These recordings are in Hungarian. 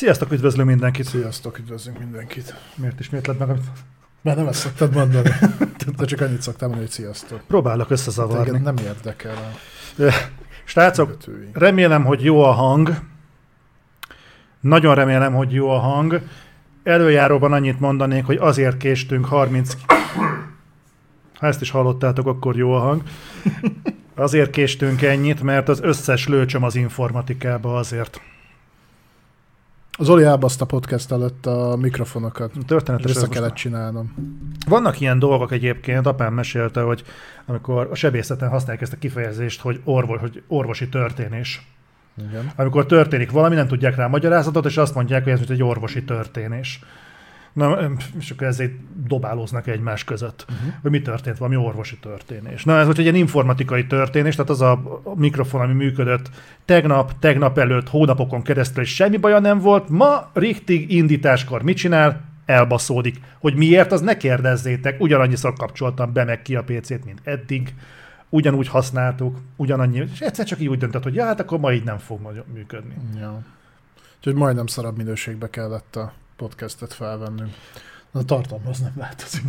Sziasztok, üdvözlünk mindenkit! Sziasztok, üdvözlünk mindenkit! Miért ismétled meg, amit... Már nem ezt szoktad mondani. De csak annyit szoktál mondani, hogy sziasztok. Próbálok összezavarni. Nem érdekel a... Srácok, remélem, hogy jó a hang. Nagyon remélem, hogy jó a hang. Előjáróban annyit mondanék, hogy azért késtünk 30... Ha ezt is hallottátok, akkor jó a hang. Azért késtünk ennyit, mert az összes lőcsöm az informatikába azért. Zoli elbaszta podcast előtt a mikrofonokat. Történetes vissza kellett csinálnom. Vannak ilyen dolgok egyébként, apám mesélte, hogy amikor a sebészeten használják ezt a kifejezést, hogy orvosi történés. Igen. Amikor történik valami, nem tudják rá magyarázatot, és azt mondják, hogy ez egy orvosi történés. Na, és akkor ezért dobálóznak egymás között, hogy mi történt, valami orvosi történés. Na, ez volt egy ilyen informatikai történés, tehát az a mikrofon, ami működött tegnap előtt, hónapokon keresztül, és semmi baja nem volt, ma richtig indításkor mit csinál? Elbaszódik. Hogy miért, az ne kérdezzétek, ugyanannyiszor kapcsoltam be meg ki a PC-t, mint eddig, ugyanúgy használtuk, ugyanannyi, és egyszer csak így úgy döntött, hogy ja, hát akkor ma így nem fog működni. Ja. Úgyhogy majdnem szarabb minőségbe kellett a podcastet felvennünk. A tartalom az nem változik.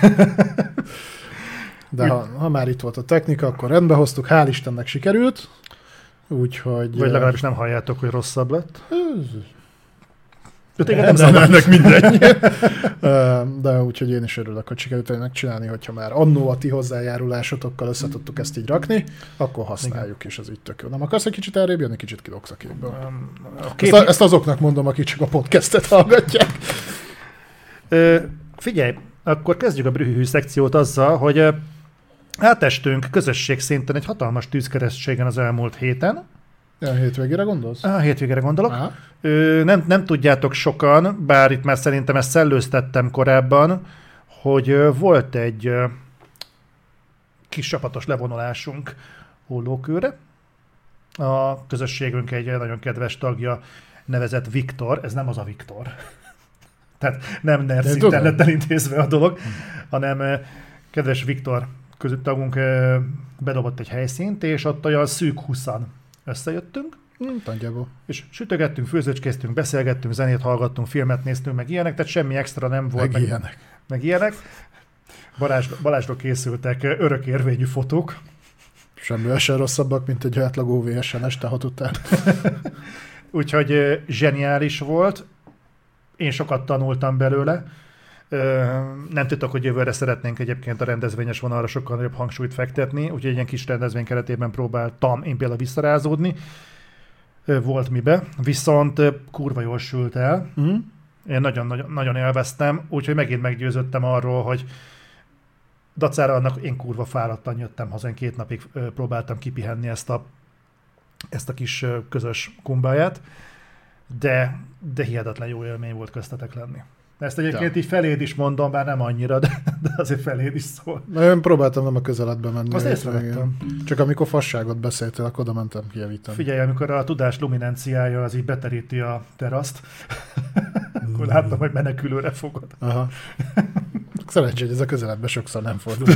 De ha már itt volt a technika, akkor rendbe hoztuk, hál' Istennek sikerült. Úgyhogy... Vagy legalábbis nem halljátok, hogy rosszabb lett. Ennek mindegy. De úgyhogy én is örülök, hogy sikerült megcsinálni, hogyha már annó a ti hozzájárulásotokkal össze tudtuk ezt így rakni, akkor használjuk, és ez így tök jó. Nem akarsz egy kicsit elrébb jönni, kicsit kilógsz a képből. Ezt azoknak mondom, akik csak a podcastet hallgatják. Figyelj, akkor kezdjük a brühű szekciót azzal, hogy átestünk közösség szinten egy hatalmas tűzkeresztségen az elmúlt héten. A hétvégére gondolsz? A hétvégére gondolok. Nem tudjátok sokan, bár itt már szerintem ezt szellőztettem korábban, hogy volt egy kis csapatos levonulásunk Hollókőre. A közösségünk egy nagyon kedves tagja nevezett Viktor, ez nem az a Viktor. Tehát nem NERD szinten lett elintézve a dolog, hanem kedves Viktor tagunk bedobott egy helyszínt, és ott olyan szűk 20-an összejöttünk, és sütögettünk, főzőcskéztünk, beszélgettünk, zenét hallgattunk, filmet néztünk, meg ilyenek, tehát semmi extra nem volt. Meg ilyenek. Balázsról készültek örökérvényű fotók. Semmivel sem rosszabbak, mint egy átlag OVS-en este 6 után. Úgyhogy zseniális volt. Én sokat tanultam belőle. Nem tudtok, hogy jövőre szeretnénk egyébként a rendezvényes vonalra sokkal nagyobb hangsúlyt fektetni, úgyhogy egy ilyen kis rendezvény keretében próbáltam én például visszarázódni. Volt mibe, viszont kurva jól sült el. Én nagyon élveztem, úgyhogy megint meggyőződtem arról, hogy dacára annak én kurva fáradtan jöttem haza, én 2 napig próbáltam kipihenni ezt a kis közös kumbáját, de hihetetlen jó élmény volt köztetek lenni. Ezt egyébként így feléd is mondom, bár nem annyira, de azért feléd is szól. Én próbáltam nem a közeledbe menni. Azt észrevettem. Csak amikor fasságot beszéltél, akkor oda mentem kijavítani. Figyelj, amikor a tudás luminenciája az így beteríti a teraszt, akkor láttam, hogy menekülőre fogod. Aha. Szerencsé, hogy ez a közeledbe sokszor nem fordul.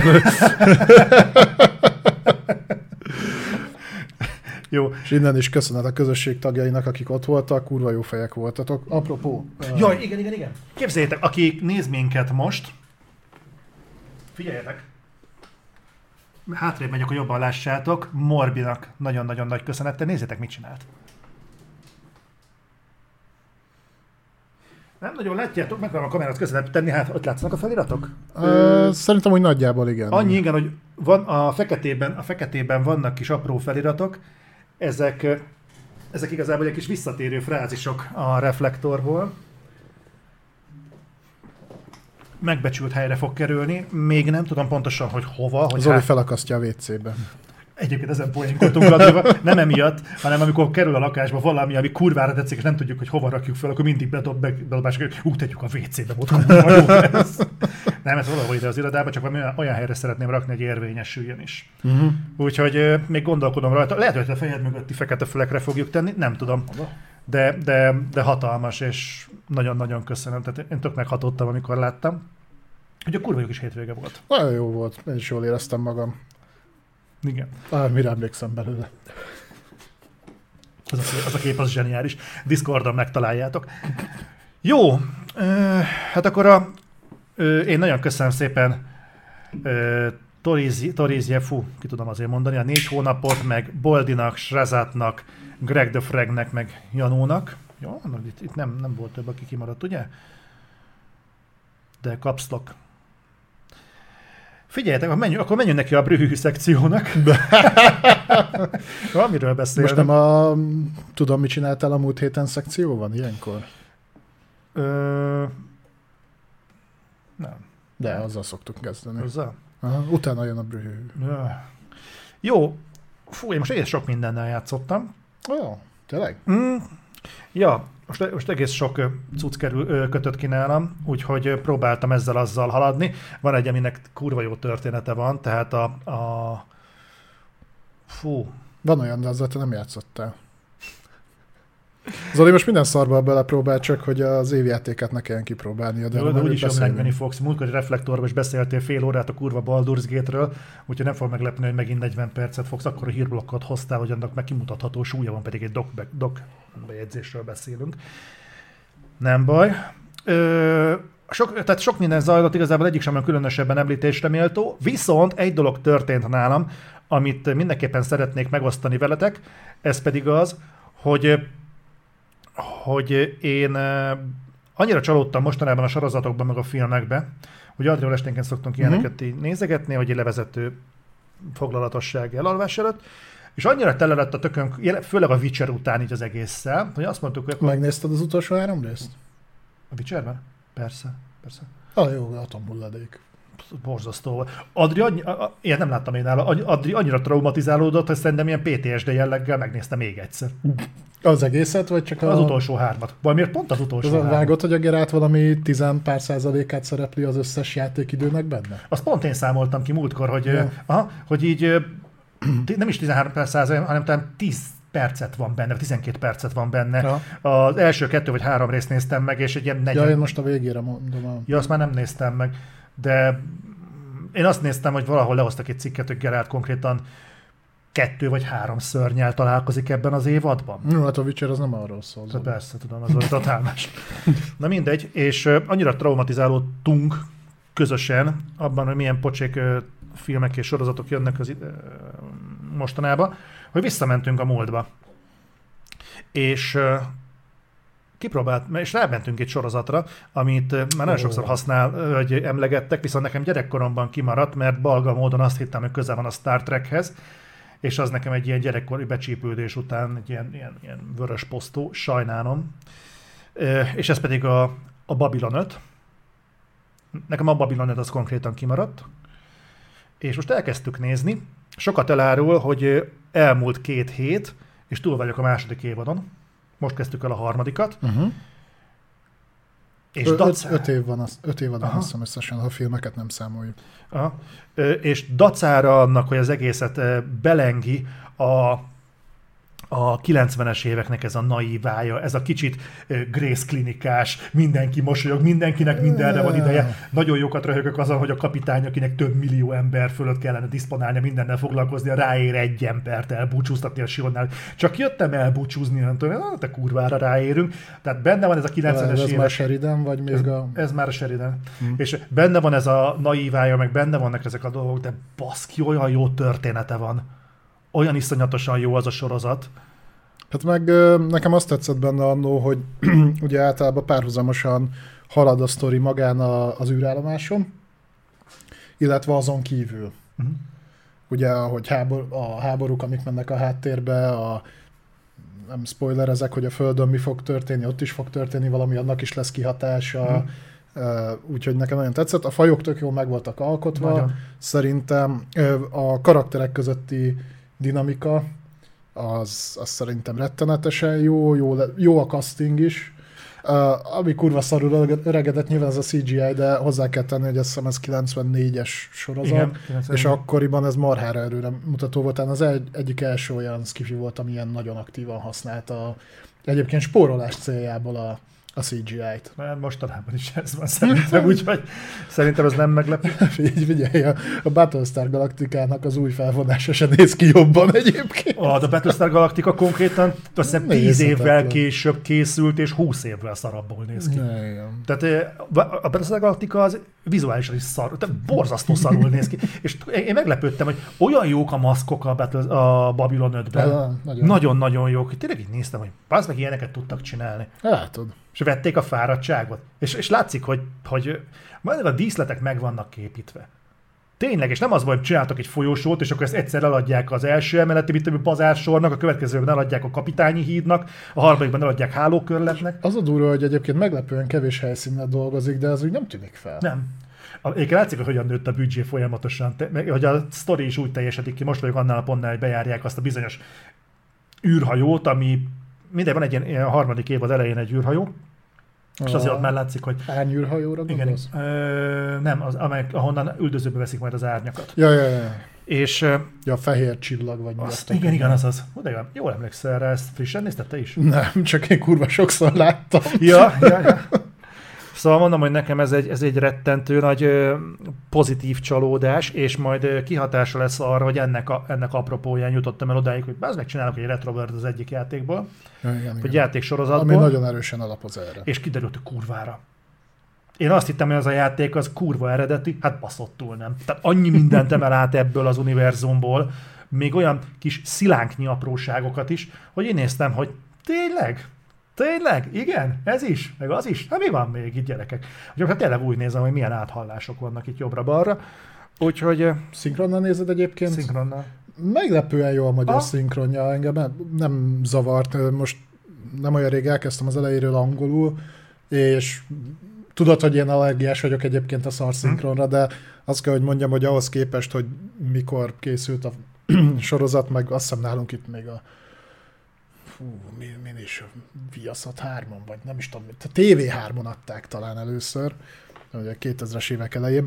Jó. És innen is köszönet a közösség tagjainak, akik ott voltak, kurva jó fejek voltatok. Apropó. Jaj, igen. Képzeljétek, akik néz minket most, figyeljetek, hátrébb megyek, hogy jobban lássátok, Morbinak nagyon-nagyon nagy köszönettel, nézzétek, mit csinált. Nem nagyon látjátok, meg a kamerát közelebb tenni, hát ott látszanak a feliratok? Szerintem úgy nagyjából igen. Annyi igen, hogy van a feketében vannak kis apró feliratok, ezek igazából egy kis visszatérő frázisok a reflektorból. Megbecsült helyre fog kerülni, még nem tudom pontosan, hogy hova. Hogy Zoli felakasztja a WC-be. Egyébként ezen poénkodtunk, nem emiatt, hanem amikor kerül a lakásba valami, ami kurvára tetszik, és nem tudjuk, hogy hova rakjuk fel, akkor mindig bedobások, hogy tegyük a WC-be, ott kurva jó ez. Nem, ez valahol ide az irodába, csak olyan helyre szeretném rakni, hogy érvényesüljön is. Úgyhogy még gondolkodom rajta. Lehet, hogy a fejed mögötti fekete fülekre fogjuk tenni, nem tudom. De hatalmas, és nagyon-nagyon köszönöm. Tehát én tök meghatottam, amikor láttam. Hogy a kurva jó kis hétvége volt. Nagyon jó volt, én is jól éreztem magam. Igen. Mire emlékszem belőle. Az a kép az zseniális. Discordon megtaláljátok. Jó, hát akkor én nagyon köszönöm szépen Torizje, ki tudom azért mondani, a 4 hónapot, meg Boldinak, Srezátnak, Greg the Fragnek, meg Janónak. Jó, itt nem volt több, aki kimaradt, ugye? De kapszlok. Figyeljetek, akkor menjünk neki a brühű szekciónak. Amiről beszélünk. Most nem tudom, mit csináltál a múlt héten szekció van ilyenkor? Nem. De azzal szoktuk kezdeni. Azzal? Aha, utána jön a brühű. Jó. Fú, én most egész sok mindennel játszottam. Ó, tényleg? Ja, most egész sok cucc kötött ki nálam, úgyhogy próbáltam ezzel-azzal haladni. Van egy, aminek kurva jó története van, tehát Fú. Van olyan, de azzal te nem játszottál. Zoli most minden szarba belepróbál, csak hogy az évjátékát ne kelljen kipróbálnia. De úgyis jól megvenni fogsz. Múltkori Reflektorban is beszéltél fél órát a kurva Baldur's Gate-ről, úgyhogy nem fog meglepni, hogy megint 40 percet fogsz. Akkor a hírblokkot hoztál, hogy annak meg kimutatható súlya van, pedig egy doc bejegyzésről beszélünk. Nem baj. Tehát sok minden zajlott, igazából egyik sem különösebben említésre méltó, viszont egy dolog történt nálam, amit mindenképpen szeretnék megosztani veletek, ez pedig az, hogy én annyira csalódtam mostanában a sorozatokban, meg a filmekbe, hogy Adriol esténként szoktunk ilyeneket így nézegetni, hogy egy levezető foglalatosság elalvás előtt, és annyira tele lett a tökönk, főleg a Witcher után így az egésszel, hogy azt mondtuk, hogy... Megnézted az utolsó 3 részt? A Witcherben? Persze. Jó, atomhulladék. Borzasztó. Én nem láttam én nála. Adri annyira traumatizálódott, hogy szerintem ilyen PTSD jelleggel megnézte még egyszer. Az egészet, vagy csak az utolsó 3-at. Valamiért pont az utolsó 3. Vágott, hogy a Geralt valami 10 pár százalékát szerepli az összes játékidőnek benne? Azt pont én számoltam ki múltkor, hogy így nem is 13%, hanem talán 10 percet van benne, 12 percet van benne. Ja. Az első 2 vagy 3 részt néztem meg, és egy ilyen 40... Ja, én most a végére mondom. Ja, azt már nem néztem meg. De én azt néztem, hogy valahol lehoztak egy cikket, hogy Geralt konkrétan 2 vagy 3 szörnyel találkozik ebben az évadban. No, hát a Witcher az nem arról szól. Persze, tudom, az totál más. Na mindegy, és annyira traumatizálódtunk közösen abban, hogy milyen pocsék filmek és sorozatok jönnek mostanában, hogy visszamentünk a múltba. És és rámentünk egy sorozatra, amit már nagyon sokszor hogy emlegettek, viszont nekem gyerekkoromban kimaradt, mert balga módon azt hittem, hogy közel van a Star Trekhez, és az nekem egy ilyen gyerekkori becsípődés után egy ilyen vörös posztó, sajnálom. És ez pedig a Babylon 5. Nekem a Babylon 5 az konkrétan kimaradt. És most elkezdtük nézni. Sokat elárul, hogy elmúlt 2 hét, és túl vagyok a második évadon. Most kezdtük el a 3-at. És 5 év van, 5 évad van, azt hiszem összesen, ha a filmeket nem számoljuk. És dacára annak, hogy az egészet belengi a 90-es éveknek ez a naivája, ez a kicsit Grace klinikás, mindenki mosolyog, mindenkinek mindenre van ideje. Nagyon jókat röhögök azon, hogy a kapitány, akinek több millió ember fölött kellene diszponálnia, mindennel foglalkoznia, ráér egy embert elbúcsúztatni a Sionnál. Csak jöttem elbúcsúzni, nem tudom, te kurvára ráérünk. Tehát benne van ez a 90-es évek. Ez már Sheridan, vagy még ez már a Sheridan. És benne van ez a naivája, meg benne vannak ezek a dolgok, de baszki, olyan jó története van. Olyan iszonyatosan jó az a sorozat. Hát meg nekem azt tetszett benne annó, hogy ugye általában párhuzamosan halad a sztori magán az űrállomáson, illetve azon kívül. Ugye, hogy a háborúk, amik mennek a háttérbe, nem spoilerezek, hogy a Földön mi fog történni, ott is fog történni valami, annak is lesz kihatása. Úgyhogy nekem nagyon tetszett. A fajok tök jól meg voltak alkotva. Nagyon. Szerintem a karakterek közötti dinamika az szerintem rettenetesen jó a casting is. Ami kurva szarul öregedett, nyilván ez a CGI, de hozzá kell tenni, hogy azt hiszem ez 94-es sorozat, igen, és akkoriban ez marhára előre mutató volt. Az egyik első olyan skifi volt, ami ilyen nagyon aktívan használta egyébként spórolás céljából a CGI-t. Mert mostanában is ez van szerintem, úgyhogy szerintem ez nem meglepő. Figyelj, a Battlestar Galactica-nak az új felvonása se néz ki jobban egyébként. A Battlestar Galactica konkrétan azt hiszem 10 évvel később készült, és 20 évvel szarabbul néz ki. Igen. Tehát a Battlestar Galactica az vizuálisan is szar, tehát borzasztó szarul néz ki. És én meglepődtem, hogy olyan jók a maszkok a Babylon 5-ben. Nagyon-nagyon jók. Tényleg így néztem, hogy bazd meg ilyeneket tudtak csinálni. Látod. És vették a fáradtságot. És látszik, hogy majd a díszletek meg vannak képítve. Tényleg, és nem az volt, hogy csináltak egy folyosót, és akkor ezt egyszer eladják az első emeleti, mint a bazársornak, a következőben eladják a Kapitányi hídnak, a harmadikban eladják hálókörletnek. Az a durva, hogy egyébként meglepően kevés helyszínen dolgozik, de az úgy nem tűnik fel. Nem. Egyébként látszik, hogy hogyan nőtt a büdzsé folyamatosan, hogy a sztori is úgy teljesedik ki. Most vagyok annál a pontnál, hogy bejárják azt a bizonyos űrhajót, ami minden van egy ilyen harmadik évad elején egy űrhajó, és azért ott már látszik, hogy... Árnyűrhajóra gondolsz? Nem, ahonnan üldözőbe veszik majd az árnyakat. Ja. És... a fehér csillag vagy mi. Igen, az. De jól emlékszel rá, ezt frissen nézted te is? Nem, csak én kurva sokszor láttam. Ja. Szóval mondom, hogy nekem ez egy rettentő nagy pozitív csalódás, és majd kihatása lesz arra, hogy ennek apropóján jutottam el odáig, hogy bázd megcsinálok egy Retrobird az egyik játékból, vagy játéksorozatból. Ami nagyon erősen alapoz erre. És kiderült, hogy kurvára. Én azt hittem, hogy ez a játék az kurva eredeti, hát baszottul nem. Tehát annyi mindent emel át ebből az univerzumból, még olyan kis szilánknyi apróságokat is, hogy én néztem, hogy Tényleg? Igen? Ez is? Meg az is? Hát mi van még itt, gyerekek? Úgyhogy hát tényleg úgy nézem, hogy milyen áthallások vannak itt jobbra-balra. Úgyhogy... Szinkronnal nézed egyébként? Szinkronnal. Meglepően jó a magyar szinkronja, engem nem zavart. Most nem olyan rég elkezdtem az elejéről angolul, és tudod, hogy én allergiás vagyok egyébként a szar szinkronra, de azt kell, hogy mondjam, hogy ahhoz képest, hogy mikor készült a sorozat, meg azt hiszem nálunk itt még a min is, Viaszat 3-on, vagy nem is tudom, a TV3-on adták talán először, ugye 2000-es évek elején,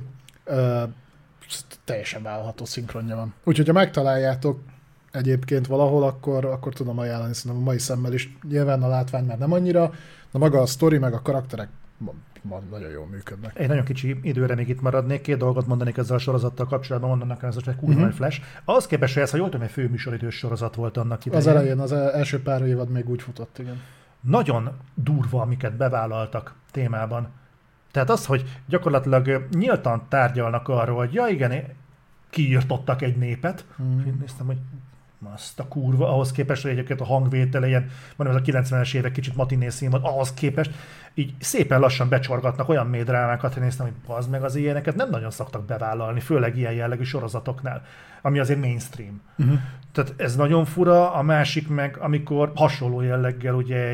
teljesen vállalható szinkronja van. Úgyhogy ha megtaláljátok egyébként valahol, akkor tudom ajánlani, szerintem a mai szemmel is. Nyilván a látvány már nem annyira, de maga a sztori, meg a karakterek nagyon jól működnek. Egy nagyon kicsi időre még itt maradnék, 2 dolgot mondanék ezzel a sorozattal kapcsolatban, mondanak ez egy kurva Flash. Ahhoz képest, hogy ez, ha jól tudom, egy főműsoridős sorozat volt annak idején. Az elején, az első pár évad még úgy futott, igen. Nagyon durva, amiket bevállaltak témában. Tehát az, hogy gyakorlatilag nyíltan tárgyalnak arról, hogy ja igen, kiirtottak egy népet, és én néztem, hogy azt a kurva, ahhoz képest, hogy egyébként a hangvétele ilyen, mondom, ez a 90-es évek kicsit matiné színvonal, ahhoz képest így szépen lassan becsorgatnak olyan mélydrámákat, hogy néztem, hogy az meg az ilyeneket nem nagyon szoktak bevállalni, főleg ilyen jellegű sorozatoknál, ami azért mainstream. Tehát ez nagyon fura, a másik meg, amikor hasonló jelleggel ugye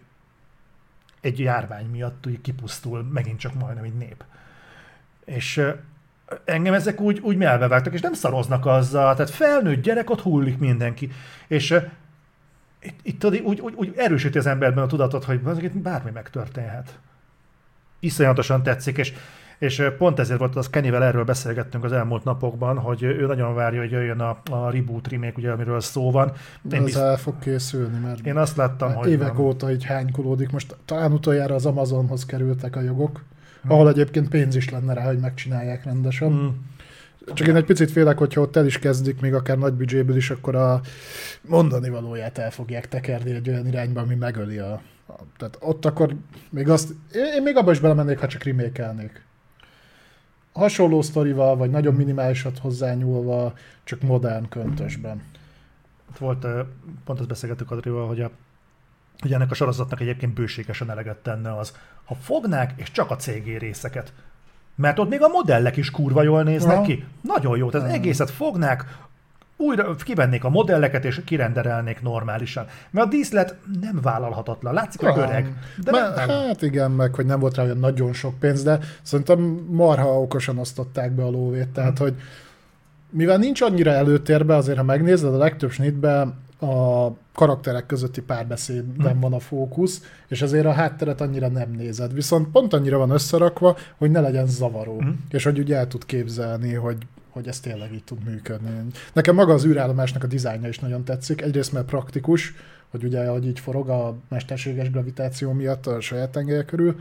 egy járvány miatt úgy kipusztul megint csak majdnem egy nép. És engem ezek úgy melbevágtak, és nem szaroznak azzal, tehát felnőtt gyerek, ott hullik mindenki. És itt úgy erősíti az emberben a tudatot, hogy itt bármi megtörténhet. Iszonyatosan tetszik, és pont ezért volt, az Kennyvel erről beszélgettünk az elmúlt napokban, hogy ő nagyon várja, hogy jöjjön a reboot remake, ugye, amiről szó van. Ez el fog készülni, mert én azt láttam, hogy évek óta így hánykolódik. Most talán utoljára az Amazonhoz kerültek a jogok, ahol egyébként pénz is lenne rá, hogy megcsinálják rendesen. Csak én egy picit félek, hogyha ott el is kezdik, még akár nagy büdzséből is, akkor a mondani valóját el fogják tekerni egy olyan irányba, ami megöli tehát ott akkor még azt... Én még abba is belemennék, ha csak remake-elnék. Hasonló sztorival, vagy nagyon minimálisat hozzányúlva, csak modern köntösben. Volt, pont azt beszélgettük Adrival, hogy ennek a sorozatnak egyébként bőségesen eleget tenne az, ha fognák, és csak a CG részeket. Mert ott még a modellek is kurva jól néznek ki. Nagyon jó, tehát egészet fognák, újra kivennék a modelleket, és kirenderelnék normálisan. Mert a díszlet nem vállalhatatlan. Látszik, hogy öreg. Hát igen, meg hogy nem volt rá olyan nagyon sok pénz, de szerintem marha okosan osztották be a lóvét. Tehát, hogy mivel nincs annyira előtérbe, azért ha megnézed, a legtöbb snitben a karakterek közötti párbeszédben van a fókusz, és azért a hátteret annyira nem nézed. Viszont pont annyira van összerakva, hogy ne legyen zavaró. És hogy úgy el tud képzelni, hogy hogy ez tényleg így tud működni. Nekem maga az űrállomásnak a dizájnja is nagyon tetszik. Egyrészt mert praktikus, hogy ugye, ahogy így forog a mesterséges gravitáció miatt a saját tengelye körül,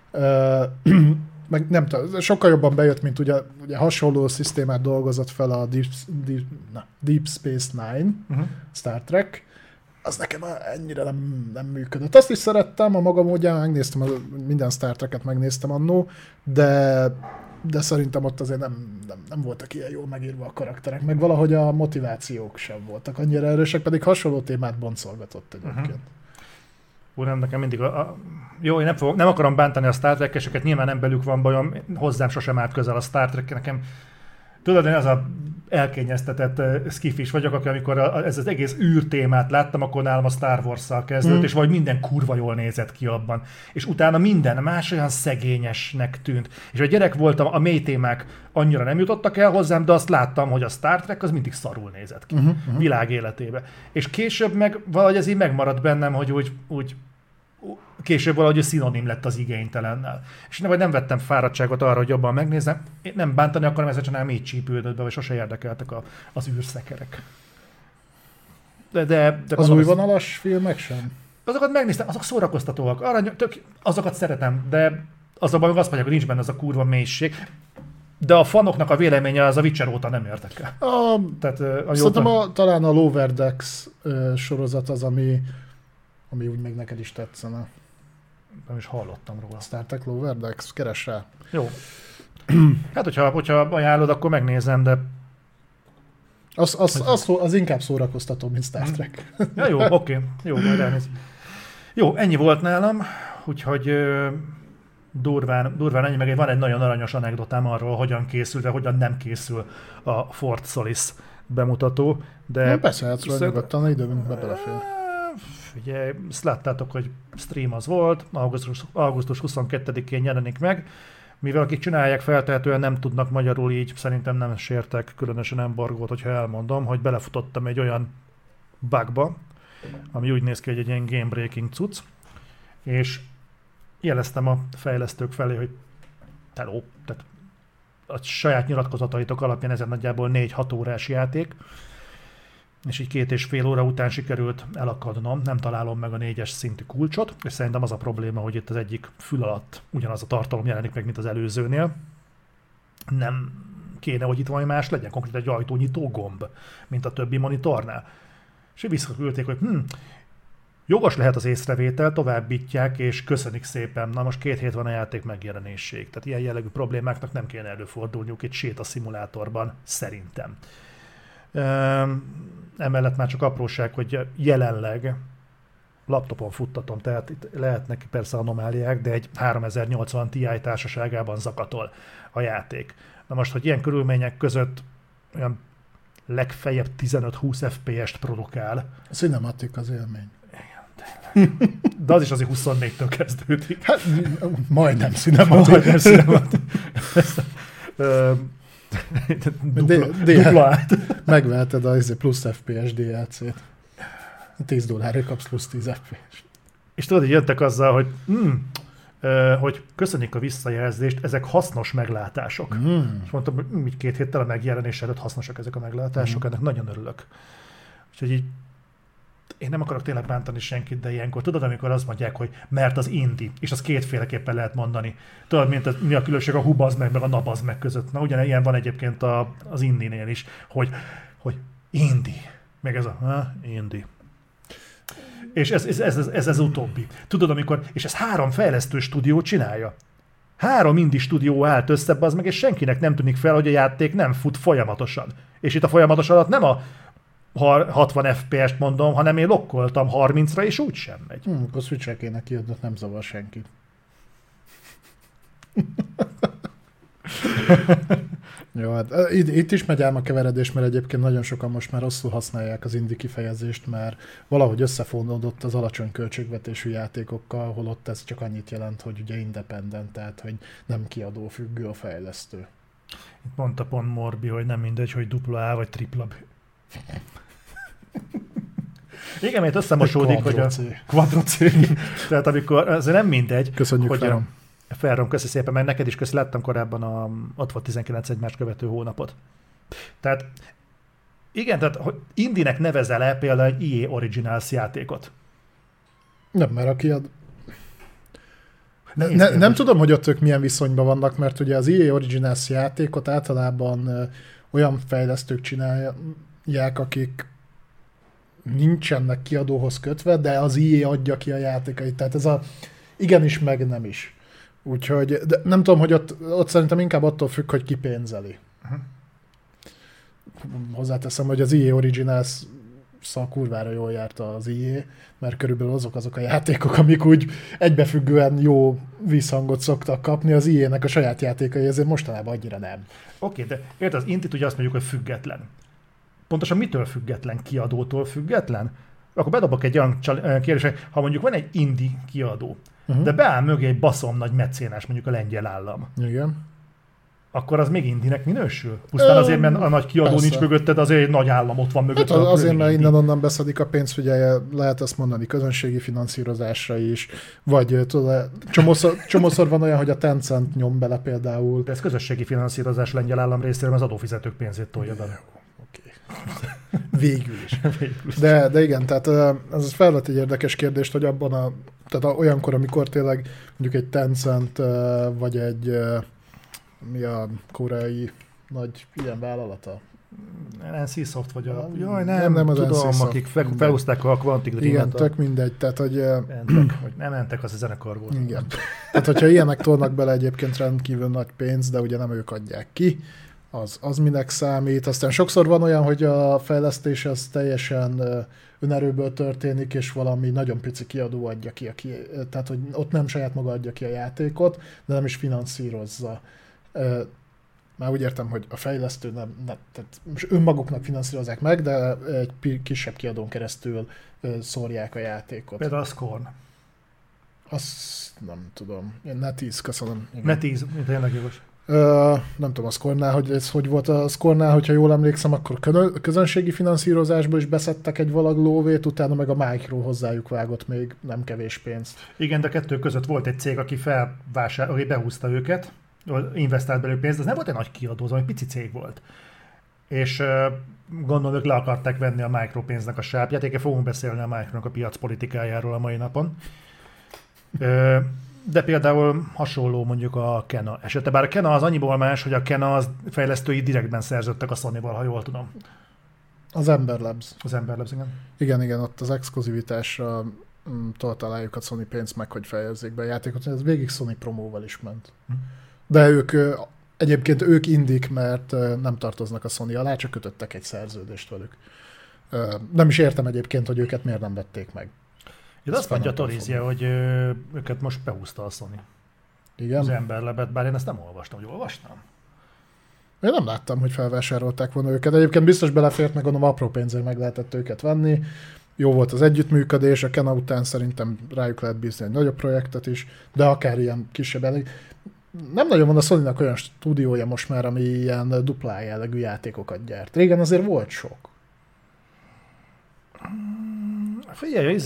meg nem tudom, sokkal jobban bejött, mint ugye hasonló szisztémát dolgozott fel a Deep Space Nine, Star Trek. Az nekem ennyire nem működött. Azt is szerettem, a maga módján megnéztem, minden Star Trek-et megnéztem annó, de szerintem ott azért nem voltak ilyen jól megírva a karakterek, meg valahogy a motivációk sem voltak annyira erősek, pedig hasonló témát boncolgatott egyébként. Úr, nekem mindig jó, én nem akarom bántani a Star Trek-eseket, nyilván nem belük van bajom, hozzám sosem állt közel a Star Trek, nekem tudod, én az a elkényeztetett skifis vagyok, aki amikor ez az egész űrtémát láttam, akkor nálam a Star Wars-szal kezdődött, és vagy minden kurva jól nézett ki abban. És utána minden más olyan szegényesnek tűnt. És a gyerek voltam, a mély témák annyira nem jutottak el hozzám, de azt láttam, hogy a Star Trek az mindig szarul nézett ki világ életébe. És később meg valahogy ez így megmaradt bennem, hogy úgy később valahogy szinonim lett az igénytelennel. És nem vettem fáradtságot arra, hogy jobban megnézem. Én nem bántani akarom, ezzel csak így csípődött be, vagy sose érdekeltek az űrszekerek. De az újvonalas filmek sem? Azokat megnéztem, azok szórakoztatóak. Azokat szeretem, de azokban meg azt mondják, hogy nincs benne az a kurva mélység. De a fanoknak a véleménye az a Witcher óta nem érdekel. Szerintem talán a Lower Decks sorozat az, ami úgy még neked is tetszene. Nem is hallottam róla. Star Trek Lower Decks, keres rá. Jó. Hát, hogyha ajánlod, akkor megnézem, de... Az inkább szórakoztató, mint Star Trek. Ja, jó, oké. Jó, majd elnézem. Jó, ennyi volt nálam, úgyhogy durván ennyi, meg van egy nagyon aranyos anekdotám arról, hogyan készül, de hogyan nem készül a Fort Solis bemutató. De beszélhetsz róla nyugodtan, időben belefér. Ugye, ezt láttátok, hogy stream az volt, augusztus 22-én jelenik meg. Mivel akik csinálják, feltehetően nem tudnak magyarul, így szerintem nem sértek különösen embargót, hogyha elmondom, hogy belefutottam egy olyan bugba, ami úgy néz ki, hogy egy ilyen game breaking cucc, és jeleztem a fejlesztők felé, hogy hello, tehát a saját nyilatkozataitok alapján ez nagyjából 4-6 órás játék, és így 2,5 óra után sikerült elakadnom, nem találom meg a 4-es szintű kulcsot, és szerintem az a probléma, hogy itt az egyik fül alatt ugyanaz a tartalom jelenik meg, mint az előzőnél. Nem kéne, hogy itt valami más legyen, konkrétan egy ajtónyitó gomb, mint a többi monitornál. És visszaküldték, hogy jogos lehet az észrevétel, továbbítják, és köszönik szépen. Na most 2 hét van a játék megjelenésig. Tehát ilyen jellegű problémáknak nem kéne előfordulniuk egy sétaszimulátorban, szerintem. Emellett már csak apróság, hogy jelenleg laptopon futtatom, tehát itt lehetnek persze anomáliák, de egy 3080 Ti társaságában zakatol a játék. Na most, hogy ilyen körülmények között olyan legfeljebb 15-20 FPS-t produkál. A cinematik az élmény. Igen, de az is azért 24-től kezdődik. Hát, majdnem cinematik. Dupla át. Megveheted a plusz FPS DLC-t. $10 kapsz plusz 10 FPS. És tudod, hogy jöttek azzal, hogy köszönjük a visszajelzést, ezek hasznos meglátások. És mondtam, hogy 2 héttel a megjelenés előtt hasznosak ezek a meglátások, ennek nagyon örülök. Úgyhogy így én nem akarok tényleg bántani senkit, de ilyenkor tudod, amikor azt mondják, hogy mert az indie, és az kétféleképpen lehet mondani. Tudod, mi a különbség a hubazd meg a nabazd meg között. Na, ugyanilyen van egyébként az indie-nél is, hogy indie. Meg ez indie. És ez az utóbbi. Tudod, amikor, és ez 3 fejlesztő stúdió csinálja. 3 indie stúdió állt össze, az meg, és senkinek nem tűnik fel, hogy a játék nem fut folyamatosan. És itt a folyamatos alatt nem a 60 FPS-t mondom, hanem én lokkoltam 30-ra, és úgy sem megy. Akkor Switch-re kéne kiadni, nem zavar senkit. Jó, hát itt is megy ám a keveredés, mert egyébként nagyon sokan most már rosszul használják az indie kifejezést, mert valahogy összefonódott az alacsony költségvetésű játékokkal, holott ez csak annyit jelent, hogy ugye independent, tehát hogy nem kiadó függő a fejlesztő. Itt mondta pont Morbi, hogy nem mindegy, hogy A vagy tripla B. Igen, mert összemosódik, hogy a Quadro C. Tehát amikor, ez nem mindegy. Köszönjük, hogy Ferrom, köszi szépen, mert neked is láttam korábban ott volt 19 egymást követő hónapot. Tehát igen, tehát hogy indinek nevezel-e például egy EA Originals játékot? Nem, mert aki nem tudom, hogy ott ők milyen viszonyban vannak, mert ugye az EA Originals játékot általában olyan fejlesztők csinálják, akik nincsenek kiadóhoz kötve, de az EA adja ki a játékait. Tehát ez a igenis, meg nem is. Úgyhogy de nem tudom, hogy ott szerintem inkább attól függ, hogy ki pénzeli. Hozzáteszem, hogy az EA Originals kurvára jól járt az EA, mert körülbelül azok a játékok, amik úgy egybefüggően jó visszhangot szoktak kapni, az EA-nek a saját játékai, ezért mostanában annyira nem. Oké, de érted, az Intit ugye azt mondjuk, hogy független. Pontosan mitől független? Kiadótól független? Akkor bedobok egy olyan kérdést, ha mondjuk van egy indie kiadó, de beáll mögé egy baszom nagy mecénás, mondjuk a lengyel állam. Igen. Akkor az még indinek minősül? Pusztán azért, mert a nagy kiadó nincs mögötted, azért egy nagy állam ott van mögött. Hát azért, mert innen-onnan beszedik a pénzt, ugye lehet azt mondani közönségi finanszírozásra is, vagy tudod, csomószor van olyan, hogy a Tencent nyom bele például. De ez közösségi finanszírozás lengyel állam részéről, az adófizetők pénzét tolja be. Végül is. De igen, tehát ez felvet egy érdekes kérdést, hogy tehát olyankor, amikor tényleg mondjuk egy Tencent, vagy egy mi a koreai nagy ilyen vállalata? NCSoft vagy a... Jaj, nem az tudom, NCSoft. akik felhúzták a Quantic Dream-et. Igen, tök mindegy. Tehát, hogy... Nem mentek, az a zenekar volt. Igen. Tehát, hogyha ilyenek tolnak bele egyébként rendkívül nagy pénz, de ugye nem ők adják ki, az minek számít. Aztán sokszor van olyan, hogy a fejlesztés az teljesen önerőből történik, és valami nagyon pici kiadó adja ki, tehát hogy ott nem saját maga adja ki a játékot, de nem is finanszírozza. Már úgy értem, hogy a fejlesztő tehát önmaguknak finanszírozzák meg, de egy kisebb kiadón keresztül szórják a játékot. Például a Scorn. Azt nem tudom. NetEase, köszönöm. NetEase, tényleg jogos. Nem tudom a Scornál, hogy ez hogy volt a Scornál, hogyha jól emlékszem, akkor közönségi finanszírozásból is beszedtek egy valag lóvét, utána meg a Micro hozzájuk vágott még nem kevés pénzt. Igen, de kettő között volt egy cég, aki aki behúzta őket, investált belőle pénzt, az nem volt egy nagy kiadó, az egy pici cég volt. És gondolom, ők le akarták venni a Micro pénznek a sápját, egyébként fogunk beszélni a Micronak a piacpolitikájáról a mai napon. De például hasonló mondjuk a Kena esete. Bár a Kena az annyiból más, hogy a Kena az fejlesztői direktben szerződtek a Sony-val, ha jól tudom. Az Ember Labs. Az Ember Labs, igen. Igen, ott az exkluzivitásra találjuk a Sony pénzt meg, hogy fejezzék be a játékot. Ez végig Sony promóval is ment. De egyébként ők indik, mert nem tartoznak a Sony alá, csak kötöttek egy szerződést velük. Nem is értem egyébként, hogy őket miért nem vették meg. Ez azt mondja Torizia, hogy őket most behúzta a Sony. Igen? Az Ember Labet, bár én ezt nem olvastam, hogy olvastam. Én nem láttam, hogy felvásárolták volna őket. Egyébként biztos belefért, meg gondolom apró pénzért meg lehetett őket venni. Jó volt az együttműködés, a Kena után szerintem rájuk lehet bízni egy nagyobb projektet is, de akár ilyen kisebb elég. Nem nagyon van a Sony-nak olyan stúdiója most már, ami ilyen duplá jellegű játékokat gyárt. Régen azért volt sok. Figyelj,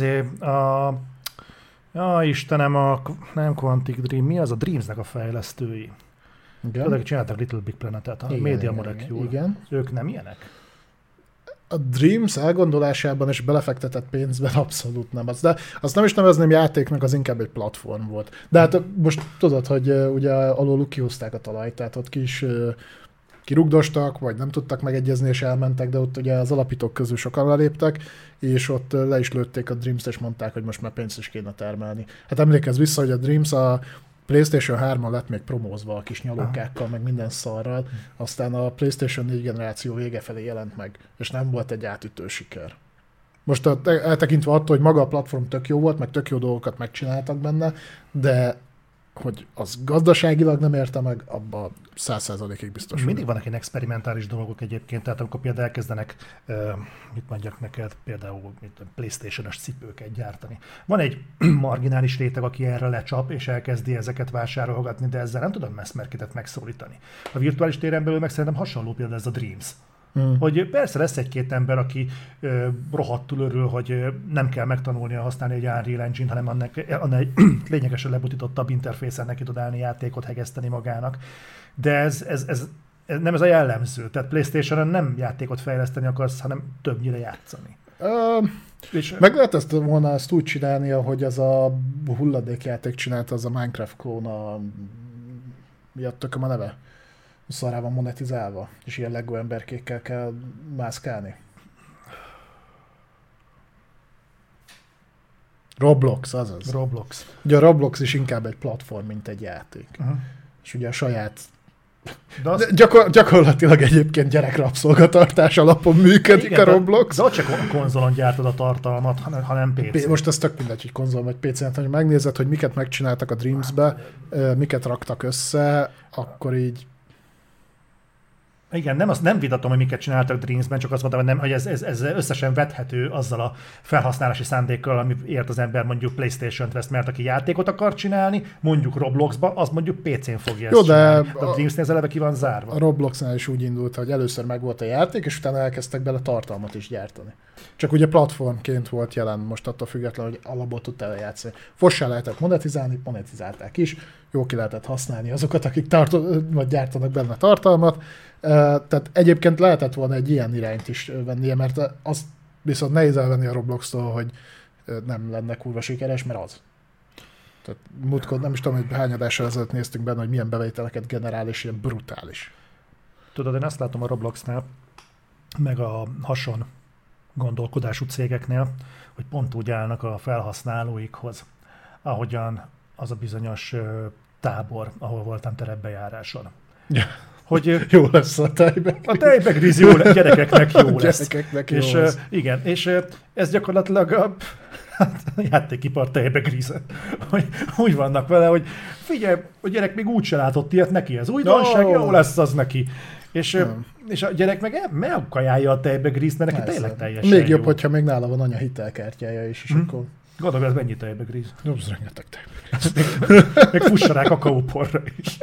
Istenem, nem Quantic Dream, mi az a Dreamsnek a fejlesztői? Igen. Tudod, csináltak Little Big Planet-et, a Media Molecule. Igen. Ők nem ilyenek? A Dreams elgondolásában és belefektetett pénzben abszolút nem. De azt nem is nevezném játéknak, az inkább egy platform volt. De hát most tudod, hogy ugye alóluk kihúzták a talajt, tehát ott ki is kirugdostak, vagy nem tudtak megegyezni, és elmentek, de ott ugye az alapítók közül sokan leléptek, és ott le is lőtték a Dreams-t, és mondták, hogy most már pénzt is kéne termelni. Hát emlékezz vissza, hogy a Dreams a PlayStation 3-on lett még promózva a kis nyalókákkal, meg minden szarral, aztán a PlayStation 4 generáció vége felé jelent meg, és nem volt egy átütő siker. Most eltekintve attól, hogy maga a platform tök jó volt, meg tök jó dolgokat megcsináltak benne, de hogy az gazdaságilag nem érte meg, abban 100%-ig biztos. Mindig vannak ilyen experimentális dolgok egyébként, tehát amikor például elkezdenek, mit mondjak neked, például PlayStation-os cipőket gyártani. Van egy marginális réteg, aki erre lecsap, és elkezdi ezeket vásárolgatni, de ezzel nem tudom mass marketet megszólítani. A virtuális téren belül meg szerintem hasonló például ez a Dreams. Hogy persze lesz egy-két ember, aki rohadtul örül, hogy nem kell megtanulnia használni egy Unreal Engine, hanem annak egy lényegesen lebutítottabb interfészen neki tud állni játékot hegeszteni magának. De ez nem ez a jellemző. Tehát PlayStation-on nem játékot fejleszteni akarsz, hanem többnyire játszani. Meg lehet volna ezt úgy csinálni, ahogy az a hulladékjáték csinálta, az a Minecraft klón, mi a tököm a neve? Szarrá van monetizálva, és ilyen Lego emberkékkel kell mászkálni. Roblox, azaz. Roblox. Ugye a Roblox is inkább egy platform, mint egy játék. És ugye a saját... Gyakorlatilag egyébként gyerekrabszolgatartás alapon működik. Igen, a Roblox. De ott csak konzolon gyártod a tartalmat, hanem PC. Most ez tök mindegy, hogy konzol vagy PC-n, hogy megnézed, hogy miket megcsináltak a Dreams-be, miket raktak össze, akkor így... Igen, nem vitatom, hogy miket csináltak Dreams-ben, csak azt mondtam, hogy ez összesen vethető azzal a felhasználási szándékkal, ami ért az ember mondjuk PlayStation-t vesz, mert aki játékot akar csinálni, mondjuk Robloxba, az mondjuk PC-n fogja ezt csinálni. De a Dreams-nél ez eleve ki van zárva. A Robloxnál is úgy indult, hogy először megvolt a játék, és utána elkezdtek bele tartalmat is gyártani. Csak ugye platformként volt jelen, most attól függetlenül, hogy alapból tudtál játszani. Fossá lehetett monetizálni, monetizálták is, jó ki lehetett használni azokat, akik vagy gyártanak benne tartalmat. Tehát egyébként lehetett volna egy ilyen irányt is vennie, mert azt viszont nehéz elvenni a Roblox-tól, hogy nem lenne kurva sikeres, mert az. Tehát múltkor nem is tudom, hogy hány adással ezelőtt néztünk benne, hogy milyen bevételeket generál, és ilyen brutális. Tudod, én azt látom a Robloxnál, meg a hason gondolkodású cégeknél, hogy pont úgy állnak a felhasználóikhoz, ahogyan az a bizonyos tábor, ahol voltam terepbejáráson. Ja. Hogy jó lesz a tejbeg. A tejbegríz jó lesz, gyerekeknek jó lesz. Gyerekeknek és, jó lesz. Igen, és ez gyakorlatilag a játékipar tejbegríze. Úgy vannak vele, hogy figyelj, a gyerek még úgyse látott ilyet, neki ez újdonság, jó lesz az neki. És a gyerek meg kajálja a tejbegrízt, mert neki tényleg teljesen még jobb, jó. hogyha még nála van anya hitelkártyája is, és akkor... Gondolom, ez mennyi tejbegríz? Jobb, rengeteg tejbegríz. Még fussa rá kakaóporra is.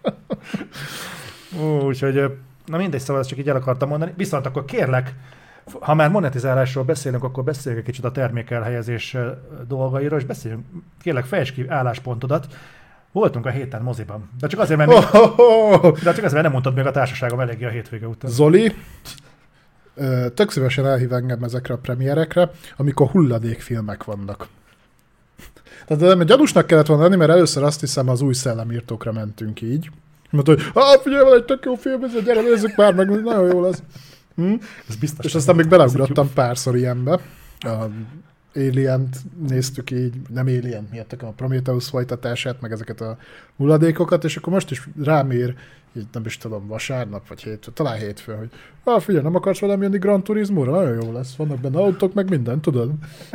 Úgyhogy, na mindegy, szóval ezt csak így el akartam mondani. Viszont akkor kérlek, ha már monetizálásról beszélünk, akkor beszéljünk egy kicsit a termékelhelyezés dolgairól, és beszéljünk, kérlek, fejtsd ki álláspontodat. Voltunk a héten moziban. De csak azért, mert nem mondtad még a társaságom eléggé a hétvége után. Zoli, tök szívesen elhív engem ezekre a premierekre, amikor hulladékfilmek vannak. Tehát gyanúsnak kellett volna lenni, mert először azt hiszem az Új szellemírtókra mentünk így. Mondta, hogy figyelj, van egy tök jó film, ez gyere, nézzük már meg, nagyon jó lesz. Ez biztos. És aztán még beleugrottam párszor ilyenbe. Alien-t néztük így, nem Alien, miattak a Prometheus folytatását, meg ezeket a hulladékokat, és akkor most is rám ír, így nem is tudom, vasárnap, vagy hétfő, talán hétfő, hogy figyelj, nem akarsz velem jönni Gran Turismo-ra? Nagyon jó lesz, vannak benne autók, meg minden, tudod?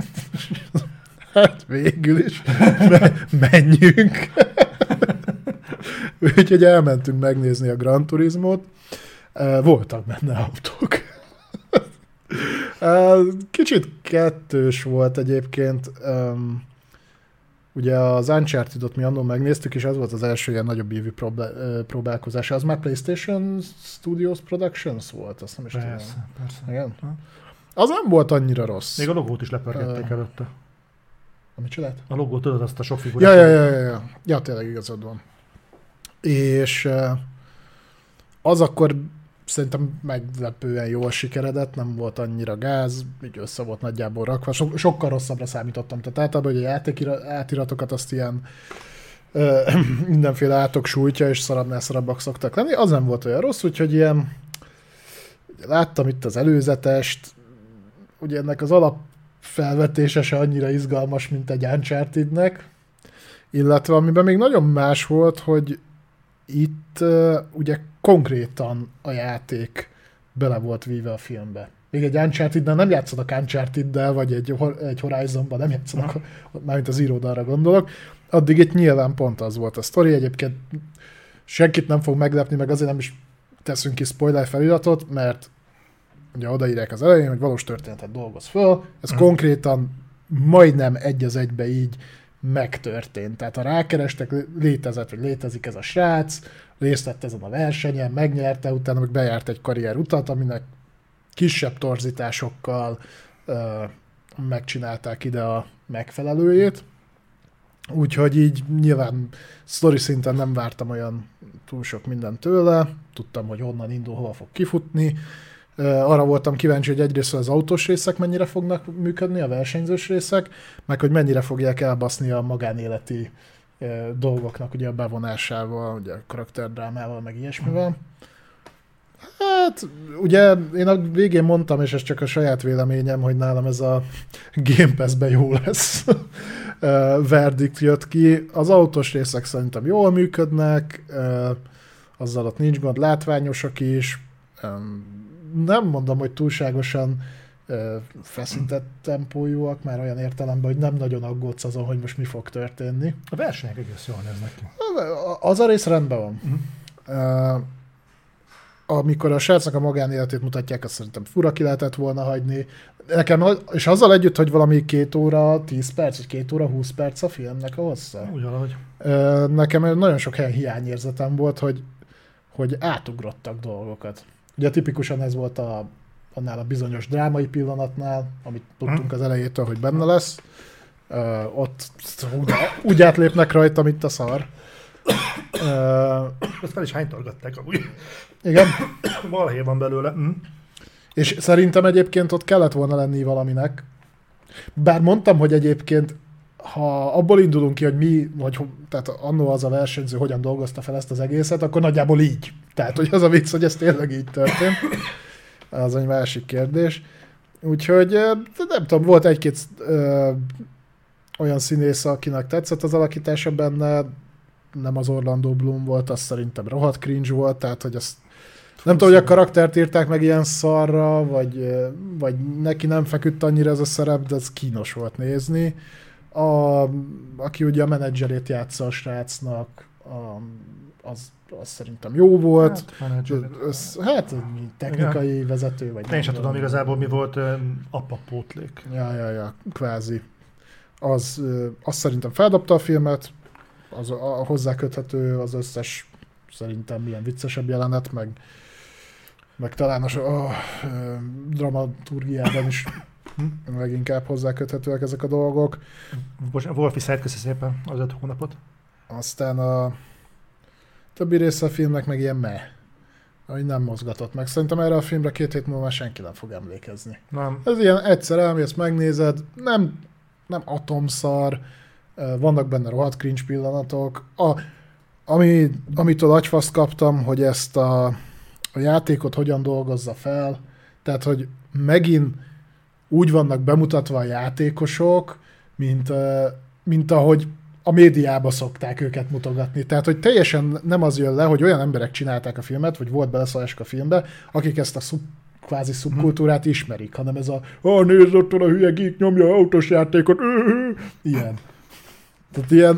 Hát végül is menjünk. Úgyhogy elmentünk megnézni a Gran Turismo-t. Voltak benne autók. Kicsit kettős volt egyébként. Ugye az Uncharted-ot mi annól megnéztük, és az volt az első ilyen nagyobb ívű próbálkozása. Az már PlayStation Studios Productions volt, azt nem is tudom. Persze. Igen? Az nem volt annyira rossz. Még a logót is lepörgették előtte. Mit csinált? A logót, tudod, azt a sok figurát. Ja, tényleg igazad van. És az akkor szerintem meglepően jól sikeredett, nem volt annyira gáz, így össze volt nagyjából rakva. Sokkal rosszabbra számítottam. Tehát általában, hogy a játék átiratokat azt ilyen mindenféle átok sújtja, és szarabbnál szarabbak szoktak lenni. Az nem volt olyan rossz, úgyhogy ilyen láttam itt az előzetest, ugye ennek az alapfelvetése se annyira izgalmas, mint egy Uncharted-nek, illetve amiben még nagyon más volt, hogy itt ugye konkrétan a játék bele volt víve a filmbe. Még egy Uncharted-nel nem játszanak Uncharted-del, vagy egy Horizonban nem játszanak, mármint az íródalra gondolok. Addig itt nyilván pont az volt a sztori. Egyébként senkit nem fog meglepni, meg azért nem is teszünk ki spoiler feliratot, mert ugye odaírják az elején, hogy valós történetet dolgoz föl. Ez konkrétan majdnem egy az egybe így megtörtént. Tehát ha rákerestek, létezett, vagy létezik ez a srác, részt vett ezen a versenyen, megnyerte, utána meg bejárt egy karrierutat, aminek kisebb torzításokkal megcsinálták ide a megfelelőjét. Úgyhogy így nyilván sztori szinten nem vártam olyan túl sok mindent tőle, tudtam, hogy honnan indul, hova fog kifutni. Arra voltam kíváncsi, hogy egyrészt az autós részek mennyire fognak működni, a versenyzős részek, meg hogy mennyire fogják elbaszni a magánéleti dolgoknak ugye a bevonásával, ugye a karakterdrámával, meg ilyesmivel. Hát, ugye én a végén mondtam, és ez csak a saját véleményem, hogy nálam ez a Game Pass-ben jó lesz. Verdict jött ki. Az autós részek szerintem jól működnek, azzal ott nincs gond, látványosak is. Nem mondom, hogy túlságosan feszített tempójúak, már olyan értelemben, hogy nem nagyon aggódsz azon, hogy most mi fog történni. A versenyek egész jól néznek ki. Az a rész rendben van. Amikor a srácnak a magánéletét mutatják, azt szerintem fura ki lehetett volna hagyni. Nekem, és azzal együtt, hogy valami 2 óra 10 perc, vagy 2 óra 20 perc a filmnek a hossza. Úgy valahogy. Nekem nagyon sok helyen hiányérzetem volt, hogy átugrottak dolgokat. Ugye tipikusan ez volt annál a bizonyos drámai pillanatnál, amit tudtunk az elejétől, hogy benne lesz. Ott úgy átlépnek rajta, mint a szar. Ezt fel is hánytorgatták amúgy. Igen. Balhé van belőle. És szerintem egyébként ott kellett volna lenni valaminek. Bár mondtam, hogy egyébként, ha abból indulunk ki, hogy mi, vagy tehát annó az a versenyző hogyan dolgozta fel ezt az egészet, akkor nagyjából így. Tehát, hogy az a vicc, hogy ez tényleg így történt. Az egy másik kérdés. Úgyhogy nem tudom, volt egy-két olyan színész, akinek tetszett az alakítása benne, nem az Orlando Bloom volt, az szerintem rohadt cringe volt, tehát hogy azt nem tudom, hogy a karaktert írták meg ilyen szarra, vagy neki nem feküdt annyira ez a szerep, de ez kínos volt nézni. Aki ugye a menedzserét játsza a srácnak, az szerintem jó volt. Hát technikai vezető, vagy én sem tudom igazából, mi volt apa pótlék. Ja, kvázi. Az szerintem feldobta a filmet, az hozzá köthető az összes szerintem milyen viccesebb jelenet, meg talán a dramaturgiában is leginkább hozzá köthetőek ezek a dolgok. Wolfi Side, köszi szépen az 5 hónapot. Aztán a többi része a filmnek meg ilyen ahogy nem mozgatott meg. Szerintem erre a filmre 2 hét múlva már senki nem fog emlékezni. Nem. Ez ilyen egyszer elmész, megnézed, nem atomszar, vannak benne rohadt cringe pillanatok. Amitől agyfaszt kaptam, hogy ezt a játékot hogyan dolgozza fel, tehát, hogy megint úgy vannak bemutatva a játékosok, mint ahogy a médiába szokták őket mutogatni. Tehát, hogy teljesen nem az jön le, hogy olyan emberek csinálták a filmet, vagy volt beleszólások a filmbe, akik ezt a kvázi szubkultúrát ismerik, hanem ez nézd ott a hülye geek nyomja autós játékot, ilyen. Tehát ilyen,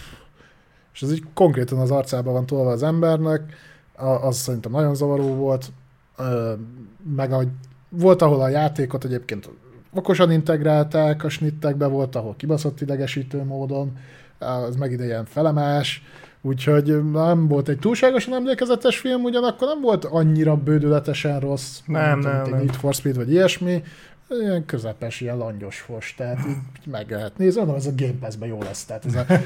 és ez így konkrétan az arcába van tolva az embernek, az szerintem nagyon zavaró volt, meg ahogy volt, ahol a játékot egyébként okosan integrálták a snittekbe, volt, ahol kibaszott idegesítő módon, az meg ide ilyen felemás, úgyhogy nem volt egy túlságosan emlékezetes film, ugyanakkor nem volt annyira bődületesen rossz, nem. egy Need for Speed vagy ilyesmi, ilyen közepes, ilyen langyos fos, tehát így meg lehet nézni, mondom, ez a Game Pass-ben jó lesz, tehát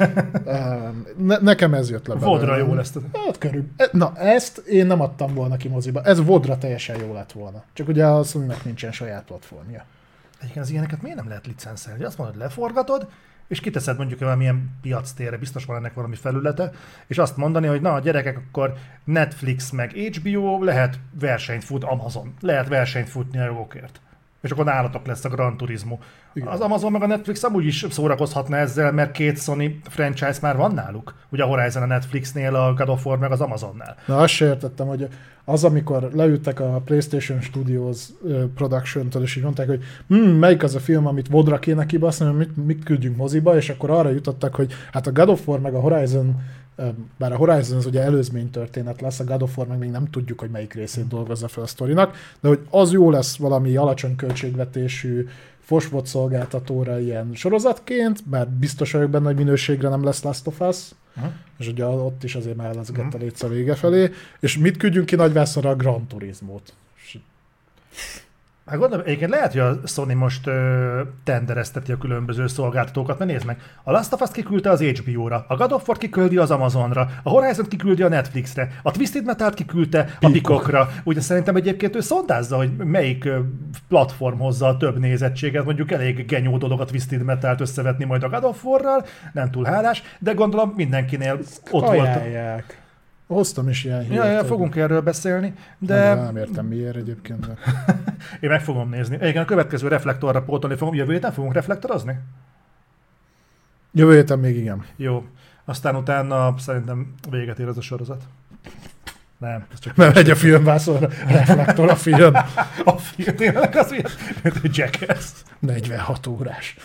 nekem ez jött le belőle. Vodra jó lesz. Hát körül. Na, ezt én nem adtam volna ki moziba, ez Vodra teljesen jó lett volna. Csak ugye a Sony-nak nincsen saját platformja. Egyébként az ilyeneket miért nem lehet licenszelni? Azt mondod, leforgatod, és kiteszed mondjuk valamilyen piactérre, biztos van ennek valami felülete, és azt mondani, hogy na a gyerekek, akkor Netflix meg HBO lehet versenyt fut, Amazon, lehet versenyt futni a jogokért. És akkor nálatok lesz a Gran Turismo. Igen. Az Amazon meg a Netflix amúgy is szórakozhatna ezzel, mert 2 Sony franchise már van náluk. Ugye a Horizon a Netflixnél, a God of War meg az Amazonnál. Na azt se értettem, hogy az, amikor leültek a PlayStation Studios Production-től, és így mondták, hogy melyik az a film, amit Vodra kéne kibaszni, mit küldjünk moziba, és akkor arra jutottak, hogy hát a God of War meg a Horizon, bár a Horizon az ugye előzmény történet lesz, a God of War meg még nem tudjuk, hogy melyik részét dolgozza fel a sztorinak, de hogy az jó lesz valami alacsony költségvetésű fosbot szolgáltatóra ilyen sorozatként, bár biztos vagyok benne, hogy minőségre nem lesz Last of Us, és ugye ott is azért már leszgett a létsz a vége felé, és mit küldjünk ki nagyvászonra? A Gran Turismót. Hát gondolom, egyébként lehet, hogy a Sony most tenderezteti a különböző szolgáltatókat, mert nézd meg, a Last of Us kiküldte az HBO-ra, a God of War kiküldi az Amazonra, a Horizon kiküldi a Netflixre, a Twisted Metal kiküldte a Pikokra. Ugye szerintem egyébként ő szondázza, hogy melyik platform hozza a több nézettséget, mondjuk elég genyó dolog a Twisted Metalt összevetni majd a God of War-ral, nem túl hálás, de gondolom mindenkinél ott volt. Hoztam is ilyen hírt. Ja, fogunk erről beszélni, de... Nem értem miért egyébként. De... Én meg fogom nézni. Igen, a következő reflektorra pótolni fogom. Jövő héten fogunk reflektorozni? Jövő héten még igen. Jó. Aztán utána szerintem véget ér az a sorozat. Nem, ez csak... Mert megy a filmvászonra, reflektor a film. A film tényleg az ilyen, mint Jackass. 46 órás.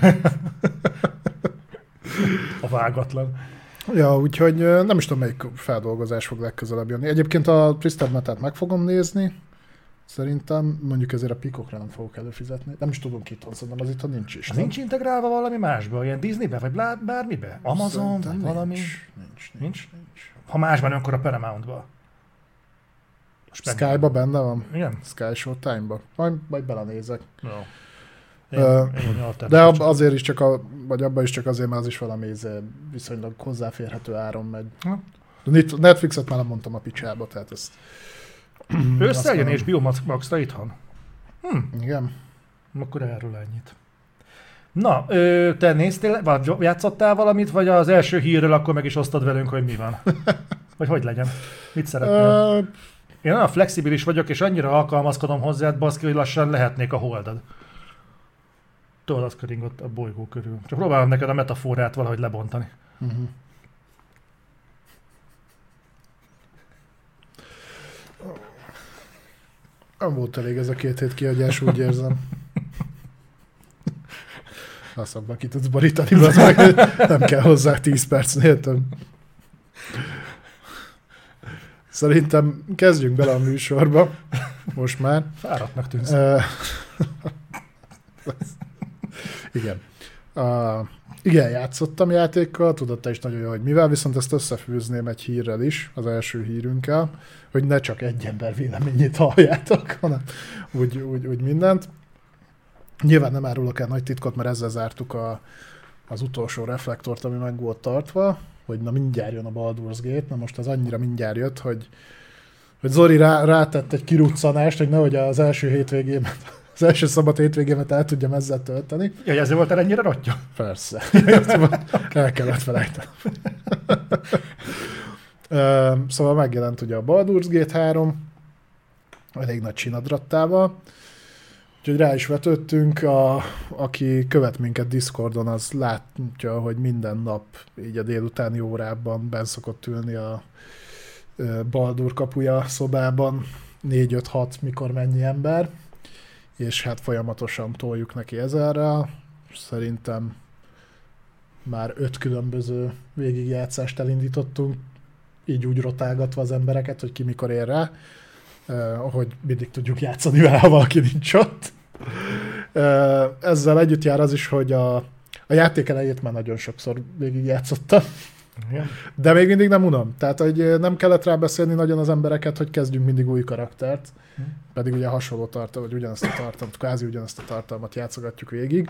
A vágatlan. Ja, úgyhogy nem is tudom, melyik feldolgozás fog legközelebb jönni. Egyébként a Twisted Metal-t meg fogom nézni. Szerintem mondjuk ezért a Pikokra nem fogok előfizetni. Nem is tudom kitól, szerintem az itt nincs is. Az nincs integrálva valami másba? Ilyen Disneybe, vagy bármibe? Amazon, vagy valami? Nincs. Ha másban, akkor a Paramountba. Sky-ba benne van? Igen. Sky Showtime-ba. Majd belenézek. No. De azért is csak, vagy abban is csak azért, mert az is valami viszonylag hozzáférhető áron megy. Netflixet már nem mondtam a picsába, tehát ezt... Összejön és Biomax-ra itthon. Igen. Akkor erről ennyit. Na, te néztél, vagy játszottál valamit, vagy az első hírről akkor meg is osztod velünk, hogy mi van? Vagy hogy legyen? Mit szeretnél? Én olyan flexibilis vagyok, és annyira alkalmazkodom hozzád, baszki, hogy lassan lehetnék a holdad. Tudod, az keringott a bolygó körül. Csak próbálom neked a metaforát valahogy lebontani. Nem volt elég ez a 2 hét kiadás, úgy érzem. Azt abban ki tudsz borítani, nem kell hozzá 10 percnél több. Szerintem kezdjünk bele a műsorba. Most már. Fáradtnak tűnsz. Igen. Igen, játszottam játékkal, tudod te is nagyon jó, hogy mivel, viszont ezt összefűzném egy hírrel is, az első hírünkkel, hogy ne csak egy ember véleményét halljátok, hanem úgy mindent. Nyilván nem árulok el nagy titkot, mert ezzel zártuk az utolsó reflektort, ami meg volt tartva, hogy na mindjárt jön a Baldur's Gate, na most az annyira mindjárt jött, hogy Zori rátett egy kiruccanást, hogy nehogy az első hétvégémet, az első szabad hétvégémet el tudjam ezzel tölteni. Ja, ezért volt ennyire rottya? Persze. El kellett felejteni. Szóval megjelent ugye a Baldur's Gate 3, elég nagy csinadrattával. Úgyhogy rá is vetődtünk, aki követ minket Discordon, az látja, hogy minden nap így a délutáni órában benn szokott ülni a Baldur kapuja szobában 4-5-6, mikor mennyi ember, és hát folyamatosan toljuk neki ezerrel. Szerintem már 5 különböző végigjátszást elindítottunk, így úgy rotálgatva az embereket, hogy ki mikor ér rá, hogy mindig tudjuk játszani vele, ha valaki nincs ott. Ezzel együtt jár az is, hogy a játék elejét már nagyon sokszor végigjátszottam. De még mindig nem unom. Tehát, hogy nem kellett rá beszélni nagyon az embereket, hogy kezdjünk mindig új karaktert. Pedig ugye hasonló tartalmat, vagy ugyanazt a tartalmat, kvázi ugyanazt a tartalmat játszogatjuk végig.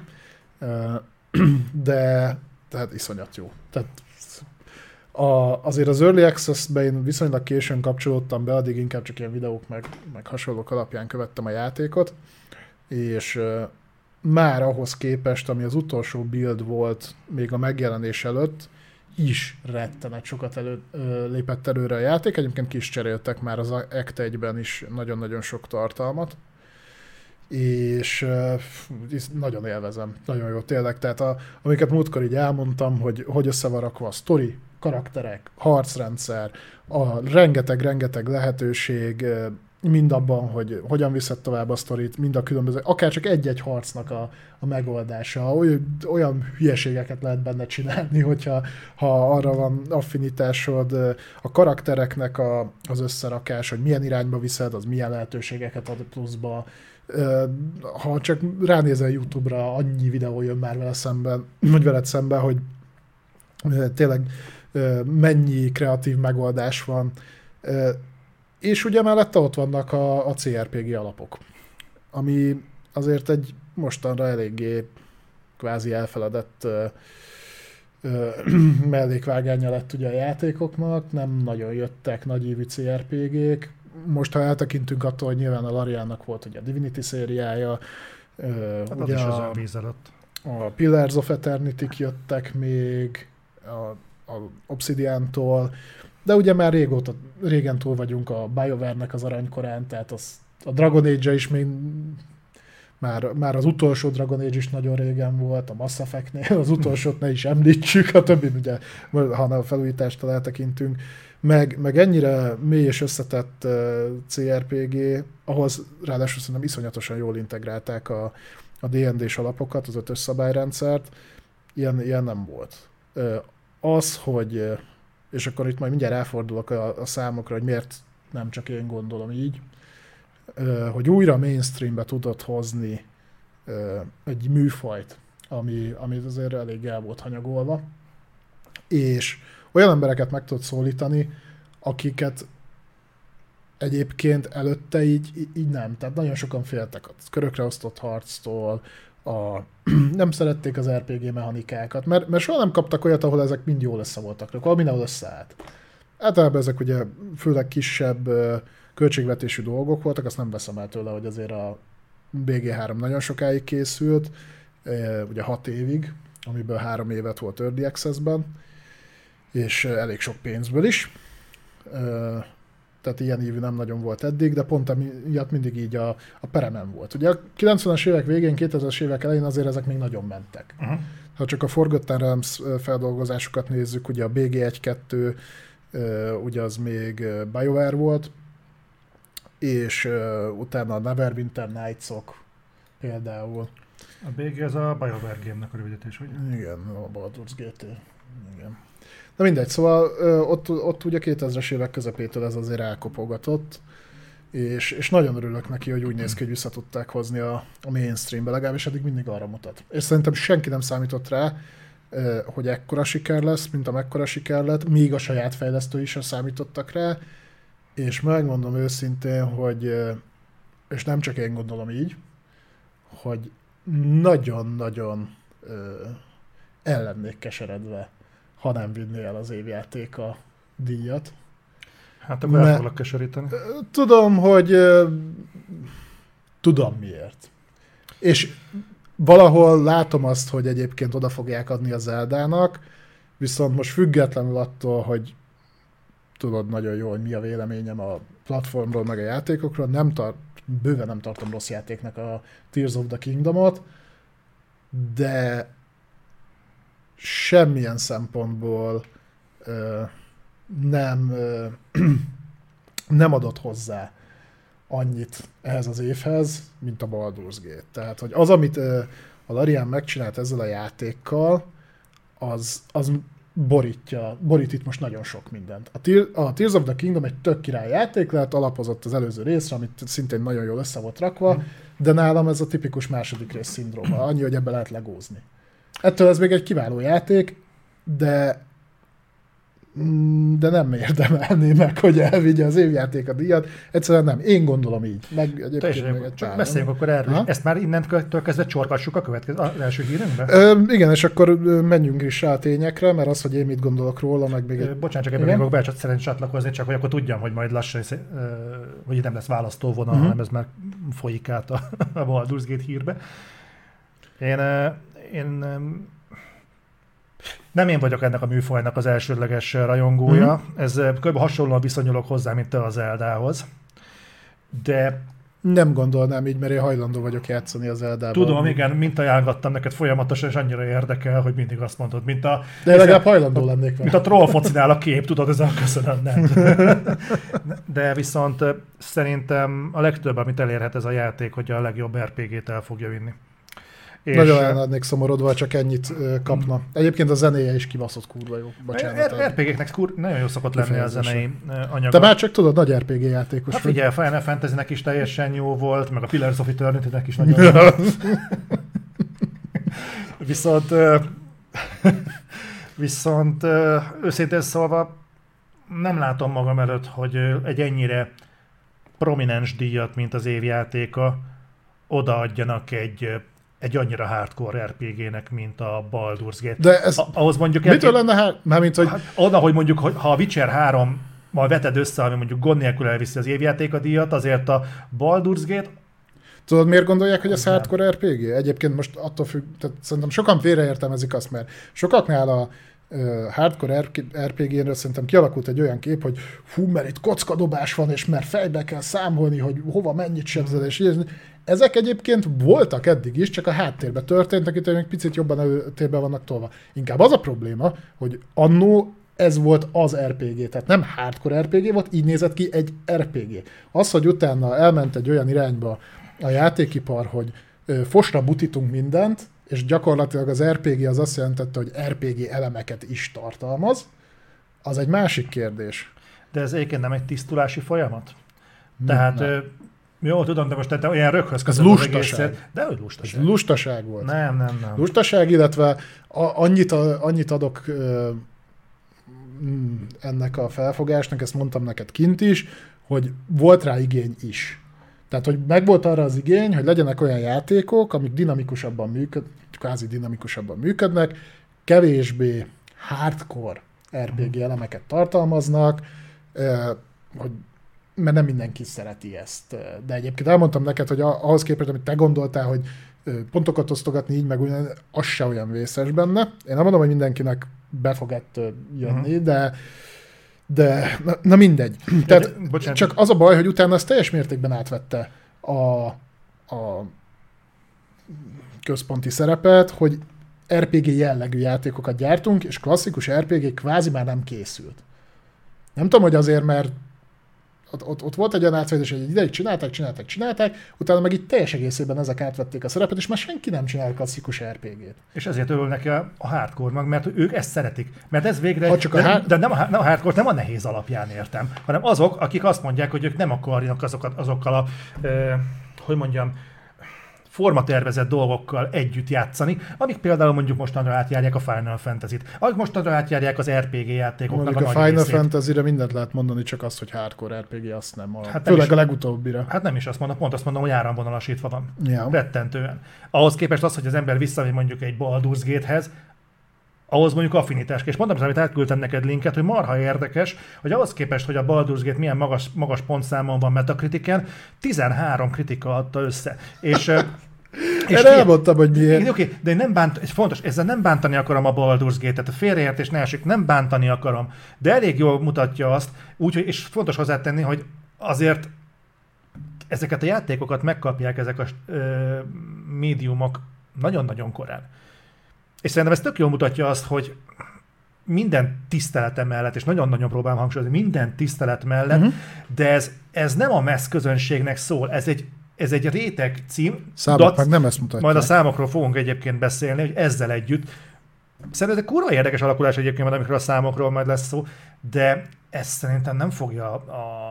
De tehát iszonyat jó. Tehát azért az Early Access-be én viszonylag későn kapcsolódtam be, addig inkább csak ilyen videók meg hasonlók alapján követtem a játékot, és már ahhoz képest, ami az utolsó build volt még a megjelenés előtt, is rettenet sokat lépett előre a játék. Egyébként ki is cseréltek már az Act 1-ben is nagyon-nagyon sok tartalmat, és nagyon élvezem, nagyon jó tényleg. Tehát amiket múltkor így elmondtam, hogy össze van rakva a sztori, karakterek, harcrendszer, a rengeteg lehetőség, mind abban, hogy hogyan viszed tovább a sztorit, mind a különböző, akár csak egy-egy harcnak a megoldása. Olyan hülyeségeket lehet benne csinálni, hogyha arra van affinitásod, a karaktereknek az összerakás, hogy milyen irányba viszed, az milyen lehetőségeket ad pluszba. Ha csak ránézel YouTube-ra, annyi videó jön már veled szemben, hogy tényleg mennyi kreatív megoldás van. És ugye mellette ott vannak a CRPG alapok. ami azért egy mostanra eléggé kvázi elfeledett mellékvágánya lett ugye a játékoknak, nem nagyon jöttek nagyívű CRPG-k. Most, ha eltekintünk attól, hogy nyilván a Lariannak volt ugye a Divinity szériája, Hát ugye az is az víz alatt. a Pillars of Eternity-k jöttek még, a Obsidian-tól, de ugye már régen túl vagyunk a BioWare-nek az aranykorán, tehát a Dragon Age is még már az utolsó Dragon Age is nagyon régen volt, a Mass Effect-nél az utolsót ne is említsük, a többi ugye, ha a felújítástól eltekintünk, meg ennyire mély és összetett CRPG, ahhoz ráadásul szerintem iszonyatosan jól integrálták a D&D-s alapokat, az 5-ös szabályrendszert, ilyen nem volt. Az, hogy, és akkor itt majd mindjárt ráfordulok a számokra, hogy miért nem csak én gondolom így, hogy újra mainstreambe tudott hozni egy műfajt, ami azért elég el volt hanyagolva, és olyan embereket meg tudott szólítani, akiket egyébként előtte így nem. Tehát nagyon sokan féltek a körökre osztott harctól, nem szerették az RPG mechanikákat, mert soha nem kaptak olyat, ahol ezek mind jól össze voltak, ahol mindenhol összeállt. Általában ezek ugye főleg kisebb költségvetésű dolgok voltak, azt nem veszem el tőle, hogy azért a BG3 nagyon sokáig készült, ugye 6 évig, amiből 3 évet volt Early Access-ben, és elég sok pénzből is. Tehát ilyen ívű nem nagyon volt eddig, de pont emiatt mindig így a peremen volt. Ugye a 90-es évek végén, 2000-es évek elején azért ezek még nagyon mentek. Uh-huh. Ha csak a Forgotten Realms feldolgozásokat nézzük, ugye a BG1-2, ugye az még BioWare volt, és utána a Neverwinter Nights-ok például. A BG ez a BioWare Game-nek a rövidítés, ugye? Igen, a Baldur's Gate. Igen. Na mindegy, szóval ott ugye 2000-es évek közepétől ez azért elkopogatott, és nagyon örülök neki, hogy úgy néz ki, hogy vissza tudták hozni a mainstreambe, legalábbis eddig mindig arra mutat. És szerintem senki nem számított rá, hogy ekkora siker lesz, mint amekkora siker lett, míg a saját fejlesztői is számítottak rá, és megmondom őszintén, hogy, és nem csak én gondolom így, hogy nagyon-nagyon el lennék keseredve, ha nem vinné el az évjáték a díjat. Hát akkor el foglak keseríteni. Tudom, hogy tudom miért. És valahol látom azt, hogy egyébként oda fogják adni a Zeldának, viszont most függetlenül attól, hogy tudod nagyon jó, hogy mi a véleményem a platformról, meg a játékokról, bőven nem tartom rossz játéknak a Tears of the Kingdomot, de semmilyen szempontból nem adott hozzá annyit ehhez az évhez, mint a Baldur's Gate. Tehát, hogy az, amit a Larian megcsinált ezzel a játékkal, az borít itt most nagyon sok mindent. A Tears of the Kingdom egy tök király játék lehet, alapozott az előző részre, amit szintén nagyon jól össze volt rakva, de nálam ez a tipikus második rész szindróma, annyi, hogy ebbe lehet legózni. Ettől ez még egy kiváló játék, de nem érdemelné meg, hogy elvigye az évjáték a díjat. Egyszerűen nem. Én gondolom így. Meg egyébként csak beszéljünk akkor erről. Ha? Ezt már innentől kezdve csorgassuk az első hírünkbe? Igen, és akkor menjünk is rá a tényekre, mert az, hogy én mit gondolok róla, meg még... Bocsánat, csak ebben még szeretném csatlakozni, csak hogy akkor tudjam, hogy majd lassan, hogy itt nem lesz választóvonal, hanem ez már folyik át a Baldur's Gate hírbe. Én nem én vagyok ennek a műfajnak az elsődleges rajongója. Ez kb. Hasonlóan viszonyulok hozzá, mint te az Zeldához. De... Nem gondolnám így, mert én hajlandó vagyok játszani az Zeldával. Tudom, igen, mint ajánlgattam neked folyamatosan, és annyira érdekel, hogy mindig azt mondod, mint a... De legalább hajlandó lennék vele. Mint a troll focinál a kép, tudod, ez a köszönöm, nem. De viszont szerintem a legtöbb, amit elérhet ez a játék, hogy a legjobb RPG-t el fogja vinni. Nagyon ellennék szomorodva, csak ennyit kapna. Egyébként a zenéje is kibaszott kurva jó. Bocsánat. RPG-knek nagyon jó szokott lenni a zenei anyaga. Te már csak tudod, nagy RPG játékos. Hát figyelj, a Final Fantasy-nek is teljesen jó volt, meg a Pillars of Eternity-nek is nagyon jó volt. Viszont őszintén szólva nem látom magam előtt, hogy egy ennyire prominens díjat, mint az évjátéka, odaadjanak egy annyira hardcore RPG-nek, mint a Baldur's Gate. De ez ahhoz mondjuk mitől lenne mármint, hogy... Oda, hogy mondjuk, ha a Witcher 3 mal veted össze, ami mondjuk gond nélkül elviszi az évjátékadíjat, azért a Baldur's Gate... Tudod, miért gondolják, hogy ez hardcore RPG? Egyébként most attól függ, tehát szerintem sokan félreértelmezik azt, mert sokaknál a hardcore RPG-ről szerintem kialakult egy olyan kép, hogy hú, mert itt kockadobás van, és mert fejbe kell számolni, hogy hova mennyit sebzed, és így. Ezek egyébként voltak eddig is, csak a háttérben történtek, itt még picit jobban előtérben vannak tolva. Inkább az a probléma, hogy annó ez volt az RPG, tehát nem hardcore RPG volt, így nézett ki egy RPG. Az, hogy utána elment egy olyan irányba a játékipar, hogy fosra butítunk mindent, és gyakorlatilag az RPG az azt jelentette, hogy RPG elemeket is tartalmaz, az egy másik kérdés. De ez egyébként nem egy tisztulási folyamat? Tehát, jó, tudom, de most te olyan röghöz köszönöm az egészet. De hogy lustaság? Ez lustaság volt. Nem. Lustaság, illetve annyit adok ennek a felfogásnak, ezt mondtam neked kint is, hogy volt rá igény is. Tehát, hogy megvolt arra az igény, hogy legyenek olyan játékok, amik kvázi dinamikusabban működnek, kevésbé hardcore RPG elemeket tartalmaznak, mert nem mindenki szereti ezt. De egyébként elmondtam neked, hogy ahhoz képest, amit te gondoltál, hogy pontokat osztogatni így, meg ugyan, az se olyan vészes benne. Én nem mondom, hogy mindenkinek be fog ettől jönni, de na mindegy. Tehát csak az a baj, hogy utána az teljes mértékben átvette a központi szerepet, hogy RPG jellegű játékokat gyártunk, és klasszikus RPG kvázi már nem készült. Nem tudom, hogy azért, mert ott volt egy olyan átvetés, hogy egy ideig csinálták, utána meg itt teljes egészében ezek átvették a szerepet, és már senki nem csinál klasszikus RPG-t. És ezért örül neki a hardcore mag, mert ők ezt szeretik. Mert ez végre... De nem a hardcore nem a nehéz alapján értem, hanem azok, akik azt mondják, hogy ők nem akarnak azokkal a... hogy mondjam, formatervezett dolgokkal együtt játszani, amik például mondjuk mostanra átjárják a Final Fantasy-t, amik mostanra átjárják az RPG játékoknak mondjuk a Final Fantasy-re mindent lehet mondani, csak azt, hogy hardcore RPG, azt nem. Főleg a legutóbbira. Hát nem is azt mondom, pont azt mondom, hogy áramvonalasítva van. Ja. Rettentően. Ahhoz képest az, hogy az ember visszamegy mondjuk egy Baldur's Gate-hez, ahhoz mondjuk affinitás. És mondtam, amit átküldtem neked linket, hogy marha érdekes, hogy ahhoz képest, hogy a Baldur's Gate milyen magas pontszámon van Metacritiken, 13 kritika adta össze. És elmondtam, hogy miért. Oké, de fontos, ezzel nem bántani akarom a Baldur's Gate-et, a félreértés ne esik, nem bántani akarom, de elég jól mutatja azt, úgyhogy, és fontos hozzátenni, hogy azért ezeket a játékokat megkapják ezek a médiumok nagyon-nagyon korán. És szerintem ez tök jól mutatja azt, hogy minden tisztelete mellett, és nagyon-nagyon próbálom hangsúlyozni, minden tisztelet mellett, de ez nem a messz közönségnek szól, ez egy réteg cím. Számok meg nem ezt mutatja. Majd a számokról fogunk egyébként beszélni, hogy ezzel együtt. Szerintem ez egy kurva érdekes alakulás egyébként, majd amikor a számokról majd lesz szó, de ez szerintem nem fogja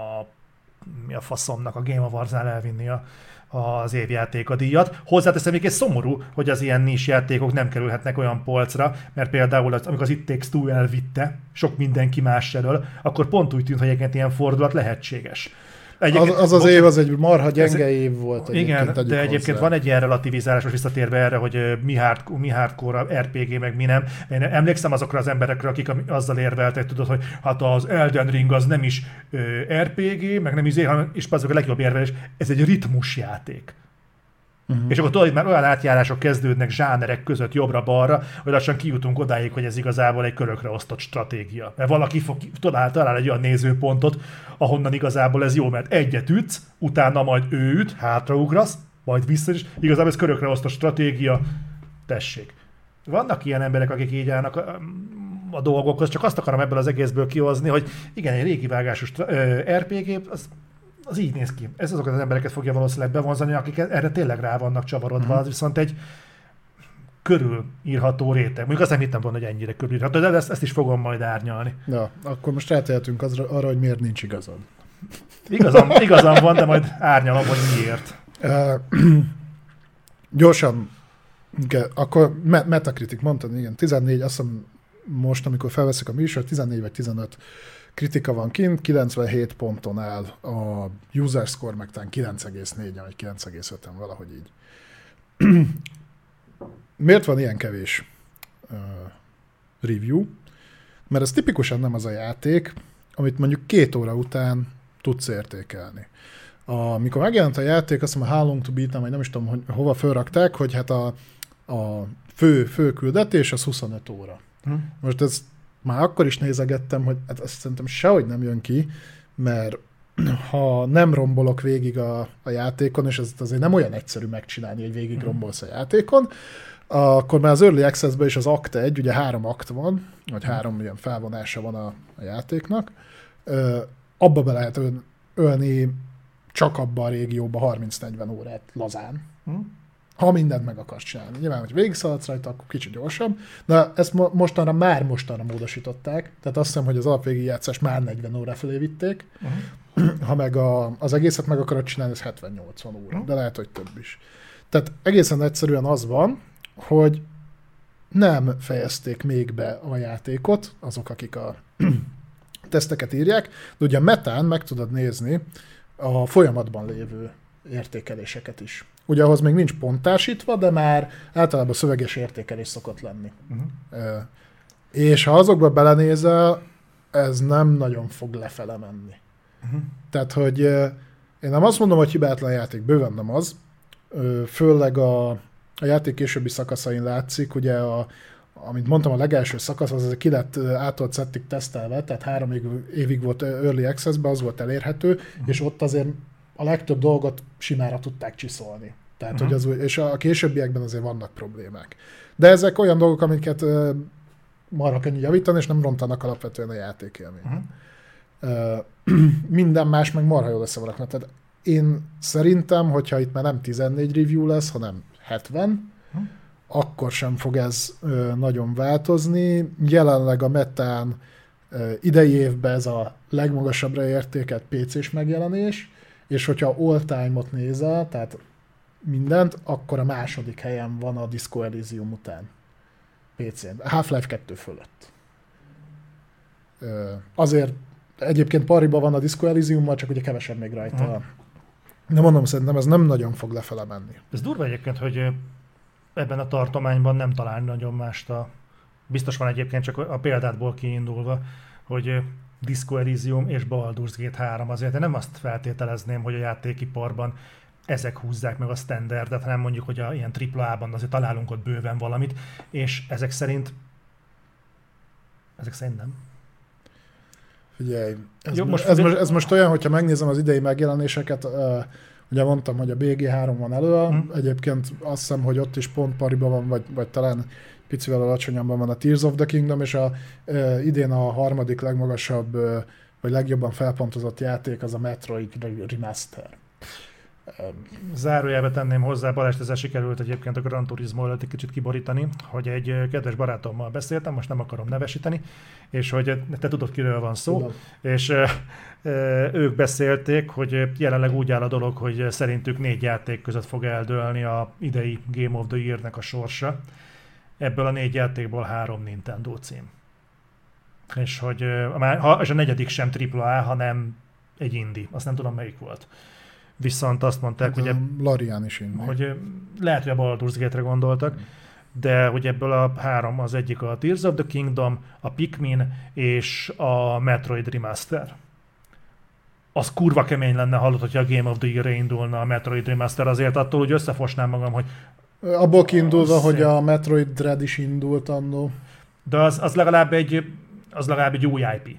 mi a faszomnak a Game Awards-nál elvinni az évjátékadíjat. Hozzáteszem, még egy szomorú, hogy az ilyen nis játékok nem kerülhetnek olyan polcra, mert például amikor az It Takes Two elvitte sok mindenki más elől, akkor pont úgy tűnt, hogy egyébként ilyen fordulat lehetséges. Az év az egy marha gyenge év volt. Igen, de egyébként van egy ilyen relativizálás, most visszatérve erre, hogy mi hardcore RPG, meg mi nem. Én emlékszem azokra az emberekre, akik azzal érveltek, tudod, hogy hát az Elden Ring az nem is RPG, meg nem is hanem is azok a legjobb érvelés, ez egy ritmusjáték. És akkor tudod, hogy már olyan átjárások kezdődnek zsánerek között jobbra-balra, hogy lassan kijutunk odáig, hogy ez igazából egy körökre osztott stratégia. Mert valaki talál egy olyan nézőpontot, ahonnan igazából ez jó, mert egyet ütsz, utána majd ő üt, hátraugrasz, majd vissza is. Igazából ez körökre osztott stratégia. Tessék. Vannak ilyen emberek, akik így állnak a dolgokhoz, csak azt akarom ebből az egészből kihozni, hogy igen, egy régi vágású RPG, az így néz ki. Ez azokat az embereket fogja valószínűleg bevonzani, akik erre tényleg rá vannak csavarodva. Az viszont egy körülírható réteg. Mondjuk azt nem hittem volna, hogy ennyire körülírható, de ezt is fogom majd árnyalni. Ja, akkor most rátehetünk arra, hogy miért nincs igazad. Igazam van, de majd árnyalom, hogy miért. Gyorsan, akkor Metacritic mondtad, igen, 14, azt hiszem most, amikor felveszek a műsor, 14 vagy 15 kritika van kint, 97 ponton áll, a user score meg talán 9,4-en vagy 9,5-en, valahogy így. Miért van ilyen kevés review? Mert ez tipikusan nem az a játék, amit mondjuk 2 óra után tudsz értékelni. Amikor megjelent a játék, azt mondom, a How Long to Beat, vagy nem is tudom, hogy hova fölrakták, hogy hát a fő küldetés az 25 óra. Most ez már akkor is nézegettem, hogy hát azt szerintem sehogy nem jön ki, mert ha nem rombolok végig a játékon, és ez azért nem olyan egyszerű megcsinálni, hogy végig rombolsz a játékon, akkor már az Early Access-ben is az Act 1, ugye 3 akt van, vagy 3 ilyen felvonása van a játéknak, abba be lehet ölni csak abban a régióban 30-40 órát lazán. Ha mindent meg akarsz csinálni. Nyilván, hogy végigszaladsz rajta, akkor kicsit gyorsabb. De ezt mostanra módosították. Tehát azt hiszem, hogy az alapvégigjátszás már 40 óra felé vitték. Ha meg az egészet meg akarod csinálni, ez 70-80 óra. De lehet, hogy több is. Tehát egészen egyszerűen az van, hogy nem fejezték még be a játékot, azok, akik a teszteket írják, de ugye a metán meg tudod nézni a folyamatban lévő értékeléseket is. Ugye ahhoz még nincs pontásítva, de már általában szöveges értékelés szokott lenni. És ha azokba belenézel, ez nem nagyon fog lefele menni. Tehát, hogy én nem azt mondom, hogy hibátlan játék, bőven nem az. Főleg a játék későbbi szakaszain látszik, ugye amit mondtam, a legelső szakasz, az ki lett átolt szettig tesztelve, tehát 3 évig volt Early Access-ben, az volt elérhető, és ott azért a legtöbb dolgot simára tudták csiszolni. Tehát, hogy és a későbbiekben azért vannak problémák. De ezek olyan dolgok, amiket marha könnyű javítani, és nem rontanak alapvetően a játékélményt. Minden más meg marha jól összevaraknak. Tehát én szerintem, hogyha itt már nem 14 review lesz, hanem 70, akkor sem fog ez nagyon változni. Jelenleg a metán idei évben ez a legmagasabbra értékelt PC-s megjelenés, és hogyha all-time-ot nézel, tehát mindent, akkor a második helyen van a Disco Elysium után PC-n. Half-Life 2 fölött. Azért egyébként pariban van a Disco Elysiummal, csak ugye kevesebb még rajta. De mondom, szerintem ez nem nagyon fog lefele menni. Ez durva egyébként, hogy ebben a tartományban nem találni nagyon mást. Biztos van egyébként, csak a példátból kiindulva, hogy Disco Elysium és Baldur's Gate 3 azért. Én nem azt feltételezném, hogy a játékiparban ezek húzzák meg a standardet, hanem mondjuk, hogy ilyen AAA-ban azért találunk ott bőven valamit, és ezek szerint nem. Figyelj, ez most olyan, hogyha megnézem az idei megjelenéseket, ugye mondtam, hogy a BG3 van elő, egyébként azt hiszem, hogy ott is pont pariban van, vagy talán picivel alacsonyabban van a Tears of the Kingdom, és idén a harmadik legmagasabb, vagy legjobban felpontozott játék az a Metroid Remaster. Zárójelbe tenném hozzá, Balázs, ezzel sikerült egyébként a Gran Turismo előtt egy kicsit kiborítani, hogy egy kedves barátommal beszéltem, most nem akarom nevesíteni, és hogy te tudod, kiről van szó, tudom. És ők beszélték, hogy jelenleg úgy áll a dolog, hogy szerintük 4 játék között fog eldőlni a idei Game of the Year-nek a sorsa. Ebből a 4 játékból 3 Nintendo cím. És hogy és a negyedik sem AAA, hanem egy indie. Azt nem tudom, melyik volt. Viszont azt mondták, hogy Larian is indie. Hogy lehet, hogy a Baldur's Gate-re gondoltak, de hogy ebből a 3 az egyik a Tears of the Kingdom, a Pikmin és a Metroid Remaster. Az kurva kemény lenne, hallott, hogyha a Game of the Year-re indulna a Metroid Remaster, azért attól úgy összefosnám magam, hogy abból kiindulva, hogy a Metroid Dread is indult annó. De az legalább egy új IP.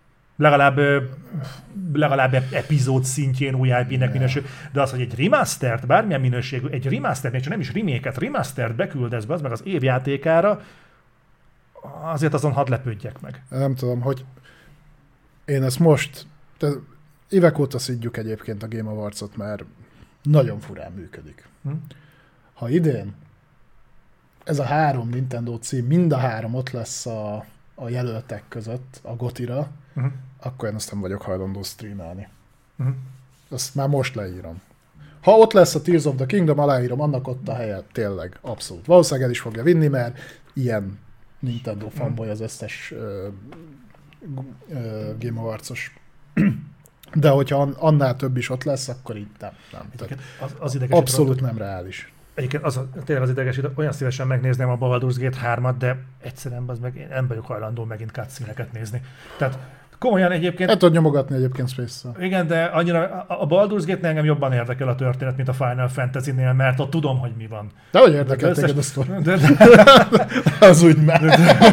Legalább epizód szintjén új IP-nek minősül. De az, hogy egy remastert, bármilyen minőségű, egy remastert, még csak nem is remake-et, remastert beküldesz be, az meg az évjátékára, azért azon hadd lepődjek meg. Nem tudom, hogy én ezt most, évek óta szidjuk egyébként a Game Awards-ot, mert nagyon furán működik. Ha idén ez a 3 Nintendo cím, mind a 3 ott lesz a jelöltek között a GOTY-ra, akkor én azt nem vagyok hajlandó streamelni. Azt már most leírom. Ha ott lesz a Tears of the Kingdom, aláírom, annak ott a helye, tényleg, abszolút. Valószínűleg el is fogja vinni, mert ilyen Nintendo fanboy az összes Game Awards-os. De hogyha annál több is ott lesz, akkor így nem. Az abszolút nem reális. Egyébként tényleg az idegesít, olyan szívesen megnézném a Baldur's Gate 3-at, de egyszerűen az meg én nem vagyok hajlandó megint cutscene-eket nézni. Tehát komolyan egyébként... El tudod nyomogatni egyébként Space-szel. Igen, de annyira a Baldur's Gate-nél engem jobban érdekel a történet, mint a Final Fantasy-nél, mert ott tudom, hogy mi van. De hogy érdekel téged a sztori? Az úgy már.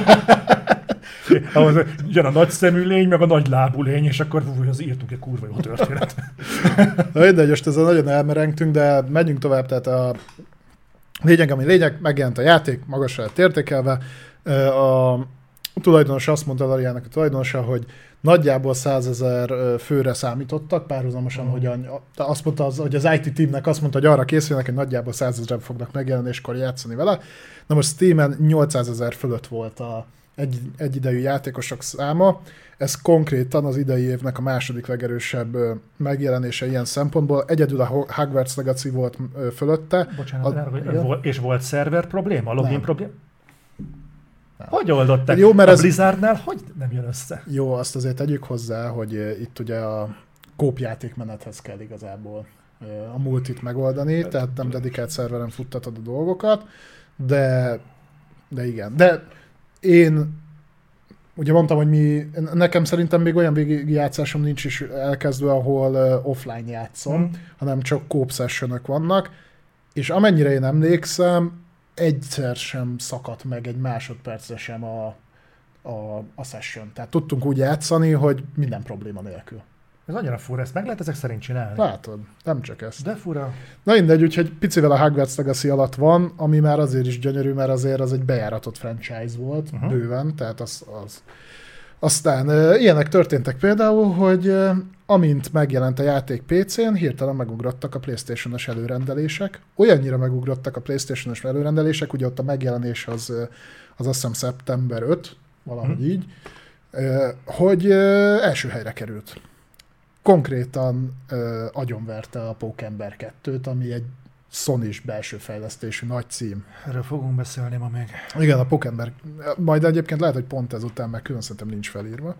Ahhoz jön a nagy szemű lény, meg a nagy lábú lény, és akkor az írtunk egy kurva jó történet. De most ezzel nagyon elmerengtünk, de menjünk tovább, tehát a lényeg, ami lényeg, megjelent a játék, magasra lett értékelve. A tulajdonos azt mondta, Lariának a tulajdonosa, hogy nagyjából 100 000 főre számítottak, párhuzamosan, hogy azt mondta, hogy az IT teamnek azt mondta, hogy arra készülnek, hogy nagyjából 100 000 fognak megjelenéskor játszani vele. Na most Steamen 800 000 fölött volt egyidejű játékosok száma. Ez konkrétan az idei évnek a második legerősebb megjelenése ilyen szempontból. Egyedül a Hogwarts Legacy volt fölötte. Bocsánat, és volt szerver probléma, login probléma? Hogy oldották? Jó, mert a Blizzardnál hogy nem jön össze? Jó, azt azért tegyük hozzá, hogy itt ugye a kópjátékmenethez kell igazából a multit megoldani, tehát nem dedikált szerveren futtatod a dolgokat, de igen. De én ugye mondtam, hogy nekem szerintem még olyan végigjátszásom nincs is elkezdve, ahol offline játszom, hanem csak coop sessionök vannak, és amennyire én emlékszem, egyszer sem szakadt meg egy másodpercre sem a session. Tehát tudtunk úgy játszani, hogy minden probléma nélkül. Ez annyira fura, ezt meg lehet ezek szerint csinálni? Látod, nem csak ezt. De fura. Na mindegy, úgyhogy picivel a Hogwarts Legacy alatt van, ami már azért is gyönyörű, mert azért az egy bejáratott franchise volt, bőven, tehát az. Aztán ilyenek történtek például, hogy amint megjelent a játék PC-n, hirtelen megugrottak a PlayStation-os előrendelések. Olyannyira megugrottak a PlayStation-os előrendelések, ugye ott a megjelenés az azt hiszem szeptember 5, valahogy így, hogy első helyre került. Konkrétan agyonverte a Pókember 2-t, ami egy Sony-s belső fejlesztésű nagy cím. Erről fogunk beszélni ma még. Igen, a Pókember. Majd egyébként lehet, hogy pont ezután, meg külön szerintem nincs felírva.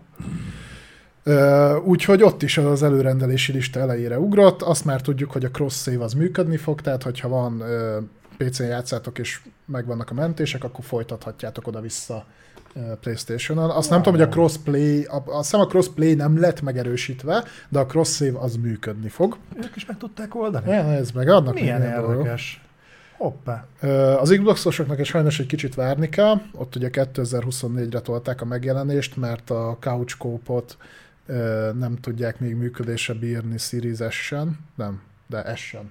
Úgyhogy ott is az előrendelési lista elejére ugrott. Azt már tudjuk, hogy a cross-save az működni fog, tehát hogyha van PC-n játszátok és megvannak a mentések, akkor folytathatjátok oda-vissza PlayStation-on. Azt nem tudom, hogy a crossplay, azt hiszem a crossplay nem lett megerősítve, de a cross-save az működni fog. Ők is meg tudták oldani? Ja, ez meg annak. Milyen érdekes. Hoppá. Az Xboxosoknak is sajnos egy kicsit várni kell. Ott ugye 2024-re tolták a megjelenést, mert a Couch Co-op-ot nem tudják még működésre bírni Series S-en. Nem, de S-en.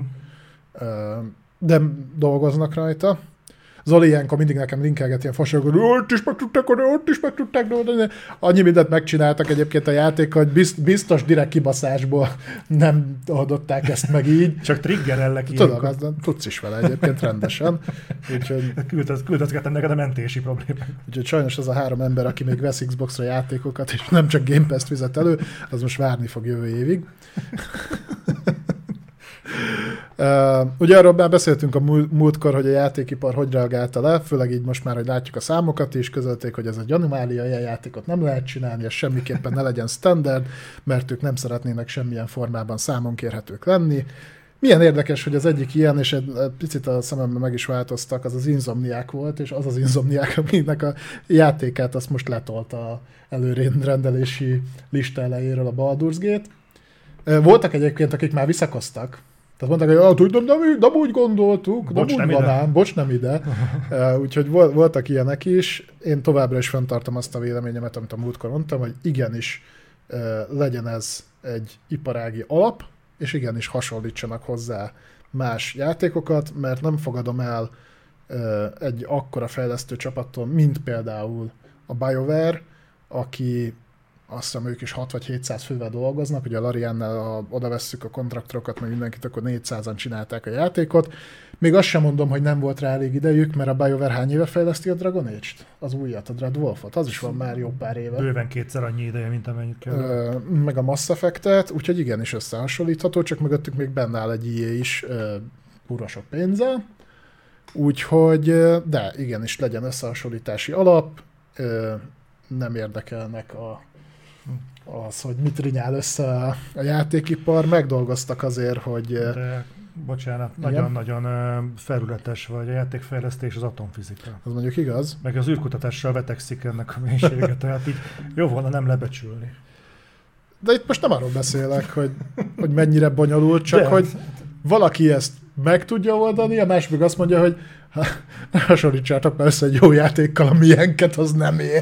De dolgoznak rajta. Zoli ilyenkor mindig nekem linkelget ilyen fasságot, hogy ott is meg tudták oldani. Annyi mindent megcsináltak egyébként a játék, hogy biztos direkt kibaszásból nem adották ezt meg így. Csak triggerellek ilyenkor. Tudom, tudsz is vele egyébként rendesen. Úgyhogy... Küldözgetem neked a mentési problémát. Úgyhogy sajnos az a 3 ember, aki még vesz Xbox-ra játékokat, és nem csak Game Pass-t fizet elő, az most várni fog jövő évig. Ugye arról már beszéltünk a múltkor, hogy a játékipar hogy reagálta le, főleg így most már, hogy látjuk a számokat, és közölték, hogy ez egy anomália, ilyen játékot nem lehet csinálni, ez semmiképpen ne legyen standard, mert ők nem szeretnének semmilyen formában számon kérhetők lenni. Milyen érdekes, hogy az egyik ilyen, és egy picit a szememben meg is változtak, az Insomniac volt, és az Insomniac, aminek a játékát azt most letolta előrendelési lista elejéről a Baldur's Gate. Voltak egyébként, akik már visszakoztak. Tehát mondták, hogy nem úgy gondoltuk, bocs, nem úgy van ám, bocs, nem ide. Úgyhogy voltak ilyenek is. Én továbbra is fenntartom azt a véleményemet, amit a múltkor mondtam, hogy igenis legyen ez egy iparági alap, és igenis hasonlítsanak hozzá más játékokat, mert nem fogadom el egy akkora fejlesztő csapattól, mint például a BioWare, aki azt hiszem ők is 6 vagy 700 fővel dolgoznak, ugye a Lariannál, ha oda vesszük a kontraktorokat, meg mindenkit, akkor 400-an csinálták a játékot. Még azt sem mondom, hogy nem volt rá elég idejük, mert a BioWare hány éve fejleszti a Dragon Age-t? Az újat, a Dread Wolfot, az is van már jó pár éve. Bőven 2-szer annyi ideje, mint amennyit kell. Meg a Mass Effect-et, úgyhogy igenis összehasonlítható, csak mögöttük még benne áll egy EA is kurva sok pénzzel. Úgyhogy, de igenis legyen összehasonlítási alap, nem érdekelnek az, hogy mit rinyál össze a játékipar, megdolgoztak azért, hogy... De, bocsánat, nagyon-nagyon felületes vagy a játékfejlesztés, az atomfizika. Az mondjuk igaz. Meg az űrkutatással vetekszik ennek a mélysége, tehát így jó volna nem lebecsülni. De itt most nem arról beszélek, hogy mennyire bonyolult, csak hogy valaki ezt meg tudja oldani, a másik meg azt mondja, hogy hasonlítsátok már össze egy jó játékkal, a milyenket, az nem ér.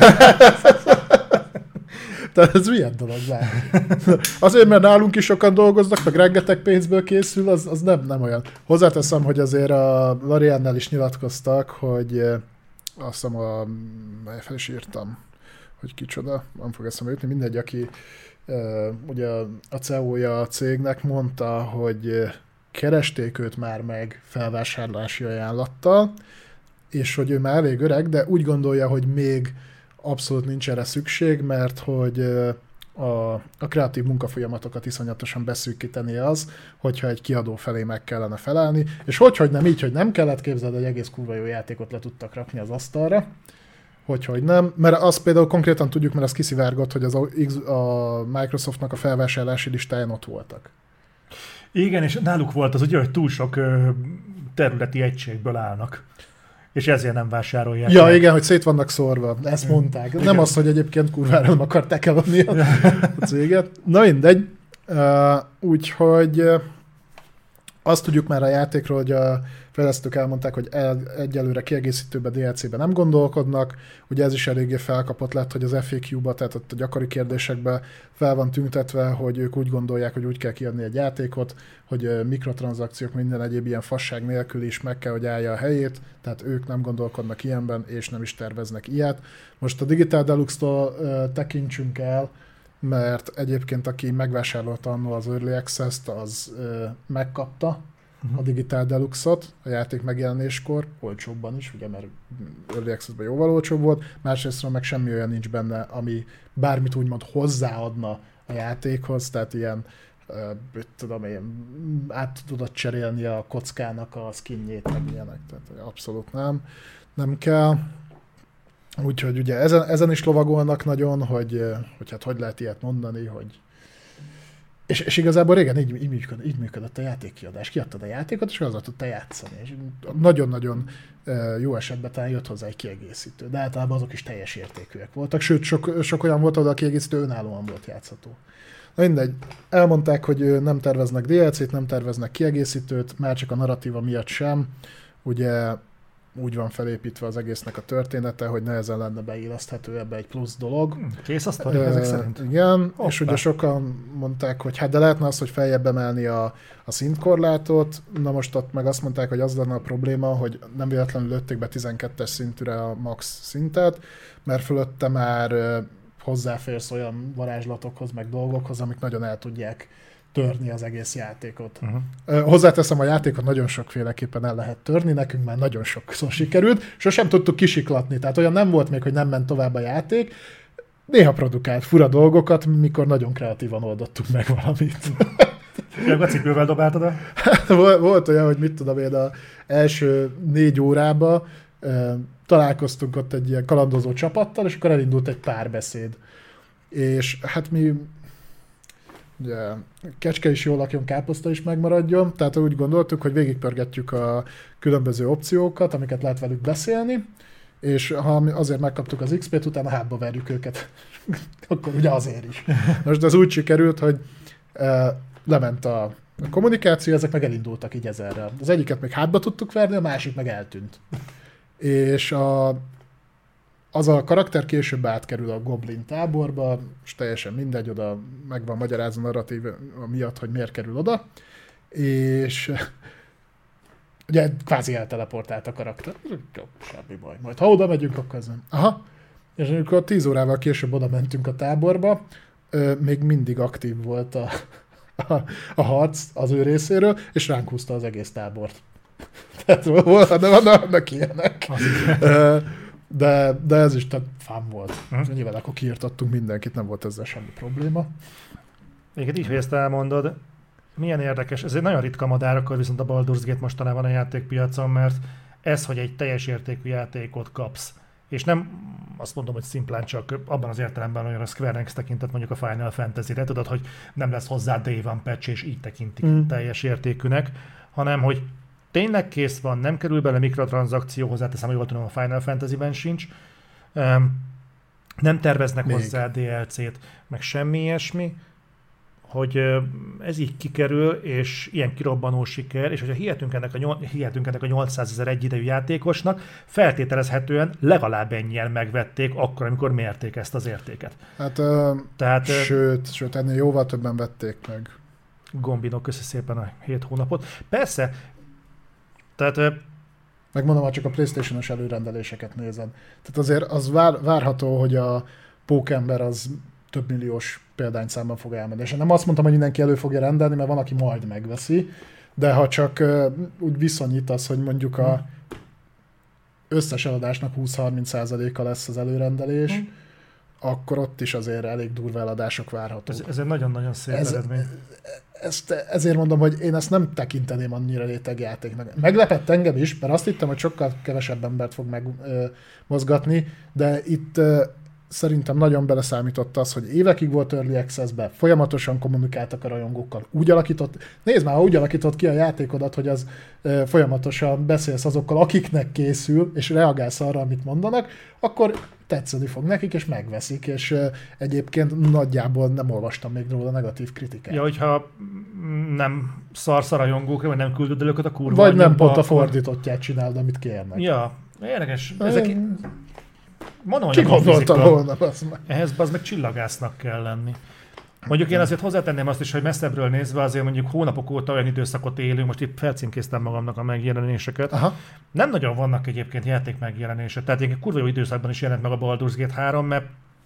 Tehát ez milyen dolog már? Azért, mert nálunk is sokan dolgoznak, meg rengeteg pénzből készül, az nem olyan. Hozzáteszem, hogy azért a Lariannál is nyilatkoztak, hogy azt hiszem fel is írtam, hogy kicsoda, nem fog eszembe jutni, mindegy, aki ugye a CEO-ja a cégnek mondta, hogy keresték őt már meg felvásárlási ajánlattal, és hogy ő már elég öreg, de úgy gondolja, hogy még abszolút nincs erre szükség, mert hogy a kreatív munkafolyamatokat iszonyatosan beszűkíteni az, hogyha egy kiadó felé meg kellene felelni, és hogy nem így, hogy nem kellett, képzeld, egy egész kurva jó játékot le tudtak rakni az asztalra, hogy nem, mert azt például konkrétan tudjuk, mert az kiszivárgott, hogy a Microsoftnak a felvásárlási listáján ott voltak. Igen, és náluk volt az ugye, hogy túl sok területi egységből állnak. És ezért nem vásárolják. Ja, meg. Igen, hogy szét vannak szórva. Ezt mondták. Igen. Nem az, hogy egyébként kurvára nem akarták eladni a céget. Na mindegy. Úgyhogy azt tudjuk már a játékról, hogy a fejlesztők elmondták, hogy egyelőre kiegészítőbe, DLC-be nem gondolkodnak. Ugye ez is eléggé felkapott lett, hogy az FAQ-ba, tehát ott a gyakori kérdésekben fel van tüntetve, hogy ők úgy gondolják, hogy úgy kell kiadni egy játékot, hogy mikrotranszakciók, minden egyéb ilyen fasság nélkül is meg kell, hogy állja a helyét, tehát ők nem gondolkodnak ilyenben, és nem is terveznek ilyet. Most a Digital Deluxe-tól tekintsünk el, mert egyébként aki megvásárolta annól az Early Access-t, az megkapta a Digital Deluxe-ot a játék megjelenéskor, olcsóbban is, ugye, mert Early Access-ben jóval olcsóbb volt, másrésztről meg semmi olyan nincs benne, ami bármit úgymond hozzáadna a játékhoz, tehát ilyen, tudom én, át tudod cserélni a kockának a skinjét, meg ilyenek, tehát abszolút nem kell. Úgyhogy ugye ezen is lovagolnak nagyon, hogy hát hogy lehet ilyet mondani, hogy... És igazából régen így működött a játékkiadás. Kiadtad a játékot, és azzal tudtál játszani. És nagyon-nagyon jó esetben talán jött hozzá egy kiegészítő. De általában azok is teljes értékűek voltak. Sőt, sok olyan volt, ahol a kiegészítő önállóan volt játszható. Na mindegy, elmondták, hogy nem terveznek DLC-t, nem terveznek kiegészítőt, már csak a narratíva miatt sem. Ugye úgy van felépítve az egésznek a története, hogy nehezen lenne beilleszthető ebbe egy plusz dolog. Kész a sztori ezek szerint. Igen, hoppá. És ugye sokan mondták, hogy hát de lehetne az, hogy feljebb emelni a szintkorlátot. Na most ott meg azt mondták, hogy az lenne a probléma, hogy nem véletlenül lőtték be 12-es szintűre a max szintet, mert fölötte már hozzáférsz olyan varázslatokhoz, meg dolgokhoz, amik nagyon el tudják törni az egész játékot. Hozzáteszem, a játékot nagyon sokféleképpen el lehet törni, nekünk már nagyon sokszor sikerült, sosem tudtuk kisiklatni, tehát olyan nem volt még, hogy nem ment tovább a játék, néha produkált fura dolgokat, mikor nagyon kreatívan oldottuk meg valamit. A cipővel dobáltad el? Volt olyan, hogy mit tudom én, az első 4 órában találkoztunk ott egy ilyen kalandozó csapattal, és akkor elindult egy párbeszéd. És hát mi ugye, kecske is jól lakjon, káposzta is megmaradjon, tehát úgy gondoltuk, hogy végigpörgetjük a különböző opciókat, amiket lehet velük beszélni, és ha azért megkaptuk az XP-t, utána hátba verjük őket, akkor ugye azért is. Most ez úgy sikerült, hogy lement a kommunikáció, ezek meg elindultak így ezerrel. Az egyiket még hátba tudtuk verni, a másik meg eltűnt. És az a karakter később átkerül a Goblin táborba, és teljesen mindegy, oda meg van magyarázva narratív miatt, hogy miért kerül oda, és ugye kvázi elteleportált a karakter. Jó, semmi baj. Majd ha oda megyünk, akkor ez nem. Aha. És amikor 10 órával később oda mentünk a táborba, még mindig aktív volt a harc az ő részéről, és ránk húzta az egész tábort. Tehát vannak ilyenek. De ez is tehát fán volt. Nyilván akkor kiirtattunk mindenkit, nem volt ezzel semmi probléma. Még így, hogy ezt elmondod, milyen érdekes, ez egy nagyon ritka madár, akkor viszont a Baldur's Gate mostanában a játékpiacon, mert ez, hogy egy teljes értékű játékot kapsz, És nem azt mondom, hogy szimplán csak abban az értelemben, hogy a Square Enix tekintett mondjuk a Final Fantasy-re, tudod, hogy nem lesz hozzá Day One patch, és így tekintik teljes értékűnek, hanem hogy tényleg kész van, nem kerül bele mikrotranszakció, hozzáteszem, hogy jól tudom, a Final Fantasy-ben sincs, nem terveznek hozzá DLC-t, meg semmi ilyesmi, hogy ez így kikerül, és ilyen kirobbanó siker, és hogyha hihetünk ennek a 800 000 egyidejű játékosnak, feltételezhetően legalább ennyien megvették akkor, amikor mérték ezt az értéket. Hát, sőt, ennél jóval többen vették meg. Gombinok, köszi szépen a 7 hónapot. Persze, tehát... Megmondom, ha csak a PlayStation-os előrendeléseket nézed. Tehát azért az várható, hogy a Pókember az több milliós példányszámban fog elmenni. És nem azt mondtam, hogy mindenki elő fogja rendelni, mert van, aki majd megveszi, de ha csak úgy viszonyítasz, hogy mondjuk a összes eladásnak 20-30%-a lesz az előrendelés, akkor ott is azért elég durva eladások várhatók. Ez egy nagyon-nagyon szép eredmény. Ezért mondom, hogy én ezt nem tekinteném annyira rétegjátéknak. Meglepett engem is, mert azt hittem, hogy sokkal kevesebb embert fog megmozgatni, de itt szerintem nagyon beleszámított az, hogy évekig volt Early Access-ben, folyamatosan kommunikáltak a rajongókkal, nézd már, úgy alakított ki a játékodat, hogy az folyamatosan beszélsz azokkal, akiknek készül, és reagálsz arra, amit mondanak, akkor tetszeni fog nekik, és megveszik, és egyébként nagyjából nem olvastam még róla negatív kritikát. Ja, hogyha nem szarsz a rajongókra, vagy nem küldöd el őket a kurva vagy nem pont a fordítottját csinálod, amit kérnek. Ja, érdekes. Ezek... Mondom, ki gondolta volna, ehhez az meg csillagásznak kell lenni. Mondjuk én azért hozzátenném azt is, hogy messzebbről nézve azért mondjuk hónapok óta olyan időszakot élünk, most itt felcímkéztem magamnak a megjelenéseket. Aha. Nem nagyon vannak egyébként játék megjelenések, tehát egy kurva jó időszakban is jelent meg a Baldur's Gate 3, mert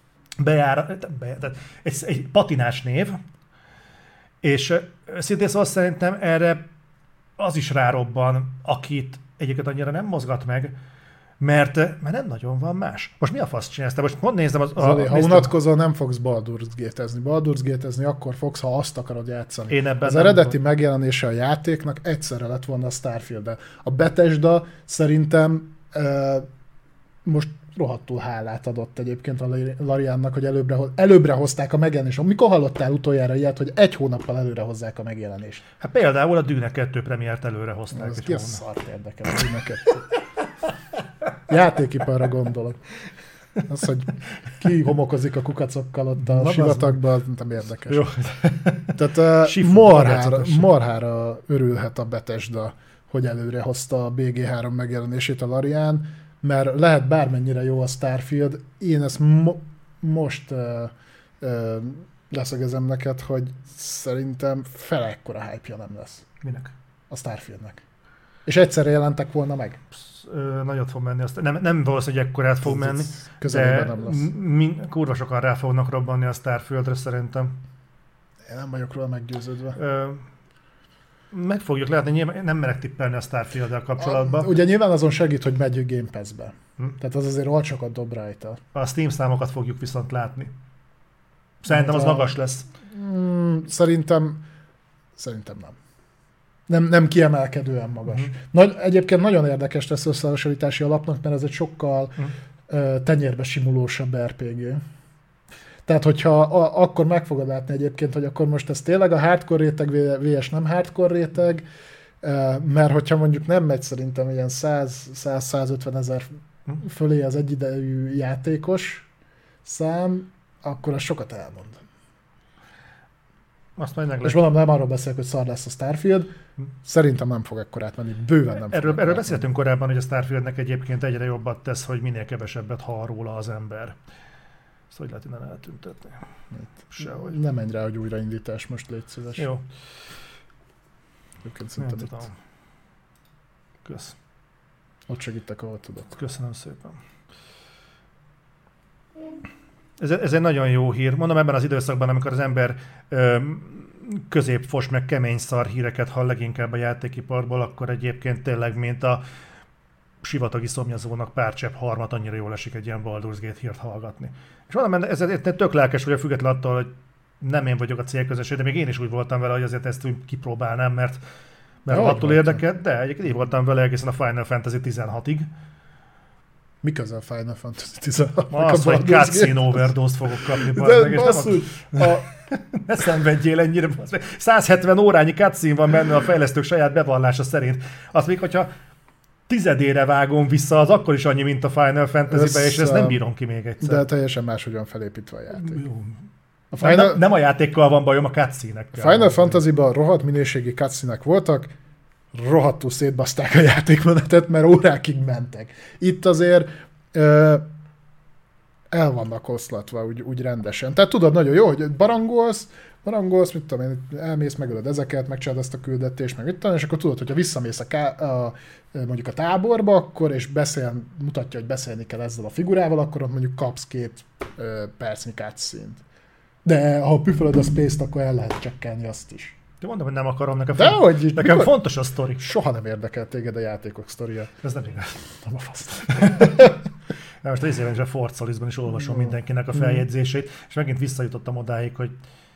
egy patinás név, és szintén szóval szerintem erre az is rárobban, akit egyébként annyira nem mozgat meg, mert nem nagyon van más. Most mi a fasz csinálsz? Most mondd nézem Zoli, ha unatkozol, nem fogsz Baldur's Gate-ezni. Baldur's Gate-ezni akkor fogsz, ha azt akarod játszani. Az eredeti megjelenése a játéknak egyszerre lett volna a Starfield-del. A Bethesda szerintem most rohadtul hálát adott egyébként a Lariannak, hogy előbbre hozták a megjelenést. Mikor hallottál utoljára ilyet, hogy egy hónappal előre hozzák a megjelenést? Hát például a Dune 2 premiért előre hozták. Ez ki a szart érdekel a Dune 2? Játékiparra gondolok. Az, hogy ki homokozik a kukacokkal ott a sivatagban, nem érdekes. Jó. Tehát marhára örülhet a Bethesda, hogy előre hozta a BG3 megjelenését a Larian, mert lehet bármennyire jó a Starfield, én ezt most leszögezem neked, hogy szerintem fele ekkora hype-ja nem lesz. Minek? A Starfieldnek. És egyszerre jelentek volna meg. Nagyot fog menni, nem valószínű, hogy ekkorát fog menni, de nem lesz. Kurva sokan rá fognak robbanni a Starfieldre szerintem. Én nem vagyok róla meggyőződve. Meg fogjuk látni, nem merek tippelni a Starfield-del kapcsolatban. Ugye nyilván azon segít, hogy megy Game Pass-be. Tehát az azért olcsokat dob rajta. A Steam számokat fogjuk viszont látni. Szerintem az magas lesz. Szerintem nem. Nem kiemelkedően magas. Egyébként nagyon érdekes lesz összehasonlítási alapnak, mert ez egy sokkal tenyérbe simulósabb RPG. Tehát, hogyha akkor meg fogod látni egyébként, hogy akkor most ez tényleg a hardcore réteg vs. nem hardcore réteg, mert hogyha mondjuk nem megy szerintem ilyen 100-150 ezer fölé az egyidejű játékos szám, akkor az sokat elmond. És mondom, nem arról beszélek, hogy szar lesz a Starfield, szerintem nem fog ekkorát menni, bőven nem fog. Erről beszéltünk korábban, hogy a Starfieldnek egyébként egyre jobbat tesz, hogy minél kevesebbet hall róla az ember. Ezt hogy lehet innen eltüntetni? Sehogy. Nem menj rá, hogy újraindítás, most légy szíves. Jó. Nem tudom. Kösz. Ott segítek, ahol tudok. Köszönöm szépen. Ez egy nagyon jó hír. Mondom, ebben az időszakban, amikor az ember középfos meg kemény szar híreket hall leginkább a játékiparból, akkor egyébként tényleg, mint a sivatagi szomjazónak pár csepp harmat, annyira jól esik egy ilyen Baldur's Gate hírt hallgatni. És mondom, ezért tök lelkes vagyok, függetlenül attól, hogy nem én vagyok a célközönség, de még én is úgy voltam vele, hogy azért ezt úgy kipróbálnám, mert attól érdekelt, de egyébként így voltam vele egészen a Final Fantasy 16-ig. Mi közel Final Fantasy 16? Az, hogy cutscene overdose fogok kapni. De basszus! Ne szenvedjél ennyire. 170 órányi cutscene van benne a fejlesztők saját bevallása szerint. Azt még, hogyha tizedére vágom vissza, az akkor is annyi, mint a Final Fantasy-be, és ezt nem bírom ki még egyszer. De teljesen máshogyan felépítve a játék. Nem a játékkal van bajom, a cutscene-ekkel. Final Fantasy-ban rohadt minőségi cutscene-ek voltak, rohadtul szétbaszták a játékmenetet, mert órákig mentek. Itt azért el vannak oszlatva úgy rendesen. Tehát tudod nagyon jó, hogy barangolsz, mit tudom én, elmész, megölöd ezeket, megcsinálod ezt a küldetést, meg mit tudom, és akkor tudod, hogyha visszamész mondjuk a táborba, akkor, és mutatja, hogy beszélni kell ezzel a figurával, akkor ott mondjuk kapsz 2 percnyi cutscene-t. De ha püfölöd a space-t, akkor el lehet csekkelni azt is. De mondom, hogy nem akarom, nekem fontos a sztori. Soha nem érdekel téged a játékok sztoria. Ez nem igaz. Nem a fasz. De most részében is a Forza-Lisban is olvasom mindenkinek a feljegyzéseit, és megint visszajutottam odáig, hogy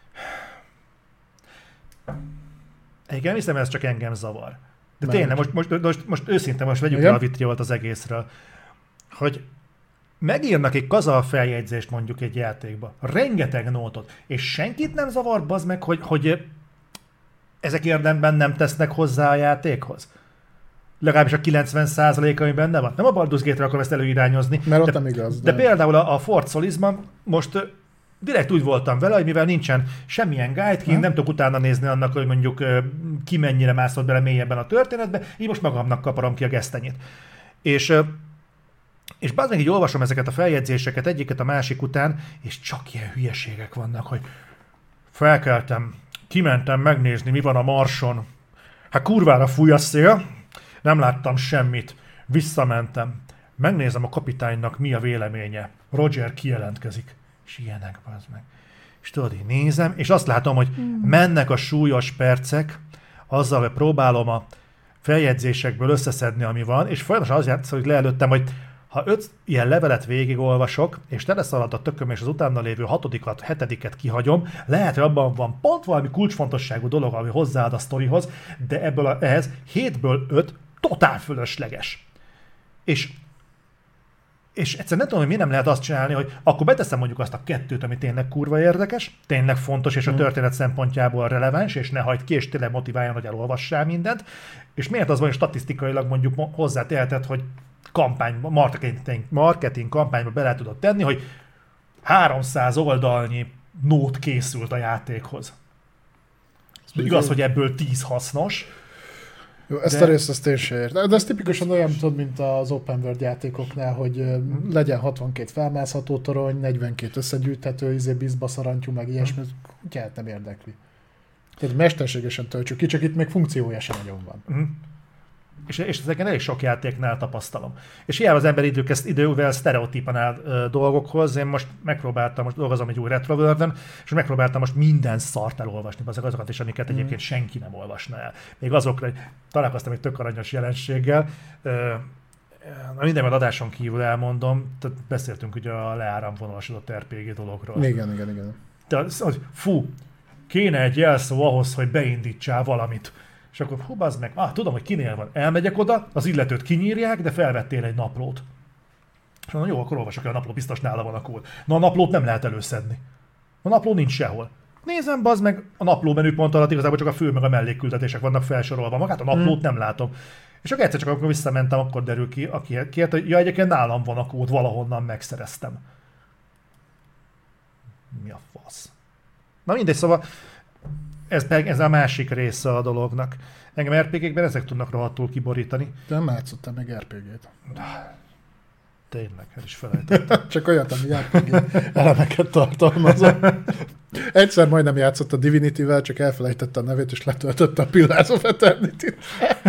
egyébként hiszem, ez csak engem zavar. De tényleg, most őszintén vegyük le a vitriolt az egészről, hogy megírnak egy kazal feljegyzést mondjuk egy játékba, rengeteg nótot, és senkit nem zavar, bazd meg, hogy ezek érdemben nem tesznek hozzá a játékhoz. Legalábbis a 90% ami benne van. Nem a Baldur's Gate-re akarom ezt előirányozni. Mert ott nem igaz. De például a Forza-Lisban most direkt úgy voltam vele, hogy mivel nincsen semmilyen guide kint, nem tudok utána nézni annak, hogy mondjuk ki mennyire mászott bele mélyebben a történetbe, így most magamnak kaparom ki a gesztenyét. És bár meg így olvasom ezeket a feljegyzéseket egyiket a másik után, és csak ilyen hülyeségek vannak, hogy felkeltem, kimentem megnézni, mi van a Marson. Hát kurvára fúj a szél, nem láttam semmit, visszamentem, megnézem a kapitánynak mi a véleménye. Roger kijelentkezik. És ilyenek, bazd meg. És tudod, így nézem, és azt látom, hogy mennek a súlyos percek, azzal, hogy próbálom a feljegyzésekből összeszedni, ami van, és folyamatosan az játszik, hogy leelőttem, hogy ha 5 ilyen levelet végigolvasok, és teleszalad a tököm, és az utána lévő 6-at, 7-et kihagyom, lehet, hogy abban van pont valami kulcsfontosságú dolog, ami hozzáad a sztorihoz, de ehhez 7-ből 5 totál fölösleges. És egyszerűen nem tudom, hogy miért nem lehet azt csinálni, hogy akkor beteszem mondjuk azt a 2, ami tényleg kurva érdekes, tényleg fontos, és a történet szempontjából releváns, és ne hagyd ki, és tényleg motiváljon, hogy elolvassál mindent. És miért az van, hogy statisztikailag mondjuk hozzáteheted, hogy marketing kampányba bele tudod tenni, hogy 300 oldalnyi nót készült a játékhoz. Igaz, hogy ebből 10 hasznos. Jó, ezt a részt én sem értem. De ez tipikusan olyan, tudod, mint az open world játékoknál, hogy legyen 62 felmászható torony, 42 összegyűjthető, bizbaszarantyú, meg ilyesmi, kutyát nem érdekli. Tehát mesterségesen töltsük ki, csak itt még funkciója sem nagyon van. És ezeken elég sok játéknál tapasztalom. És hiába az ember idővel sztereotípan áll dolgokhoz. Én most dolgozom egy új Retroworld-en, és megpróbáltam most minden szart elolvasni, azokat is, amiket egyébként senki nem olvasna el. Még azokra, hogy találkoztam egy tök aranyos jelenséggel. Minden adáson kívül elmondom, tehát beszéltünk ugye a leáramvonalasodott RPG dologról. Igen. De fú, kéne egy jelszó ahhoz, hogy beindítsál valamit. És akkor bazd meg, tudom, hogy kinél van. Elmegyek oda, az illetőt kinyírják, de felvettél egy naplót. És mondom, jó, akkor olvasok el a napló, biztos nála van a kód. Na a naplót nem lehet előszedni. A napló nincs sehol. Nézem, bazd meg, a napló menüpont alatt igazából csak a fő meg a mellékküldetések vannak felsorolva. Magát a naplót nem látom. És akkor egyszer csak amikor visszamentem, akkor derül ki, aki kért, hogy egyébként nálam van a kód, valahonnan megszereztem. Mi a fasz? Na mindegy, szóval ez a másik része a dolognak. Engem RPG-kben ezek tudnak rohadtul kiborítani. De nem játszottál meg RPG-t. Tényleg, el is felejtettem. Csak olyat, ami RPG elemeket tartalmazom. Egyszer majdnem játszott a Divinity-vel, csak elfelejtette a nevét, és letöltötte a Pillars of Eternity-t.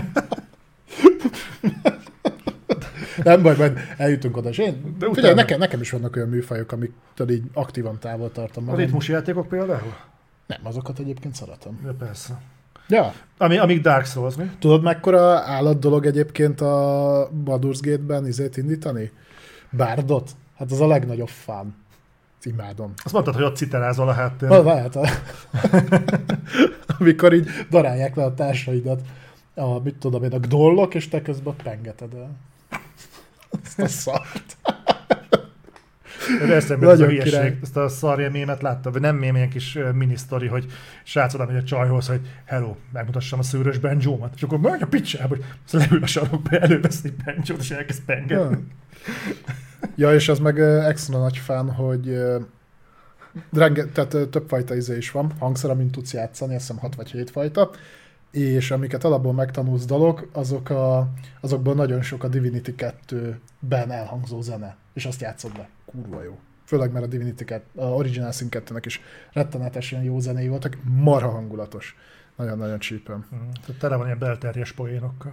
Nem baj, majd eljutunk oda. Figyelj, nekem is vannak olyan műfajok, amik így aktívan távol tartom. A ritmus játékok például? Nem, azokat egyébként szeretem. Ja, persze. Ja. Amíg Dark Souls, mi? Tudod, mekkora állat dolog egyébként a Baldur's Gate-ben indítani? Bárdot? Hát az a legnagyobb fán. Imádom. Azt mondtad, hogy ott citerázol a háttérben. Lehet. Amikor így darálják le a társaidat, mit tudom én, a gnollok, és te közben pengeted el. Ezt a szart. De eszembe ez a hülyeség, ezt a szarja mémet láttam, vagy nem mém, ilyen kis minisztori, hogy srác oda megy a csajhoz, hogy hello, megmutassam a szőrös banjómat, és akkor meg a picsába, hogy leül a sarokba, elővesz egy banjót, és elkezd pengetni. Ja, és az meg extra nagy fán, hogy tehát többfajta izé is van, hangszer, amint tudsz játszani, azt hiszem 6 vagy 7 fajta, és amiket alapból megtanulsz dalok, azokból nagyon sok a Divinity 2-ben elhangzó zene, és azt játszod le. Kurva jó. Főleg, mert a Divinity 2, a Original Sin 2-nek is rettenetesen jó zenéi voltak, marha hangulatos. Nagyon-nagyon csípem. Tehát tele van ilyen belterjes poénokkal.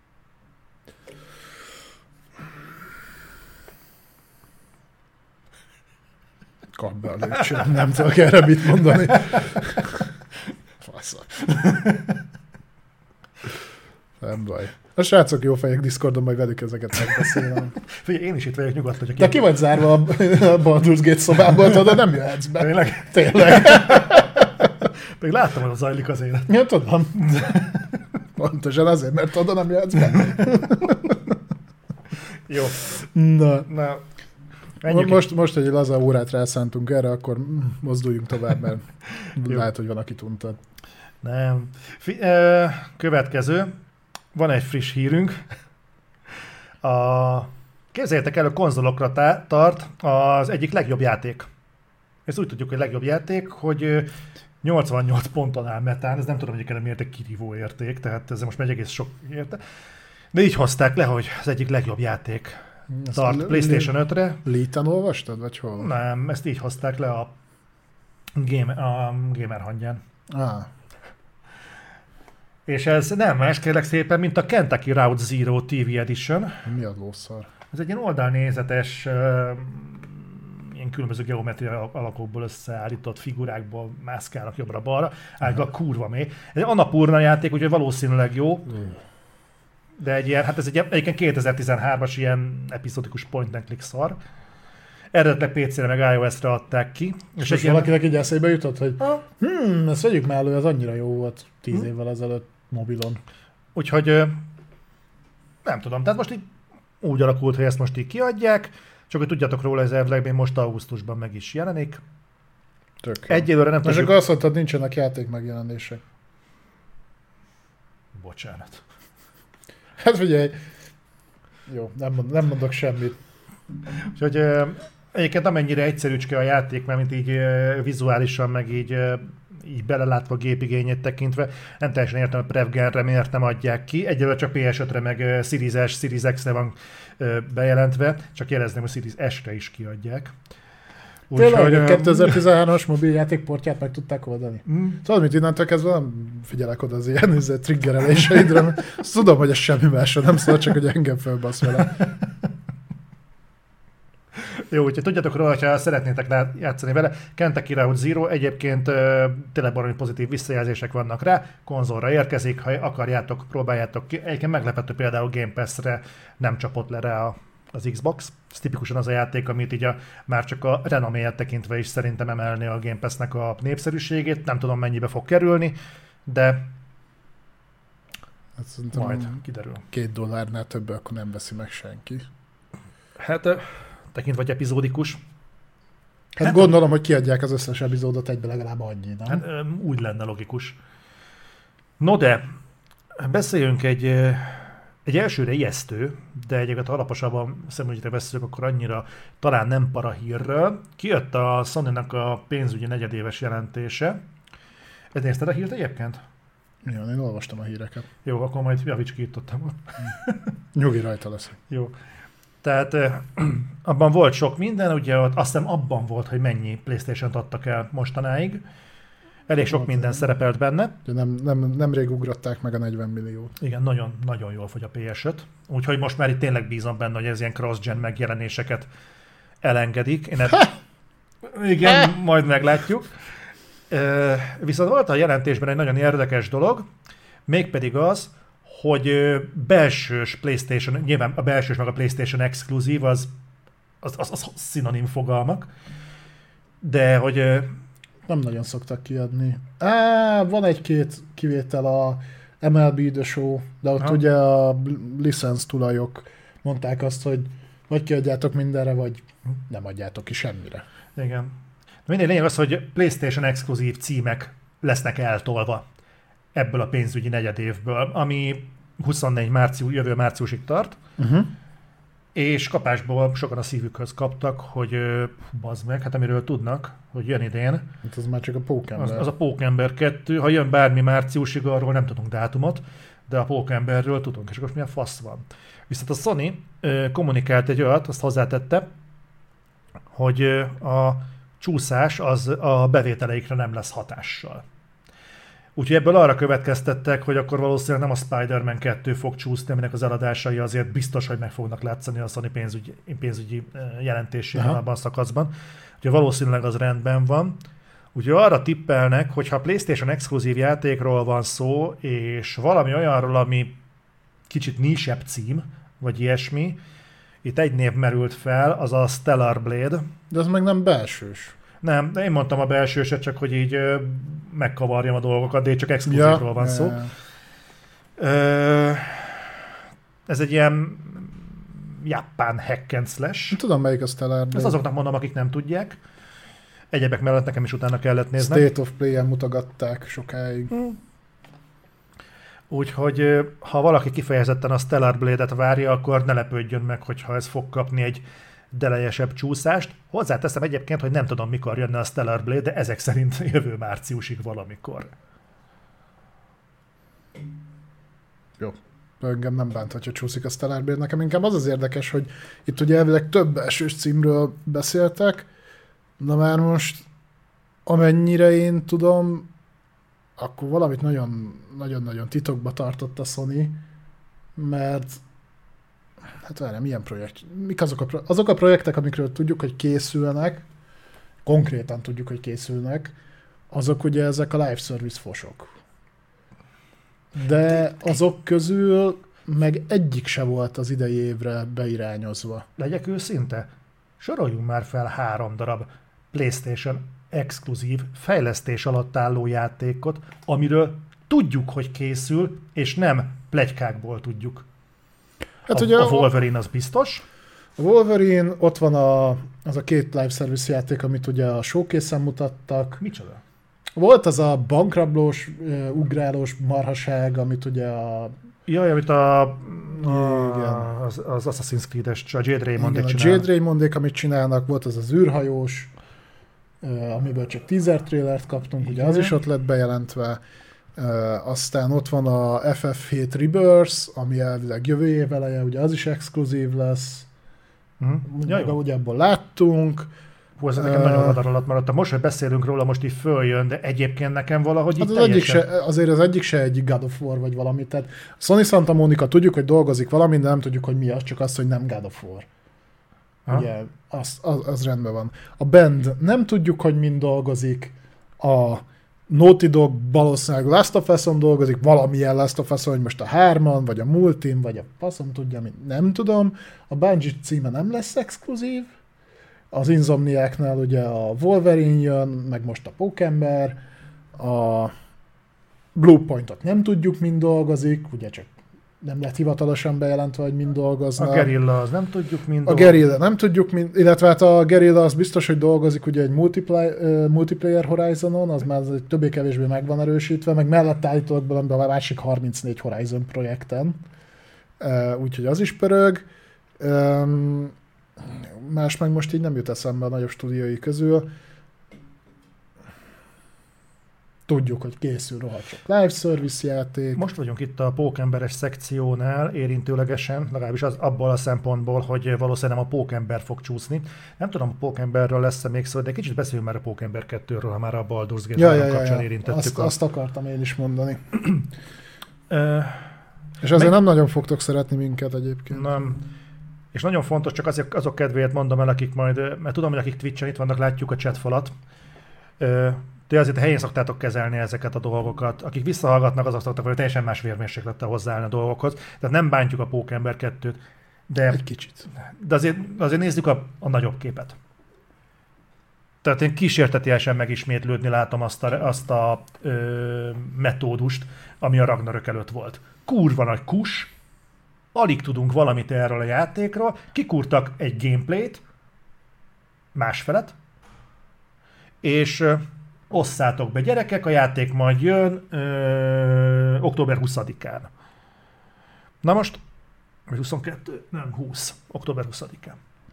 Kap be a lépcsőn, nem tudok erre mit mondani. Fasza. Nem baj. A srácok jó fejek, Discordon majd velük ezeket megbeszélem. Figyelj, én is itt vagyok nyugodtan, hogy de ki vagy zárva a Baldur's Gate szobából, tudod, nem jöhetsz be. Tényleg? Tényleg. Még láttam, hogy zajlik az élet. Ja, tudom. Pontosan azért, mert oda nem jöhetsz be. Jó. Na. Most, hogy egy laza órát rászántunk erre, akkor mozduljunk tovább, mert lehet, hogy van, aki tuntad. Nem. Következő. Van egy friss hírünk. Képzeljétek el, a konzolokra tart az egyik legjobb játék. Ezt úgy tudjuk, hogy legjobb játék, hogy 88 ponton áll metán, ez nem tudom, hogy miért egy kirívó érték, tehát ez most megy egész sok érte. De így hozták le, hogy az egyik legjobb játék tart PlayStation 5-re. Leeten olvastad, vagy hol? Nem, ezt így hozták le a Gamer hangyán. És ez nem más, kérlek szépen, mint a Kentucky Route Zero TV Edition. Mi a lószar? Ez egy ilyen oldalnézetes, ilyen különböző geometria alakokból összeállított figurákból mászkálnak jobbra-balra. Általában kurva mély. Ez egy Annapurna játék, úgyhogy valószínűleg jó. De egy ilyen, hát ez egyébként 2013-as ilyen epizodikus point and click szar. Eredetileg PC-re meg iOS-re adták ki. És valakinek így eszébe jutott, hogy ezt vegyük már elő, az annyira jó volt 10 évvel ezelőtt mobilon. Úgyhogy nem tudom, tehát most így úgy alakult, hogy ezt most így kiadják, csak hogy tudjatok róla, ez elvileg most augusztusban meg is jelenik. Egyelőre nem tudjuk. És akkor azt mondtad, nincsenek játék megjelenések. Bocsánat. Hát figyelj, jó, nem mondok semmit. Úgyhogy egyébként amennyire egyszerűcske a játék, mert mint így vizuálisan, meg így belelátva a gépigényét tekintve, nem teljesen értem, hogy PrevGenre miért nem adják ki. Egyelőre csak PS5-re, meg Series S, Series X-re van bejelentve, csak jelezném, hogy Series S-re is kiadják. Tényleg, a 2013-as mobiljáték portját meg tudták oldani. Tudod, mit innentől kezdve nem figyelek oda az ilyen triggereléseidre, tudom, hogy ez semmi másra nem szól, csak hogy engem fölbasz vele. Jó, úgyhogy tudjátok róla, ha szeretnétek játszani vele. Kentucky Route Zero, egyébként tényleg baromi pozitív visszajelzések vannak rá, konzolra érkezik, ha akarjátok, próbáljátok ki. Egyébként meglepető például Game Pass-re nem csapott le rá az Xbox. Ez tipikusan az a játék, amit így már csak a renoméját tekintve is szerintem emelni a Game Pass-nek a népszerűségét. Nem tudom, mennyibe fog kerülni, de hát majd kiderül. $2 több, akkor nem veszi meg senki. Hát tekintve, hogy epizódikus. Hát gondolom, hogy kiadják az összes epizódot egybe legalább annyi, nem? Hát úgy lenne logikus. No de, beszéljünk egy elsőre ijesztő, de egyébként alaposabban szemügyre beszélünk, akkor annyira talán nem para hírről. Kijött a Sony-nak a pénzügyi negyedéves jelentése. Ezt nézted a hírt egyébként? Igen, én olvastam a híreket. Jó, akkor majd javíts ki, itt ott. Nyugi, rajta leszek. Jó. Tehát abban volt sok minden, ugye azt hiszem abban volt, hogy mennyi PlayStation-t adtak el mostanáig. Elég sok minden szerepelt benne. Nemrég ugrották meg a 40 milliót. Igen, nagyon, nagyon jól fogy a PS5. Úgyhogy most már itt tényleg bízom benne, hogy ez ilyen cross-gen megjelenéseket elengedik. Igen, majd meglátjuk. Viszont volt a jelentésben egy nagyon érdekes dolog, mégpedig az, hogy belsős PlayStation, nyilván a belsős meg a PlayStation exkluzív, az szinonim fogalmak, de hogy... Nem nagyon szoktak kiadni. Van egy-két kivétel, a MLB The Show, de ott ugye a licensz tulajok mondták azt, hogy Vagy kiadjátok mindenre, vagy nem adjátok ki semmire. Igen. Minden lényeg az, hogy PlayStation exkluzív címek lesznek eltolva ebből a pénzügyi negyedévből, ami 24 jövő márciusig tart, és kapásból sokan a szívükhöz kaptak, hogy bazd meg, hát amiről tudnak, hogy jön idén. Hát az már csak a Pókember. Az a Pókember 2, ha jön bármi márciusig, arról nem tudunk dátumot, de a Pókemberről tudunk, és akkor milyen fasz van. Viszont a Sony kommunikált egy olyat, azt hozzátette, hogy a csúszás az a bevételeikre nem lesz hatással. Úgyhogy ebből arra következtettek, hogy akkor valószínűleg nem a Spider-Man 2 fog csúszni, aminek az eladásai azért biztos, hogy meg fognak látszani a Sony pénzügyi jelentésében abban a szakaszban. Úgyhogy valószínűleg az rendben van. Úgyhogy arra tippelnek, hogy ha PlayStation exkluzív játékról van szó, és valami olyanról, ami kicsit nisebb cím, vagy ilyesmi, itt egy név merült fel, az a Stellar Blade. De az meg nem belsős. Nem, de én mondtam a belsőset, csak hogy így megkavarjam a dolgokat, de csak exkluzívról van szó. Ez egy ilyen japán hack and slash. Tudom, melyik a Stellar Blade. Ezt azoknak mondom, akik nem tudják. Egyebek mellett nekem is utána kellett nézni. State of Play-en mutogatták sokáig. Úgyhogy ha valaki kifejezetten a Stellar Blade-et várja, akkor ne lepődjön meg, hogyha ez fog kapni egy delejesebb csúszást. Hozzáteszem egyébként, hogy nem tudom, mikor jönne a Stellar Blade, de ezek szerint jövő márciusig valamikor. Jó. Engem nem bánt, hogyha csúszik a Stellar Blade. Nekem inkább az érdekes, hogy itt ugye elvileg több elsős címről beszéltek, na már most amennyire én tudom, akkor valamit nagyon-nagyon titokba tartott a Sony, mert hát várjál, milyen projekt? Mik azok a projektek, amikről tudjuk, hogy készülnek, konkrétan tudjuk, hogy készülnek, azok ugye ezek a live service fosok. De azok közül meg egyik se volt az idei évre beirányozva. Legyek őszinte, soroljunk már fel 3 darab PlayStation exkluzív, fejlesztés alatt álló játékot, amiről tudjuk, hogy készül, és nem pletykákból tudjuk. Hát a Wolverine az biztos. A Wolverine, ott van az a 2 live service játék, amit ugye a showcase-en mutattak. Micsoda? Volt az a bankrablós, ugrálós marhaság, amit ugye a... Jaj, amit az Assassin's Creed-es, a Jade Raymondék csinálnak. A Jade Raymondék, amit csinálnak, volt az űrhajós, amiből csak teaser trailert kaptunk, ugye az is ott lett bejelentve. Aztán ott van a FF7 Rebirth, ami elvileg jövő év eleje, ugye az is exkluzív lesz. Ugye abból láttunk. Hú, ez nekem nagyon radar alatt maradt. Most, hogy beszélünk róla, most így följön, de egyébként nekem valahogy hát itt teljesen... azért az egyik se egy God of War vagy valami. Tehát Sony Santa Monica tudjuk, hogy dolgozik valamin, de nem tudjuk, hogy mi az, csak azt, hogy nem God of War. Ugye, az rendben van. A Band nem tudjuk, hogy mind dolgozik. A Naughty Dog valószínűleg Last of Us-on dolgozik, valamilyen Last of Us-on, hogy most a 3-an, vagy a Multin, vagy a faszom tudja, nem tudom. A Bungie címe nem lesz exkluzív. Az Insomniáknál ugye a Wolverine jön, meg most a Pókember. A Bluepoint-ot nem tudjuk, mind dolgozik, ugye csak nem lett hivatalosan bejelentve, hogy mind dolgoznak. A Guerrilla az nem tudjuk, mind dolgozik. A Guerrilla nem tudjuk, illetve hát a Guerrilla az biztos, hogy dolgozik ugye egy multiplayer Horizonon, az már többé-kevésbé meg van erősítve, meg mellett állítólag belőle a másik 34 Horizon projekten. Úgyhogy az is pörög. Más meg most így nem jut eszembe a nagyobb stúdiói közül. Tudjuk, hogy készül rohadt sok live service játék. Most vagyunk itt a Pókemberes szekciónál érintőlegesen, legalábbis az abból a szempontból, hogy valószínűleg nem a Pókember fog csúszni. Nem tudom, a Pókemberről lesz-e még szó, de kicsit beszéljünk már a Pókember 2-ről, ha már a Baldur's Gate kapcsán érintettük. Azt akartam én is mondani. És azért nem nagyon fogtok szeretni minket egyébként. Nem. És nagyon fontos, csak azok kedvéért mondom el, akik majd, mert tudom, hogy akik Twitch-en itt vannak, látjuk a chatfalat. De azért helyén szoktátok kezelni ezeket a dolgokat. Akik visszahallgatnak, azok szoktak, hogy teljesen más vérmérséklettel hozzáállni a dolgokhoz. Tehát nem bántjuk a Pókember 2-t, de egy kicsit. De azért nézzük a nagyobb képet. Tehát én kísértetiesen megismétlődni látom azt a metódust, ami a Ragnarök előtt volt. Kurva nagy kus, alig tudunk valamit erről a játékról, kikúrtak egy gameplayt, másfelet, és osszátok be gyerekek, a játék majd jön október 20-án. Na most, 22, nem 20, október 20-án.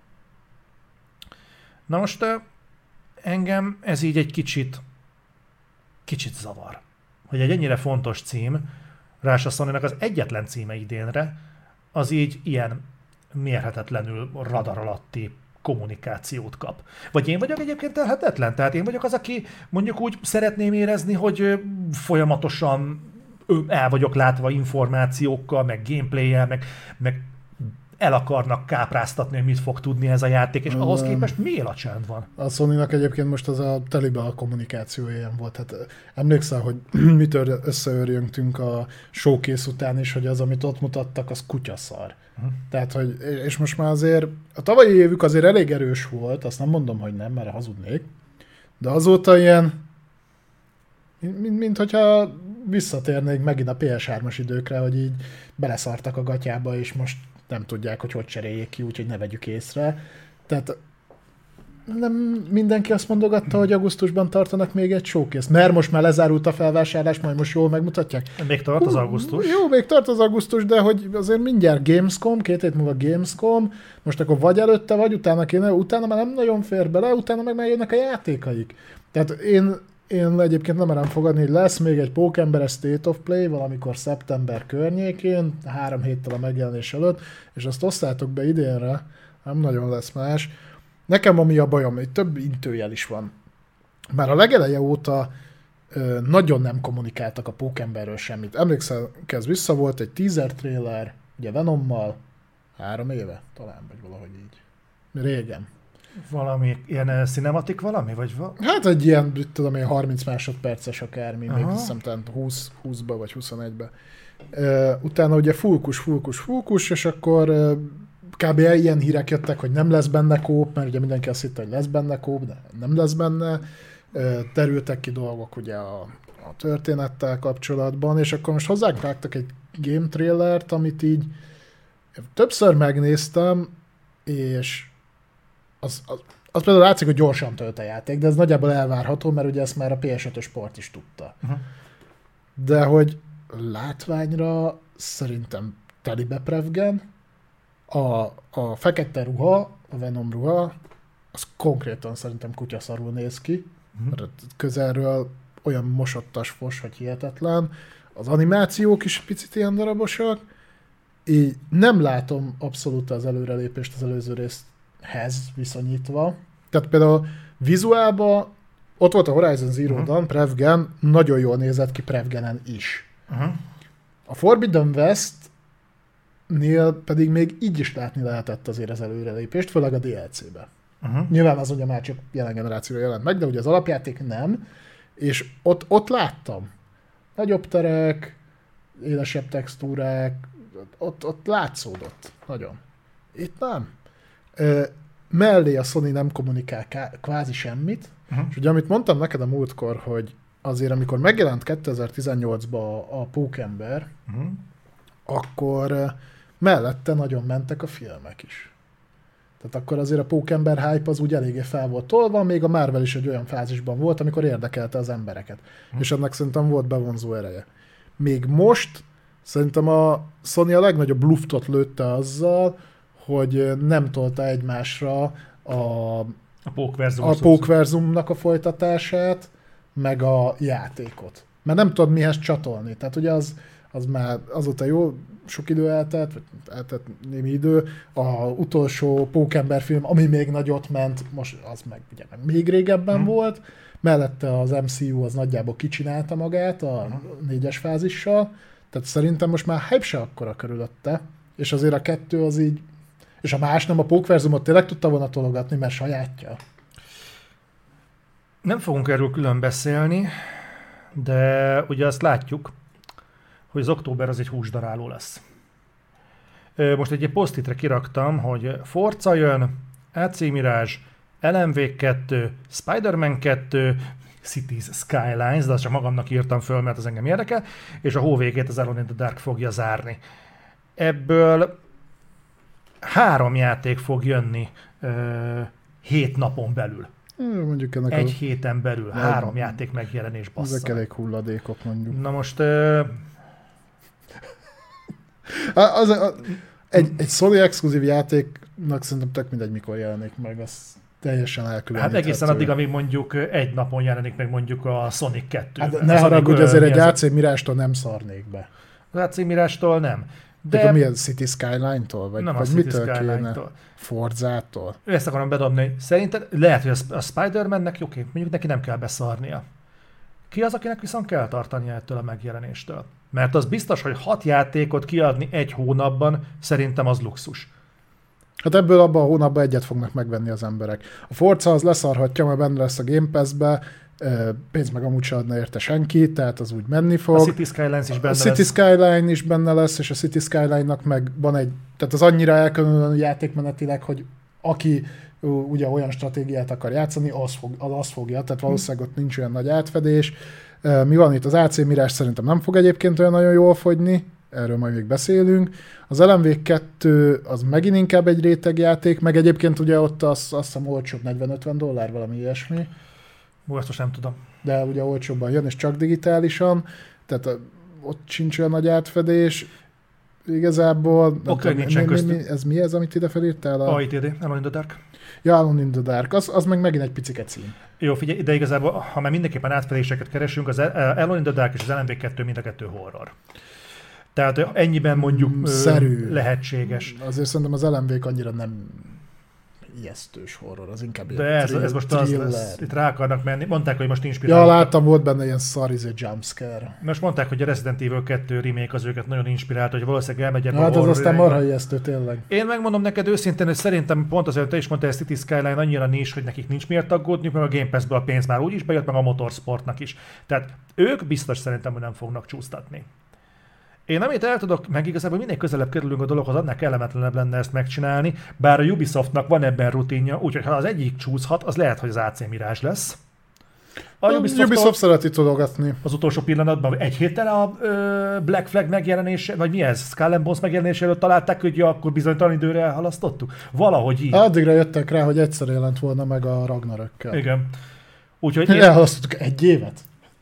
Na most engem ez így egy kicsit zavar, hogy egy ennyire fontos cím, ráadásul a Sony-nak az egyetlen címe idénre, az így ilyen mérhetetlenül radar alatti kommunikációt kap. Vagy én vagyok egyébként elhetetlen? Tehát én vagyok az, aki mondjuk úgy szeretném érezni, hogy folyamatosan el vagyok látva információkkal, meg gameplay-jel, meg el akarnak kápráztatni, hogy mit fog tudni ez a játék, és ahhoz képest miért a csend van? A Sony-nak egyébként most az a telibe a kommunikáció ilyen volt. Hát emlékszel, hogy mitől összeörjöntünk a showcase után is, hogy az, amit ott mutattak, az kutyaszar. Tehát, hogy, és most már azért a tavalyi évük azért elég erős volt, azt nem mondom, hogy nem, mert hazudnék, de azóta ilyen, mint hogyha visszatérnék megint a PS3-as időkre, hogy így beleszartak a gatyába, és most nem tudják, hogy cseréljék ki, úgyhogy ne vegyük észre. Tehát nem mindenki azt mondogatta, hogy augusztusban tartanak még egy showcase, mert most már lezárult a felvásárlás, majd most jól megmutatják. Még tart az augusztus. Jó, még tart az augusztus, de hogy azért mindjárt Gamescom, 2 hét múlva Gamescom, most akkor vagy előtte, vagy utána kéne, utána már nem nagyon fér bele, utána meg már jönnek a játékaik. Tehát én egyébként nem merem fogadni, hogy lesz még egy Pókemberes State of Play valamikor szeptember környékén, 3 héttel a megjelenés előtt, és azt osszátok be idénre, nem nagyon lesz más. Nekem ami a bajom, hogy több intőjel is van. Már a legeleje óta nagyon nem kommunikáltak a Pókemberről semmit. Emlékszel, ez vissza volt egy teaser trailer, ugye Venommal, 3 éve talán, vagy valahogy így. Régen. Valami ilyen cinematik valami? Vagy Hát egy ilyen, tudom én, 30 másodperces akármi, még hiszem talán 20-ba vagy 21-be. Utána ugye fulkus, és akkor kb. Ilyen hírek jöttek, hogy nem lesz benne kóp, mert ugye mindenki azt hitte, hogy lesz benne kóp, de nem lesz benne. Terültek ki dolgok ugye a történettel kapcsolatban, és akkor most hozzánk vágtak egy game trailert, amit így többször megnéztem, és az például látszik, hogy gyorsan tölt a játék, de ez nagyjából elvárható, mert ugye ezt már a PS5-ös port is tudta. De hogy látványra szerintem telibe prevgen, a fekete ruha, a Venom ruha, az konkrétan szerintem kutyaszarul néz ki, mert közelről olyan mosottas fos, hogy hihetetlen. Az animációk is picit ilyen darabosak. Így nem látom abszolút az előrelépést az előző részhez viszonyítva. Tehát például vizuálban ott volt a Horizon Zero Dawn, Prevgen, nagyon jól nézett ki Prevgenen is. A Forbidden West-nél pedig még így is látni lehetett azért az előrelépést, főleg a DLC-be. Nyilván az ugye már csak jelen generációra jelent meg, de ugye az alapjáték nem, és ott láttam. Nagyobb terek, élesebb textúrák, ott látszódott nagyon. Itt nem. Mellé a Sony nem kommunikál kvázi semmit, és ugye amit mondtam neked a múltkor, hogy azért amikor megjelent 2018-ban a Pókember, akkor mellette nagyon mentek a filmek is. Tehát akkor azért a Pókember hype az úgy eléggé fel volt tolva, még a Marvel is egy olyan fázisban volt, amikor érdekelte az embereket. És ennek szerintem volt bevonzó ereje. Még most szerintem a Sony a legnagyobb luftot lőtte azzal, hogy nem tolta egymásra a Pókverzumnak a folytatását, meg a játékot. Mert nem tudod mihez csatolni. Tehát ugye az már azóta jó sok idő eltelt némi idő. A utolsó Pókember film, ami még nagyot ment, most az meg ugye még régebben volt. Mellette az MCU az nagyjából kicsinálta magát a 4-es fázissal. Tehát szerintem most már hype se akkora körülötte. És azért a 2 az így, és a más nem, a Pókverzumot tényleg tudta volna tologatni, mert sajátja. Nem fogunk erről külön beszélni, de ugye azt látjuk, hogy az október az egy húsdaráló lesz. Most egy posztitre kiraktam, hogy Forza jön, AC Mirage, LMV 2, Spider-Man 2, Cities Skylines, de azt csak magamnak írtam föl, mert az engem érdekel, és a hó végét az Alone in the Dark fogja zárni. ebből 3 játék fog jönni 7 napon belül. Mondjuk ennek egy héten belül 3 játék megjelenés, bassza. Ezek elég hulladékok, mondjuk. Na most... Egy Sony exkluzív játéknak szerintem tök mindegy, mikor jelenik meg, az teljesen elkülöníthető. Hát egészen addig, amíg mondjuk egy napon jelenik meg mondjuk a Sonic 2. Hát ne haragudj, azért egy AC Mirástól nem szarnék be. Az AC Mirástól nem. De milyen City Skyline-tól? Vagy, nem vagy a mitől City kéne? Forzától? Ezt akarom bedobni. Szerinted lehet, hogy a Spider-Mannek oké, mondjuk neki nem kell beszarnia. Ki az, akinek viszont kell tartania ettől a megjelenéstől? Mert az biztos, hogy 6 játékot kiadni egy hónapban, szerintem az luxus. Hát ebből abban a hónapban egyet fognak megvenni az emberek. A Forza az leszarhatja, mert benne lesz a Game Pass-be, pénzt meg amúgy se adna érte senki, tehát az úgy menni fog. A City Skylines is benne lesz. A City Skyline is benne lesz, és a City Skyline-nak meg van egy, tehát az annyira elkülönül játékmenetileg, hogy aki ugye olyan stratégiát akar játszani, az fogja, tehát valószínűleg ott nincs olyan nagy átfedés. Mi van itt? Az AC Mirage szerintem nem fog egyébként olyan nagyon jól fogyni, erről majd még beszélünk. Az LMV2 az megint inkább egy rétegjáték, meg egyébként ugye ott azt hiszem olcsóbb, $40-50, valami ilyesmi. Ezt most nem tudom. De ugye olcsóbban jön, és csak digitálisan, tehát ott sincs olyan nagy átfedés. Igazából... Oké, nincsen köztük. Ez mi ez, amit ide felírtál? AITD, Alone in the Dark. Ja, Alone in the Dark. Az meg megint egy picike cím. Jó, figyelj, de igazából, ha már mindenképpen átfedéseket keresünk, az Alone in the Dark és az LMV2 mind a 2 horror. Tehát ennyiben mondjuk lehetséges. Azért szerintem az LMV-k annyira nem ijesztős horror, az inkább de ez most az lesz. Itt rá akarnak menni. Mondták, hogy most inspiráltak. Ja, láttam, volt benne ilyen szarize jumpscare. Most mondták, hogy a Resident Evil 2 remake az őket nagyon inspirálta, hogy valószínűleg elmegyek hát az aztán marha ijesztő, tényleg. Én megmondom neked őszintén, hogy szerintem pont azért, te is mondtál, hogy a City Skyline annyira nincs, hogy nekik nincs miért aggódniuk, meg a Game Pass-ből a pénz már úgyis bejött, meg a Motorsportnak is. Tehát ők biztos szerintem, hogy nem fognak csúsztatni. Én amit el tudok, meg igazából minél közelebb kerülünk a dologhoz, annál kellemetlenebb lenne ezt megcsinálni, bár a Ubisoftnak van ebben rutinja, úgyhogy ha az egyik csúszhat, az lehet, hogy az AC Mirage lesz. A Ubisoft szereti tudogatni. Az utolsó pillanatban, egy héttel a Black Flag megjelenése, vagy mi ez, Skull and Bones megjelenése előtt találták, hogy ja, akkor bizonytalan időre elhalasztottuk? Valahogy így. Addigra jöttek rá, hogy egyszer jelent volna meg a Ragnarökkel. Igen. Úgyhogy elhalasztottuk 1 évet.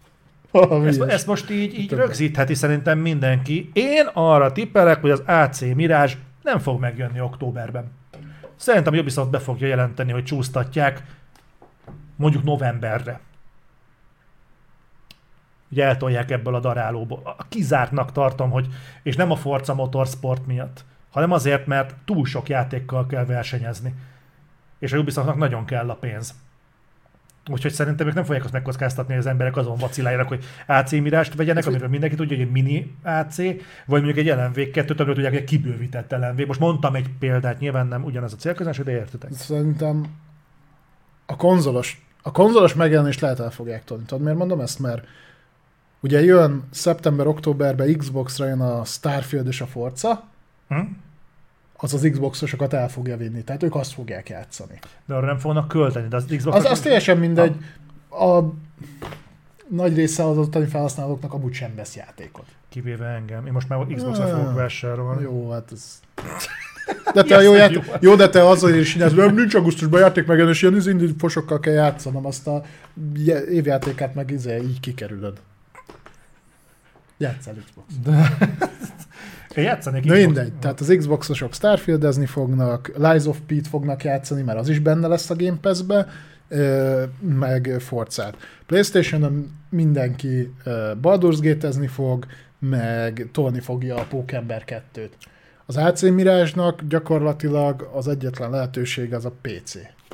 Ezt most így rögzítheti szerintem mindenki. Én arra tippelek, hogy az AC Mirage nem fog megjönni októberben. Szerintem a Ubisoft be fogja jelenteni, hogy csúsztatják mondjuk novemberre. Ugye eltolják ebből a darálóból. Kizártnak tartom, hogy, és nem a Forza Motorsport miatt, hanem azért, mert túl sok játékkal kell versenyezni. És a Ubisoftnak nagyon kell a pénz. Úgyhogy szerintem ők nem fogják azt megkockáztatni, hogy az emberek azon vaciláljanak, hogy AC Mirást vegyenek, amiről mindenki tudja, hogy egy mini AC, vagy mondjuk egy LMV2-t, amiről tudják, hogy egy kibővített LMV. Most mondtam egy példát, nyilván nem ugyanaz a célközönség, de értitek. Szerintem a konzolos megjelenést lehet el fogják tolni. Tudod, miért mondom ezt? Mert ugye jön szeptember-októberben Xbox-ra jön a Starfield és a Forza, az az Xbox-osokat el fogja vinni, tehát ők azt fogják játszani. De arra nem fognak költeni, de az Xbox... Az teljesen mindegy. A nagy része az ottani felhasználóknak amúgy sem vesz játékot. Kivéve engem. Én most már Xbox-ra fogok vásárolni. Jó, hát ez... De te jó, de te azért is csinálsz, mert nincs augusztusban játék megjelenés, ilyen indie fosokkal kell játszanom, azt a évjátékát meg így kikerülöd. Játsszál Xbox. Én játszanék Xbox. Mindegy, tehát az Xbox-osok Starfieldezni fognak, Lies of P-t fognak játszani, mert az is benne lesz a Game Pass-be, meg Forzát. PlayStation-on mindenki Baldur's Gate-ezni fog, meg tolni fogja a Pókember 2-t. Az AC Mirage-nak gyakorlatilag az egyetlen lehetőség az a PC.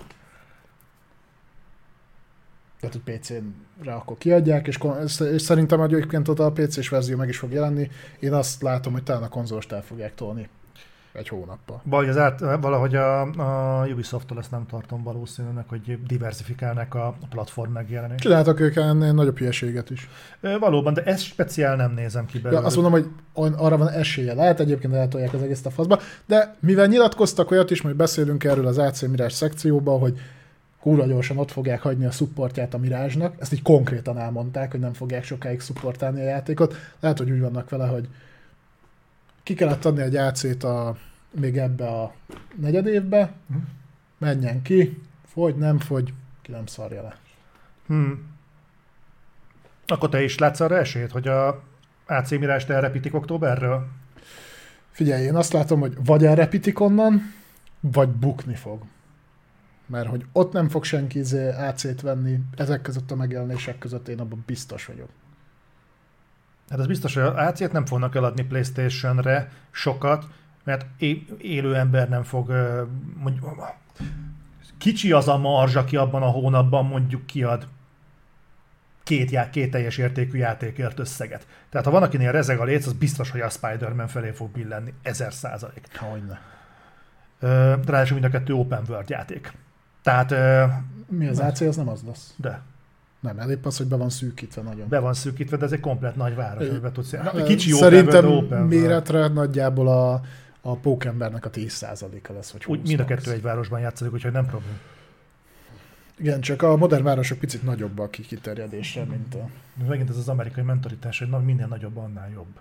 Tehát, hogy PC-re akkor kiadják, és szerintem egyébként ott a PC-s verzió meg is fog jelenni. Én azt látom, hogy talán a konzolost el fogják tolni egy hónappal. Valahogy a Ubisoft-tól ezt nem tartom valószínűleg, hogy diversifikálnak a platform megjelenést. Csináltak ők ennél nagyobb hülyeséget is. Valóban, de ezt speciál nem nézem ki belőle. Ja, azt mondom, hogy arra van esélye. Lehet egyébként eltolják az egész a faszba, de mivel nyilatkoztak olyat is, majd beszélünk erről az AC Mirage szekcióban, hogy kurva gyorsan ott fogják hagyni a supportját a Mirage-nak. Ezt így konkrétan elmondták, hogy nem fogják sokáig supportálni a játékot. Lehet, hogy úgy vannak vele, hogy ki kellett adni egy AC-t még ebbe a negyedévbe, menjen ki, fogy, nem fogy, ki nem szarja le. Akkor te is látsz arra esélyt, hogy a AC Mirást elrepítik októberről? Figyelj, én azt látom, hogy vagy elrepítik onnan, vagy bukni fog. Mert hogy ott nem fog senki AC-t venni, ezek között a megjelenések között én abban biztos vagyok. Hát az biztos, hogy AC-t nem fognak eladni PlayStation-re sokat, mert élő ember nem fog, mondjuk, kicsi az a marzs, aki abban a hónapban mondjuk kiad két teljes értékű játékért összeget. Tehát ha van, akinél rezeg a léc, az biztos, hogy a Spider-Man felé fog billenni. 1000%. Hogyne. Ráadásul mind a kettő open world játék. Tehát... Mi az AC, az nem az lesz. De. Nem, épp az, hogy be van szűkítve nagyon. Be van szűkítve, de ez egy komplet nagy város, amiben tudsz járni. Kicsi szerintem open world, méretre nagyjából a Pókembernek a 10%-a lesz, vagy 20%. Úgy mind a kettő egy városban játszik, úgyhogy nem probléma. Igen, csak a modern városok picit nagyobbak kiterjedésre, mint a... Megint ez az amerikai mentalitás, hogy minél nagyobb, annál jobb.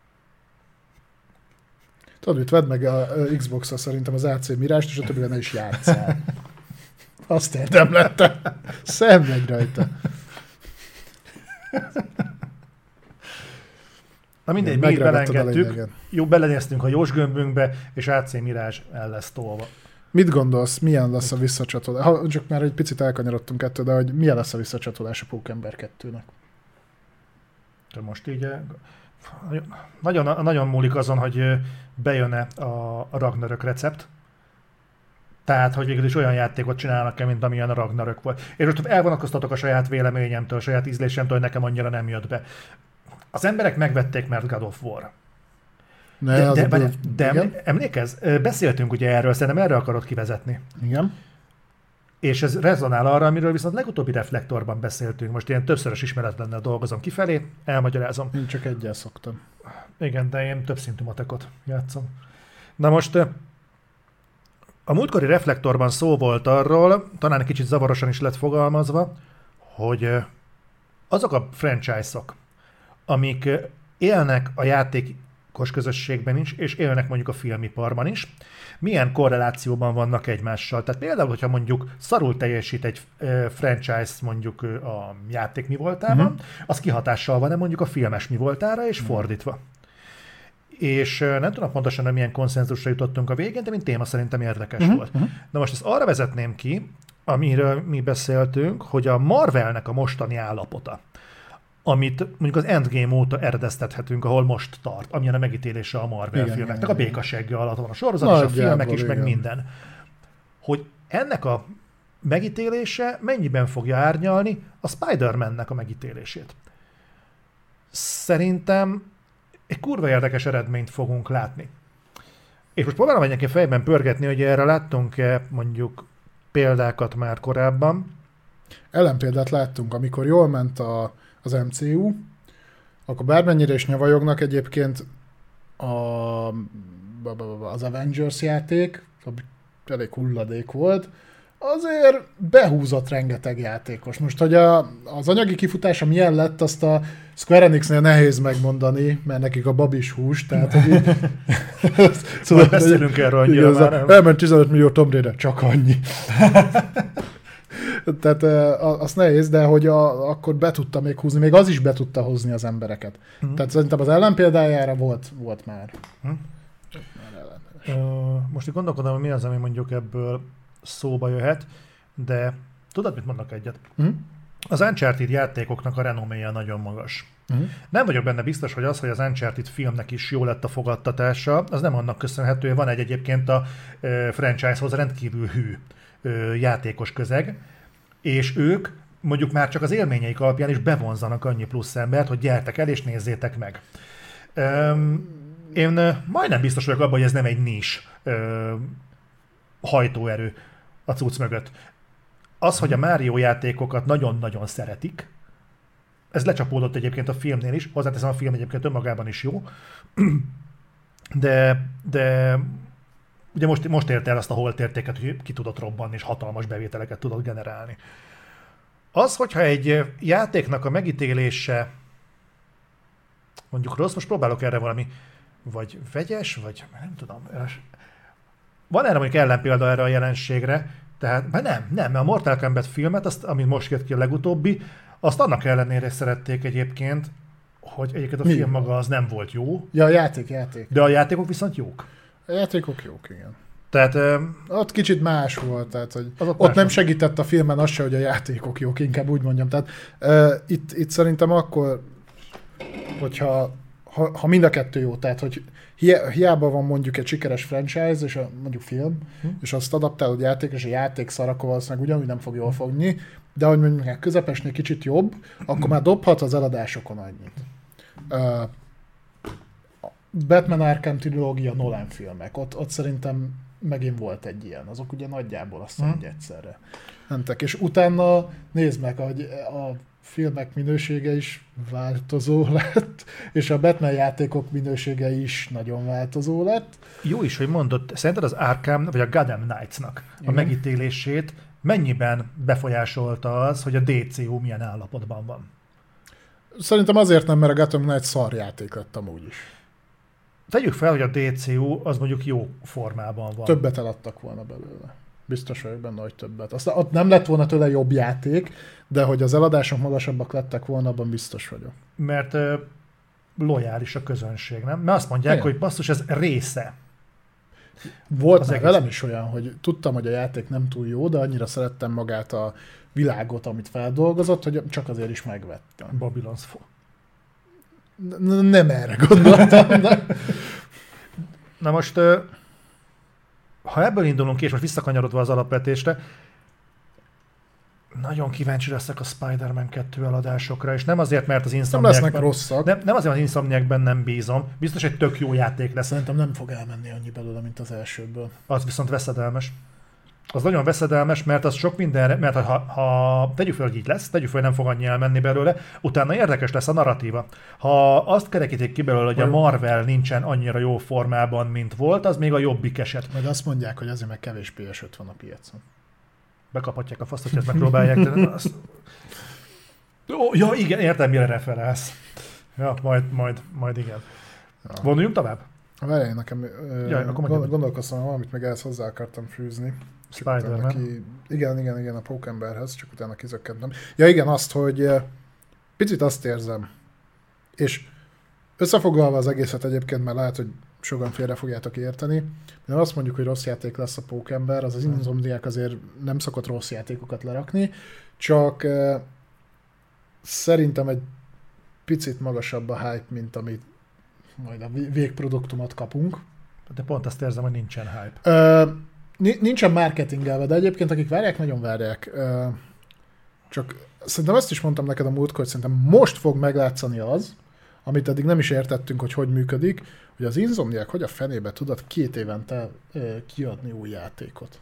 Tudod, mit vedd meg a Xbox-ra szerintem az AC Mirást, és a többivel ne is játsszál. Azt érdemlette. Szenvedj rajta. Na mindegy, mi belengedtük. Jó, belenéztünk a Jós gömbünkbe, és AC Mirage el lesz tolva. Mit gondolsz, milyen lesz a visszacsatolás? Csak már egy picit elkanyarodtunk ettől, de hogy milyen lesz a visszacsatolás a Pókember 2-nek? Most így nagyon, nagyon múlik azon, hogy bejön-e a Ragnarök recept. Tehát, hogy végül is olyan játékot csinálnak-e, mint amilyen a Ragnarök volt. És most elvonatkoztatok a saját véleményemtől, a saját ízlésemtől, hogy nekem annyira nem jött be. Az emberek megvették, mert God of War. De emlékezz, beszéltünk ugye erről, szerintem erre akarod kivezetni. Igen. És ez rezonál arra, amiről viszont legutóbbi reflektorban beszéltünk. Most ilyen többszörös ismeretlennel dolgozom kifelé, elmagyarázom. Én csak egyel szoktam. Igen, de én több szintű matekot játszom. Na most a múltkori reflektorban szó volt arról, talán egy kicsit zavarosan is lett fogalmazva, hogy azok a franchise-ok, amik élnek a játékos közösségben is, és élnek mondjuk a filmiparban is, milyen korrelációban vannak egymással. Tehát például, hogyha mondjuk szarul teljesít egy franchise mondjuk a játék mi voltában, az kihatással van-e mondjuk a filmes mi voltára, és fordítva. És nem tudom pontosan, hogy milyen konszenzusra jutottunk a végén, de mint téma szerintem érdekes volt. Na most ezt arra vezetném ki, amiről mi beszéltünk, hogy a Marvelnek a mostani állapota, amit mondjuk az Endgame óta eredeztethetünk, ahol most tart, amilyen a megítélése a Marvel filmeknek, a békasegge alatt van a sorozat, és a filmek is, meg minden. Hogy ennek a megítélése mennyiben fogja árnyalni a Spider-Man-nek a megítélését. Szerintem egy kurva érdekes eredményt fogunk látni. És most próbálom egyébként fejben pörgetni, hogy erre láttunk-e mondjuk példákat már korábban. Ellenpéldát láttunk, amikor jól ment az MCU, akkor bármennyire is nyavajognak egyébként az Avengers játék, ami elég hulladék volt, azért behúzott rengeteg játékos. Most, hogy az anyagi kifutása milyen lett, azt a Square Enixnél nehéz megmondani, mert nekik a babis hús, tehát hogy így... Szóval beszélünk erről annyira már nem. Elment 15 millió Tomb Raider, csak annyi. Tehát az nehéz, de hogy akkor be tudta még húzni, még az is be tudta hozni az embereket. Tehát szerintem az ellenpéldájára volt már. Most így gondolkodom, hogy mi az, ami mondjuk ebből szóba jöhet, de tudod, mit mondok egyet? Az Uncharted játékoknak a renoméja nagyon magas. Nem vagyok benne biztos, hogy az, hogy az Uncharted filmnek is jó lett a fogadtatása, az nem annak köszönhető, van egyébként a franchise-hoz rendkívül hű játékos közeg, és ők mondjuk már csak az élményeik alapján is bevonzanak annyi plusz embert, hogy gyertek el és nézzétek meg. Én majdnem biztos vagyok abban, hogy ez nem egy nis hajtóerő a cucc mögött. Az, hogy a Mario játékokat nagyon-nagyon szeretik, ez lecsapódott egyébként a filmnél is, hozzáteszem, a film egyébként önmagában is jó, de ugye most ért el azt a holtértéket, hogy ki tudott robbanni, és hatalmas bevételeket tudott generálni. Az, hogyha egy játéknak a megítélése mondjuk rossz, most próbálok erre valami vagy vegyes, vagy nem tudom. Van erre mondjuk ellenpélda erre a jelenségre, tehát mert a Mortal Kombat filmet, azt, amit most jött ki a legutóbbi, azt annak ellenére szerették egyébként, hogy egyébként a film maga az nem volt jó. Ja, a játék. De a játékok viszont jók. A játékok jók, igen. Tehát, ott kicsit más volt, tehát hogy ott nem segített a filmen az se, hogy a játékok jók, inkább úgy mondjam. Tehát itt szerintem akkor, hogyha mind a kettő jó, tehát hogy hiába van mondjuk egy sikeres franchise, és mondjuk film, és azt adaptálod játék, és a játék szar, akkor valószínűleg ugyanúgy nem fog jól fogni, de hogy mondjuk közepesnél kicsit jobb, akkor már dobhat az eladásokon annyit. Batman Arkham trilógia Nolan filmek, ott szerintem megint volt egy ilyen, azok ugye nagyjából azt mondja, hogy egyszerre mentek, és utána nézd meg, hogy a filmek minősége is változó lett, és a Batman játékok minősége is nagyon változó lett. Jó is, hogy mondod, szerinted az Arkham, vagy a Gotham Knights-nak a megítélését mennyiben befolyásolta az, hogy a DCU milyen állapotban van? Szerintem azért nem, mert a Gotham Knights szarjáték lett amúgy is. Tegyük fel, hogy a DCU az mondjuk jó formában van. Többet eladtak volna belőle. Biztos vagyok benne, hogy többet. Aztán ott nem lett volna tőle jobb játék, de hogy az eladások magasabbak lettek volna, abban biztos vagyok. Mert lojális a közönség, nem? Mert azt mondják, hogy basszus, ez része. Volt meg velem is olyan, hogy tudtam, hogy a játék nem túl jó, de annyira szerettem magát a világot, amit feldolgozott, hogy csak azért is megvettem. Babylon's Fall. Nem erre gondoltam, de... Na most, ha ebből indulunk ki, és most visszakanyarodva az alapvetésre, nagyon kíváncsi leszek a Spider-Man 2 eladásokra, és nem azért, mert az Insomniacban... Nem lesznek rosszak. Nem azért, mert az Insomniacben nem bízom. Biztos, egy tök jó játék lesz. Szerintem nem fog elmenni annyi belőle, mint az elsőből. Az viszont veszedelmes. Az nagyon veszedelmes, mert az sok mindenre, mert ha tegyük fel, hogy így lesz, tegyük fel, hogy nem fog annyi elmenni belőle, utána érdekes lesz a narratíva. Ha azt kerekítik ki belőle, hogy a Marvel nincsen annyira jó formában, mint volt, az még a jobbik eset. Majd azt mondják, hogy azért meg kevés PS5 van a piacon. Bekaphatják a faszt, hogy ezt megpróbálják. Ja, igen, értem, mire referálsz. Ja, majd igen. Ja. Vonuljunk tovább? Várjál, nekem gondolkoztam, valamit meg ehhez hozzá akartam fűzni. Spider-Man. Igen, a Pókemberhez, csak utána kizökkentem. Ja igen, azt, hogy picit azt érzem, és összefoglalva az egészet egyébként, mert lehet, hogy sokan félre fogjátok érteni, de azt mondjuk, hogy rossz játék lesz a Pókember, az Insomniac azért nem szokott rossz játékokat lerakni, csak szerintem egy picit magasabb a hype, mint amit majd a végproduktumot kapunk. De pont azt érzem, hogy nincsen hype. Nincsen marketingelve, de egyébként akik várják, nagyon várják. Csak szerintem azt is mondtam neked a múltkor, hogy szerintem most fog meglátszani az, amit eddig nem is értettünk, hogy működik, hogy az Insomniac hogy a fenébe tudod 2 évente kiadni új játékot.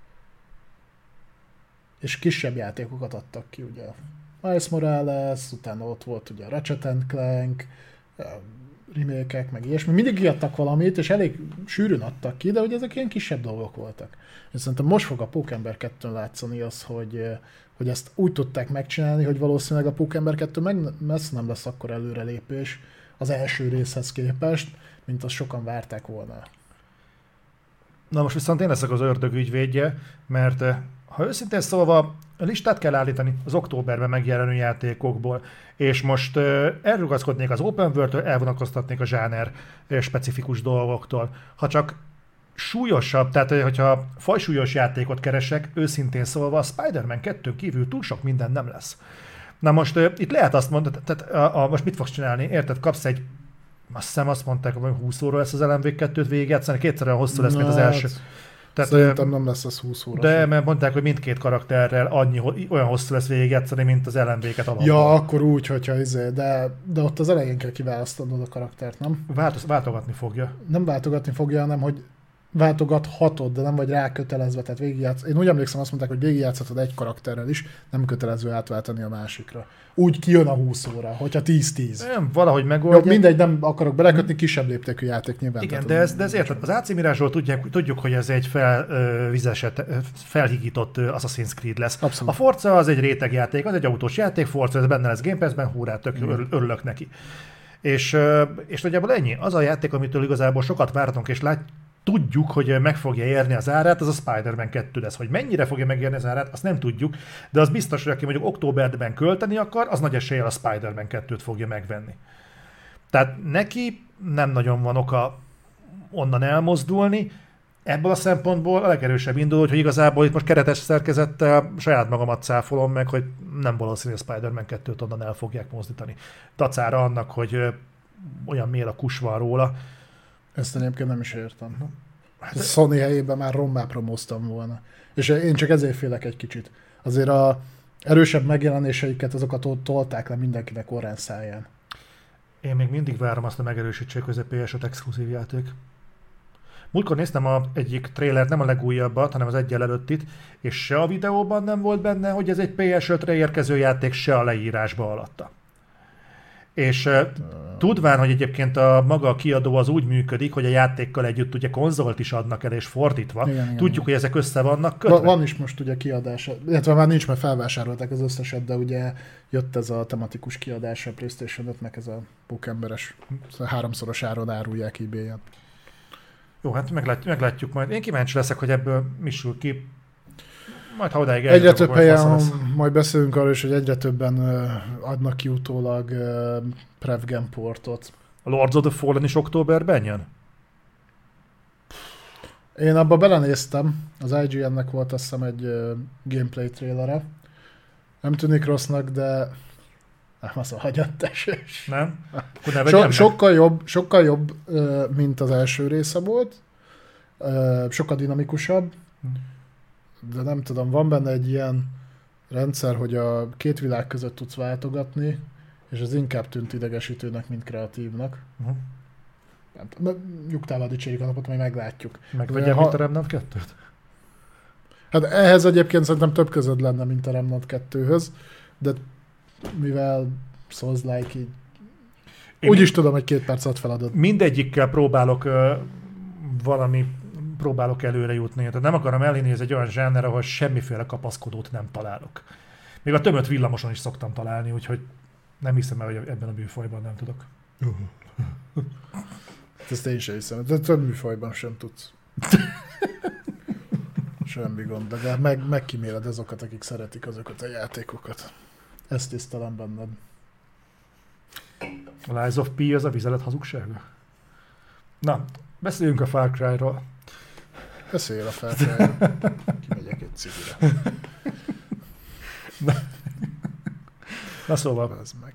És kisebb játékokat adtak ki, ugye. Miles Morales, utána ott volt ugye a Ratchet & Clank, remake-ek, meg ilyesmi. Mindig kiadtak valamit, és elég sűrűn adtak ki, de hogy ezek ilyen kisebb dolgok voltak. És szerintem most fog a Pókember 2-n látszani az, hogy ezt úgy tudták megcsinálni, hogy valószínűleg a Pókember 2 messze nem lesz akkor előrelépés az első részhez képest, mint azt sokan várták volna. Na most viszont én leszek az ördög ügyvédje, mert ha őszintén szólva, a listát kell állítani az októberben megjelenő játékokból, és most elrugaszkodnék az open world-től, elvonatkoztatnék a zsáner specifikus dolgoktól. Ha csak súlyosabb, tehát hogyha fajsúlyos játékot keresek, őszintén szólva a Spider-Man 2 kívül túl sok minden nem lesz. Na most itt lehet azt mondani, tehát most mit fogsz csinálni? Érted, kapsz egy, azt hiszem azt mondták, hogy 20 óra lesz az LMV2-t végigjátszani, 2-szer olyan hosszú lesz, mint az első. Tehát, szerintem nem lesz az 20 óra. De mert mondták, hogy mindkét karakterrel olyan hosszú lesz végigjátszani, mint az LMV-ket alapban. Ja, akkor úgy, hogyha de ott az elején kell kiválasztanod a karaktert, nem? Váltogatni fogja. Nem váltogatni fogja, hanem hogy váltogathatod, de nem vagy rákötelezve, tehát én úgy emlékszem, azt mondták, hogy végigjátszhatod egy karakterrel is, nem kötelező átváltani a másikra. Úgy kijön a 20 óra, hogyha 10-10. Nem, valahogy megoldják. Jobb, mindegy, nem akarok belekötni, kisebb léptékű játék nyilván. Igen, de ez érted, az AC Mirage-ról tudjuk, hogy ez egy felhigított Assassin's Creed lesz. Abszolút. A Forza az egy rétegjáték, az egy autós játék, Forza, ez benne lesz Game Pass-ben, hurrá, tök örülök neki. És nagyjából ennyi. Az a játék, amitől igazából sokat vártunk, és tudjuk, hogy meg fogja érni az árát, az a Spider-Man 2 lesz. Hogy mennyire fogja megérni az árát, azt nem tudjuk, de az biztos, hogy aki mondjuk októberben költeni akar, az nagy eséllyel a Spider-Man 2-t fogja megvenni. Tehát neki nem nagyon van oka onnan elmozdulni. Ebből a szempontból a legerősebb induló, hogy igazából itt most keretes szerkezettel saját magamat cáfolom meg, hogy nem valószínű, hogy a Spider-Man 2-t onnan el fogják mozdítani. Dacára annak, hogy olyan mély a kus van róla. Ezt egyébként nem is értem. Hát a Sony helyében már rommá promóztam volna. És én csak ezért félek egy kicsit. Azért a erősebb megjelenéseiket azokat tolták le mindenkinek orrán száján. Én még mindig várom azt a megerősítsék, hogy ez egy PS5 exkluzív játék. Múltkor néztem egyik trélert, nem a legújabbat, hanem az egyel előttit, és se a videóban nem volt benne, hogy ez egy PS5-re érkező játék, se a leírásba alatta. És tudván, hogy egyébként a maga a kiadó az úgy működik, hogy a játékkal együtt ugye konzolt is adnak el, és fordítva. Igen, tudjuk, hogy ezek össze vannak kötve. Van is most ugye kiadása, illetve már nincs, mert felvásárolták az összeset, de ugye jött ez a tematikus kiadása a PlayStation 5-nek, ez a pókemberes, háromszoros áron árulják eBay-en. Jó, hát meglátjuk majd. Én kíváncsi leszek, hogy ebből mi sül ki. Majd ha odáig egyre több helyen majd beszélünk arról is, hogy egyre többen adnak ki utólag Prevgen portot. A Lords of the Fallen is októberben jön? Én abba belenéztem, az IGN-nek volt azt hiszem egy gameplay trailere. Nem tűnik rossznak, de nem, az a hagyattás. Nem? Sokkal jobb, mint az első része volt. Sokkal dinamikusabb. De nem tudom, van benne egy ilyen rendszer, hogy a két világ között tudsz váltogatni, és az inkább tűnt idegesítőnek, mint kreatívnak. Nyugtával dicsérjük a napot, majd meglátjuk. Megvegyem, mint a Remnant 2-t? Hát ehhez egyébként szerintem több közöd lenne, mint a Remnant 2-höz, de mivel Souls-like így... Úgyis tudom, hogy 2 perc alatt feladod. Mindegyikkel próbálok próbálok előre jutni. Tehát nem akarom elhinni, hogy ez egy olyan zsáner, ahol semmiféle kapaszkodót nem találok. Még a tömött villamoson is szoktam találni, úgyhogy nem hiszem el, hogy ebben a műfajban nem tudok. Ezt én sem hiszem, de több műfajban sem tudsz. Semmi gond, de megkíméled azokat, akik szeretik azokat a játékokat. Ezt tisztelem benned. A Lies of P az a vizelet hazugsága? Na, beszéljünk a Far Cry-ról. Beszélj a Far Cry-ról. Kimegyek egy cigire. Na szóval. Meg.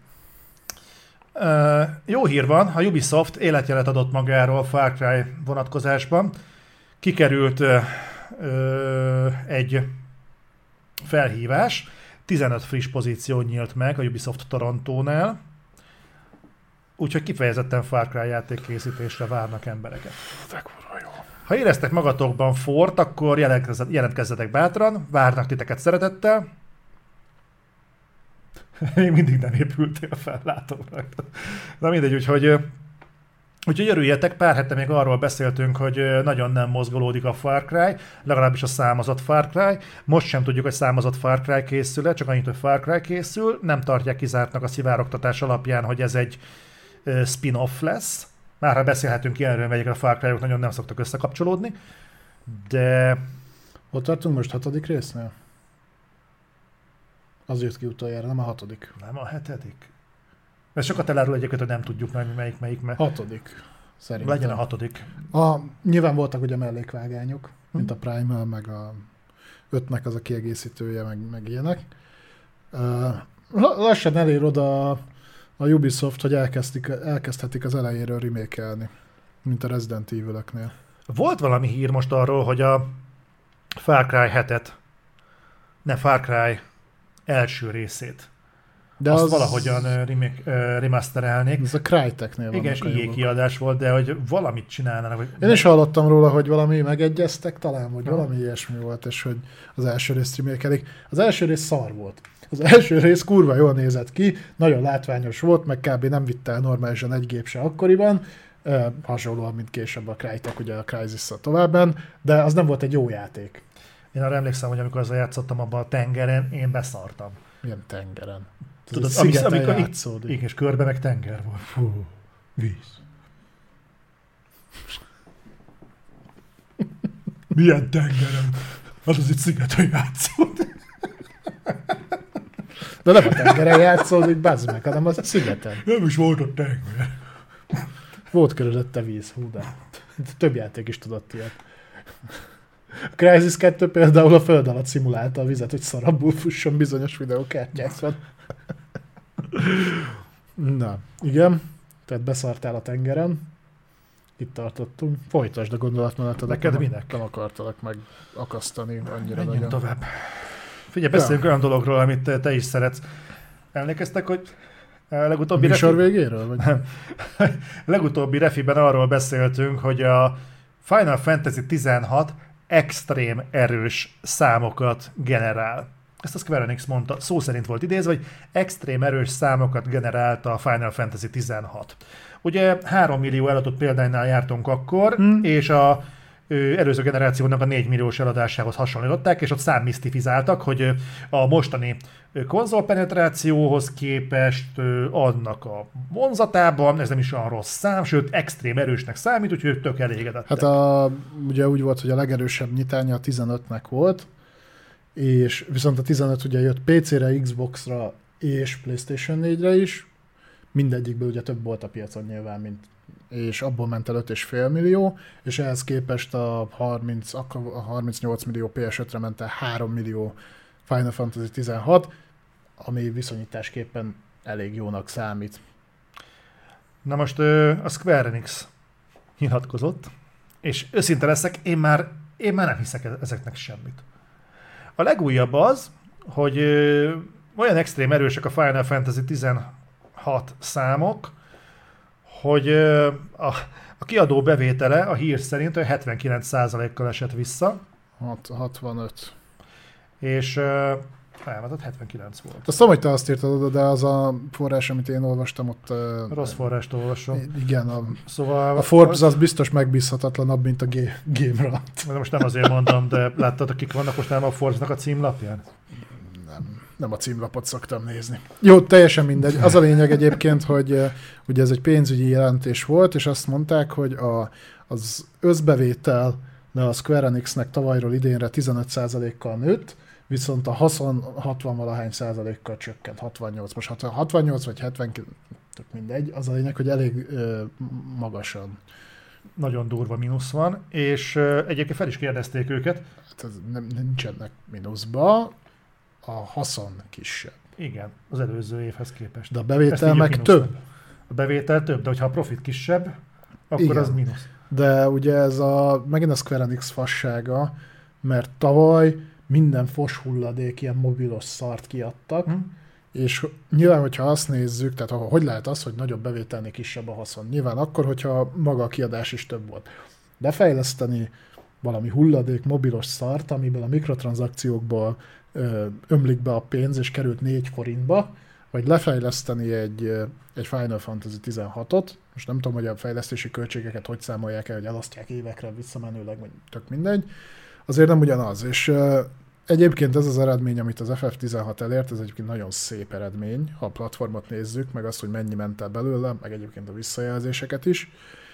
Jó hír van, a Ubisoft életjelet adott magáról Far Cry vonatkozásban. Kikerült egy felhívás, 15 friss pozíció nyílt meg a Ubisoft Torontónál, úgyhogy kifejezetten Far Cry játékkészítésre várnak embereket. De kurva jó. Ha éreztek magatokban fort, akkor jelentkezzetek bátran, várnak titeket szeretettel. Még mindig nem épültél fel, látom rajta. Na mindegy, úgyhogy örüljetek, pár hete még arról beszéltünk, hogy nagyon nem mozgolódik a Far Cry, legalábbis a számozott Far Cry. Most sem tudjuk, hogy számozott Far Cry készül-e, csak annyit, hogy Far Cry készül. Nem tartják kizártnak a szivárogtatás alapján, hogy ez egy spin-off lesz. Már ha beszélhetünk ilyenről, melyikre a Far Cry-ok nagyon nem szoktak összekapcsolódni, de... Ott tartunk most 6. résznél? Az jött ki utoljára, nem a 6. Nem a 7. Mert sokat elárul egyébként, hogy nem tudjuk meg melyik. 6. szerintem. Legyen a 6. Nyilván voltak ugye mellékvágányok, mint a Primal, meg a 5-nek az a kiegészítője, meg ilyenek. Lassan elér oda a Ubisoft, hogy elkezdhetik az elejéről remake-elni, mint a Resident Evil-öknél. Volt valami hír most arról, hogy a Far Cry 7-et, ne Far Cry első részét, de azt valahogyan remasterelnék. Ez a Cryteknél van. Igen, és ilyen kiadás volt, de hogy valamit csinálnának. Hogy... Én is hallottam róla, hogy valami megegyeztek talán, hogy valami ilyesmi volt, és hogy az első részt remake-elik. Az első rész szar volt. Az első rész kurva jól nézett ki, nagyon látványos volt, meg kb. Nem vitte el normálisan egy gép se akkoriban, hasonlóan, mint később a Crytek, ugye a Crysis-szal továbben, de az nem volt egy jó játék. Én arra emlékszem, hogy amikor azzal játszottam abban a tengeren, én beszartam. Milyen tengeren? Tudod, amikor játszódik. Igen, és körbe meg tenger volt. Fú. Víz. Milyen tengeren? Hát az itt szigeten játszott. De nem a tengeren játszódik, bazd meg, hanem az a szigeten. Nem is volt a tenger. Volt körülötte víz, hú de. Több játék is tudott ilyet. A Crysis 2 például a föld alatt szimulálta a vizet, hogy szarabbul fusson bizonyos videókártyákon. Na, igen. Tehát beszartál a tengeren. Itt tartottunk. Folytasd a gondolatmenetodat. Neked minek? Nem akartalak megakasztani annyira Menjünk nagyon. tovább. Figyelj, beszéljünk olyan dologról, amit te is szeretsz. Emlékeztek, hogy legutóbbi műsor végéről? Vagy? legutóbbi refiben arról beszéltünk, hogy a Final Fantasy 16 extrém erős számokat generál. Ezt a Square Enix mondta, szó szerint volt idézve, hogy extrém erős számokat generált a Final Fantasy 16. Ugye 3 millió eladott példánynál jártunk akkor, és a előző generációnak a 4 milliós eladásához hasonlították, és ott számmisztifizáltak, hogy a mostani konzolpenetrációhoz képest annak a vonzatában, ez nem is olyan rossz szám, sőt extrém erősnek számít, úgyhogy ők tök elégedettek. Hát ugye úgy volt, hogy a legerősebb nyitánya a 15-nek volt, és viszont a 15 ugye jött PC-re, Xbox-ra és PlayStation 4-re is, mindegyikből ugye több volt a piacon nyilván, és abból ment el 5,5 millió, és ehhez képest a 38 millió PS5-re ment el 3 millió Final Fantasy 16, ami viszonyításképpen elég jónak számít. Na most a Square Enix nyilatkozott, és őszinte leszek, én már nem hiszek ezeknek semmit. A legújabb az, hogy olyan extrém erősek a Final Fantasy 16 számok, hogy a kiadó bevétele a hír szerint 79%-kal esett vissza. 65. És elmondott 79 volt. Azt tudom, hogy te azt írtad oda, de az a forrás, amit én olvastam, ott... Rossz forrást olvasom. Igen, szóval a Forbes az biztos megbízhatatlanabb, mint a Game-ra. Most nem azért mondom, de láttad, akik vannak most nem a Forbes-nak a címlapján? Nem a címlapot szoktam nézni. Jó, teljesen mindegy. Az a lényeg egyébként, hogy ugye ez egy pénzügyi jelentés volt, és azt mondták, hogy az összbevétel a Square Enixnek tavalyról idénre 15%-kal nőtt, viszont a haszon 60-valahány százalékkal csökkent, 68. Most 68 vagy 79, tök mindegy. Az a lényeg, hogy elég magasan. Nagyon durva mínusz van, és egyébként fel is kérdezték őket. Hát nincsenek mínuszba, a haszon kisebb. Igen, az előző évhez képest. De a bevétel meg több. A bevétel több, de hogyha a profit kisebb, akkor igen, az mínusz. De ugye ez megint a Square Enix fassága, mert tavaly minden fos hulladék ilyen mobilos szart kiadtak, és nyilván, hogyha azt nézzük, tehát hogy lehet az, hogy nagyobb bevételnél kisebb a haszon? Nyilván akkor, hogyha maga a kiadás is több volt. De fejleszteni valami hulladék mobilos szart, amiből a mikrotranszakciókból ömlik be a pénz, és került 4 forintba, vagy lefejleszteni egy Final Fantasy 16-ot, most nem tudom, hogy a fejlesztési költségeket hogy számolják el, hogy elosztják évekre visszamenőleg, vagy tök mindegy, azért nem ugyanaz. És egyébként ez az eredmény, amit az FF16 elért, ez egyébként nagyon szép eredmény, ha a platformot nézzük, meg azt, hogy mennyi ment el belőle, meg egyébként a visszajelzéseket is.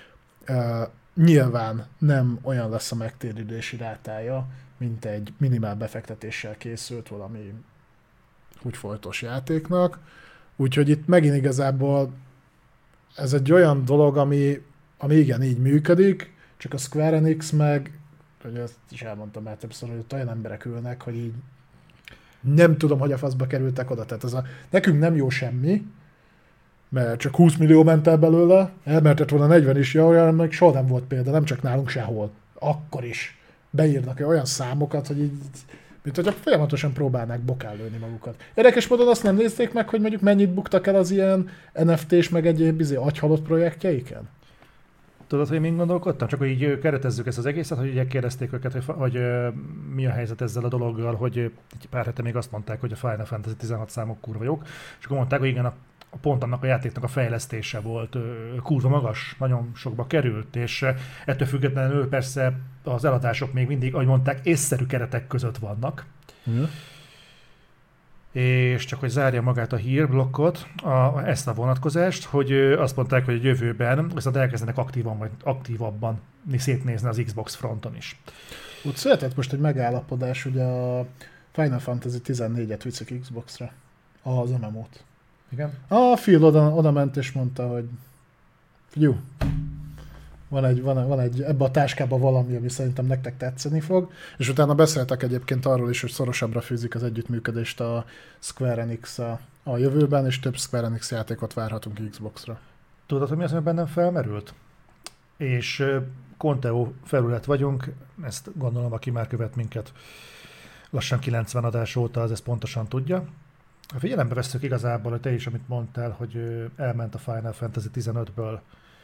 Nyilván nem olyan lesz a megtérülési rátája, mint egy minimál befektetéssel készült valami úgy folytos játéknak. Úgyhogy itt megint igazából ez egy olyan dolog, ami igen így működik, csak a Square Enix meg, hogy ezt is elmondtam már többször, hogy ott olyan emberek ülnek, hogy így nem tudom, hogy a faszba kerültek oda. Tehát nekünk nem jó semmi, mert csak 20 millió ment el belőle, elmertett volna 40 is, olyan meg soha nem volt példa, nem csak nálunk sehol. Akkor is beírnak olyan számokat, hogy így, mint hogyha folyamatosan próbálnák bokán lőni magukat. Érdekes módon azt nem nézték meg, hogy mondjuk mennyit buktak el az ilyen NFT-s meg egyéb agyhalott projektjeiken? Tudod, hogy én gondolkodtam? Csak hogy így keretezzük ezt az egészet, hogy ugye kérdezték őket, hogy mi a helyzet ezzel a dologgal, hogy egy pár hete még azt mondták, hogy a Final Fantasy 16 számok kurva jók, és akkor mondták, hogy igen, a pont annak a játéknak a fejlesztése volt kurva magas, nagyon sokba került, és ettől függetlenül persze az eladások még mindig, ahogy mondták, észszerű keretek között vannak. És csak hogy zárja magát a hírblokkot, ezt a vonatkozást, hogy azt mondták, hogy a jövőben viszont elkezdenek aktívabban szétnézni az Xbox fronton is. Úgy született most egy megállapodás, hogy a Final Fantasy 14-et viszik Xbox-ra, az MMO-t. Igen? A Phil oda ment és mondta, hogy figyú, van egy ebbe a táskába valami, ami szerintem nektek tetszeni fog, és utána beszéltek egyébként arról is, hogy szorosabbra fűzik az együttműködést a Square Enix a jövőben, és több Square Enix játékot várhatunk Xbox-ra. Tudod, hogy mi az, ami bennem felmerült? És Conteo felület vagyunk, ezt gondolom, aki már követ minket lassan 90 adás óta, az ezt pontosan tudja. Ha figyelembe vesszük igazából, hogy te is, amit mondtál, hogy elment a Final Fantasy 15-ből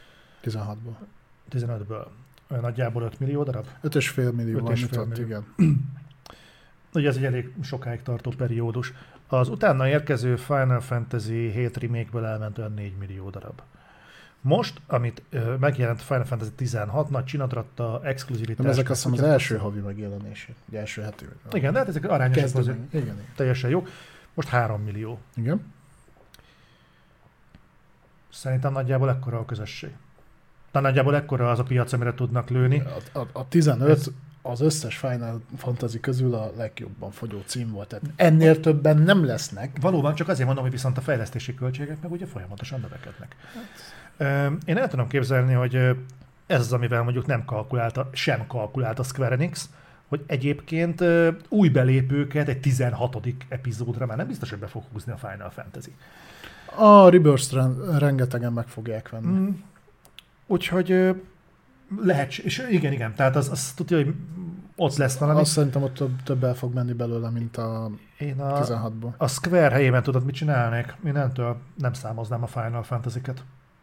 16-ból. Nagyjából 5 millió darab? 5,5 millió nyitott, igen. Ugye ez egy elég sokáig tartó periódus. Az utána érkező Final Fantasy 7 remake-ből elment olyan 4 millió darab. Most, amit megjelent Final Fantasy 16, nagy csinadratta, exkluzivitás. De ezek azt hiszem az első havi megjelenések, az első heti. Igen, de hát ezek arányosak azért igen. Teljesen jó. Most 3 millió. Igen. Szerintem nagyjából ekkora a közösség. De nagyjából ekkora az a piac, amire tudnak lőni. A 15 az összes Final Fantasy közül a legjobban fogyó cím volt. Tehát ennél többen nem lesznek. Valóban, csak azért mondom, hogy viszont a fejlesztési költségek meg ugye folyamatosan növekednek. Én el tudom képzelni, hogy ez az, amivel mondjuk sem kalkulált a Square Enix, hogy egyébként új belépőket egy 16. epizódra már nem biztos, hogy be fog húzni a Final Fantasy. A Rebirth-t rengetegen meg fogják venni. Úgyhogy lehet, és igen, tehát az tudja, hogy ott lesz valami. Azt szerintem ott több el fog menni belőle, mint a 16-ból. A Square helyében tudod, mit csinálnék? Innentől nem számoznám a Final Fantasy-ket.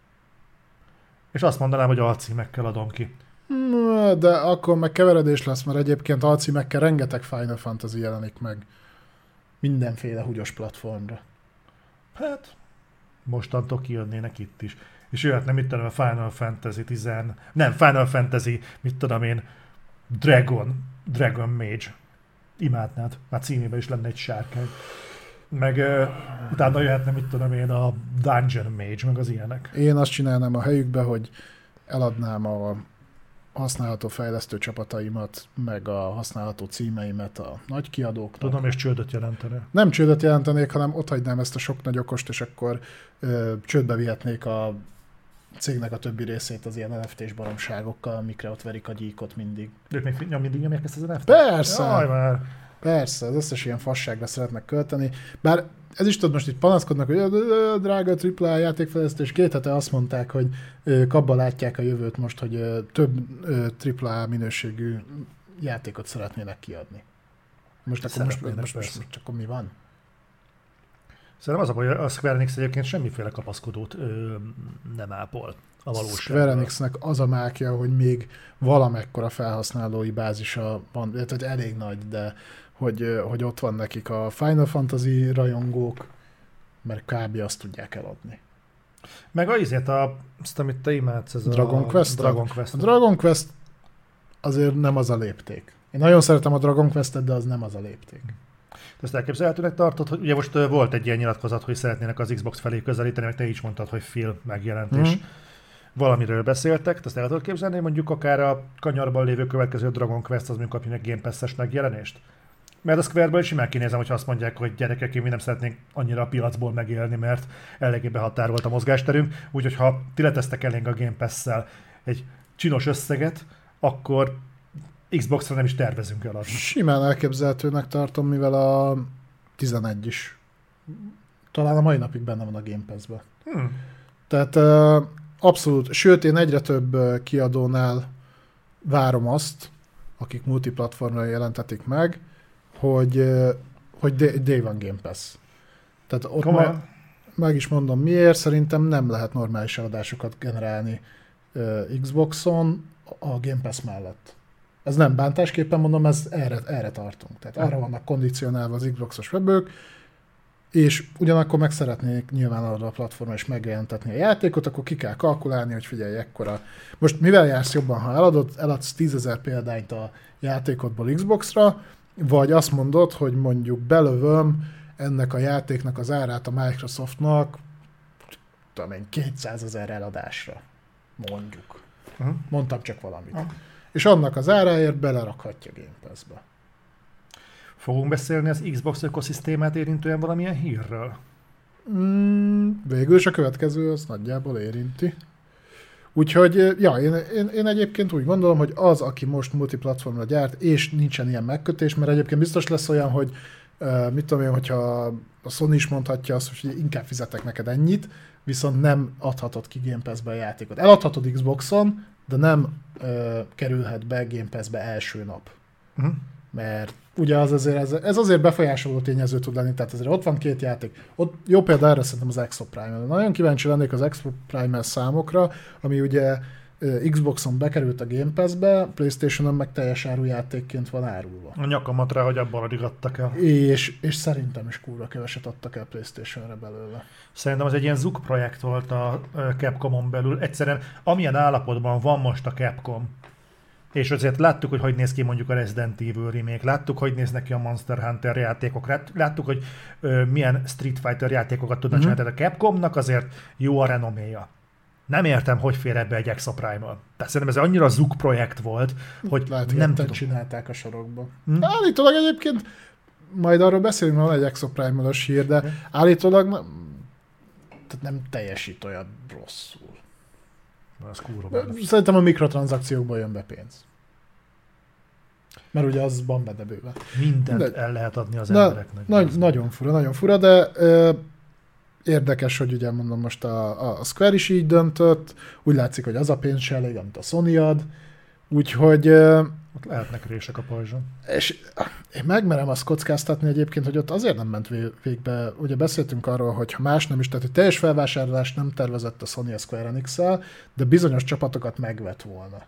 És azt mondanám, hogy alcímekkel adom ki. De akkor meg keveredés lesz, mert egyébként alcímekkel rengeteg Final Fantasy jelenik meg mindenféle húgyos platformra. Hát, mostantól kijönnének itt is. És jöhetne, mit tudom, a Final Fantasy Final Fantasy, mit tudom én, Dragon Mage. Imádnád. Már címében is lenne egy sárkány. Meg utána jöhetne, mit tudom én, a Dungeon Mage, meg az ilyenek. Én azt csinálnám a helyükbe, hogy eladnám a használható fejlesztő csapataimat, meg a használható címeimet a nagy kiadóknak. Tudom, és csődöt jelentene. Nem csődöt jelentenék, hanem ott hagynám ezt a sok nagy okost, és akkor csődbe vihetnék a cégnek a többi részét az ilyen NFT-s baromságokkal, amikre ott verik a gyíkot mindig. De ők még mindig nyomják ezt az NFT-t? Persze! Jaj, már. Persze, az összes ilyen fasságra szeretnek költeni. Bár ez is tudod, most itt panaszkodnak, hogy drága AAA játékfejlesztés, 2 hete azt mondták, hogy abban látják a jövőt most, hogy több AAA minőségű játékot szeretnének kiadni. Most akkor mi van? Szerintem az a baj, a Square Enix egyébként semmiféle kapaszkodót nem ápol a valóságban. Square Enixnek az a mákja, hogy még valamekkora felhasználói bázisa van, tehát elég nagy, de hogy ott van nekik a Final Fantasy rajongók, mert kb. Azt tudják eladni. Meg azt, amit te imádsz, ez Dragon Quest? Dragon Quest. A Dragon Quest azért nem az a lépték. Én nagyon szeretem a Dragon Questet, de az nem az a lépték. Ezt elképzelhetőnek tartod, hogy ugye most volt egy ilyen nyilatkozat, hogy szeretnének az Xbox felé közelíteni, meg te is mondtad, hogy Phil megjelent, és valamiről beszéltek, ezt el tudod képzelni, mondjuk akár a kanyarban lévő következő Dragon Quest az mondjuk kapja meg Game Pass-es megjelenést? Mert a Square-ből is simán kinézem, hogyha azt mondják, hogy gyerekek, mi nem szeretnénk annyira a piacból megélni, mert eléggé behatárolt a mozgásterünk, úgyhogy ha ti letesztek elénk a Game Pass-szel egy csinos összeget, akkor Xbox-ra nem is tervezünk eladni. Simán elképzelhetőnek tartom, mivel a 11 is talán a mai napig benne van a Game Pass-ben. Tehát abszolút, sőt én egyre több kiadónál várom azt, akik multiplatformra jelentetik meg, hogy Day One Game Pass. Tehát ott meg is mondom miért, szerintem nem lehet normális eladásokat generálni Xboxon a Game Pass mellett. Ez nem bántásképpen mondom, ez erre tartunk. Tehát arra vannak kondicionálva az Xboxos webök, és ugyanakkor meg szeretnék nyilván arra a platformon is megjelentetni a játékot, akkor ki kell kalkulálni, hogy figyelj, ekkora. Most mivel jársz jobban, ha eladsz 10 000 példányt a játékodból Xboxra, vagy azt mondod, hogy mondjuk belövöm ennek a játéknak az árát a Microsoftnak, tudom én, 200 000 eladásra, mondjuk. Mondtam csak valamit. És annak az áráért belerakhatja Game Pass-be. Fogunk beszélni az Xbox ökoszisztémát érintően valamilyen hírről? Végül is a következő az nagyjából érinti. Úgyhogy, ja, én egyébként úgy gondolom, hogy az, aki most multiplatformra gyárt, és nincsen ilyen megkötés, mert egyébként biztos lesz olyan, hogy mit tudom én, hogyha a Sony is mondhatja azt, hogy inkább fizetek neked ennyit, viszont nem adhatod ki Game Pass-be a játékot. Eladhatod Xboxon, de nem kerülhet be Game Pass-be első nap. Mert ugye ez azért befolyásoló tényező tud lenni, tehát azért ott van 2 játék. Ott jó példa erre szerintem az Exoprimal. Nagyon kíváncsi lennék az Exoprimal számokra, ami ugye Xboxon bekerült a Game Pass-be, PlayStation-on meg teljes árujátékként van árulva. A nyakamat rá, hogy abban addig adtak el. És szerintem is kurva keveset adtak el PlayStation-re belőle. Szerintem az egy ilyen zuk projekt volt a Capcomon belül. Egyszerűen amilyen állapotban van most a Capcom, és azért láttuk, hogy néz ki mondjuk a Resident Evil remake, láttuk, hogy néznek ki a Monster Hunter játékok, láttuk, hogy milyen Street Fighter játékokat tudnak csinálni. Tehát a Capcomnak azért jó a renoméja. Nem értem, hogy fér ebbe egy Exoprimal. Tehát szerintem ez annyira zuk projekt volt, hogy lehet, nem tudom. Csinálták a sorokba. Állítólag egyébként, majd arról beszélünk, hogy van egy Exoprimal-os hír, de állítólag tehát nem teljesít olyan rosszul. Az kurva. Szerintem a mikrotranszakciókból jön be pénz. Mert ugye az van benne bőve. Mindent el lehet adni az embereknek. Nagyon fura, de érdekes, hogy ugye mondom most a Square is így döntött, úgy látszik, hogy az a pénz se elég, amit a Sony ad, úgyhogy... Ott lehetnek rések a pajzson. És én megmerem azt kockáztatni egyébként, hogy ott azért nem ment végbe, ugye beszéltünk arról, hogy ha más nem is, tehát hogy teljes felvásárlást nem tervezett a Sony a Square Enix-el, de bizonyos csapatokat megvett volna.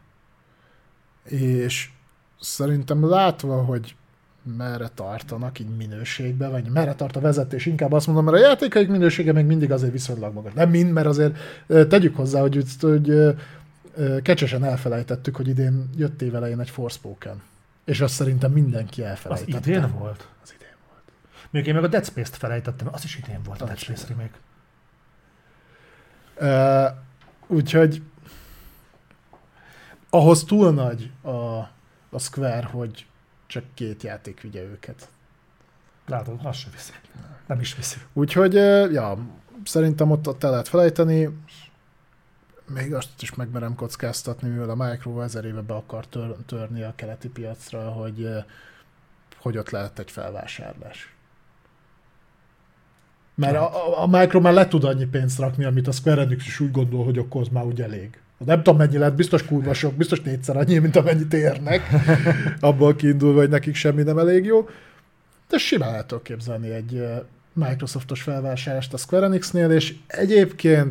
És szerintem látva, hogy merre tartanak így minőségben, vagy merre tart a vezetés, inkább azt mondom, mert a játékaik minősége még mindig azért viszonylag magas. Nem mind, mert azért tegyük hozzá, hogy kecsesen elfelejtettük, hogy idén jött évelején egy Forspoken. És azt szerintem mindenki elfelejtette. Az idén volt? Az idén volt. Mondjuk én meg a Dead Space-t felejtettem, az is idén volt a Dead Space remake. Úgyhogy ahhoz túl nagy a Square, hogy csak 2 játék vigye őket. Látod, azt sem viszi. Nem is viszi. Úgyhogy, ja, szerintem ott el lehet felejteni. Még azt is megmerem kockáztatni, mivel a Micro 1000 éve be akar törni a keleti piacra, hogy ott lehet egy felvásárlás. Mert a Micro már le tud annyi pénzt rakni, amit a Square Enix is úgy gondol, hogy akkor az már úgy elég. Nem tudom mennyi lett, biztos kurva sok, biztos 4-szer annyi, mint amennyit érnek. Abból kiindulva, hogy nekik semmi nem elég jó. De simán el tudok képzelni egy Microsoftos felvásárlást a Square Enixnél, és egyébként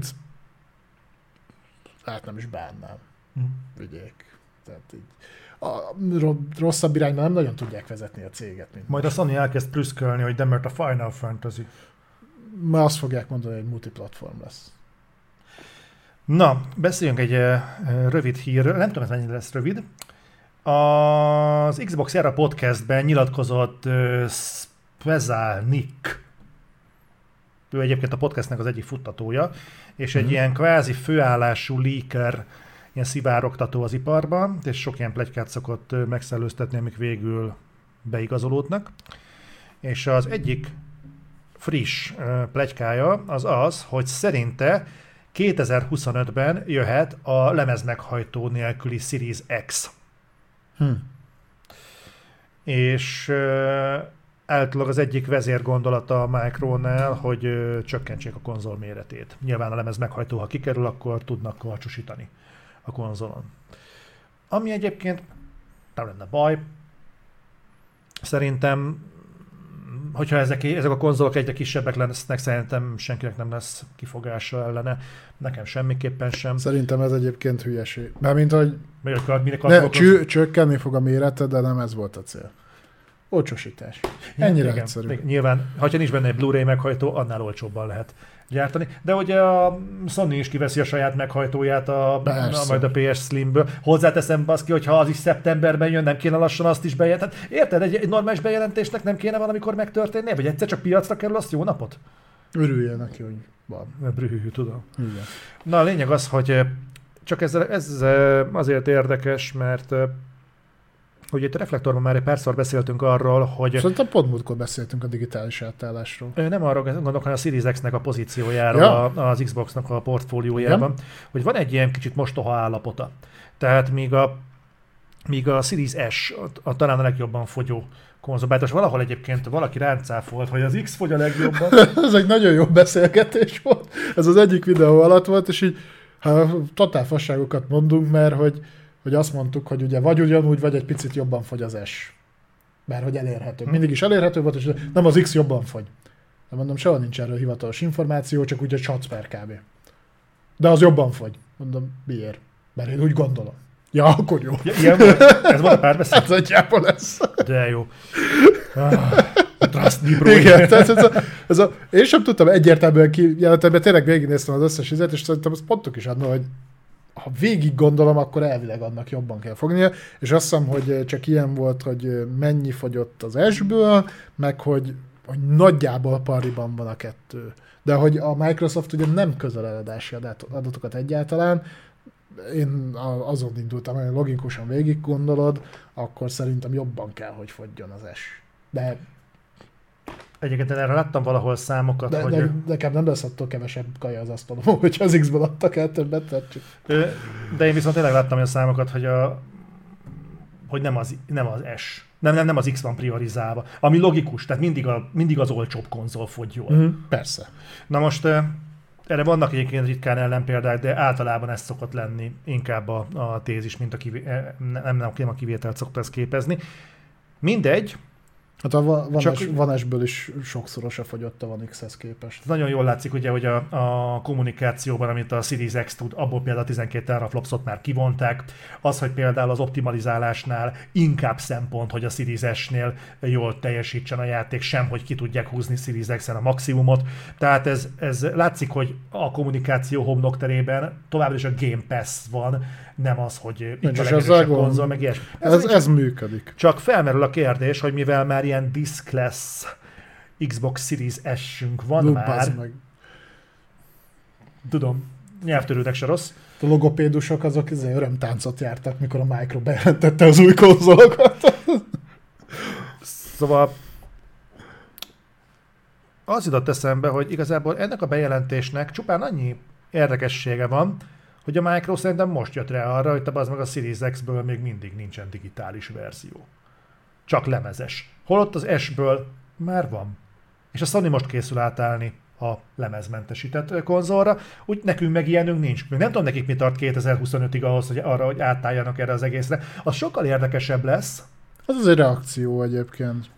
hát nem is bánnám. Vigyék. Tehát így a rosszabb irányban nem nagyon tudják vezetni a céget. Majd a Sony elkezd prüszkölni, hogy de mert a Final Fantasy. Ma azt fogják mondani, hogy multiplatform lesz. Na, beszéljünk egy rövid hírről. Nem tudom, ez mennyire lesz rövid. Az Xbox Era podcastben nyilatkozott Spezal Nick. Ő egyébként a podcastnek az egyik futtatója, és egy ilyen kvázi főállású leaker, ilyen szivárogtató az iparban, és sok ilyen pletykát szokott megszellőztetni, amik végül beigazolódnak. És az egyik friss pletykája az, hogy szerinte 2025-ben jöhet a lemezmeghajtó nélküli Series X. És általában az egyik vezérgondolata a Micronál, hogy csökkentsék a konzol méretét. Nyilván a lemez meghajtó, ha kikerül, akkor tudnak karcsúsítani a konzolon. Ami egyébként nem lenne baj. Szerintem, hogyha ezek a konzolok egyre kisebbek lesznek, szerintem senkinek nem lesz kifogása ellene. Nekem semmiképpen sem. Szerintem ez egyébként hülyeség. Mármint, hogy csökkenni csökkenni fog a mérete, de nem ez volt a cél. Olcsósítás. Ennyire igen, egyszerű. igen. Nyilván, ha nincs benne egy Blu-ray meghajtó, annál olcsóbban lehet gyártani. De ugye a Sony is kiveszi a saját meghajtóját majd a PS Slimből. Hozzáteszem, baszki, hogy ha az is szeptemberben jön, nem kéne lassan azt is bejelenteni. Érted? Egy normális bejelentésnek nem kéne valamikor megtörténni? Vagy egyszer csak piacra kerül, azt jó napot? Örüljél neki, hogy van. Brühű, tudom. Igen. Na a lényeg az, hogy csak ez azért érdekes, mert hogy itt a Reflektorban már egy párszor beszéltünk arról, hogy... Szerintem pont múltkor beszéltünk a digitális átállásról. Nem arról gondolok, hanem a Series X-nek a pozíciójáról, az Xbox-nak a portfóliójában, hogy van egy ilyen kicsit mostoha állapota. Tehát míg a Series S talán a legjobban fogyó konzol, bár valahol egyébként valaki ráncáfolt, hogy az X fogy a legjobban. Ez egy nagyon jó beszélgetés volt. Ez az egyik videó alatt volt, és így totál fasságokat mondunk, mert hogy azt mondtuk, hogy ugye vagy ugyanúgy, vagy egy picit jobban fogy az S. Bár hogy elérhető. Mindig is elérhető volt, és nem az X jobban fogy. De mondom, soha nincs erről hivatalos információ, csak úgy, hogy satsz per kb. De az jobban fogy. Mondom, miért? Mert én úgy gondolom. Ja, akkor jó. Ilyen volt? Ez volt a párbeszéd? Ez egyáltalán lesz. De jó. Trust me, bro. Igen, tehát én sem tudtam egyértelműen kijelenteni, mert tényleg végignéztem az összes izet, és szerintem azt mondtuk is adna, hogy ha végig gondolom, akkor elvileg annak jobban kell fognia, és azt hiszem, hogy csak ilyen volt, hogy mennyi fogyott az S-ből, meg hogy nagyjából pariban van a kettő. De hogy a Microsoft ugye nem közöl eladási adatokat egyáltalán, én azon indultam, hogy logikusan végig gondolod, akkor szerintem jobban kell, hogy fogjon az S. De egyébként erre láttam valahol számokat, hogy... De nekem nem lesz attól kevesebb kaja az asztalom, hogyha az X-ből adtak el többet, tehát csak... De én viszont tényleg láttam a számokat, hogy nem az S. Nem az X van priorizálva. Ami logikus, tehát mindig az olcsóbb konzol fogy jól. Persze. Na most erre vannak egyébként ritkán ellenpéldák, de általában ez szokott lenni inkább a tézis, mint a kivételt szokta ezt képezni. Mindegy. Hát a One S-ből is sokszorosa fogyott a One X-hez képest. Nagyon jól látszik ugye, hogy a kommunikációban, amit a Series X tud, abból például 12 teraflopsot már kivonták. Az, hogy például az optimalizálásnál inkább szempont, hogy a Series S-nél jól teljesítsen a játék, sem, hogy ki tudják húzni Series X-en a maximumot. Tehát ez látszik, hogy a kommunikáció homlokterében továbbra is a Game Pass van, nem az, hogy itt a legerősebb konzol, meg ilyesmi. Ez működik. Csak felmerül a kérdés, hogy mivel már ilyen diskless Xbox Series S-ünk van már. Meg. Tudom, nyelvtörőnek se rossz. A logopédusok azok örömtáncot jártak, mikor a Micro bejelentette az új konzolokat. Szóval az jutott eszembe, hogy igazából ennek a bejelentésnek csupán annyi érdekessége van, hogy a Micro szerintem most jött rá arra, hogy az meg a Series X-ből még mindig nincsen digitális verzió. Csak lemezes. Holott az S-ből már van. És a Sony most készül átállni a lemezmentesített konzolra, úgy nekünk meg ilyenünk nincs. Még nem tudom nekik mi tart 2025-ig ahhoz, hogy arra, hogy átálljanak erre az egészre. Az sokkal érdekesebb lesz. Az egy reakció egyébként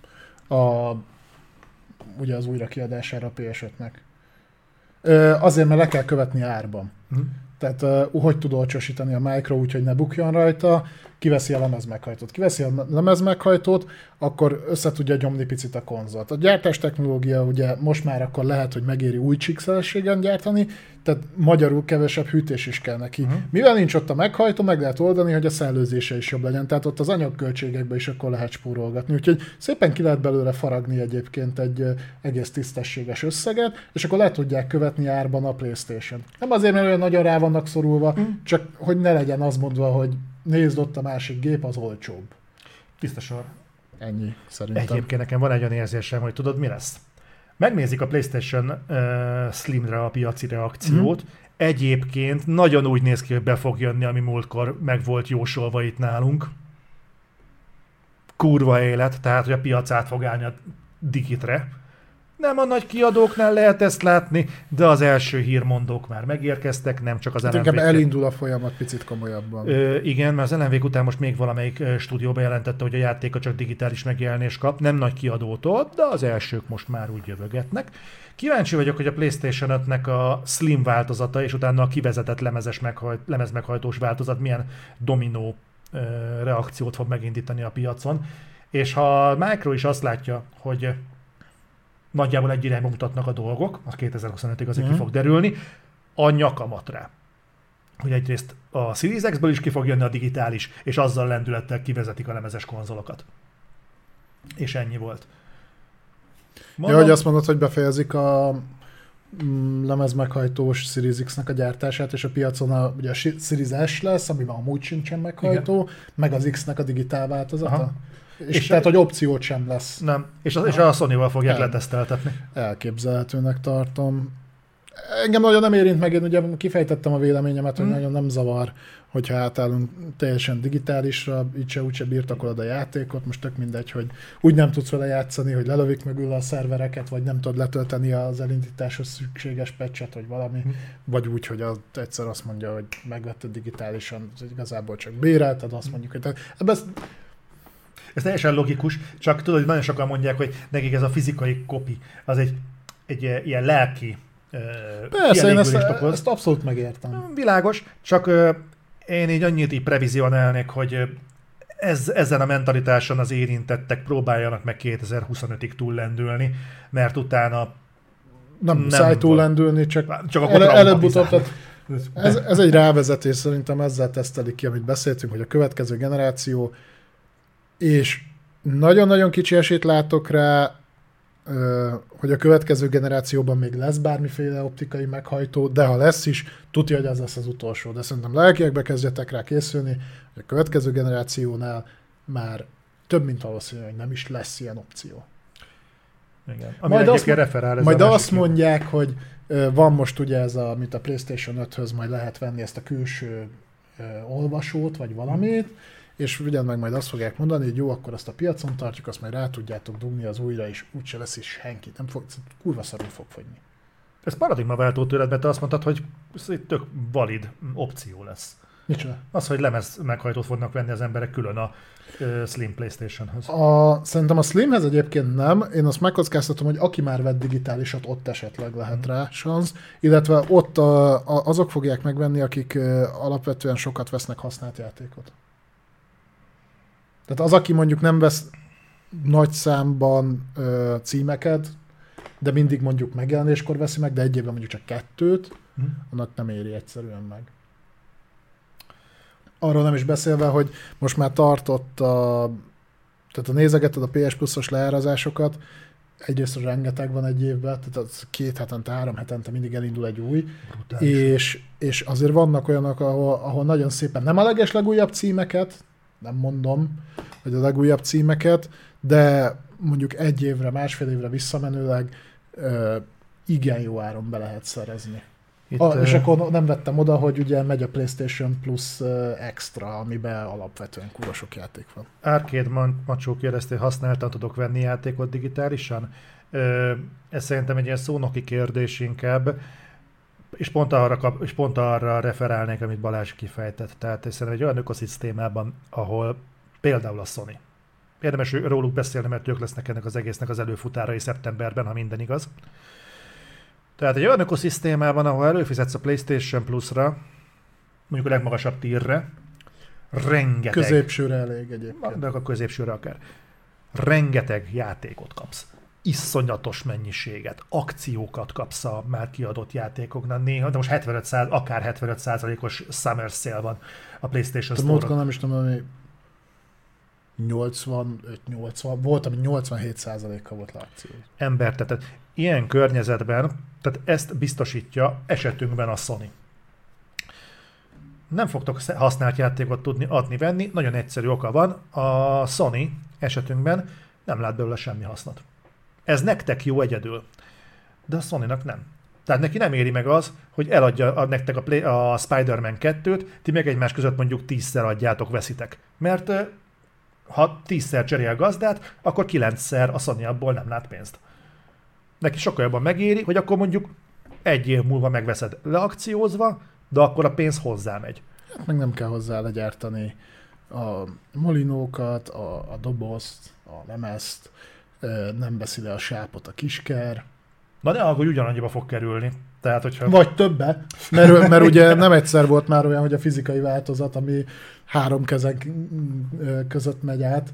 ugye az újrakiadására a PS5-nek. Azért, mert le kell követni árban. Tehát hogy tud olcsosítani a Micro úgy, hogy ne bukjon rajta, kiveszi a lemezmeghajtót. Kiveszi a lemezmeghajtót, akkor össze tudja gyomni picit a konzolt. A gyártás technológia ugye most már akkor lehet, hogy megéri új csíkszerességen gyártani, tehát magyarul kevesebb hűtés is kell neki. Mivel nincs ott a meghajtó, meg lehet oldani, hogy a szellőzése is jobb legyen, tehát ott az anyagköltségekbe is akkor lehet spórolgatni. Úgyhogy szépen ki lehet belőle faragni egyébként egy egész tisztességes összeget, és akkor le tudják követni árban a PlayStation. Nem azért, mert olyan nagyon rá vannak szorulva, csak hogy ne legyen az mondva, hogy nézd ott a másik gép, az olcsóbb. Tiszta sor. Ennyi, szerintem. Egyébként nekem van egy olyan érzésem, hogy tudod mi lesz? Megnézik a PlayStation Slimre a piaci reakciót. Egyébként nagyon úgy néz ki, hogy be fog jönni, ami múltkor meg volt jósolva itt nálunk. Kurva élet, tehát hogy a piac át fog állni a digitre. Nem a nagy kiadóknál lehet ezt látni, de az első hírmondók már megérkeztek, nem csak az LMV-k. Inkább elindul a folyamat picit komolyabban. Igen, mert az LMV után most még valamelyik stúdió bejelentette, hogy a játéka csak digitális megjelenés kap, nem nagy kiadótól, de az elsők most már úgy jövögetnek. Kíváncsi vagyok, hogy a PlayStation 5-nek a Slim változata, és utána a kivezetett lemezmeghajtós változat milyen dominó reakciót fog megindítani a piacon. És ha a Micro is azt látja, hogy nagyjából egy irányba mutatnak a dolgok, az 2025-ig azért ki fog derülni, a nyakamat rá. Hogy egyrészt a Series X-ből is ki fog jönni a digitális, és azzal lendülettel kivezetik a lemezes konzolokat. És ennyi volt. Ja, hogy azt mondod, hogy befejezik a lemezmeghajtós Series X-nek a gyártását, és a piacon ugye a Series S lesz, amiben amúgy sincsen meghajtó, igen, meg az X-nek a digitál változata. Aha. És tehát, hogy opciót sem lesz. Nem, és a Sony-val fogják leteszteltetni. Elképzelhetőnek tartom. Engem nagyon nem érint meg, én ugye kifejtettem a véleményemet, hogy nagyon nem zavar, hogyha átállunk teljesen digitálisra, így se úgyse birtokolod a játékot, most tök mindegy, hogy úgy nem tudsz vele játszani, hogy lelövik mögül a szervereket, vagy nem tudod letölteni az elindításhoz szükséges patchet, vagy valami, vagy úgy, hogy egyszer azt mondja, hogy megvetted digitálisan, igazából csak bérelted, azt mondjuk, hogy ez teljesen logikus, csak tudod, hogy nagyon sokan mondják, hogy nekik ez a fizikai kopi, az egy ilyen lelki persze, én ezt abszolút megértem. Világos, csak én így annyit így previzionálnék, hogy ezen a mentalitáson az érintettek próbáljanak meg 2025-ig túllendülni, mert utána nem muszáj túllendülni, csak előbb-utóbb. Ez egy rávezetés, szerintem ezzel tesztelik ki, amit beszéltünk, hogy a következő generáció, és nagyon-nagyon kicsi esélyt látok rá, hogy a következő generációban még lesz bármiféle optikai meghajtó, de ha lesz is, tudja, hogy az lesz az utolsó. De szerintem lelkiekbe kezdjetek rá készülni, hogy a következő generációnál már több mint valószínű, hogy nem is lesz ilyen opció. Igen. Majd azt mondják, hogy van most ugye ez, mint a PlayStation 5-höz majd lehet venni ezt a külső olvasót, vagy valamit, és ugyan meg majd azt fogják mondani, hogy jó, akkor azt a piacon tartjuk, azt majd rá tudjátok dugni az újra, és úgyse lesz is senki. Nem fog, kurva szarul fog fogyni. Ez paradigmaváltó tőled, mert te azt mondtad, hogy ez egy tök valid opció lesz. Micsoda? Az, hogy lemez meghajtót fognak venni az emberek külön a Slim PlayStation-höz. Szerintem a Slimhez egyébként nem. Én azt megkockáztatom, hogy aki már vett digitálisat, ott esetleg lehet rá szansz, illetve ott azok fogják megvenni, akik alapvetően sokat vesznek használt játékot. Tehát az, aki mondjuk nem vesz nagy számban címeket, de mindig mondjuk megjelenéskor veszi meg, de egy évben mondjuk csak 2, annak nem éri egyszerűen meg. Arról nem is beszélve, hogy most már tartott tehát ha nézegeted a PS Plus-os leárazásokat, egyrészt rengeteg van egy évben, tehát az 2 hetente, 3 hetente mindig elindul egy új, és azért vannak olyanok, ahol nagyon szépen nem a legeslegújabb címeket, nem mondom, hogy a legújabb címeket, de mondjuk egy évre, másfél évre visszamenőleg igen jó áron be lehet szerezni. És akkor nem vettem oda, hogy ugye megy a PlayStation Plus Extra, amiben alapvetően kurva sok játék van. Arcade Macsó kérdezte, használtan tudok venni játékot digitálisan? Ez szerintem egy ilyen szónoki kérdés inkább, és pont arra referálnék, amit Balázs kifejtett. Tehát szerintem egy olyan ökoszisztémában, ahol például a Sony. Érdemes róluk beszélni, mert ők lesznek ennek az egésznek az előfutárai szeptemberben, ha minden igaz. Tehát egy olyan ökoszisztémában, ahol előfizetsz a PlayStation Plus-ra, mondjuk a legmagasabb tírre, rengeteg... Középsőre elég egyébként. De a középsőre akár. Rengeteg játékot kapsz. Iszonyatos mennyiséget, akciókat kapsz a már kiadott játékoknál néha, de most akár 75%-os Summer Sale van a PlayStation Store-on. Múltkor nem is tudom, hogy 85-80, volt, ami 87%-kal volt le akció. Ember, tehát ilyen környezetben, tehát ezt biztosítja esetünkben a Sony. Nem fogtok használt játékot tudni adni-venni, nagyon egyszerű oka van, a Sony esetünkben nem lát belőle semmi hasznot. Ez nektek jó egyedül, de a Sony-nak nem. Tehát neki nem éri meg az, hogy eladja nektek a Spider-Man 2-t, ti meg egymás között mondjuk 10-szer adjátok, veszitek. Mert ha 10-szer cserél gazdát, akkor 9-szer a Sony abból nem lát pénzt. Neki sokkal jobban megéri, hogy akkor mondjuk egy év múlva megveszed leakciózva, de akkor a pénz hozzámegy. Hát meg nem kell hozzá legyártani a molinókat, a dobozt, a lemezt, nem veszi le a sápot a kisker. Na ne aggódj, ugyanannyiba fog kerülni. Tehát, hogyha... Vagy többe, mert ugye nem egyszer volt már olyan, hogy a fizikai változat, ami 3 kezek között megy át,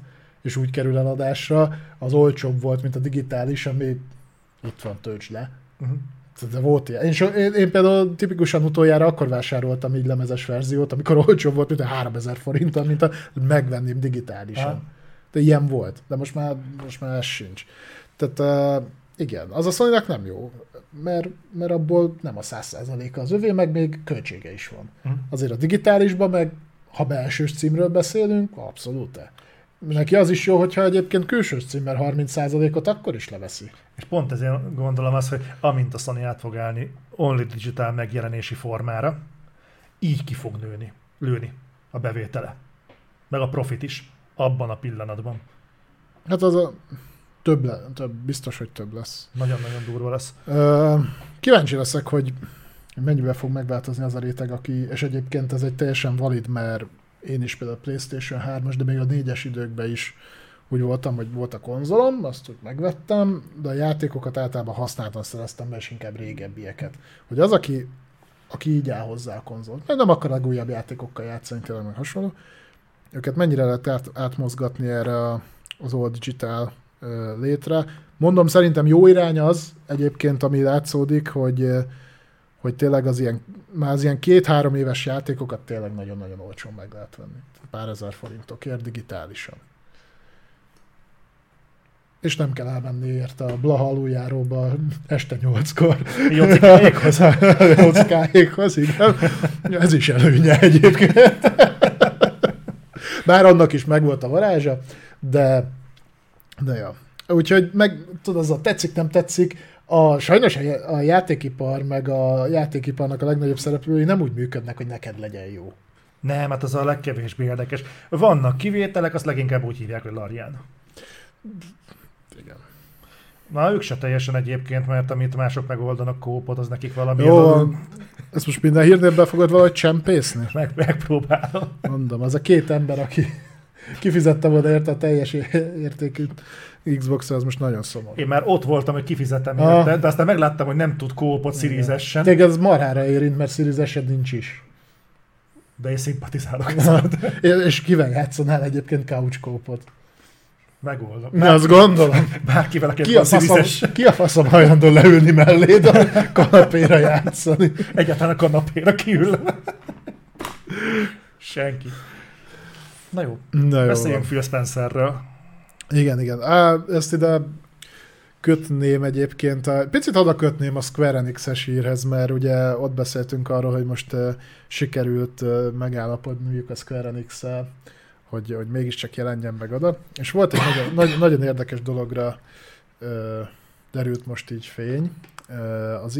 és úgy kerül eladásra, az olcsóbb volt, mint a digitális, ami itt van, töltsd le. De volt ilyen. Én például tipikusan utoljára akkor vásároltam így lemezes verziót, amikor olcsóbb volt, mint a 3000 forinttal, mint a megvenném digitálisan. De ilyen volt, de most már ez sincs. Tehát igen, az a Sony-nak nem jó, mert abból nem a 100%-a az övé, meg még költsége is van. Azért a digitálisban meg, ha belsős címről beszélünk, abszolút. Neki az is jó, hogyha egyébként külsős címmel 30%-ot akkor is leveszi. És pont ezért gondolom azt, hogy amint a Sony át fog állni only digital megjelenési formára, így ki fog lőni a bevétele. Meg a profit is abban a pillanatban. Hát az a több, biztos, hogy több lesz. Nagyon-nagyon durva lesz. Kíváncsi leszek, hogy mennyivel fog megváltozni az a réteg, aki, és egyébként ez egy teljesen valid, mert én is például a PlayStation 3-as, de még a 4-es időkben is úgy voltam, hogy volt a konzolom, azt úgy megvettem, de a játékokat általában használtan szereztem be, és inkább régebbieket. Hogy az, aki így áll hozzá a konzolt, meg nem akar a újabb játékokkal játszani, tényleg meg hasonló, őket mennyire lehet átmozgatni erre az All Digital létre. Mondom, szerintem jó irány az egyébként, ami látszódik, hogy tényleg már az ilyen 2-3 éves játékokat tényleg nagyon-nagyon olcsón meg lehet venni. Pár ezer forintokért digitálisan. És nem kell elmenni érte a Blaha aluljáróba este 8-kor. Jocikáékhoz. Jocikáékhoz, igen. Ez is előnye egyébként. Bár annak is megvolt a varázsa, de ja. Úgyhogy tudod, az a tetszik, nem tetszik, sajnos a játékipar, meg a játékiparnak a legnagyobb szereplői nem úgy működnek, hogy neked legyen jó. Nem, hát az a legkevésbé érdekes. Vannak kivételek, azt leginkább úgy hívják, hogy Larian. Igen. Na, ők se teljesen egyébként, mert amit mások megoldanak kópot, az nekik valami... Jó, ezt most minden hírnél be fogod valahogy csempészni? Megpróbálom. Mondom, az a 2 ember, aki kifizette volna érte a teljes értékű Xbox-ra, az most nagyon szomorú. Én már ott voltam, hogy kifizettem érte, de aztán megláttam, hogy nem tud kópot Series S-en. Téged ez marhára érint, mert Series S-ed nincs is. De én szimpatizálok. És kivel játszanál egyébként couch kópot? Megoldom. Na, azt gondolom. Bárkivel, aki van Series S. Ki a faszom hajlandó leülni melléd a kanapéra játszani? Egyáltalán a kanapéra kiül. Senki. Na jó, beszéljünk Phil Spencerről. Igen. Ezt ide kötném egyébként, picit oda kötném a Square Enix-es hírhez, mert ugye ott beszéltünk arról, hogy most sikerült megállapodniuk a Square Enix-szel, hogy mégiscsak jelenjen meg oda. És volt egy nagyon érdekes dologra derült most így fény. Az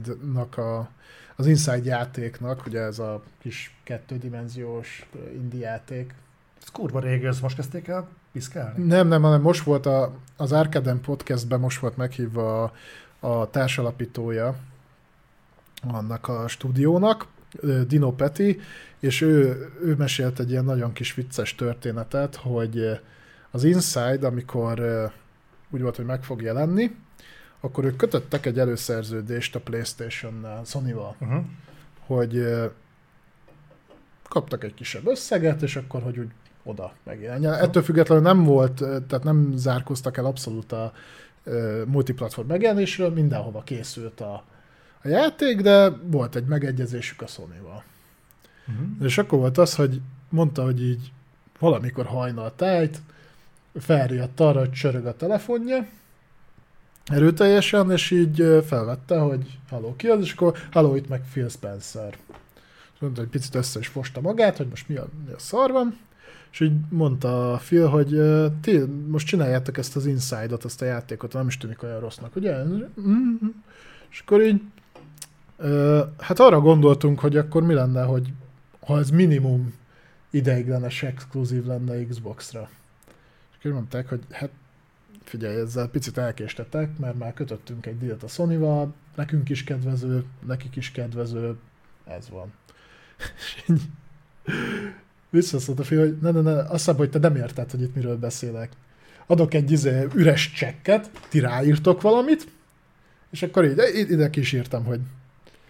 Inside játéknak, ugye ez a kis 2D-dimenziós indie játék. Ez kurva régi, ezt most kezdték el piszkálni? Nem, hanem most volt az Arcaden podcastben most volt meghívva a társalapítója annak a stúdiónak, Dino Peti, és ő mesélt egy ilyen nagyon kis vicces történetet, hogy az Inside, amikor úgy volt, hogy meg fog jelenni, akkor ők kötöttek egy előszerződést a PlayStation-nál, Sony-val, hogy kaptak egy kisebb összeget, és akkor, hogy úgy oda megjelenjen. Ettől függetlenül nem volt, tehát nem zárkóztak el abszolút a multiplatform megjelenésről, mindenhova készült a játék, de volt egy megegyezésük a Sony-val. És akkor volt az, hogy mondta, hogy így valamikor hajnal tájt, felriadt arra, hogy csörög a telefonja, erőteljesen, és így felvette, hogy halló, ki az, és akkor halló, itt meg Phil Spencer. És mondta, hogy picit össze is fosta magát, hogy most mi a szar van, és így mondta a Phil, hogy ti most csináljátok ezt az Inside-ot, ezt a játékot, nem is tűnik olyan rossznak, ugye? És akkor így hát arra gondoltunk, hogy akkor mi lenne, hogy ha ez minimum ideiglenes exkluzív lenne Xbox-ra. És akkor mondták, hogy hát figyelj, ezzel picit elkéstetek, mert már kötöttünk egy díjat a Sony-val, nekünk is kedvező, nekik is kedvező, ez van. És így visszaszólt a Phil, hogy ne, azt hiszem, hogy te nem érted, hogy itt miről beszélek. Adok egy üres csekket, ti ráírtok valamit, és akkor így ide kísírtam, hogy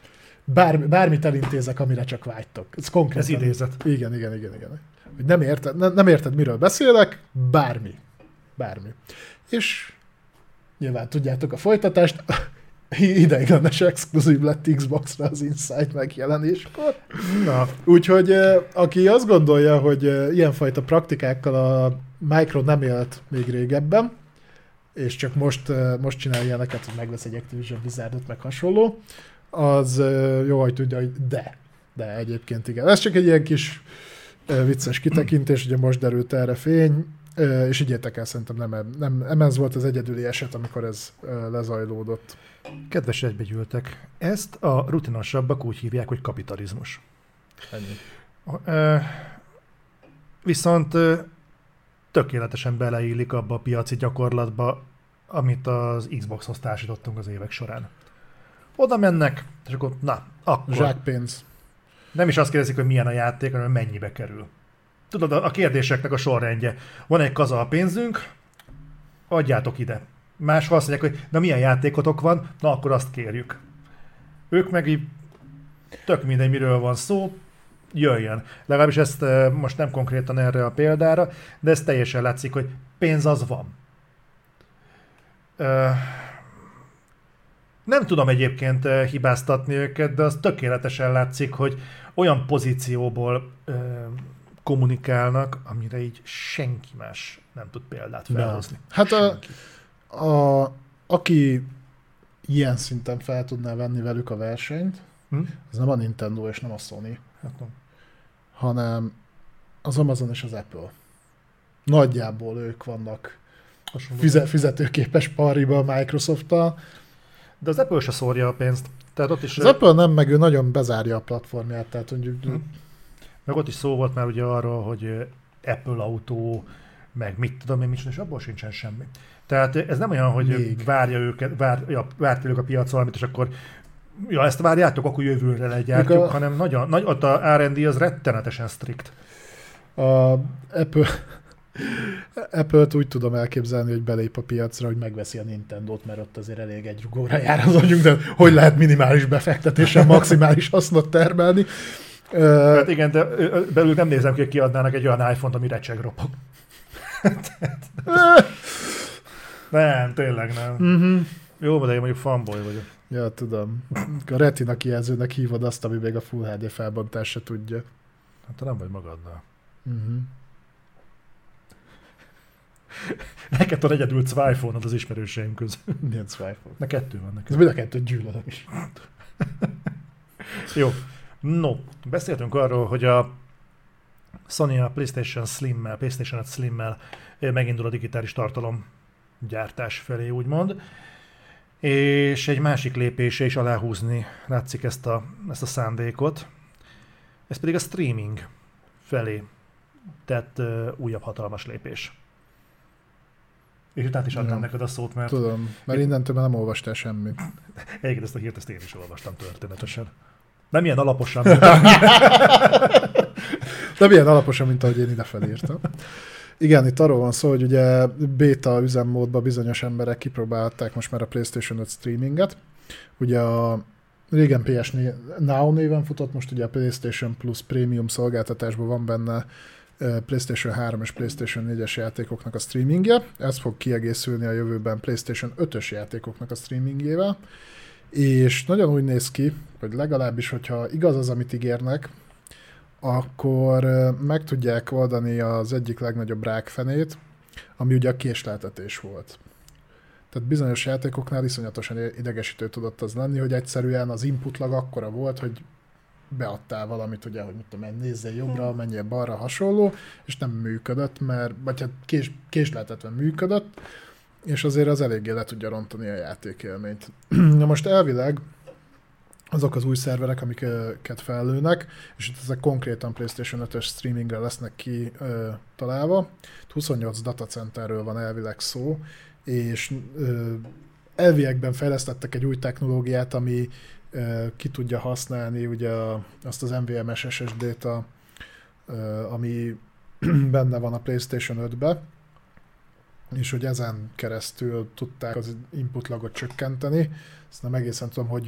bármit elintézek, amire csak vágytok. Ez konkrétan. Ez idézet. Igen. Hogy nem érted, miről beszélek, bármi. És nyilván tudjátok a folytatást, ideiglenes exkluzív lett Xbox-ra az Inside megjelenéskor. Na. Úgyhogy aki azt gondolja, hogy ilyenfajta praktikákkal a Micro nem élt még régebben, és csak most csinál ilyeneket, hogy megvesz egy Activision Blizzardot, meg hasonló, az jó, hogy tudja, hogy de egyébként igen. Ez csak egy ilyen kis vicces kitekintés, ugye most derült erre fény, és higgyétek el, szerintem nem ez volt az egyedüli eset, amikor ez lezajlódott. Kedves egybegyűltek, ezt a rutinosabbak úgy hívják, hogy kapitalizmus. Ennyi. Viszont tökéletesen beleillik abba a piaci gyakorlatba, amit az Xboxhoz társítottunk az évek során. Oda mennek, és akkor akkor. Zsákpénz. Nem is azt kérdezik, hogy milyen a játék, hanem mennyibe kerül. Tudod, a kérdéseknek a sorrendje. Van egy kaza a pénzünk, adjátok ide. Más azt mondják, hogy na milyen játékotok van, na akkor azt kérjük. Ők meg így tök mindegy, miről van szó, jöjjön. Legalábbis ezt most nem konkrétan erre a példára, de ez teljesen látszik, hogy pénz az van. Nem tudom egyébként hibáztatni őket, de az tökéletesen látszik, hogy olyan pozícióból kommunikálnak, amire így senki más nem tud példát felhozni. Hát aki ilyen szinten fel tudná venni velük a versenyt, az nem a Nintendo és nem a Sony, hanem az Amazon és az Apple. Nagyjából ők vannak fizetőképes pariba a Microsoft-tal. De az Apple se szórja a pénzt. Tehát ott is az Apple nem, meg ő nagyon bezárja a platformját. Tehát, meg ott is szó volt már ugye arról, hogy Apple autó, meg mit tudom én, és abból sincsen semmi. Tehát ez nem olyan, hogy várt tőlük a piac valamit, és akkor ezt várjátok, akkor jövőre legyártjuk, hanem nagyon, ott a R&D az rettenetesen strikt. A Apple-t úgy tudom elképzelni, hogy belép a piacra, hogy megveszi a Nintendót, mert ott azért elég egy rugóra jár az agyunk, de hogy lehet minimális befektetésen maximális hasznot termelni. Hát igen, de belül nem nézem ki, hogy kiadnának egy olyan iPhone-t, ami recseg ropog. Nem, tényleg nem. Uh-huh. Jó, de én mondjuk fanboy vagyok. Ja, tudom. A Retina kijelzőnek hívod azt, ami még a Full HD felbontás se tudja. Hát te nem vagy magaddal. Uh-huh. Neked a egyedül iPhone-od az ismerőseim közül. Milyen iPhone? Na 2 van neked. Ez mind a 2 gyűlölöm is. Jó. No, beszéltünk arról, hogy a Sony a PlayStation Slim-mel megindul a digitális tartalom gyártás felé, úgymond. És egy másik lépése is aláhúzni látszik ezt a szándékot. Ez pedig a streaming felé tett újabb hatalmas lépés. És utána is adnám neked a szót, mert... Tudom, mert innentől már nem olvastál semmit. Egyébként ezt a hírt ezt én is olvastam történetesen. Nem ilyen alaposan, mint ahogy én ide felírtam. Igen, itt arról van szó, hogy ugye beta üzemmódban bizonyos emberek kipróbálták most már a PlayStation 5 streaminget. Ugye a régen PS Now néven futott, most ugye a PlayStation Plus Premium szolgáltatásban van benne PlayStation 3 és PlayStation 4-es játékoknak a streamingje. Ez fog kiegészülni a jövőben PlayStation 5-ös játékoknak a streamingjével. És nagyon úgy néz ki, hogy legalábbis, hogyha igaz az, amit ígérnek, akkor meg tudják oldani az egyik legnagyobb rákfenét, ami ugye a késleltetés volt. Tehát bizonyos játékoknál iszonyatosan idegesítő tudott az lenni, hogy egyszerűen az input lag akkora volt, hogy beadtál valamit, ugye, hogy mit tudom, nézzél jobbra, menjél balra, hasonló, és nem működött, vagy hát késleltetve működött, és azért az eléggé le tudja rontani a játékélményt. Na most elvileg azok az új szerverek, amiket fellőnek, és itt ezek konkrétan PlayStation 5-ös streamingre lesznek kitalálva. 28 datacenterről van elvileg szó, és elviekben fejlesztettek egy új technológiát, ami ki tudja használni ugye azt az NVMe-s SSD-t, ami benne van a PlayStation 5-be, és hogy ezen keresztül tudták az input lagot csökkenteni. Ezt nem egészen tudom, hogy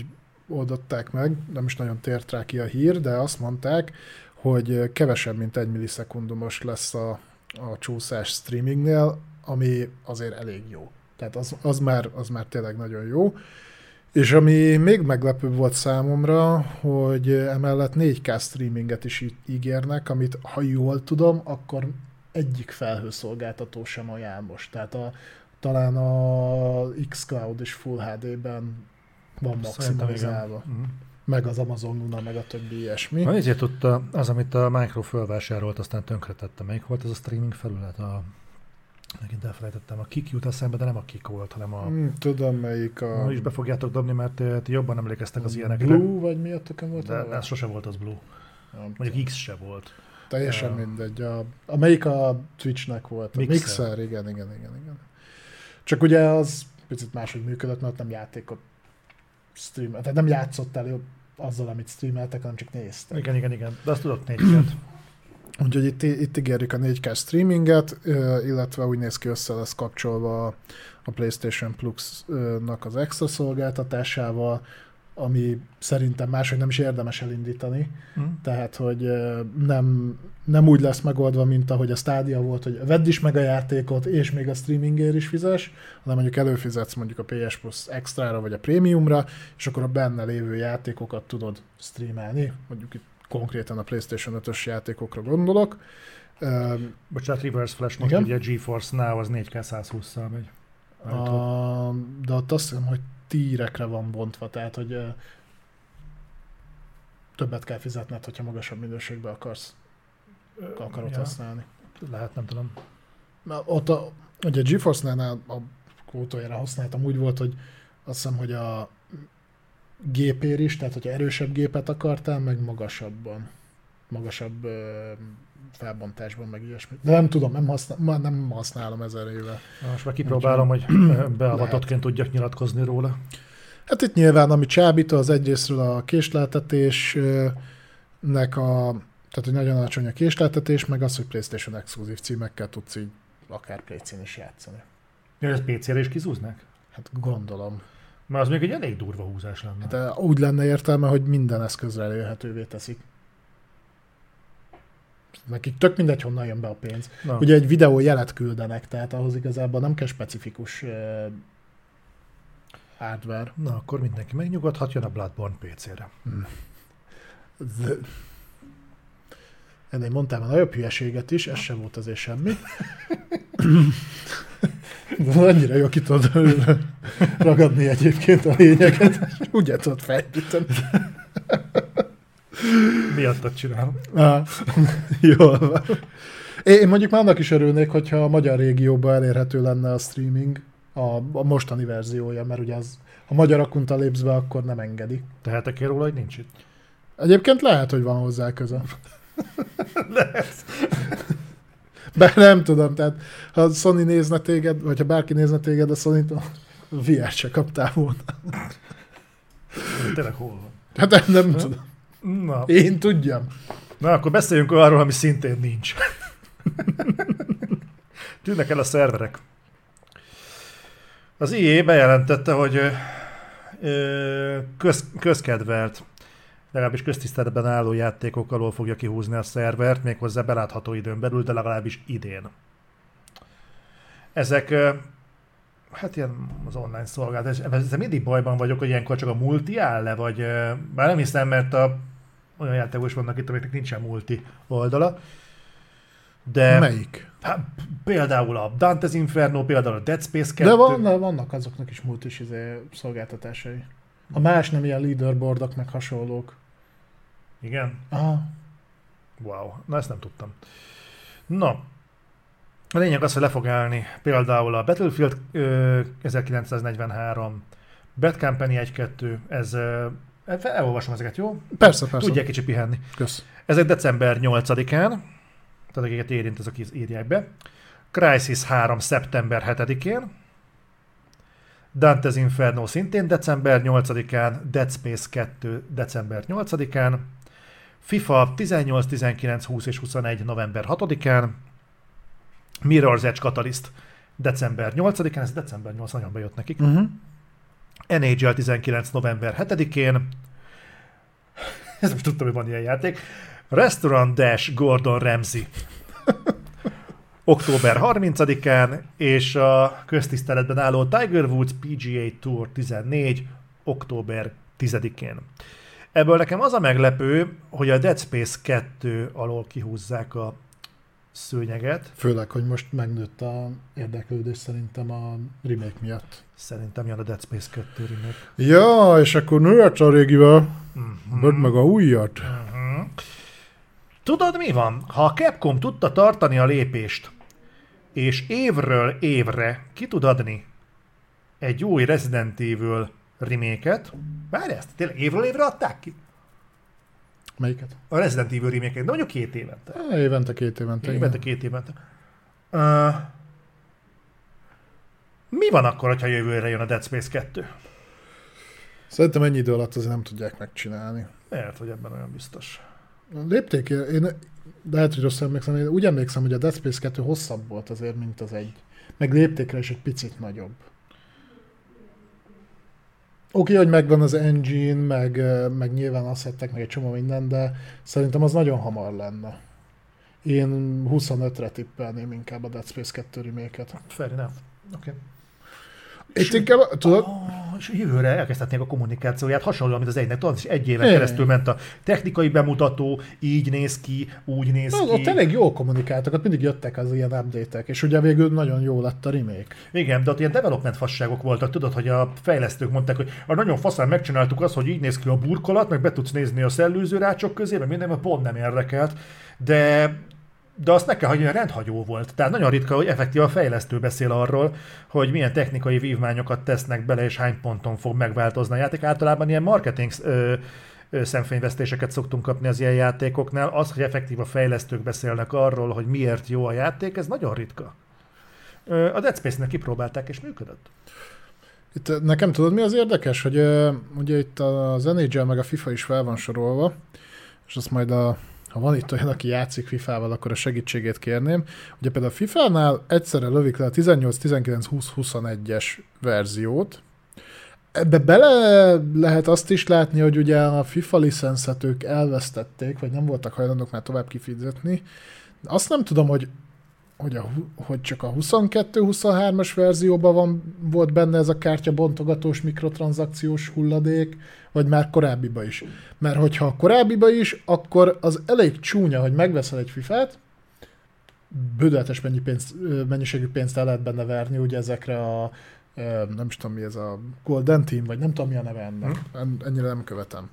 oldották meg, nem is nagyon tért rá ki a hír, de azt mondták, hogy kevesebb, mint 1 millisekundumos lesz a csúszás streamingnél, ami azért elég jó. Tehát az már tényleg nagyon jó. És ami még meglepőbb volt számomra, hogy emellett 4K streaminget is ígérnek, amit ha jól tudom, akkor egyik felhőszolgáltató sem ajánl most. Tehát talán a xCloud is Full HD-ben van maximalizálva. Meg az Amazon Luna, meg a többi ilyesmi. Ezért tudta az, amit a Micro fölvásárolt, aztán tönkretette. Melyik volt ez a streaming felület? Megint elfelejtettem. A Kik jut eszembe, de nem a Kik volt, hanem a... tudom melyik a... is be fogjátok dobni, mert ti jobban emlékeztek az ilyenekre. Blue, vagy mi a tökön volt? De ez sose volt az Blue. Mondjuk X se volt. Teljesen mindegy. Amelyik a Twitchnek volt? A Mixer. Igen. Csak ugye az picit máshogy működött, mert nem játékot streamelt. Tehát nem játszottál azzal, amit streameltek, hanem csak néztek. Igen. De azt tudott 4K-t. Úgyhogy itt ígérjük a 4K streaminget, illetve úgy néz ki, össze lesz kapcsolva a PlayStation Plus-nak az extra szolgáltatásával, ami szerintem máshogy nem is érdemes elindítani. Tehát, hogy nem úgy lesz megoldva, mint ahogy a Stadia volt, hogy vedd is meg a játékot, és még a streamingért is fizes, hanem mondjuk előfizetsz mondjuk a PS Plus Extra-ra, vagy a Premiumra, és akkor a benne lévő játékokat tudod streamelni, mondjuk itt konkrétan a PlayStation 5-ös játékokra gondolok. Bocsánat, Reverse Flash most ugye a GeForce Now az 4K 120-szal megy. De ott azt hiszem, hogy tírekre van bontva, tehát hogy többet kell fizetned, hogyha magasabb minőségben akarod használni. Lehet, nem tudom. Ott ugye a GeForce-nál utoljára használtam, úgy volt, hogy azt hiszem, hogy a gépér is, tehát hogyha erősebb gépet akartál, meg magasabb felbontásban, meg ilyesmi. De nem tudom, nem használom 1000 éve. Most már kipróbálom, hogy beavatottként tudjak nyilatkozni róla. Hát itt nyilván, ami csábító, az egyrésztről a késleltetésnek tehát, hogy nagyon alacsony a késleltetés, meg az, hogy PlayStation exkluzív címekkel tudsz így akár PC-n is játszani. Ja, ezt PC-re is kizúznak? Hát gondolom. Mert az még egy elég durva húzás lenne. Hát úgy lenne értelme, hogy minden eszközre elérhetővé teszik. Nekik tök mindegy, honnan jön be a pénz. Na. Ugye egy videó jelet küldenek, tehát ahhoz igazából nem kell specifikus hardware. Na, akkor mindenki megnyugodhat, jön a Bloodborne PC-re. Ennél mondtál már nagyobb hülyeséget is, ez sem volt azért semmi. De annyira jó, ki tudod ragadni egyébként a lényeket, úgy tudod fejlíteni. Miattad csinálom. Jól van. Én mondjuk már annak is örülnék, hogyha a magyar régióban elérhető lenne a streaming, a mostani verziója, mert ugye az, ha magyar akkunta lépsz be, akkor nem engedi. Tehetek én róla, hogy nincs itt? Egyébként lehet, hogy van hozzá köze. Lehet. Bár nem tudom, tehát ha a Sony nézne téged, vagy ha bárki nézne téged a Sony-tól, VR-t se kaptál volna. Tényleg hol van? Hát nem tudom. Na. Én tudjam. Na, akkor beszéljünk arról, ami szintén nincs. Tűnnek el a szerverek. Az EA bejelentette, hogy közkedvelt, legalábbis köztiszteletben álló játékok alól fogja kihúzni a szervert, méghozzá belátható időn belül, de legalábbis idén. Ezek, hát ilyen az online szolgáltatás, ezzel mindig bajban vagyok, hogy ilyenkor csak a multi áll le, vagy bár nem hiszem, mert olyan játékok is vannak itt, amiknek nincsen multi oldala. De melyik? Hát, például a Dante's Inferno, például a Dead Space 2. De vannak azoknak is multis szolgáltatásai. A más nem ilyen leaderboardok, meg hasonlók. Igen? Aha. Wow, na ezt nem tudtam. Na, a lényeg az, hogy le fog állni például a Battlefield 1943, Bad Company 1-2, ez elolvasom ezeket, jó? Persze. Tudják kicsit pihenni. Kösz. Ezek december 8-án, tehát akiket érint, azok írják be. Crysis 3 szeptember 7-én, Dante's Inferno szintén december 8-án, Dead Space 2 december 8-án, FIFA 18, 19, 20 és 21 november 6-án, Mirror's Edge Catalyst december 8-án, ez december 8 nagyon bejött nekik. NHL 19. november 7-én. Ez most tudtam, hogy van ilyen játék. Restaurant Dash Gordon Ramsay. Október 30-án, és a köztiszteletben álló Tiger Woods PGA Tour 14. október 10-én. Ebből nekem az a meglepő, hogy a Dead Space 2 alól kihúzzák a szőnyeget. Főleg, hogy most megnőtt a érdeklődés szerintem a remake miatt. Szerintem jön a Dead Space 2 remake. Ja, és akkor nőtt a régivel, vedd meg a újat. Tudod mi van? Ha a Capcom tudta tartani a lépést, és évről évre ki tud adni egy új Resident Evil remake-et, várj ezt, tényleg évről évre adták ki? Melyiket? A Resident Evil remake-et, de mondjuk 2 évente. Évente, 2 évente. Évente, 2 évente. Mi van akkor, hogyha jövőre jön a Dead Space 2? Szerintem ennyi idő alatt azért nem tudják megcsinálni. Lehet, hogy ebben olyan biztos. Lépték, de lehet, hogy rosszul emlékszem, én úgy emlékszem, hogy a Dead Space 2 hosszabb volt azért, mint az egy. Meg léptékre is egy picit nagyobb. Oké, hogy megvan az engine, meg nyilván asszettek, meg egy csomó minden, de szerintem az nagyon hamar lenne. Én 25-re tippelném inkább a Dead Space 2 remake-et. Fair enough. Oké. Itt inkább, tudod? És jövőre elkezdhetnék a kommunikációját, hasonlóan, mint az egynek. Tudod, és egy éven keresztül ment a technikai bemutató, így néz ki, úgy néz ki. Ott elég jól kommunikáltak, ott mindig jöttek az ilyen update-ek, és ugye végül nagyon jó lett a remake. Igen, de ott ilyen development fasságok voltak, tudod, hogy a fejlesztők mondták, hogy nagyon faszán megcsináltuk azt, hogy így néz ki a burkolat, meg be tudsz nézni a szellőző rácsok közé, meg minden, mert pont nem érdekelt, de azt meg kell hagyni, hogy rendhagyó volt. Tehát nagyon ritka, hogy effektív a fejlesztő beszél arról, hogy milyen technikai vívmányokat tesznek bele, és hány ponton fog megváltozni a játék. Általában ilyen marketing szemfényvesztéseket szoktunk kapni az ilyen játékoknál. Az, hogy effektív a fejlesztők beszélnek arról, hogy miért jó a játék, ez nagyon ritka. A Dead Space-nek kipróbálták, és működött. Itt nekem tudod, mi az érdekes, hogy ugye itt az NHL meg a FIFA is fel van sorolva, és azt majd ha van itt olyan, aki játszik FIFA-val, akkor a segítségét kérném. Ugye például a FIFA-nál egyszerre lövik le a 18, 19, 20, 21-es verziót. Ebbe bele lehet azt is látni, hogy ugye a FIFA licenszet ők elvesztették, vagy nem voltak hajlandók már tovább kifizetni. Azt nem tudom, hogy csak a 22-23-as verzióban volt benne ez a kártya bontogatós mikrotranszakciós hulladék, vagy már korábbiba is. Mert hogyha a korábbiba is, akkor az elég csúnya, hogy megveszel egy FIFA-t, bődeletes mennyiségű pénzt el lehet benne verni, ugye ezekre a nem is tudom mi ez a Golden Team, vagy nem tudom mi a neve ennek. Ennyire nem követem.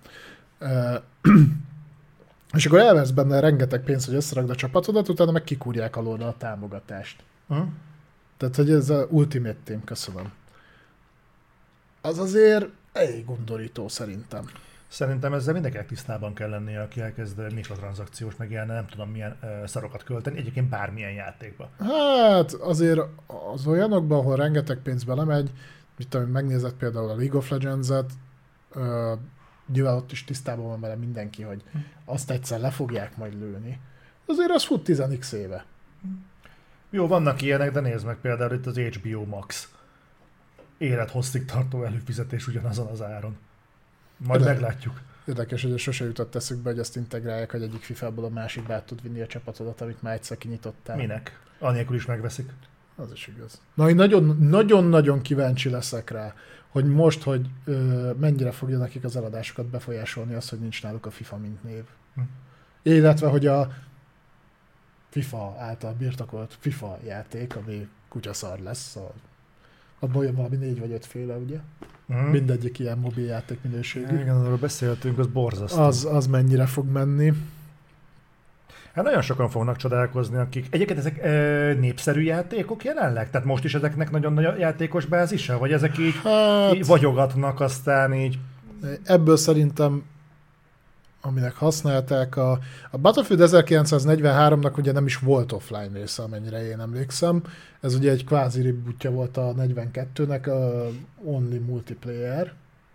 És akkor elvesz benne rengeteg pénzt, hogy összerakd a csapatodat, utána meg kikúrják alól a támogatást. Tehát, hogy ez a Ultimate Team, köszönöm. Az azért elég undorító szerintem. Szerintem ezzel mindenkinek tisztában kell lennie, aki elkezd mikrotranszakciós, meg ilyen nem tudom milyen szarokat költeni, egyébként bármilyen játékba. Hát azért az olyanokban, ahol rengeteg pénz belemegy, mit tudom, megnézed például a League of Legends-et, nyilván ott is tisztában van vele mindenki, hogy azt egyszer le fogják majd lőni. Azért az fut 10x éve. Jó, vannak ilyenek, de nézd meg például itt az HBO Max. Élethosszig tartó előfizetés ugyanazon az áron. Majd meglátjuk. Érdekes, hogy sose jutott eszükbe, hogy ezt integrálják, hogy egyik FIFA-ból a másikba át tud vinni a csapatodat, amit már egyszer kinyitottál. Minek? Anélkül is megveszik. Az is igaz. Na, én nagyon-nagyon kíváncsi leszek rá, hogy most, hogy mennyire fogja nekik az eladásokat befolyásolni az, hogy nincs náluk a FIFA mint név. Illetve, hogy a FIFA által birtokolt FIFA játék, ami kutyaszar lesz, abban jön valami 4 vagy 5 féle, ugye? Mindegyik ilyen mobiljáték minőségű. Igen, arról beszéltünk, az borzasztó. Az mennyire fog menni. Hát nagyon sokan fognak csodálkozni, akik... Egyébként ezek népszerű játékok jelenleg? Tehát most is ezeknek nagyon nagy játékos bázisa? Vagy ezek így vagyogatnak, aztán így... Ebből szerintem, aminek használták, a Battlefield 1943-nak ugye nem is volt offline része, amennyire én emlékszem. Ez ugye egy kvázi rebootja volt a 42-nek, a Only Multiplayer.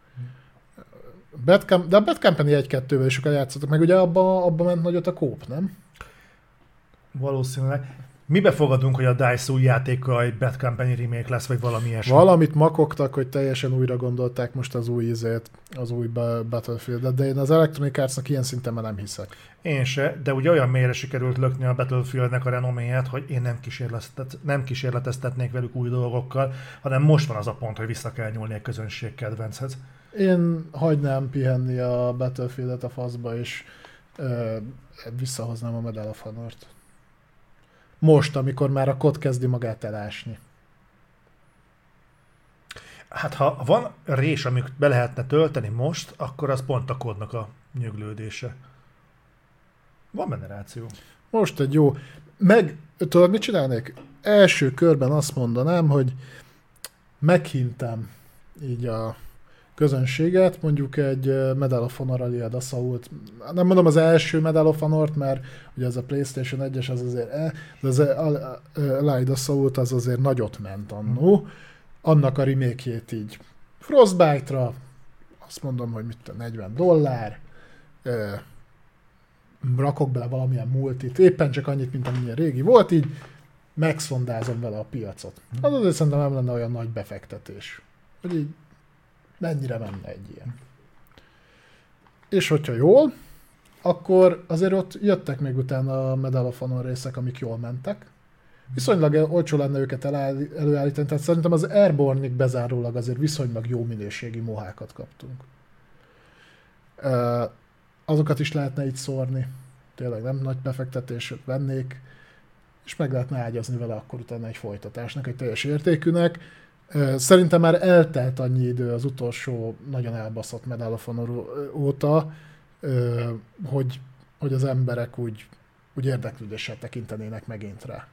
De a Bad Company 1-2-vel is sokan játszottak, meg ugye abban ment nagyot a kóp, nem? Valószínűleg. Mibe fogadunk, hogy a DICE új játéka egy Bad Company remake lesz, vagy valami ilyesmi? Valamit makogtak, hogy teljesen újra gondolták most az új Battlefield-et, de én az Electronic Arts-nak ilyen szinten már nem hiszek. Én se, de ugye olyan mélyre sikerült lökni a Battlefieldnek a renoméját, hogy én nem kísérleteztetnék velük új dolgokkal, hanem most van az a pont, hogy vissza kell nyúlni egy közönség kedvenchez. Én hagynám pihenni a Battlefield-et a faszba, és visszahoznám a Medal of Honor-t. Most, amikor már a kod kezdi magát elásni. Hát ha van rés, amit be lehetne tölteni most, akkor az pont a kodnak a nyöglődése. Van benne ráció. Most egy jó... Tudod, mit csinálnék? Első körben azt mondanám, hogy meghintem így a közönséget, mondjuk egy Medal of Honor Allied Assault. Nem mondom az első Medal of Honort, mert ugye ez a PlayStation 1-es az azért de az Allied Assault az azért nagyot ment annó. Annak a remake-jét így Frostbite-ra, azt mondom, hogy $40, rakok bele valamilyen multit, éppen csak annyit, mint amilyen régi volt, így megszondázom vele a piacot. Az azért szerintem nem lenne olyan nagy befektetés. Hogy így mennyire menne egy ilyen. És hogyha jól, akkor azért ott jöttek még utána a Medal of Honor részek, amik jól mentek. Viszonylag olcsó lenne őket előállítani, tehát szerintem az Airborne-ig bezárólag azért viszonylag jó minőségi mohákat kaptunk. Azokat is lehetne így szórni, tényleg nem nagy befektetést vennék, és meg lehetne ágyazni vele akkor utána egy folytatásnak, egy teljes értékűnek. Szerintem már eltelt annyi idő az utolsó nagyon elbaszott Medal of Honor óta, hogy az emberek úgy érdeklődéssel tekintenének megint rá.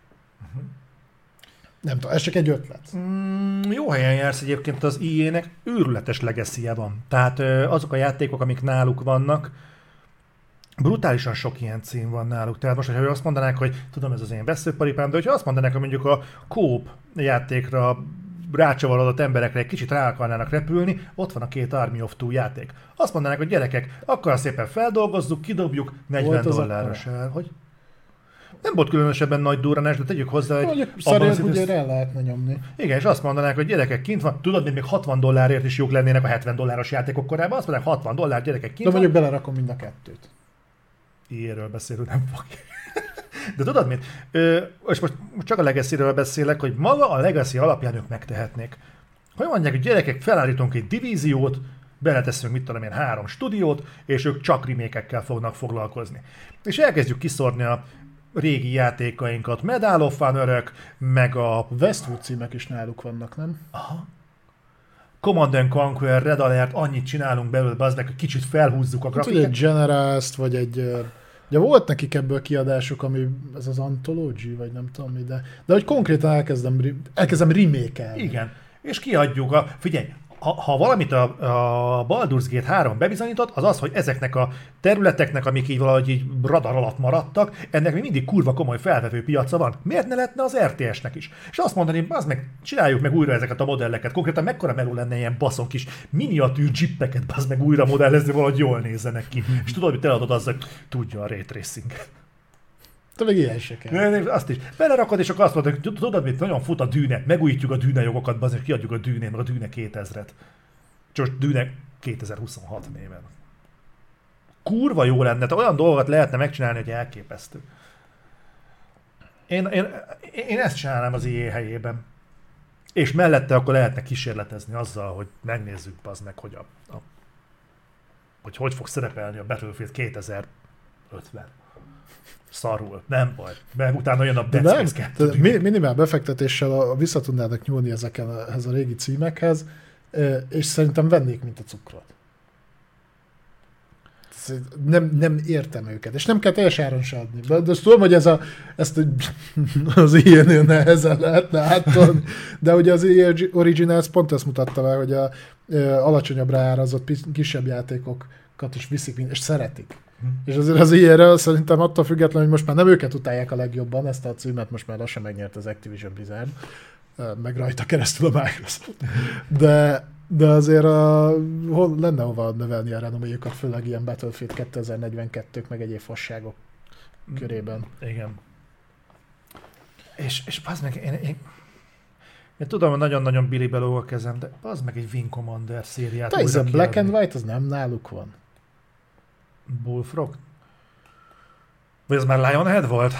Nem tudom, ez csak egy ötlet. Jó helyen jársz egyébként, az EA-nek őrületes legacy-je van. Tehát azok a játékok, amik náluk vannak, brutálisan sok ilyen cím van náluk. Tehát most, hogyha azt mondanák, hogy tudom, ez az én veszőparipám, de hogyha azt mondanák, hogy mondjuk a Coop játékra rácsavarodott emberekre egy kicsit rá akarnának repülni, ott van a 2 Army of Two játék. Azt mondanák, hogy gyerekek, akkor szépen feldolgozzuk, kidobjuk, $40. Hogy? Nem volt különösebben nagy durranás, de tegyük hozzá, hogy... Szarért ugye rá lehetne nyomni. Igen, és azt mondanák, hogy gyerekek kint van, tudod, még $60 is jók lennének a $70 játékok korában, azt mondják, $60, gyerekek kint de mondjuk belerakom mind a kettőt. Ilyenről beszélünk, nem fog. De tudod mit? És most csak a Legacy-ről beszélek, hogy maga a Legacy alapján ők megtehetnék. Hogy mondják, hogy gyerekek, felállítunk egy divíziót, beleteszünk, mit tudom én, 3 stúdiót, és ők csak remékekkel fognak foglalkozni. És elkezdjük kiszórni a régi játékainkat, Medal of Honor-ök, meg a... Westwood címek is náluk vannak, nem? Aha. Command & Conquer, Red Alert, annyit csinálunk belőle, bazdmeg, hogy kicsit felhúzzuk a grafikát. Vagy egy Generalist, vagy egy... Ugye volt nekik ebből kiadások, ami ez az Anthology, vagy nem tudom mi, de hogy konkrétan elkezdem remake-elni. Igen, és kiadjuk figyelj, ha valamit a Baldur's Gate 3 bebizonyított, az az, hogy ezeknek a területeknek, amik így valahogy így radar alatt maradtak, ennek még mindig kurva komoly felvevő piaca van. Miért ne lehetne az RTS-nek is? És azt mondani, az meg csináljuk meg újra ezeket a modelleket. Konkrétan mekkora meló lenne ilyen baszon kis miniatűr jeepeket, az meg újra modellezni, valahogy jól nézzenek ki. És tudod, hogy te adod azzal, hogy tudja a ray tracing. De még ilyen se kell. Azt is. Belerakod, és akkor azt mondod, hogy tudod, mit nagyon fut a Dűne, megújítjuk a Dűne jogokat, azért kiadjuk a Dűnét, meg a Dűne 2000-et. Csak Dűne 2026 néven. Kurva jó lenne, tehát olyan dolgokat lehetne megcsinálni, hogy elképesztő. Én ezt csinálnám az EA helyében. És mellette akkor lehetne kísérletezni azzal, hogy megnézzük az meg, hogy hogy fog szerepelni a Battlefield 2050. Szarul, nem baj. Mert utána jön a Dead Space 2. Minimál befektetéssel vissza tudnának nyúlni ezekhez a régi címekhez, és szerintem vennék, mint a cukrot. Nem értem őket, és nem kell teljes áron se adni. De azt tudom, hogy ezt az ilyen nehezen lehetne átadni, de ugye az EA Originals pont ezt mutatta le, hogy a alacsonyabbra árazott kisebb játékokat is viszik, és szeretik. És azért az ilyenre szerintem attól függetlenül, hogy most már nem őket utálják a legjobban, ezt a címet most már lassan megnyert az Activision Blizzard, meg rajta keresztül a Microsoft. De azért lenne hova növelni a renoméjukat, főleg ilyen Battlefield 2042-k, meg egyéb fasságok körében. Igen. És bazd meg, én tudom, hogy nagyon-nagyon Billy belóg a kezem, de bazd meg egy Wing Commander szériát. Ez a Black and White, az nem náluk van. Bullfrog? Vagy az már Lionhead volt?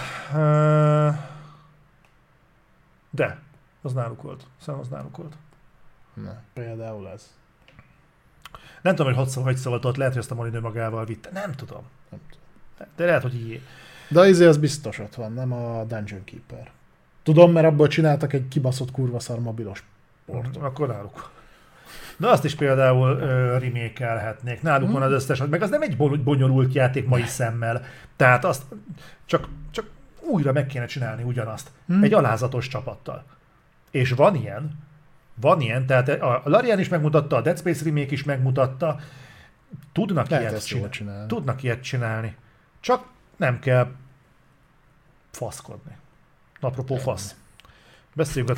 De, az náluk volt. Szerintem az náluk volt. Na, például ez. Nem tudom, hogy szólt ott, lehet, hogy ezt a Molinő magával vitte. Nem tudom. De lehet, hogy így. De az biztos ott van, nem a Dungeon Keeper. Tudom, mert abból csináltak egy kibaszott kurva szar mobilos portot. Akkor náluk. De azt is például remake-elhetnék. Náluk van az összes, meg az nem egy bonyolult játék mai szemmel. Tehát azt csak újra meg kéne csinálni ugyanazt. Egy alázatos csapattal. És van ilyen, tehát a Larian is megmutatta, a Dead Space remake is megmutatta. Tudnak ilyet csinálni. Csak nem kell faszkodni. Apropó fasz. Beszéljünk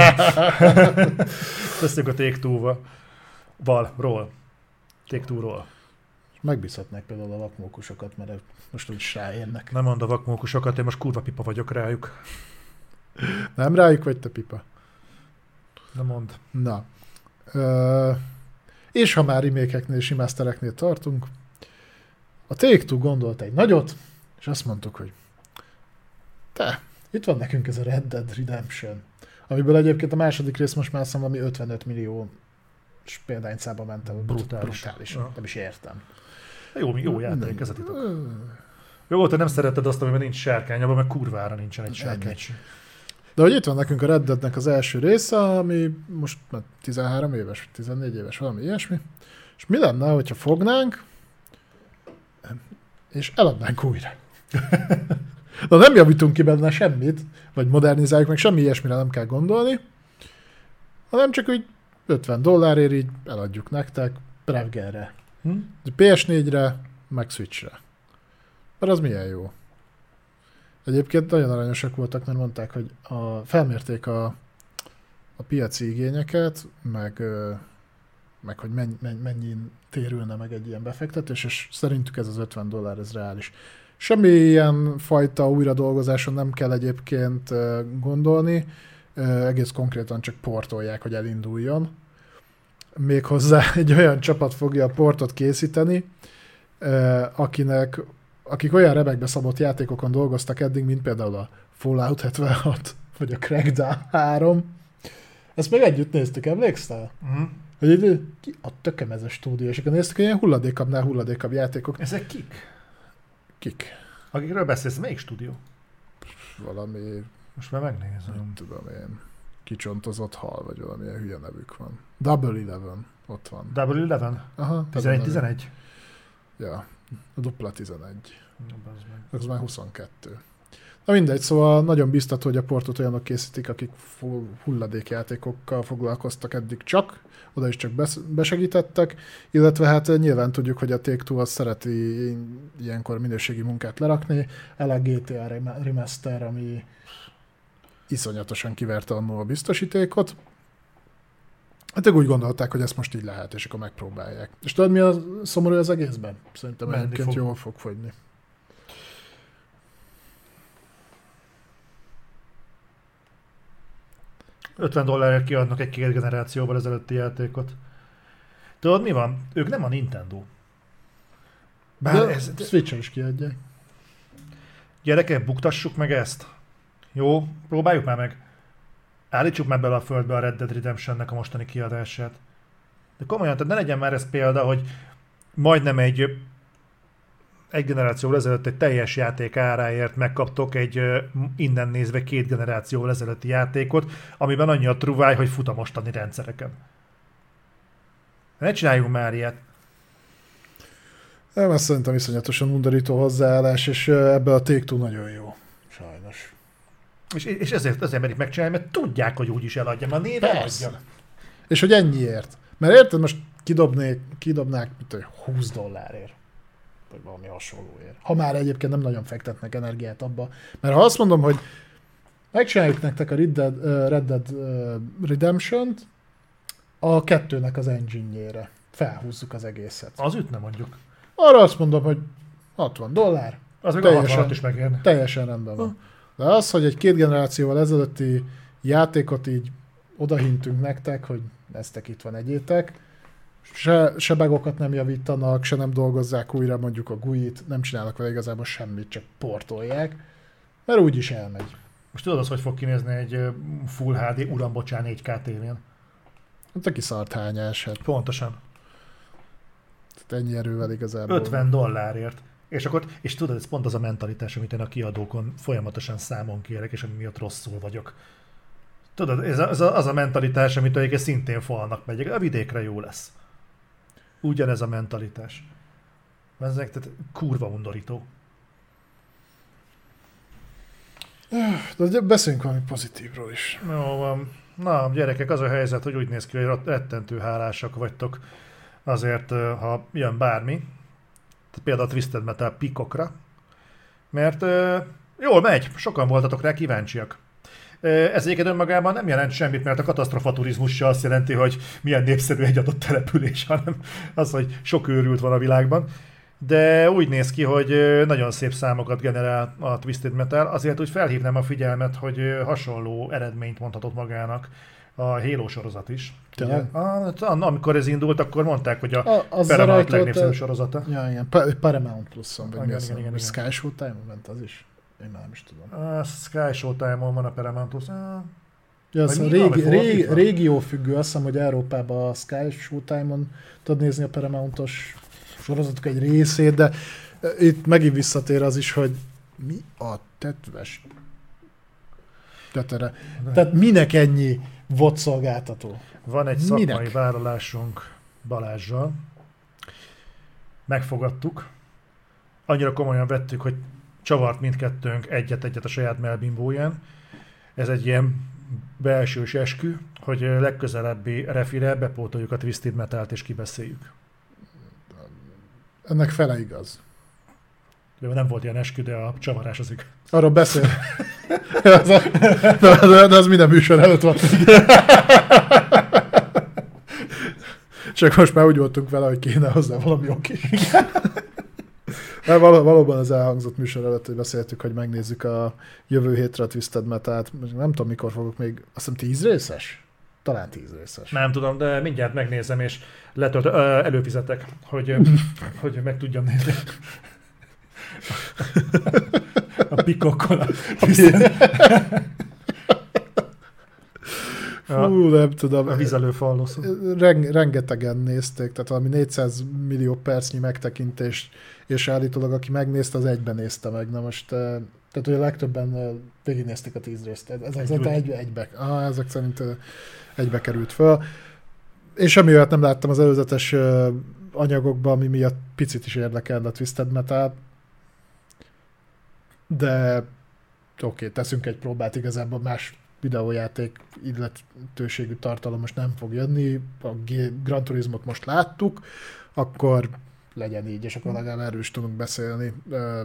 a Take-Two-ról. Take-Two-ról. Megbízhatnák például a vakmókusokat, mert most úgy is ráérnek. Nem mondd a vakmókusokat, én most kurva pipa vagyok rájuk. Nem rájuk vagy te pipa? Nem mondd. Na. És ha már remake-eknél és remastereknél tartunk, a Take-Two gondolt egy nagyot, és azt mondtuk, hogy itt van nekünk ez a Red Dead Redemption, amiből egyébként a második rész most már valami 55 millió példányszába ment el. Brutális. Ja. Nem is értem. Jó játék, ez a titok. Jó volt, hogy nem szeretted azt, amiben nincs sárkány, abban meg kurvára nincsen egy sárkány. De hogy itt van nekünk a Red Deadnek az első része, ami most 13 éves, 14 éves, valami ilyesmi. És mi lenne, hogyha fognánk, és eladnánk újra? Na nem javítunk ki benne semmit, vagy modernizáljuk, meg semmi ilyesmire nem kell gondolni, hanem csak úgy $50 így eladjuk nektek Prevgerre. PS4-re, meg Switchre. Mert az milyen jó. Egyébként nagyon aranyosak voltak, mert mondták, hogy felmérték a piaci igényeket, meg hogy mennyi térülne meg egy ilyen befektetés, és szerintük ez az $50 ez reális. Semmi ilyen fajta újradolgozáson nem kell egyébként gondolni, egész konkrétan csak portolják, hogy elinduljon. Méghozzá egy olyan csapat fogja a portot készíteni, akik olyan remekbe szabott játékokon dolgoztak eddig, mint például a Fallout 76, vagy a Crackdown 3. Ezt meg együtt néztük, emlékszel? Hogy ki a tököm ez a stúdió, és akkor néztük, hogy ilyen hulladékabbnál hulladékabb játékok. Ezek kik? Kik? Akikről beszélsz, melyik stúdió? Valami... Most már megnézem. Nem tudom én. Kicsontozott hal, vagy valamilyen hülye nevük van. Double Eleven, ott van. Double Eleven? Aha. 11-11? Ja, a dupla 11. Ez már 22. Na mindegy, szóval nagyon biztató, hogy a portot olyanok készítik, akik hulladékjátékokkal foglalkoztak eddig csak, oda is csak besegítettek, illetve hát nyilván tudjuk, hogy a Take-Two az szereti ilyenkor minőségi munkát lerakni, a GTA Remaster, ami iszonyatosan kiverte annól a biztosítékot. Hát ők úgy gondolták, hogy ezt most így lehet, és akkor megpróbálják. És tudod, mi a szomorú az egészben? Szerintem egyébként jól fog fogyni. $50 kiadnak egy 2 generációval ezelőtti játékot. Tudod, mi van? Ők nem a Nintendo. Bár Switch-en is kiadják. Gyerekek, buktassuk meg ezt. Jó, próbáljuk már meg. Állítsuk már bele a földbe a Red Dead Redemption-nek a mostani kiadását. De komolyan, tehát ne legyen már ez példa, hogy majdnem egy generációval ezelőtt egy teljes játék áráért megkaptok egy innen nézve 2 generációval ezelőtti játékot, amiben annyi a truváj, hogy fut a mostani rendszereken. Ne csináljunk már ilyet. Nem, ezt szerintem iszonyatosan undorító hozzáállás, és ebben a Take-Two nagyon jó. Sajnos. És ezért merik megcsinálni, mert tudják, hogy úgyis eladja, a név eladja. És hogy ennyiért. Mert érted, most kidobnák $20 vagy valami hasonlóért. Ha már egyébként nem nagyon fektetnek energiát abba. Mert ha azt mondom, hogy megcsináljuk nektek a Red Dead Redemption-t a 2-nek az engine-jére. Felhúzzuk az egészet. Az ütne mondjuk. Arra azt mondom, hogy $60. Az meg a 66 is megérne. Teljesen rendben van. De az, hogy egy 2 generációval ezelőtti játékot így odahintünk nektek, hogy eztek itt van, egyétek, se bugokat nem javítanak, se nem dolgozzák újra mondjuk a GUI-t, nem csinálnak vele igazából semmit, csak portolják, mert úgyis elmegy. Most tudod, az, hogy fog kinézni egy Full HD, uram, bocsán, 4K tévén? Hát aki szart hányás, hát Pontosan. ennyi erővel igazából. $50. És tudod, ez pont az a mentalitás, amit én a kiadókon folyamatosan számon kérek, és ami miatt rosszul vagyok. Tudod, ez az a mentalitás, amit egyébként szintén falnak megyek. A vidékre jó lesz. Ugyanez a mentalitás. Ezek, tehát kurva undorító. De beszéljünk valami pozitívról is. Jó van. Na, gyerekek, az a helyzet, hogy úgy néz ki, hogy rettentő hálásak vagytok azért, ha jön bármi. Például a Twisted Metal pikokra. Mert jól megy, sokan voltatok rá kíváncsiak. Ez egyébként önmagában nem jelent semmit, mert a katasztrofaturizmus se azt jelenti, hogy milyen népszerű egy adott település, hanem az, hogy sok őrült van a világban. De úgy néz ki, hogy nagyon szép számokat generál a Twisted Metal, azért úgy felhívnám a figyelmet, hogy hasonló eredményt mondhatott magának a Halo sorozat is. Amikor ez indult, akkor mondták, hogy a Paramount legnépszerűbb sorozata. Ja, igen. Paramount Pluszon, vagy mi az, hogy Sky Showtime-on ment az is? Én már nem is tudom. A Sky Showtime-on van a Paramount Plus. Ja, az régió függő, azt hiszem, hogy Európában a Sky Showtime-on tudod nézni a Paramountos sorozatok egy részét, de itt megint visszatér az is, hogy mi a tetves tetere. Tehát minek ennyi VOD szolgáltató? Van egy szakmai vállalásunk Balázsral. Megfogadtuk. Annyira komolyan vettük, hogy csavart mindkettőnk egyet-egyet a saját melbimbóján. Ez egy ilyen belsős eskü, hogy legközelebbi refire bepótoljuk a Twisted Metalt és kibeszéljük. Ennek fele igaz. De nem volt ilyen eskü, de a csavarás az igaz. Arról beszél. de az minden műsor előtt van. Csak most már úgy voltunk vele, hogy kéne hozzá valami ok is. Valóban az elhangzott műsor előtt, hogy beszéltük, hogy megnézzük a jövő hétre a Twisted Metalt. Nem tudom, mikor fogok még, azt hiszem 10 részes? Talán 10 részes. Nem tudom, de mindjárt megnézem, és előfizetek, hogy meg tudjam nézni. A pikokkal. Fú, nem tudom. A vízelőfallosz. Rengetegen nézték, tehát valami 400 millió percnyi megtekintés, és állítólag aki megnézte, az egyben nézte meg. Na most, tehát hogy a legtöbben végignézték a 10 részt. Ezek szerint egybe került föl. Én semmi olyat nem láttam az előzetes anyagokban, ami miatt picit is érdekel a Twisted Metal. De oké, teszünk egy próbát, igazából más videójáték illetőségű tartalom most nem fog jönni, a Gran Turismot most láttuk, akkor legyen így, és akkor legalább erről is tudunk beszélni.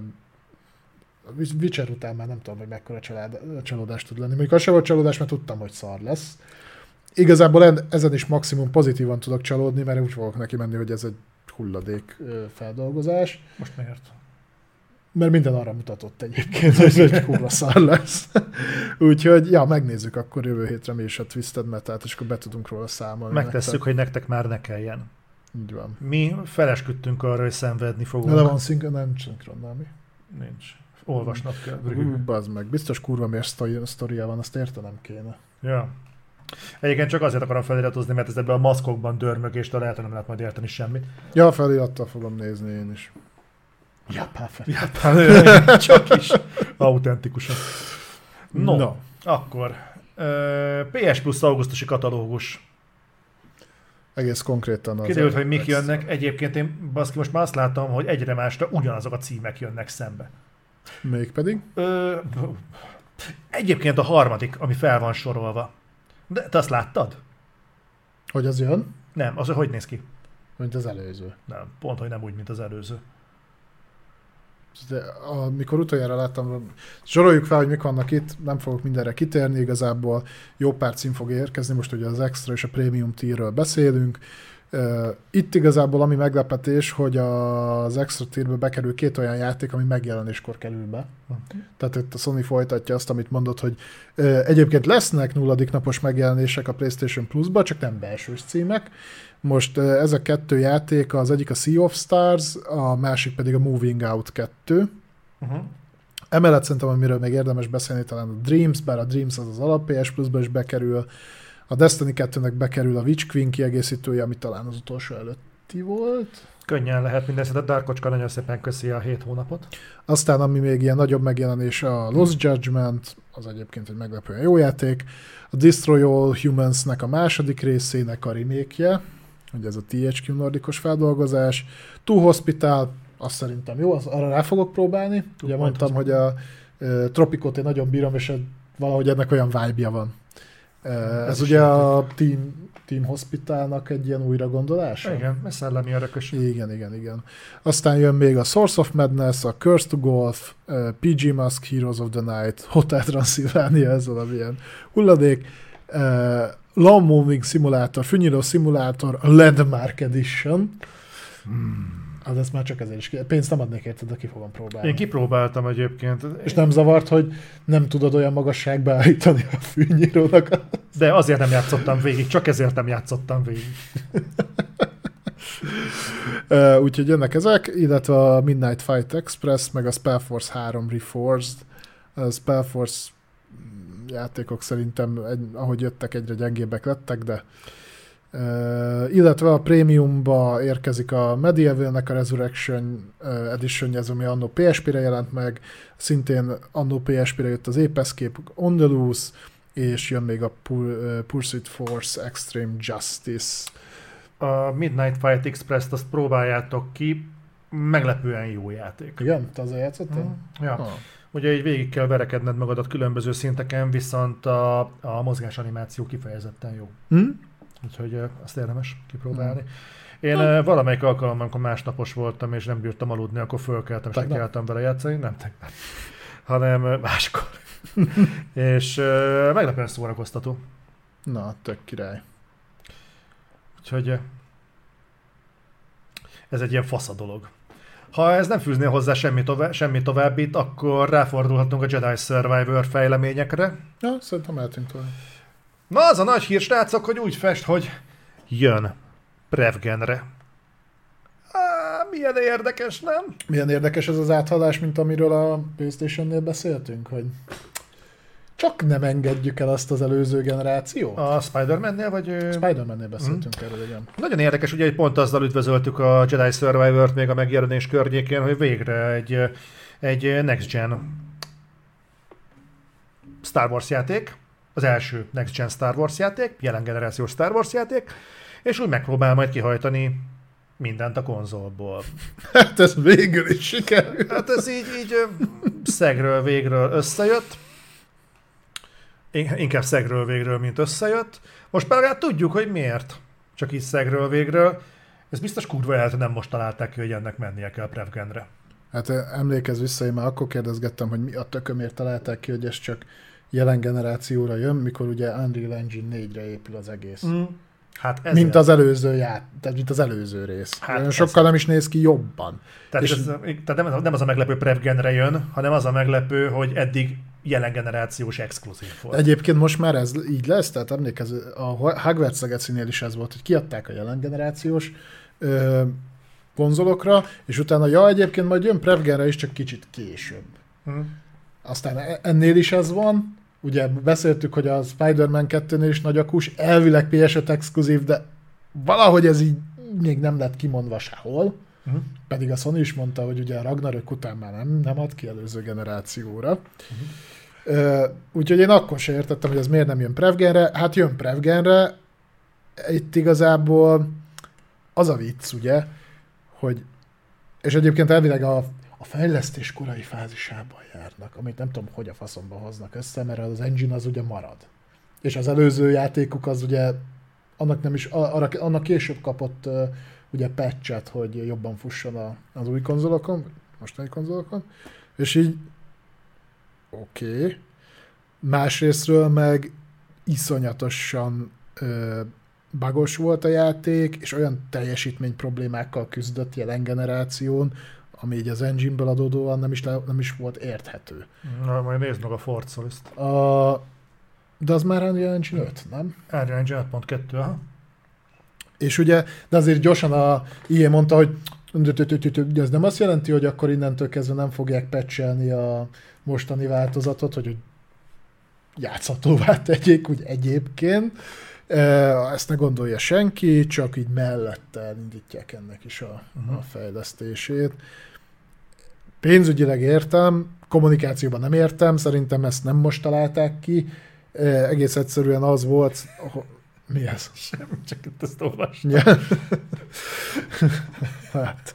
Witcher után már nem tudom, hogy mekkora csalódás tud lenni. Mondjuk az sem volt csalódás, mert tudtam, hogy szar lesz. Igazából ezen is maximum pozitívan tudok csalódni, mert úgy fogok neki menni, hogy ez egy hulladék feldolgozás. Most miért? Mert minden arra mutatott egyébként, hogy egy kurva szar lesz. Úgyhogy, ja, megnézzük akkor jövő hétre mi is a Twisted Metalt, és akkor be tudunk róla számolni. Megtesszük, hogy nektek már ne kelljen. Így van. Mi felesküdtünk arra, hogy szenvedni fogunk. De van nem szinkronnal, mi? Nincs. Olvasnod kell. Bazd meg. Biztos kurva miért sztoria van, azt értenem kéne. Ja. Egyébként csak azért akarom feliratozni, mert ez ebben a maszkokban dörmögéstől lehet, nem lehet majd érteni semmit. Ja, felirattal fogom nézni én is. Japán felirat. Csak is. Autentikusan. No. Akkor. PS Plus augusztusi katalógus. Egész konkrétan az. Kiderült, hogy mik jönnek. Egyébként én baszki, most már azt látom, hogy egyre másra ugyanazok a címek jönnek szembe. Mégpedig? Egyébként a harmadik, ami fel van sorolva. De te azt láttad? Hogy az jön? Nem, az hogy néz ki? Mint az előző. Nem, pont, hogy nem úgy, mint az előző. De amikor utoljára láttam, soroljuk fel, hogy mik vannak itt, nem fogok mindenre kitérni, igazából jó pár cím fog érkezni, most ugye az extra és a premium tierről beszélünk. Itt igazából ami meglepetés, hogy az extra tierbe bekerül 2 olyan játék, ami megjelenéskor kerül be. Tehát itt a Sony folytatja azt, amit mondott, hogy egyébként lesznek 0. napos megjelenések a PlayStation Plus-ba, csak nem belsős címek. Most ez a 2 játék, az egyik a Sea of Stars, a másik pedig a Moving Out 2. Emellett szerintem, amiről még érdemes beszélni, talán a Dreams, bár a Dreams az alap PS Plus-ba is bekerül. A Destiny 2-nek bekerül a Witch Queen kiegészítője, ami talán az utolsó előtti volt. Könnyen lehet minden a Darkocska nagyon szépen köszi a 7 hónapot. Aztán, ami még ilyen nagyobb megjelenés, a Lost Judgment, az egyébként egy meglepően jó játék. A Destroy All Humans-nek a második részének a remake-je, ugye ez a THQ Nordicos feldolgozás. Two Hospital, azt szerintem jó, arra rá fogok próbálni. Ugye mondtam, hogy a Tropicot én nagyon bírom, és valahogy ennek olyan vibe-ja van. Ez ugye a Team Hospitalnak egy ilyen újra gondolása? Igen, ez szellemi örökös. Igen. Aztán jön még a Source of Madness, a Curse to Golf, PG Mask, Heroes of the Night, Hotel Transylvania, ez valamilyen hulladék, Lawn Moving Simulator, Fűnyíró Simulator, Landmark Edition. Hát ezt már csak ezért is pénzt nem adnék érted, de ki fogom próbálni. Én kipróbáltam egyébként. És nem zavart, hogy nem tudod olyan magasságba állítani a fűnyírónak? De azért nem játszottam végig, csak ezért nem játszottam végig. Úgyhogy jönnek ezek, illetve a Midnight Fight Express, meg a Spellforce 3 Reforged. A Spellforce játékok szerintem, ahogy jöttek, egyre gyengébbek lettek, de illetve a Premiumba érkezik a Medieval-nek a Resurrection Edition, ez ami annó PSP-re jelent meg, szintén annó PSP-re jött az Ape Escape On the Loose, és jön még a Pursuit Force Extreme Justice. A Midnight Fight Express-t azt próbáljátok ki, meglepően jó játék. Igen? Te azzal játszottál? Ja. Ugye így végig kell verekedned magadat különböző szinteken, viszont a mozgásanimmáció kifejezetten jó. Úgyhogy azt érdemes kipróbálni. Én valamelyik alkalommal, amikor másnapos voltam, és nem bírtam aludni, akkor fölkeltem, és keltem vele játszani. Nem tegnap, hanem máskor. És meglepően szórakoztató. Na, tök király. Úgyhogy ez egy ilyen fasz a dolog. Ha ez nem fűzné hozzá semmi továbbit, akkor ráfordulhatunk a Jedi Survivor fejleményekre. Ja, szerintem mehetünk tovább. Na, az a nagy hír, srácok, hogy úgy fest, hogy jön Prevgenre. Milyen érdekes, nem? Milyen érdekes ez az áthallás, mint amiről a PlayStation-nél beszéltünk, hogy csak nem engedjük el azt az előző generációt. A Spider-Man-nél, vagy... Spider-Man-nél beszéltünk erről, igen. Nagyon érdekes, ugye pont azzal üdvözöltük a Jedi Survivor-t még a megjelenés környékén, hogy végre egy Next Gen Star Wars játék, az első Next Gen Star Wars játék, jelen generációs Star Wars játék, és úgy megpróbál majd kihajtani mindent a konzolból. Hát ez végül is sikerült. Hát ez így szegről végről összejött. Inkább szegről végről, mint összejött. Most már tudjuk, hogy miért. Csak így szegről végről. Ez biztos kurva lehet, nem most találták ki, hogy ennek mennie kell Prevgenre. Hát emlékezz vissza, én már akkor kérdezgettem, hogy mi a tökömért találták ki, hogy ez csak jelen generációra jön, mikor ugye Unreal Engine 4-re épül az egész. Hát ezért. Mint az előző tehát mint az előző rész. Hát sokkal nem is néz ki jobban. Tehát nem az a meglepő Prevgenre jön, hanem az a meglepő, hogy eddig jelen generációs exkluzív volt. Egyébként most már ez így lesz, tehát emlékezz, a Hogwarts Legacy-nél is ez volt, hogy kiadták a jelen generációs konzolokra, és utána egyébként majd jön Prevgenre is, csak kicsit később. Aztán ennél is ez van, ugye beszéltük, hogy a Spider-Man 2-nél is nagy akus, elvileg PS5 exkluzív, de valahogy ez így még nem lett kimondva sehol. Pedig a Sony is mondta, hogy ugye a Ragnarök után már nem ad ki előző generációra. Úgyhogy én akkor sem értettem, hogy ez miért nem jön Prevgenre. Hát jön Prevgenre, itt igazából az a vicc, ugye, hogy és egyébként elvileg a fejlesztés korai fázisában járnak, amit nem tudom, hogy a faszomban hoznak össze, mert az engine az ugye marad. És az előző játékuk az ugye annak később kapott ugye patchet, hogy jobban fusson az új konzolokon, mostani konzolokon, és így oké. Másrésztről meg iszonyatosan bugos volt a játék, és olyan teljesítmény problémákkal küzdött jelen generáción, ami így az engine-ből adódóan nem is volt érthető. Na, majd nézd meg a Forza-t. De az már Unreal Engine 5, nem? Unreal Engine 5.2, aha. És ugye, de azért gyorsan a IE mondta, hogy ez nem azt jelenti, hogy akkor innentől kezdve nem fogják patchelni a mostani változatot, hogy játszhatóvá tegyék úgy egyébként. Ezt ne gondolja senki, csak így mellette elindítják ennek is a fejlesztését. Pénzügyileg értem, kommunikációban nem értem, szerintem ezt nem most találták ki. Egész egyszerűen az volt... Mi ez? Semmi, csak itt ezt olvastam. Ja. Hát.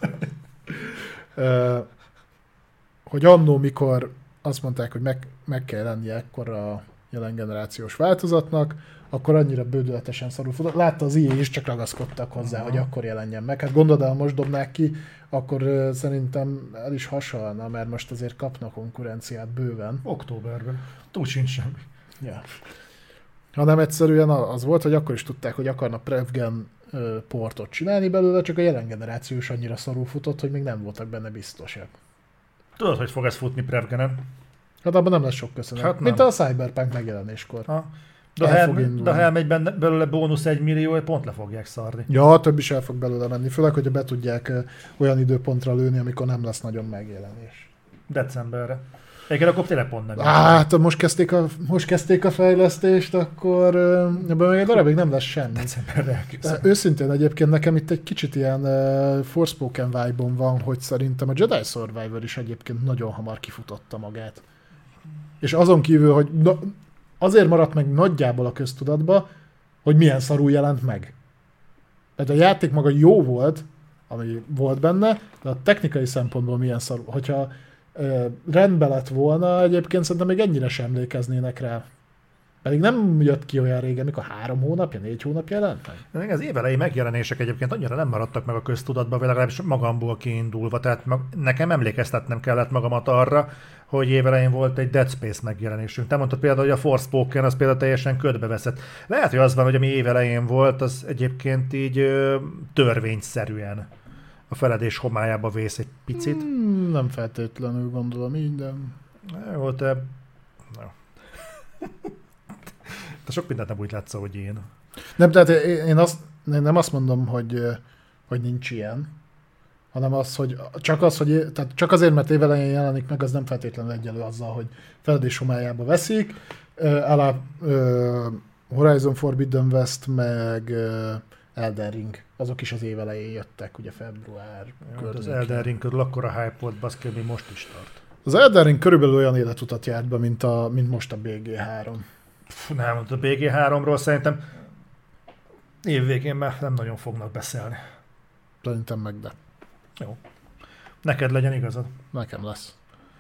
Hogy annó, mikor azt mondták, hogy meg kell lennie ekkor a jelen generációs változatnak, akkor annyira bődületesen szarul futott. Látta az EA is, csak ragaszkodtak hozzá, hogy akkor jelenjen meg. Hát gondolod el, most dobnák ki, akkor szerintem el is hasalna, mert most azért kapnak konkurenciát bőven. Októberben. Túl sincs semmi. Ja. Hanem egyszerűen az volt, hogy akkor is tudták, hogy akarnak Prevgen portot csinálni belőle, csak a jelen generáció is annyira szarul futott, hogy még nem voltak benne biztosak. Tudod, hogy fog ez futni Prevgenen? Hát abban nem lesz sok köszönet. Hát mint a Cyberpunk megjelenéskor. Ha. De ha elmegy belőle bónusz 1 millió, pont le fogják szarni. Ja, több is el fog belőle menni. Főleg, hogyha be tudják olyan időpontra lőni, amikor nem lesz nagyon megjelenés. Decemberre. Egyébként akkor tényleg pont nem. Hát, most kezdték a fejlesztést, akkor ebben még egy darabig nem lesz semmi. Decemberre elkészül. Őszintén egyébként nekem itt egy kicsit ilyen Forspoken vibe-on van, hogy szerintem a Jedi Survivor is egyébként nagyon hamar kifutotta magát. És azon kívül, hogy azért maradt meg nagyjából a köztudatba, hogy milyen szarul jelent meg. Tehát a játék maga jó volt, ami volt benne, de a technikai szempontból milyen szarul. Hogyha rendben lett volna, egyébként szerintem még ennyire sem emlékeznének rá. Pedig nem jött ki olyan régen, mikor 3 hónapja, 4 hónapja jelent meg. Az évelei megjelenések egyébként annyira nem maradtak meg a köztudatban, vagy legalábbis magamból kiindulva. Tehát nekem emlékeztetnem kellett magamat arra, hogy évelején volt egy Dead Space megjelenésünk. Te mondtad például, hogy a Forspoken az például teljesen ködbe veszett. Lehet, hogy az van, hogy ami évelején volt, az egyébként így törvényszerűen a feledés homályába vész egy picit. Nem feltétlenül gondolom így, de... Jó, te... Te sok mindent nem úgy látsz, hogy én. Nem, tehát én nem azt mondom, hogy nincs ilyen, hanem az, hogy csak azért, mert évelején jelenik meg, az nem feltétlenül egyelő azzal, hogy feledés homályába veszik. Horizon Forbidden West, meg Elden Ring, azok is az évelején jöttek, ugye február környékén. Az Elden Ring körül akkora hype volt, baszki, ami most is tart. Az Elden Ring körülbelül olyan életutat járt be, mint most a BG3. Nem, a BG3-ról szerintem évvégén már nem nagyon fognak beszélni. Szerintem meg de. Jó. Neked legyen igazad. Nekem lesz.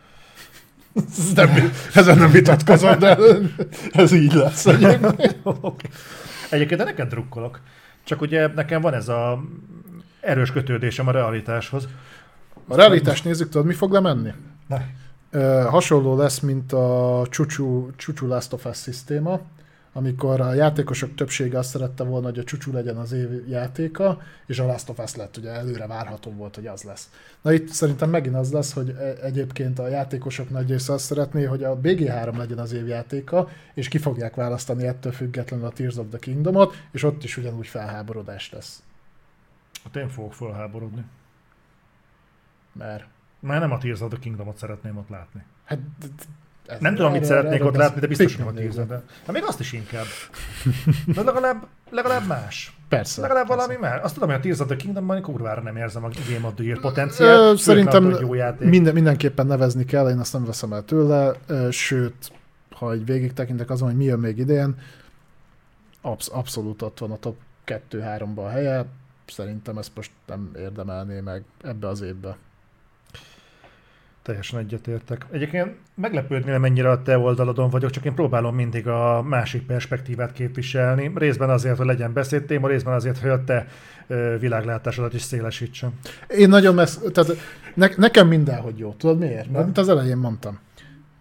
Ezen nem vitatkozom, de ez így lesz. Egyébként de neked drukkolok. Csak ugye nekem van ez a erős kötődésem a realitáshoz. A realitást nézzük, tudod, mi fog lemenni? Ne. Hasonló lesz, mint a Csúcsú Last of Us szisztéma, amikor a játékosok többsége azt szerette volna, hogy a Csúcsú legyen az év játéka, és a Last of Us lett, ugye előre várható volt, hogy az lesz. Na itt szerintem megint az lesz, hogy egyébként a játékosok nagy része azt szeretné, hogy a BG3 legyen az év játéka, és ki fogják választani ettől függetlenül a Tears of the Kingdomot, és ott is ugyanúgy felháborodás lesz. Hát én fogok felháborodni. Mert nem a Tears of the Kingdomot szeretném ott látni. Hát, nem tudom, mit szeretnék ott látni, de biztos nem a Tears of the... Hát még azt is inkább. De legalább más. Persze. Legalább valami más. Azt tudom, hogy a Tears of the Kingdomban kurvára nem érzem a Game of the Year potenciált. Szerintem mindenképpen nevezni kell, én azt nem veszem el tőle, sőt, ha így végig tekintek azon, hogy mi jön még idén, abszolút ott van a top 2-3-ban a helye. Szerintem ezt most nem érdemelné meg ebbe az évbe. Teljesen egyetértek. Egyébként meglepődni, mennyire a te oldaladon vagyok, csak én próbálom mindig a másik perspektívát képviselni. Részben azért, hogy legyen beszédtéma, részben azért, hogy a te világlátásodat is szélesítsem. Én nagyon nekem mindenhogy jó. Tudod miért? Mert mint az elején mondtam.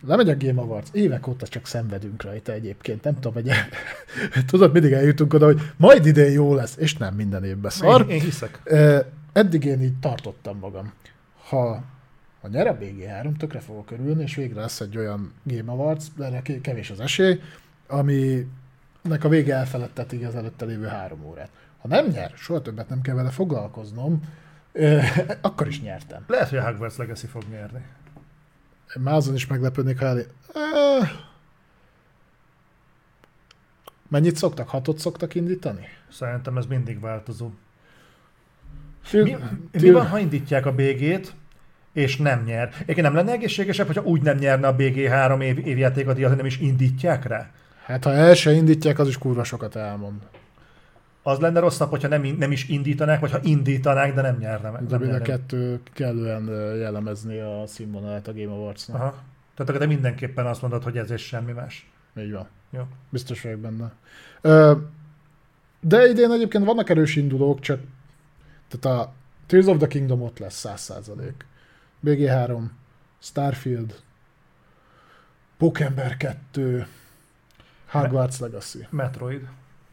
lemegy a Game Awards, évek óta csak szenvedünk rajta egyébként, nem tudom, hogy tudod, mindig eljutunk oda, hogy majd idén jó lesz, és nem minden évben szar. Én hiszek. Eddig én így tartottam magam. Ha nyer a BG3, tökre fogok örülni, és végre lesz egy olyan Game Awards, erre kevés az esély, aminek a vége elfeledtetik az előtte lévő 3 órát. Ha nem nyer, soha többet nem kell vele foglalkoznom, akkor is nyertem. Lehet, hogy a Hogwarts Legacy fog nyerni. Már azon is meglepődnék, ha Mennyit szoktak? 6-ot szoktak indítani? Szerintem ez mindig változó. Mi van, ha indítják a BG-t, és nem nyer? Egyébként nem lenne egészségesebb, hogyha úgy nem nyerne a BG3 évjátékot, hogy nem is indítják rá? Hát ha el se indítják, az is kurva sokat elmond. Az lenne rosszabb, hogyha nem is indítanák, vagy ha indítanák, de nem nyerne meg. De mind a kettő kellően jellemezni a színvonalát a Game Awards-nak. Aha. Tehát akkor te mindenképpen azt mondod, hogy ez és semmi más. Így van. Jó. Biztos vagyok benne. De idén egyébként vannak erős indulók, csak tehát a Tears of the Kingdom ott lesz 100%. BG3, Starfield, Pókember 2, Hogwarts Legacy. Metroid.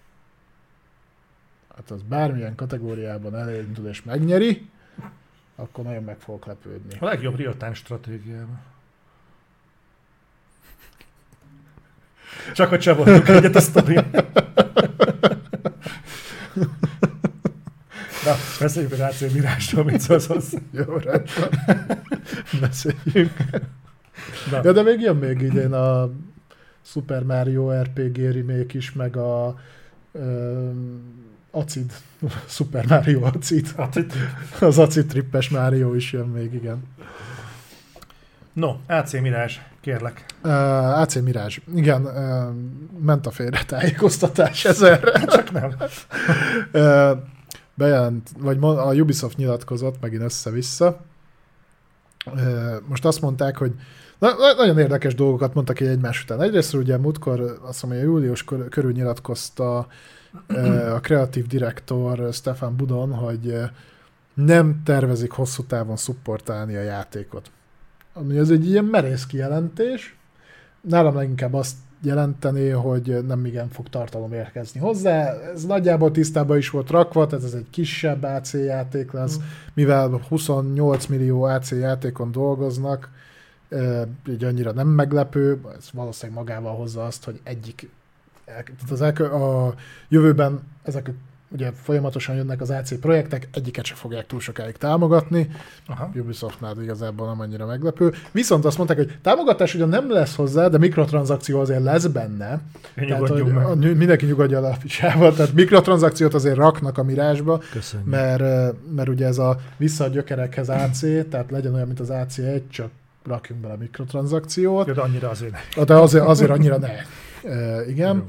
Hát az bármilyen kategóriában elindul és megnyeri, akkor nagyon meg fogok lepődni. A legjobb real-time stratégiában. Csak hogy csavarjuk egyet a sztori. Na, beszéljünk az AC Mirage-ról, mit szólsz hozzá. Jó, rendben. Beszéljünk. Ja, de még jön még idén a Super Mario RPG remake is, meg a Acid, Super Mario Acid. Az Acid trippes Mario is jön még, igen. No, AC Mirage, kérlek. AC Mirage, igen, ment a félretájékoztatás ezerre. Csak nem. Bejelent, vagy a Ubisoft nyilatkozott megint össze-vissza. Most azt mondták, hogy nagyon érdekes dolgokat mondtak ki egymás után. Egyrészt ugye múltkor, azt hiszem, hogy a július körül nyilatkozta a kreatív direktor Stefan Budon, hogy nem tervezik hosszú távon szupportálni a játékot. Ami ez egy ilyen merész kijelentés. Nálam leginkább azt jelenteni, hogy nem igen fog tartalom érkezni hozzá. Ez nagyjából tisztában is volt rakva, tehát ez egy kisebb AC játék lesz, mivel 28 millió AC játékon dolgoznak, így annyira nem meglepő, ez valószínűleg magával hozza azt, hogy a jövőben ezek ugye folyamatosan jönnek az AC projektek, egyiket sem fogják túl sokáig támogatni. Aha. Ubisoftnál igazából nem annyira meglepő. Viszont azt mondták, hogy támogatás ugyan nem lesz hozzá, de mikrotranszakció azért lesz benne. Tehát, hogy mindenki nyugodjon a picsával. Tehát mikrotranszakciót azért raknak a Mirage-ba, mert ugye ez a vissza a gyökerekhez AC, tehát legyen olyan, mint az AC1, csak rakjunk bele mikrotranszakciót. De annyira azért ne. De azért annyira ne. Igen.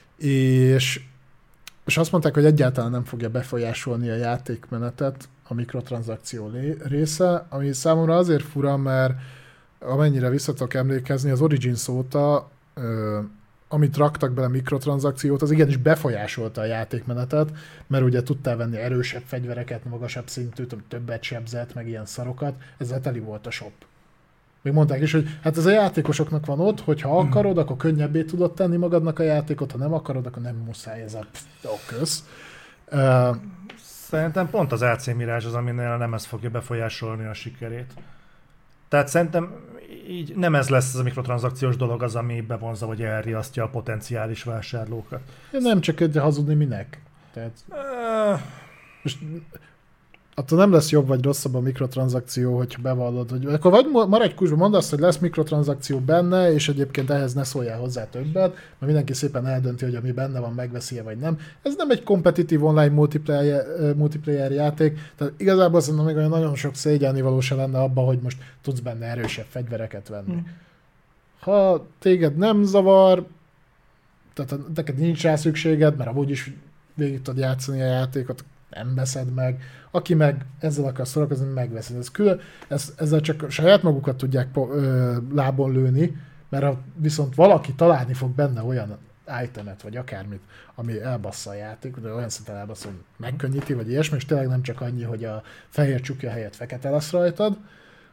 És azt mondták, hogy egyáltalán nem fogja befolyásolni a játékmenetet a mikrotranszakció része, ami számomra azért fura, mert amennyire vissza tudok emlékezni, az Origins óta, amit raktak bele mikrotranszakciót, az igenis befolyásolta a játékmenetet, mert ugye tudtál venni erősebb fegyvereket, magasabb szintű, többet sebzett, meg ilyen szarokat, ezzel teli volt a shop. Még mondták is, hogy hát ez a játékosoknak van ott, hogy ha akarod, akkor könnyebbé tudod tenni magadnak a játékot, ha nem akarod, akkor nem muszáj, ez a kösz. Szerintem pont az AC Mirage az, aminél nem ez fogja befolyásolni a sikerét. Tehát szerintem így nem ez lesz az a mikrotranszakciós dolog az, ami bevonza, vagy elriasztja a potenciális vásárlókat. Nem csak egy hazudni minek. Tehát... Most attól nem lesz jobb vagy rosszabb a mikrotranszakció, hogyha bevallod, hogy akkor vagy maradj kulcsban, mondd azt, hogy lesz mikrotranszakció benne, és egyébként ehhez ne szóljál hozzá többet, mert mindenki szépen eldönti, hogy ami benne van, megveszi-e vagy nem. Ez nem egy kompetitív online multiplayer játék, tehát igazából szerintem még olyan nagyon sok szégyelnivaló se lenne abban, hogy most tudsz benne erősebb fegyvereket venni. Ha téged nem zavar, tehát neked nincs rá szükséged, mert amúgy is végig tudod játszani a játékot, nem veszed meg. Aki meg ezzel akar szórakozni, megveszed. Ezzel csak saját magukat tudják lábon lőni, mert viszont valaki találni fog benne olyan itemet, vagy akármit, ami elbassza a játék, de olyan szinten elbassza, hogy megkönnyíti, vagy ilyesmi, és tényleg nem csak annyi, hogy a fehér csukja helyett fekete lesz rajtad,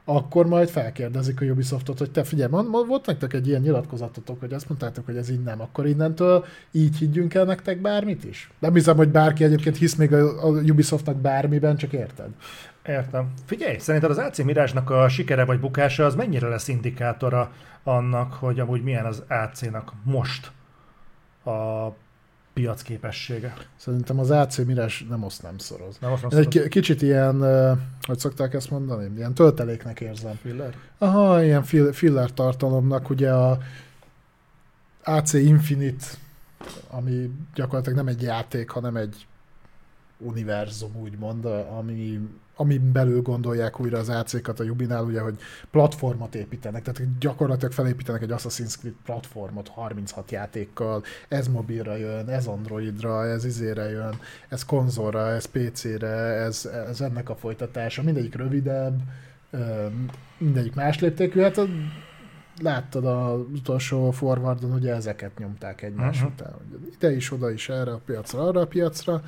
akkor majd felkérdezik a Ubisoftot, hogy te figyelj, volt nektek egy ilyen nyilatkozatotok, hogy azt mondtátok, hogy ez így nem, akkor innentől így higgyünk el nektek bármit is? Nem hiszem, hogy bárki egyébként hisz még a Ubisoftnak bármiben, csak érted? Értem. Figyelj, szerinted az AC Mirage-nak a sikere vagy bukása az mennyire lesz indikátora annak, hogy amúgy milyen az AC-nak most a piacképessége? Szerintem az AC Mirage nem szoroz. Ez egy kicsit ilyen, hogy szokták ezt mondani? Ilyen tölteléknek érzem. Filler? Aha, ilyen filler tartalomnak, ugye a AC Infinite, ami gyakorlatilag nem egy játék, hanem egy univerzum, úgymond, ami belül gondolják újra az AC-kat a Ubinál, ugye, hogy platformot építenek, tehát gyakorlatilag felépítenek egy Assassin's Creed platformot 36 játékkal, ez mobilra jön, ez Androidra, ez izére jön, ez konzolra, ez PC-re, ez ennek a folytatása, mindegyik rövidebb, mindegyik más léptékű, hát láttad az utolsó forwardon, ugye ezeket nyomták egymás után, ide is, oda is, erre a piacra, arra a piacra.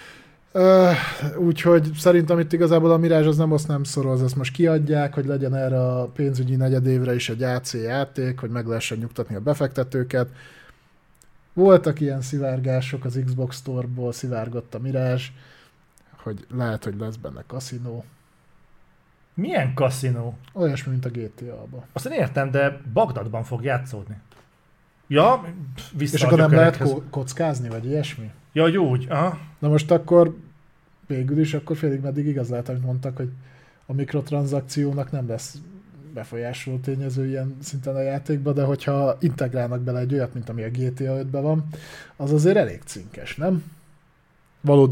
Úgyhogy szerintem itt igazából a Mirage az nem szoroz, ezt most kiadják, hogy legyen erre a pénzügyi negyedévre is egy AC játék, hogy meg lehessen nyugtatni a befektetőket. Voltak ilyen szivárgások, az Xbox Store-ból szivárgott a Mirage, hogy lehet, hogy lesz benne kaszinó. Milyen kaszinó? Olyasmi, mint a GTA-ban. Azt én értem, de Bagdadban fog játszódni. Ja, vissza. És akkor nem lehet kockázni, vagy ilyesmi? Ja, jó, úgy. Aha. Na most akkor végül is, akkor félig meddig igaz lehet, amit mondtak, hogy a mikrotranszakciónak nem lesz befolyásoló tényező ilyen szinten a játékba, de hogyha integrálnak bele egy olyat, mint ami a GTA 5-ben van, az azért elég cinkes, nem? Valódi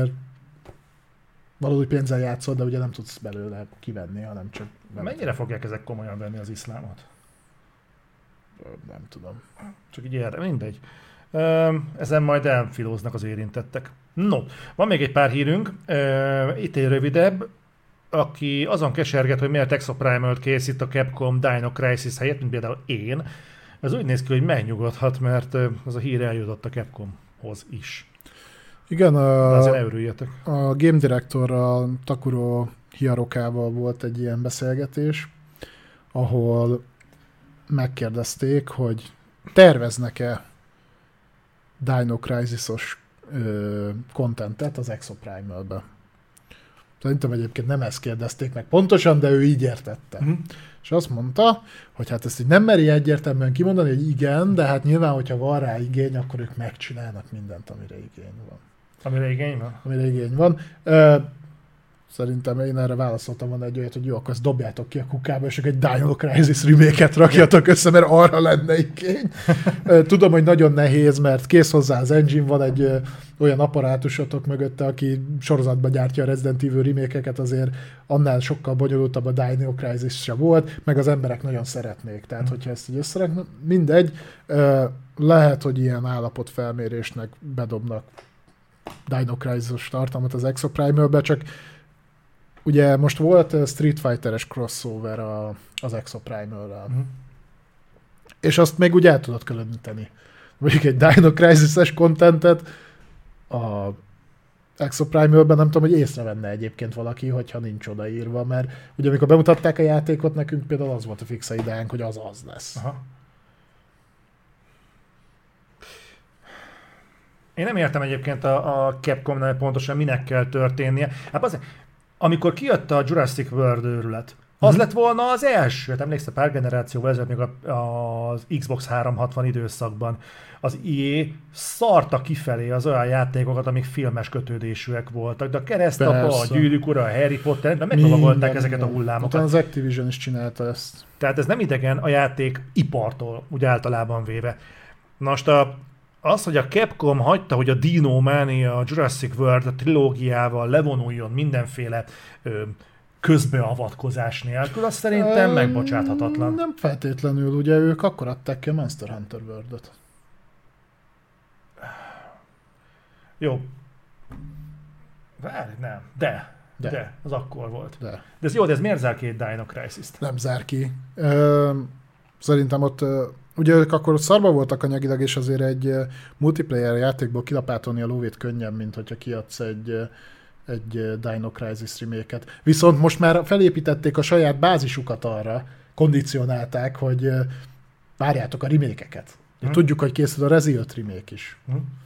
pénzzel játszol, de ugye nem tudsz belőle kivenni, hanem csak... Mennyire fogják ezek komolyan venni az iszlámot? Nem tudom. Csak így mindegy. Ezen majd elfilóznak az érintettek. No, van még egy pár hírünk, itt egy rövidebb, aki azon keserget, hogy miért Exoprimal-t készít a Capcom Dino Crisis helyett, mint például én. Ez úgy néz ki, hogy megnyugodhat, mert az a hír eljutott a Capcomhoz is. Igen, azért ne örüljetek. A Game Directorral, Takuro Hiarokával volt egy ilyen beszélgetés, ahol megkérdezték, hogy terveznek-e Dino Crisis-os contentet az Exoprimal-be. Szerintem egyébként nem ezt kérdezték meg pontosan, de ő így értette. És azt mondta, hogy hát ezt így nem meri egyértelműen kimondani, hogy igen, de hát nyilván, hogyha van rá igény, akkor ők megcsinálnak mindent, amire igény van. Amire igény van? Amire igény van. Szerintem én erre válaszoltam volna egy olyat, hogy jó, akkor ezt dobjátok ki a kukába, és egy Dino Crisis remake-et rakjatok össze, mert arra lenne igény. Tudom, hogy nagyon nehéz, mert kész hozzá az engine, van egy olyan apparátusotok mögötte, aki sorozatban gyártja a Resident Evil remake-eket, azért annál sokkal bonyolultabb a Dino Crisis se volt, meg az emberek nagyon szeretnék. Tehát, hogyha ezt így összeraknak, mindegy, lehet, hogy ilyen állapotfelmérésnek bedobnak Dino Crisis-os tartalmat az Exoprimal-be, csak ugye most volt Street Fighter-es crossover az Exoprimal-rel. És azt még úgy el tudod különíteni. Mondjuk egy Dino Crisis-es contentet a Exoprimal-ben nem tudom, hogy észrevenne egyébként valaki, hogyha nincs odaírva, mert ugye amikor bemutatták a játékot, nekünk például az volt a fixa ideánk, hogy az lesz. Aha. Én nem értem egyébként a Capcomnál pontosan minek kell történnie. Hát azért, amikor kijött a Jurassic World őrület, az lett volna az első. Hát emlékszel, pár generációval ezelőtt még az Xbox 360 időszakban az EA szarta kifelé az olyan játékokat, amik filmes kötődésűek voltak. De a Keresztapa, a Gyűrűk ura, a Harry Potter, de meglovagolták ezeket a hullámokat. Utána az Activision is csinálta ezt. Tehát ez nem idegen a játék ipartól, úgy általában véve. Most az, hogy a Capcom hagyta, hogy a Dino Mania, a Jurassic World, a trilógiával levonuljon mindenféle közbeavatkozás nélkül, az szerintem megbocsáthatatlan. Nem feltétlenül, ugye ők akkor adták ki a Monster Hunter World-ot. Jó. Várj, nem. De. Az akkor volt. De ez jó, de ez miért zár ki egy Dino Crisis-t? Nem zár ki. Szerintem ott ugye ők akkor szarba voltak anyagilag, és azért egy multiplayer játékból kilapátolni a lóvét könnyebb, mint hogyha kiadsz egy egy Dino Crisis remake-et. Viszont most már felépítették a saját bázisukat arra, kondicionálták, hogy várjátok a remake-eket. Tudjuk, hogy készül a Rezi 5 remake is.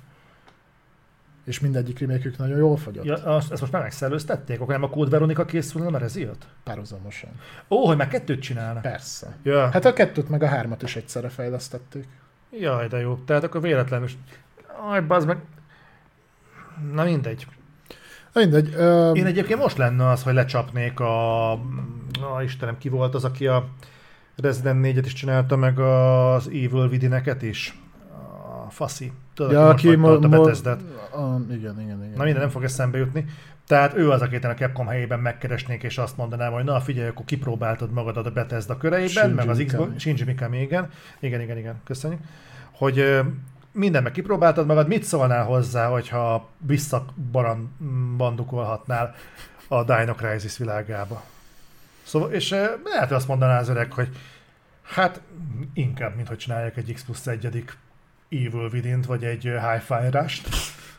És mindegyik remake-ük nagyon jól fogyott. Ja, ezt most már megszellőztették? Akkor nem a Code Veronica készül, nem a Rezi 5? Párhuzamosan. Hogy már 2-t csinálnak? Persze. Ja. Hát a 2-t meg a 3-at is egyszerre fejlesztették. Jaj, de jó. Tehát akkor véletlenül... Bazd meg... Na mindegy. Mindegy. Én egyébként most lenne az, hogy lecsapnék Istenem, ki volt az, aki a Resident 4-et is csinálta, meg az Evil Within-eket is. A Faszi. Tudod, aki most a Bethesda-t. Igen. Na minden, nem fog eszembe jutni. Tehát ő az, akit a Capcom helyében megkeresnék, és azt mondanám, hogy na figyelj, akkor kipróbáltad magadat a Bethesda köreiben, Shinji meg az Xbox, Shinji Mikami, igen, köszönjük. Hogy mindenben kipróbáltad magad, mit szólnál hozzá, hogyha visszabandukolhatnál a Dino Crisis világába? Szóval, és lehet, hogy azt mondaná az öreg, hogy hát inkább, mint hogy csinálják egy X+1 Evil Within-t, vagy egy Hi-Fi Rush-t.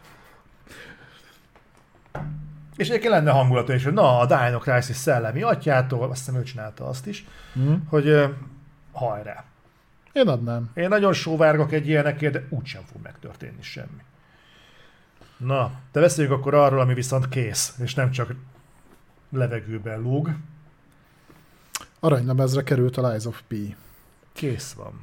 És egyébként lenne hangulata is, hogy na, a Dino Crisis szellemi atyától, azt hiszem ő csinálta azt is, hogy hajrá. Én adnám. Én nagyon sóvárgok egy ilyenekért, de úgysem fog megtörténni semmi. Na, de beszéljünk akkor arról, ami viszont kész, és nem csak levegőben lóg. Aranylemezre került a Lies of P. Kész van.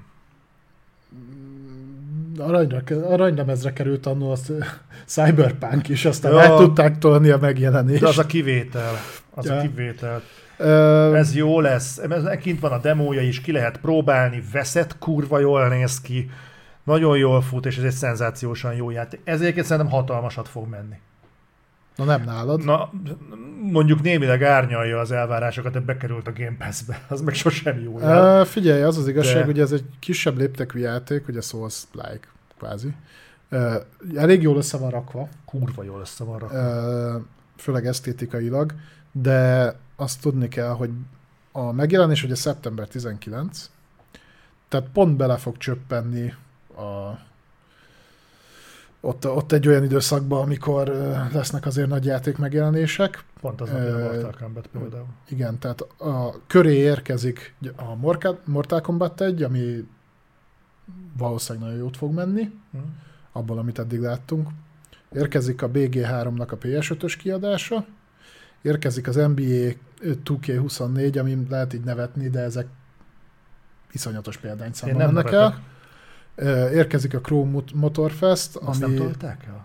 Aranylemezre került annól a Cyberpunk is, aztán el tudták tolni a megjelenést. De az a kivétel. A kivétel. Ez jó lesz. Kint van a demója is, ki lehet próbálni, veszett, kurva jól néz ki. Nagyon jól fut, és ez egy szenzációsan jó játék. Ezért szerintem hatalmasat fog menni. Na nem nálad. Na, mondjuk némileg árnyalja az elvárásokat, hogy bekerült a Game Pass-be. Az meg sosem jó. Figyelj, az az igazság, hogy ez egy kisebb léptekű játék, ugye Souls-like kvázi. Elég jól össze van rakva. Kurva jól össze van rakva. Főleg esztétikailag, de azt tudni kell, hogy a megjelenés ugye szeptember 19, tehát pont bele fog csöppenni ott egy olyan időszakban, amikor lesznek azért nagy játék megjelenések. Pont az napja a Mortal Kombat például. Igen, tehát a köré érkezik a Mortal Kombat 1, ami valószínűleg nagyon jót fog menni, abból, amit eddig láttunk. Érkezik a BG3-nak a PS5-ös kiadása, érkezik az NBA 2K24, ami lehet így nevetni, de ezek iszonyatos példányszámban mennek el. Érkezik a Chrome Motorfest, azt nem tolták el?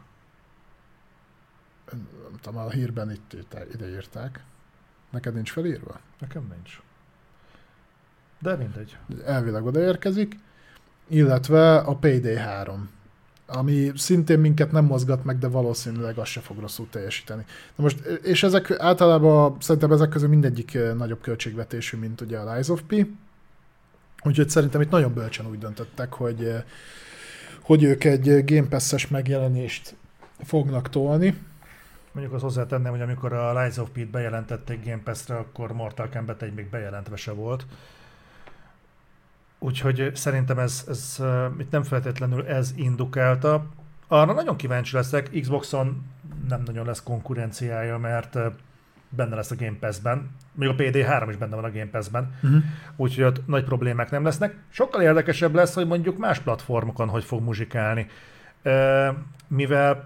Nem tudom, a hírben ide írták. Neked nincs felírva? Nekem nincs. De mindegy. Elvileg odaérkezik, illetve a Payday 3, ami szintén minket nem mozgat meg, de valószínűleg az se fog rosszul teljesíteni. Na most, és ezek általában szerintem ezek közül mindegyik nagyobb költségvetésű, mint ugye a Lies of P. Úgyhogy szerintem itt nagyon bölcsen úgy döntöttek, hogy ők egy Game Pass-es megjelenést fognak tolni. Mondjuk azt hozzátenném, hogy amikor a Lies of P-t bejelentették Game Pass-re, akkor Mortal Kombat 1 még bejelentve se volt. Úgyhogy szerintem ez itt nem feltétlenül ez indukálta. Arra nagyon kíváncsi leszek, Xboxon nem nagyon lesz konkurenciája, mert benne lesz a Game Pass-ben. Még a PD3 is benne van a Game Pass-ben. Úgyhogy ott nagy problémák nem lesznek. Sokkal érdekesebb lesz, hogy mondjuk más platformokon hogy fog muzsikálni. Mivel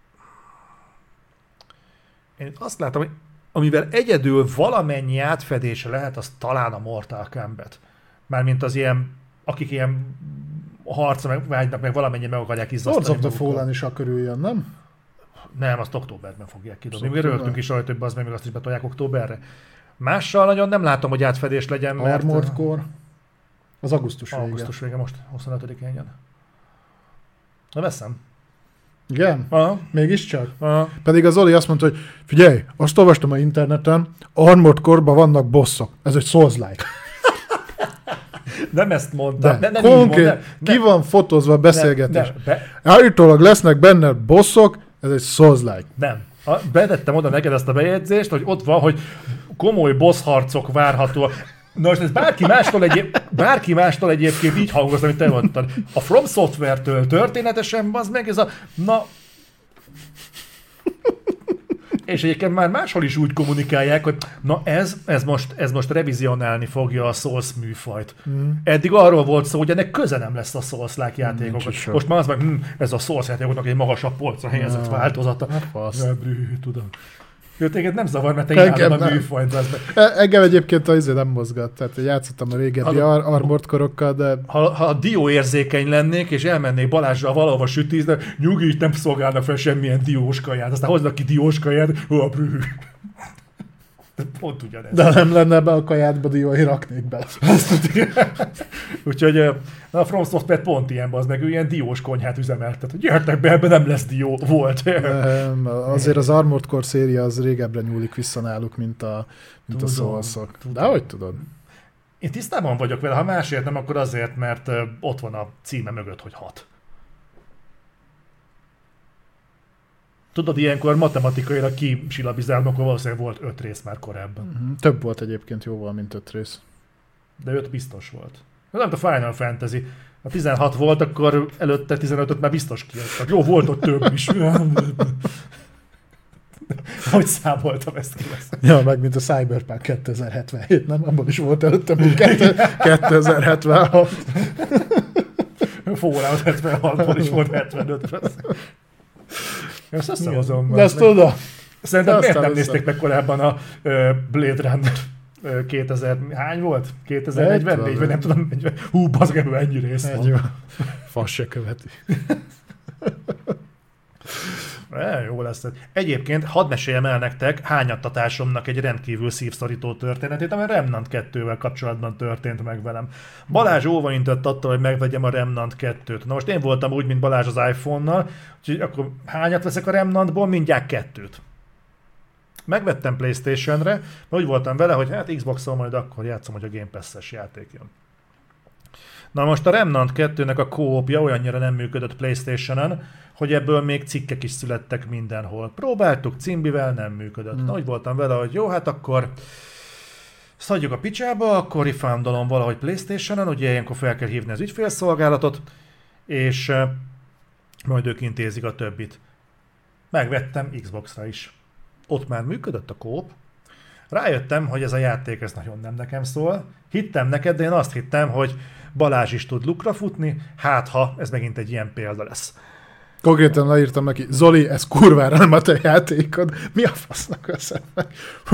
én azt látom, hogy amivel egyedül valamennyi átfedése lehet, az talán a Mortal Kombat. Mármint az ilyen, akik ilyen harca meg vágynak, meg valamennyi meg akarják izzasztani. Lords of the Fallen is a körül jön, nem? Nem, azt októberben fogják kidobni. Mi rögtünk is rajta, hogy az meg még azt is betolják októberre. Mással nagyon nem látom, hogy átfedés legyen, mert... Armored Core. Az augusztus vége. Augusztus vége, most 25-én jön. Na veszem. Igen? Aha. Mégiscsak? Aha. Pedig az Oli azt mondta, hogy figyelj, azt olvastam a interneten, Armored Core-ban vannak bosszok. Ez egy Souls-like. Nem ezt mondtam. Nem konkrét, ki van fotózva a beszélgetés. Állítólag lesznek benne bosszok, ez egy Souls-like. Nem. Betettem oda neked ezt a bejegyzést, hogy ott van, hogy komoly boss harcok várhatóak. Na most ez bárki mástól egyébként így hangoz, amit te mondtad. A From Software-től történetesen, az meg ez a... Na... És egyébként már máshol is úgy kommunikálják, hogy na ez most revizionálni fogja a Souls műfajt. Eddig arról volt szó, hogy ennek köze nem lesz a Souls-like játékoknak. Most már az meg, ez a Souls játékoknak egy magasabb polcra helyezett változata. Tudom. Jó, téged nem zavar, mert te imádod a műfajt. Engem egyébként azért nem mozgat. Tehát játszottam a régebbi Armored korokkal, de... Ha a dió érzékeny lennék, és elmennék Balázsral valahova sütizni, nyugi, nem szolgálnak fel semmilyen diós kaját. Aztán hoznak ki diós kaját, pont ugyanez. De nem lenne be a kajátba dió, én raknék be. Úgyhogy a From Software pont ilyen, az meg ő ilyen diós konyhát üzemeltet. Gyertek be, ebben nem lesz dió. Volt. Azért az Armored Core széria az régebbre nyúlik vissza náluk, mint a Souls-ok. De hogy tudod? Én tisztában vagyok vele, ha másért nem, akkor azért, mert ott van a címe mögött, hogy 6. Tudod, ilyenkor matematikailag kisilabizálom, akkor valószínűleg volt 5 rész már korábban. Több volt egyébként jóval, mint 5 rész. De 5 biztos volt. Nem a Final Fantasy. Ha 16 volt, akkor előtte 15-öt már biztos kiadtak. Jó, volt ott több is. Hogy számoltam ezt ki? Ja, meg mint a Cyberpunk 2077, nem? Abban is volt előtte 2076. Fallout 76-ból is volt 75. Ezt összehozom. De ezt tudom. Szerintem miért nem nézték meg korábban a Blade Runner 2000... Hány volt? 2044, vagy nem tudom. Hú, bazd, ebből ennyi rész van. Fasz se követi. Jó lesz. Egyébként hadd meséljem el nektek hányattatásomnak egy rendkívül szívszorító történetét, ami a Remnant 2-vel kapcsolatban történt meg velem. Balázs óvaintett attól, hogy megvegyem a Remnant 2-t. Na most én voltam úgy, mint Balázs az iPhone-nal, úgyhogy akkor hányat veszek a Remnantból? Mindjárt 2-t. Megvettem PlayStation-re, mert úgy voltam vele, hogy hát Xbox-on majd akkor játszom, hogy a Game Pass-es játék jön. Na most a Remnant 2-nek a co-opja olyannyira nem működött PlayStation-on, hogy ebből még cikkek is születtek mindenhol. Próbáltuk cimbivel, nem működött. Na, úgy voltam vele, hogy jó, hát akkor szadjuk a picsába, akkor refoundolom valahogy PlayStation-on, ugye ilyenkor fel kell hívni az ügyfélszolgálatot, és majd ők intézik a többit. Megvettem Xbox-ra is. Ott már működött a co-op. Rájöttem, hogy ez a játék ez nagyon nem nekem szól. Hittem neked, de én azt hittem, hogy Balázs is tud lukra futni, hát ha ez megint egy ilyen példa lesz. Konkrétan leírtam neki, Zoli, ez kurvára nem a te játékod. Mi a fasznak veszem meg?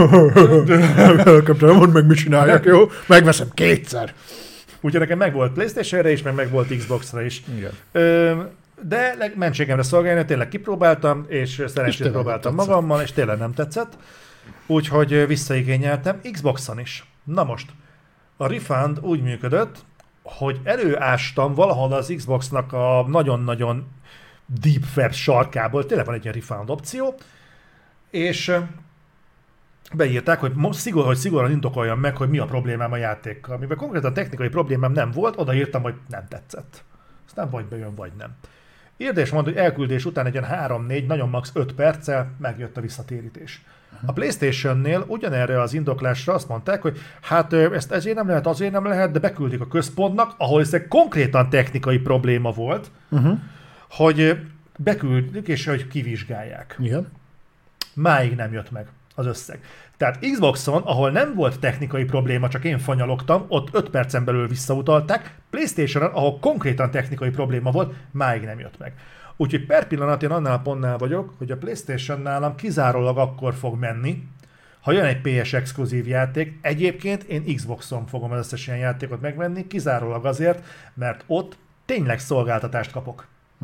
Mondd meg, mit csináljak, jó? Megveszem 2-szer. Úgyhogy nekem meg volt PlayStation-re is, meg volt Xbox-ra is. Igen. De mentségemre szolgálni, tényleg kipróbáltam, és szerencsét próbáltam magammal, és tényleg nem tetszett. Úgyhogy visszaigényeltem Xbox-on is. Na most, a refund úgy működött, hogy előástam valahol az Xbox-nak a nagyon-nagyon deep web sarkából, tényleg van egy ilyen refund opció, és beírták, hogy szigorúan indokoljam meg, hogy mi a problémám a játékkal. Mivel konkrétan technikai problémám nem volt, odaírtam, hogy nem tetszett. Aztán vagy bejön, vagy nem. Írd és mondd, hogy elküldés után egy ilyen 3-4, nagyon max 5 perccel megjött a visszatérítés. A PlayStation-nél ugyanerre az indoklásra azt mondták, hogy hát ezt ezért nem lehet, azért nem lehet, de beküldik a központnak, ahol ez egy konkrétan technikai probléma volt, hogy beküldik és hogy kivizsgálják. Igen. Máig nem jött meg az összeg. Tehát Xboxon, ahol nem volt technikai probléma, csak én fanyalogtam, ott 5 percen belül visszautalták, PlayStation-on, ahol konkrétan technikai probléma volt, máig nem jött meg. Úgyhogy per pillanat én annál a pontnál vagyok, hogy a PlayStation nálam kizárólag akkor fog menni, ha jön egy PS exkluzív játék. Egyébként én Xboxon fogom az összes ilyen játékot megvenni, kizárólag azért, mert ott tényleg szolgáltatást kapok.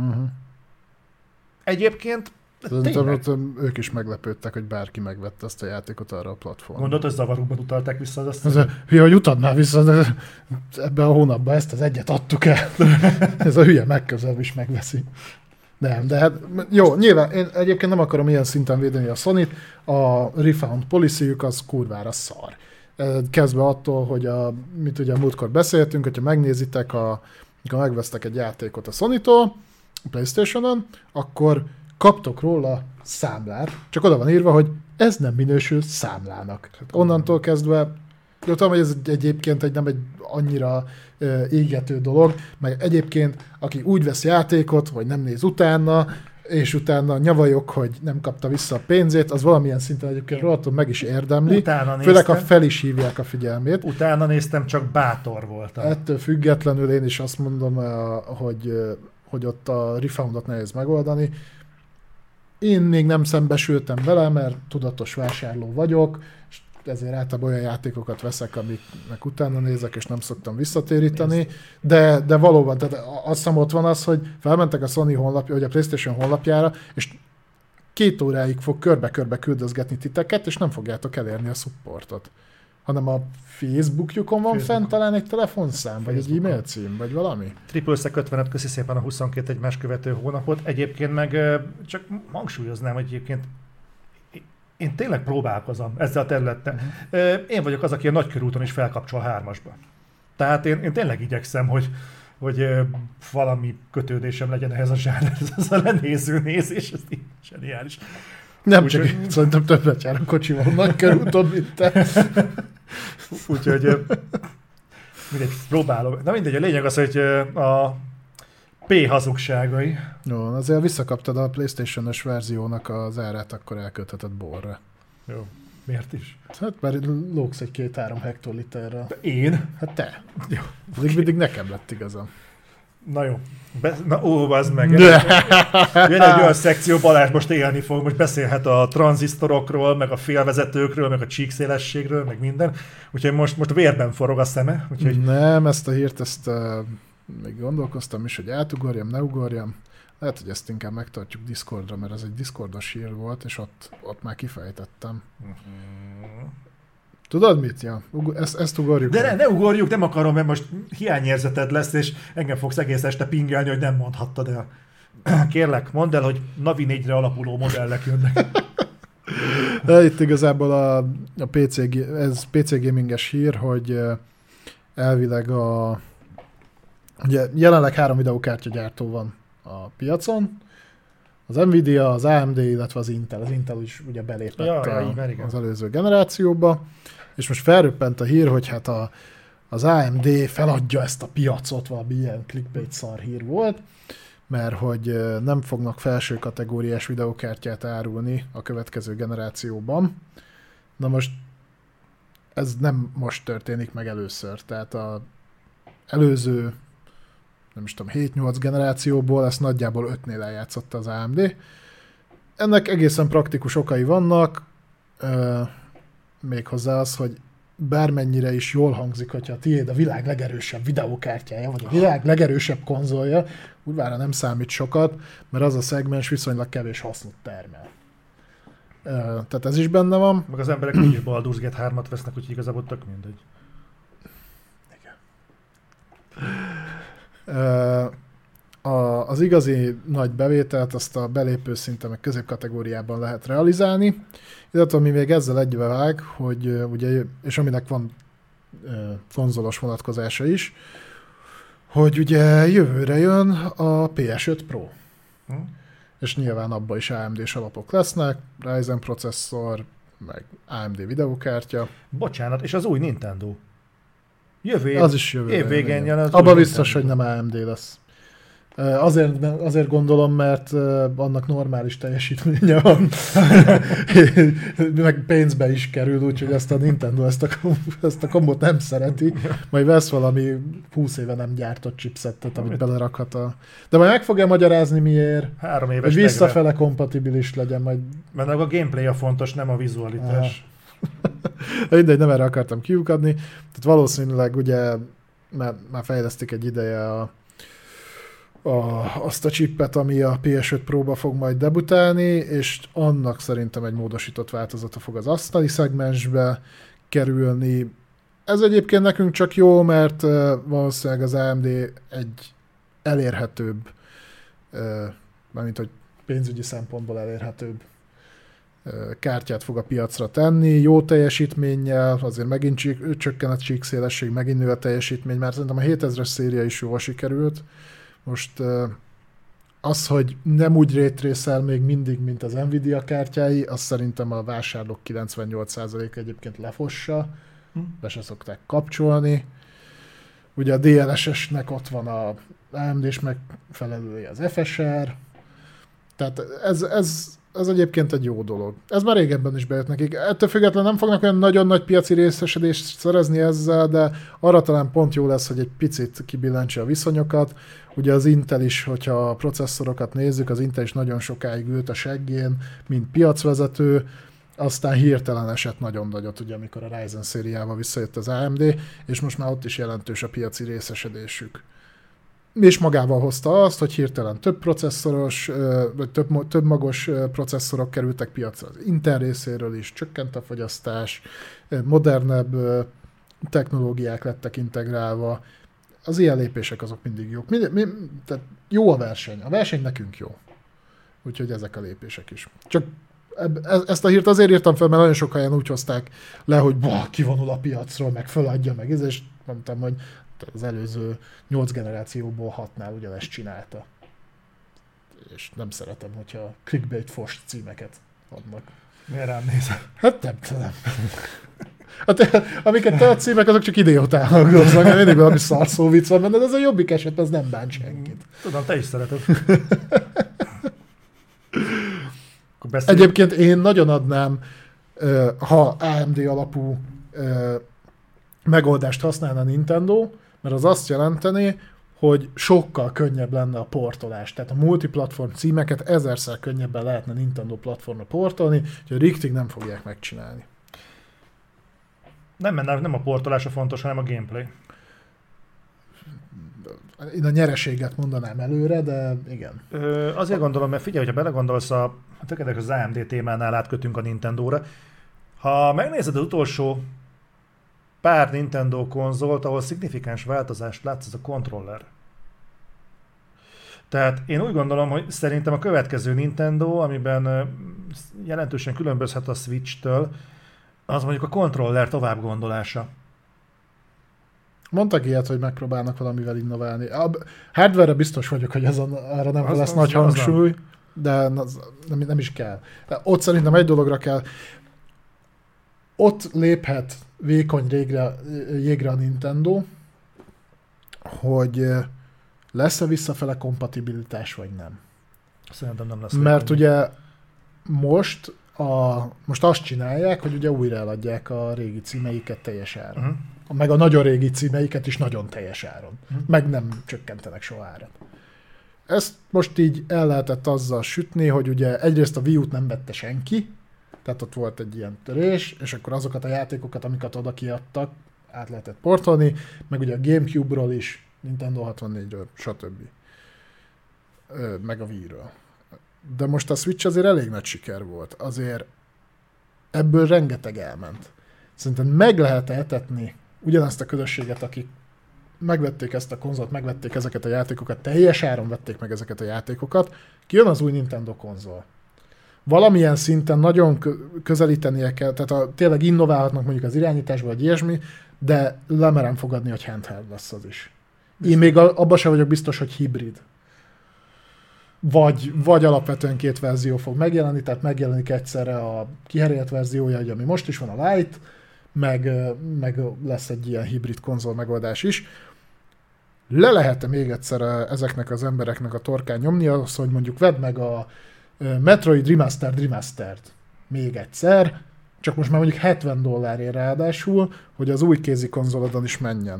Egyébként ők is meglepődtek, hogy bárki megvette ezt a játékot arra a platformon. Gondolod, hogy zavarukban utalták vissza az azt? Hülye, hogy utadnál vissza, de ebben a hónapban ezt az egyet adtuk el. Ez a hülye megközelebb is megveszi. Nem, de hát jó, nyilván én egyébként nem akarom ilyen szinten védeni a Sony-t, a refund policy-jük az kurvára szar. Kezdve attól, hogy mit ugye múltkor beszéltünk, hogyha megnézitek, amikor megvesztek egy játékot a Sony-tól, a PlayStation-on, akkor kaptok róla számlát, csak oda van írva, hogy ez nem minősül számlának. Onnantól kezdve, tudom, hogy ez egyébként nem egy annyira égető dolog, meg egyébként, aki úgy vesz játékot, vagy nem néz utána, és utána nyavajok, hogy nem kapta vissza a pénzét, az valamilyen szinten egyébként rohadtul meg is érdemli. Főleg, ha fel is hívják a figyelmét. Utána néztem, csak bátor voltam. Ettől függetlenül én is azt mondom, hogy ott a refundot nehéz megoldani. Én még nem szembesültem vele, mert tudatos vásárló vagyok, és ezért általában olyan játékokat veszek, amiknek utána nézek, és nem szoktam visszatéríteni, de valóban, tehát azt hiszem ott van az, hogy felmentek a Sony honlapja, vagy a PlayStation honlapjára, és 2 óráig fog körbe-körbe küldözgetni titeket, és nem fogjátok elérni a supportot. Hanem a Facebookjukon van fent talán egy telefonszám, vagy egy e-mail cím, vagy valami? Tripleszek 55, köszi szépen a 22 egymás követő hónapot. Egyébként meg csak hangsúlyoznám, hogy egyébként én tényleg próbálkozom ezzel a területtel. Én vagyok az, aki a Nagykörúton is felkapcsol 3-asba. Tehát én tényleg igyekszem, hogy valami kötődésem legyen ehhez a zsánrhez, az a lenéző nézés, ez így zseniális. Nem csak szerintem többet jár a kocsival Nagykörúton, mint te. Úgyhogy mindegy, próbálom. Na mindegy, a lényeg az, hogy a P hazugságai. Jó, azért visszakaptad a PlayStation-ös verziónak az árát, akkor elköltheted borra. Jó, miért is? Hát mert lógsz egy 2-3 hektoliterrel. De én? Hát te. Jó. Mindig nekem lett igazam. Na jó. Bazd meg. Jön egy olyan szekció, Balázs most élni fog, most beszélhet a tranzisztorokról, meg a félvezetőkről, meg a csíkszélességről, meg minden. Úgyhogy most vérben forog a szeme. Úgyhogy... Nem, ezt a hírt, még gondolkoztam is, hogy átugorjam, ne ugorjam. Lehet, hogy ezt inkább megtartjuk Discordra, mert ez egy Discordos hír volt, és ott már kifejtettem. Tudod mit, Jan? Ezt ugorjuk. De ne ugorjuk, nem akarom, mert most hiányérzeted lesz, és engem fogsz egész este pingelni, hogy nem mondhattad el. Kérlek, mondd el, hogy Navi 4-re alapuló modellek jönnek. De itt igazából a PC gaminges hír, hogy elvileg ugye jelenleg 3 videókártyagyártó van a piacon, az Nvidia, az AMD, illetve az Intel. Az Intel is ugye belépett az előző generációba, és most felröppent a hír, hogy hát az AMD feladja ezt a piacot, valami ilyen clickbait szar hír volt, mert hogy nem fognak felső kategóriás videókártyát árulni a következő generációban. Na most ez nem most történik meg először, tehát az előző nem is tudom, 7-8 generációból ezt nagyjából 5-nél eljátszotta az AMD. Ennek egészen praktikus okai vannak, méghozzá az, hogy bármennyire is jól hangzik, hogyha a tiéd a világ legerősebb videókártyája, vagy a világ legerősebb konzolja, úgyvára nem számít sokat, mert az a szegmens viszonylag kevés hasznot termel. Tehát ez is benne van. Meg az emberek úgy Baldur's Gate 3-at vesznek, úgyhogy igazából tök mindegy. Az igazi nagy bevételt azt a belépő szinten, meg középkategóriában lehet realizálni, illetve ami még ezzel egybevág, hogy ugye, és aminek van konzolos vonatkozása is, hogy ugye jövőre jön a PS5 Pro. És nyilván abban is AMD-s alapok lesznek, Ryzen processzor, meg AMD videókártya. Bocsánat, és az új Nintendo. Az is jövő évvégén jön az abban biztos, hogy nem AMD lesz. Azért gondolom, mert annak normális teljesítménye van. Meg pénzbe is kerül, úgyhogy ezt a Nintendo ezt a kombot nem szereti. Majd vesz valami 20 éve nem gyártott chipsettet, amit belerakhat De majd meg fogja magyarázni miért. 3 éves hogy visszafele kompatibilis legyen majd. Mert a gameplay a fontos, nem a vizualitás. Mindegy, nem erre akartam kiukadni. Tehát valószínűleg ugye már fejlesztik egy ideje azt a chippet, ami a PS5 Pro-ba fog majd debutálni, és annak szerintem egy módosított változata fog az asztali szegmensbe kerülni. Ez egyébként nekünk csak jó, mert valószínűleg az AMD egy elérhetőbb, mármint hogy pénzügyi szempontból elérhetőbb kártyát fog a piacra tenni, jó teljesítménnyel, azért megint csökken a csíkszélesség, megint nő a teljesítmény, mert szerintem a 7000-es széria is jól sikerült. Most az, hogy nem úgy raytrace-el még mindig, mint az Nvidia kártyái, azt szerintem a vásárlók 98% egyébként lefossa, be se szokták kapcsolni. Ugye a DLSS-nek ott van a AMD-s megfelelője az FSR, Tehát ez egyébként egy jó dolog. Ez már régebben is bejött nekik. Ettől függetlenül nem fognak olyan nagyon nagy piaci részesedést szerezni ezzel, de arra talán pont jó lesz, hogy egy picit kibillentse a viszonyokat. Ugye az Intel is, hogyha a processzorokat nézzük, az Intel is nagyon sokáig ült a seggén, mint piacvezető, aztán hirtelen esett nagyon nagyot, ugye, amikor a Ryzen szériával visszajött az AMD, és most már ott is jelentős a piaci részesedésük. És magával hozta azt, hogy hirtelen több processzoros, vagy több magos processzorok kerültek piacra az Intel részéről is, csökkent a fogyasztás, modernebb technológiák lettek integrálva. Az ilyen lépések azok mindig jók. Tehát jó a verseny nekünk jó. Úgyhogy ezek a lépések is. Csak ezt a hírt azért írtam fel, mert nagyon sok helyen úgy hozták le, hogy kivonul a piacról, meg föladja, meg és mondtam, hogy az előző 8 generációból 6-nál ugyanezt csinálta. És nem szeretem, hogyha clickbait fos címeket adnak. Miért rám nézel? Hát nem tudom. Hát, amiket te a címek, azok csak idiótának dolgoznak, mert mindig valami szarszó vicc van benne, de ez a jobbik esetben, ez nem bánt senkit. Tudom, te is szereted. Egyébként én nagyon adnám, ha AMD alapú megoldást használna Nintendo, mert az azt jelenteni, hogy sokkal könnyebb lenne a portolás. Tehát a multiplatform címeket 1000-szer könnyebben lehetne Nintendo platformra portolni, hogy a Rigtig nem fogják megcsinálni. Nem a portolás a fontos, hanem a gameplay. Én a nyereséget mondanám előre, de igen. Azért gondolom, mert figyelj, hogyha belegondolsz tökéletes az AMD témánál átkötünk a Nintendóra. Ha megnézed az utolsó pár Nintendo konzolt, ahol szignifikáns változást látsz, ez a controller. Tehát én úgy gondolom, hogy szerintem a következő Nintendo, amiben jelentősen különbözhet a Switch-től, az mondjuk a controller tovább gondolása. Mondtak ilyet, hogy megpróbálnak valamivel innoválni. A hardware-re biztos vagyok, hogy arra nem lesz nagy hangsúly, de nem is kell. De ott szerintem egy dologra kell. Ott léphet vékony jégre a Nintendo, hogy lesz-e visszafele kompatibilitás, vagy nem. Szerintem nem lesz. Mert ugye most azt csinálják, hogy ugye újra eladják a régi címeiket teljes áron. Uh-huh. Meg a nagyon régi címeiket is nagyon teljes áron. Uh-huh. Meg nem csökkentenek soha árat. Ezt most így el lehetett azzal sütni, hogy ugye egyrészt a Wii U-t nem vette senki, tehát ott volt egy ilyen törés, és akkor azokat a játékokat, amiket oda kiadtak, át lehetett portolni, meg ugye a Gamecube-ról is, Nintendo 64-ről, stb. Meg a Wii-ről. De most a Switch azért elég nagy siker volt. Azért ebből rengeteg elment. Szerintem meg lehet eltetni ugyanazt a közösséget, akik megvették ezt a konzolt, megvették ezeket a játékokat, teljes áron vették meg ezeket a játékokat, kijön az új Nintendo konzol. Valamilyen szinten nagyon közelítenie kell, tehát tényleg innoválhatnak mondjuk az irányításban, vagy ilyesmi, de lemerem fogadni, hogy handheld lesz az is. Én még abban sem vagyok biztos, hogy hibrid. Vagy alapvetően két verzió fog megjelenni, tehát megjelenik egyszerre a kiherélt verziója, ami most is van, a Lite, meg lesz egy ilyen hibrid konzol megoldás is. Le lehet-e még egyszer ezeknek az embereknek a torkán nyomni, az, hogy mondjuk vedd meg a Metroid Remastered még egyszer, csak most már mondjuk $70 ráadásul, hogy az új kézi konzolodon is menjen.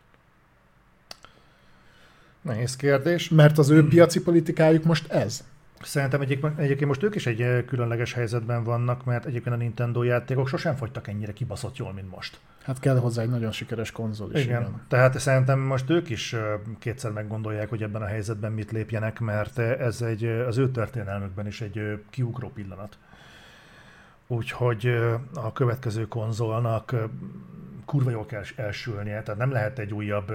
Nehéz kérdés. Mert az ő piaci politikájuk most ez. Szerintem egyébként most ők is egy különleges helyzetben vannak, mert egyébként a Nintendo játékok sosem fogytak ennyire kibaszott jól, mint most. Hát kell hozzá egy nagyon sikeres konzol is. Igen. Tehát szerintem most ők is kétszer meggondolják, hogy ebben a helyzetben mit lépjenek, mert ez az ő történelmükben is egy kiugró pillanat. Úgyhogy a következő konzolnak kurva jól kell elsülnie, tehát nem lehet egy újabb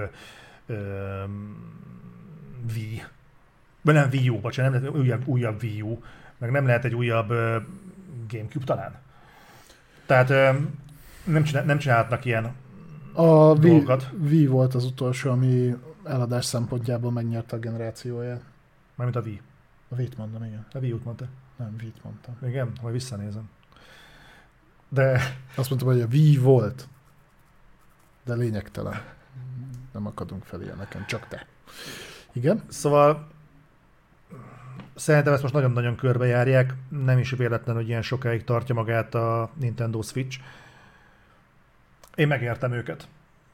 Wii, vagy nem Wii U, bocsánat, nem lehet újabb Wii U, meg nem lehet egy újabb Gamecube talán. Tehát nem csinálhatnak ilyen dolgokat. Wii volt az utolsó, ami eladás szempontjából megnyerte a generációját. Mármint a Wii. A Wii-t mondom, igen. A Wii U-t mondta? Nem, Wii-t mondtam. Igen? Majd visszanézem. De... Azt mondtam, hogy a Wii volt, de lényegtelen. Nem akadunk fel ilyeneken, csak te. Igen? Szóval szerintem ezt most nagyon-nagyon körbejárják, nem is véletlen, hogy ilyen sokáig tartja magát a Nintendo Switch. Én megértem őket.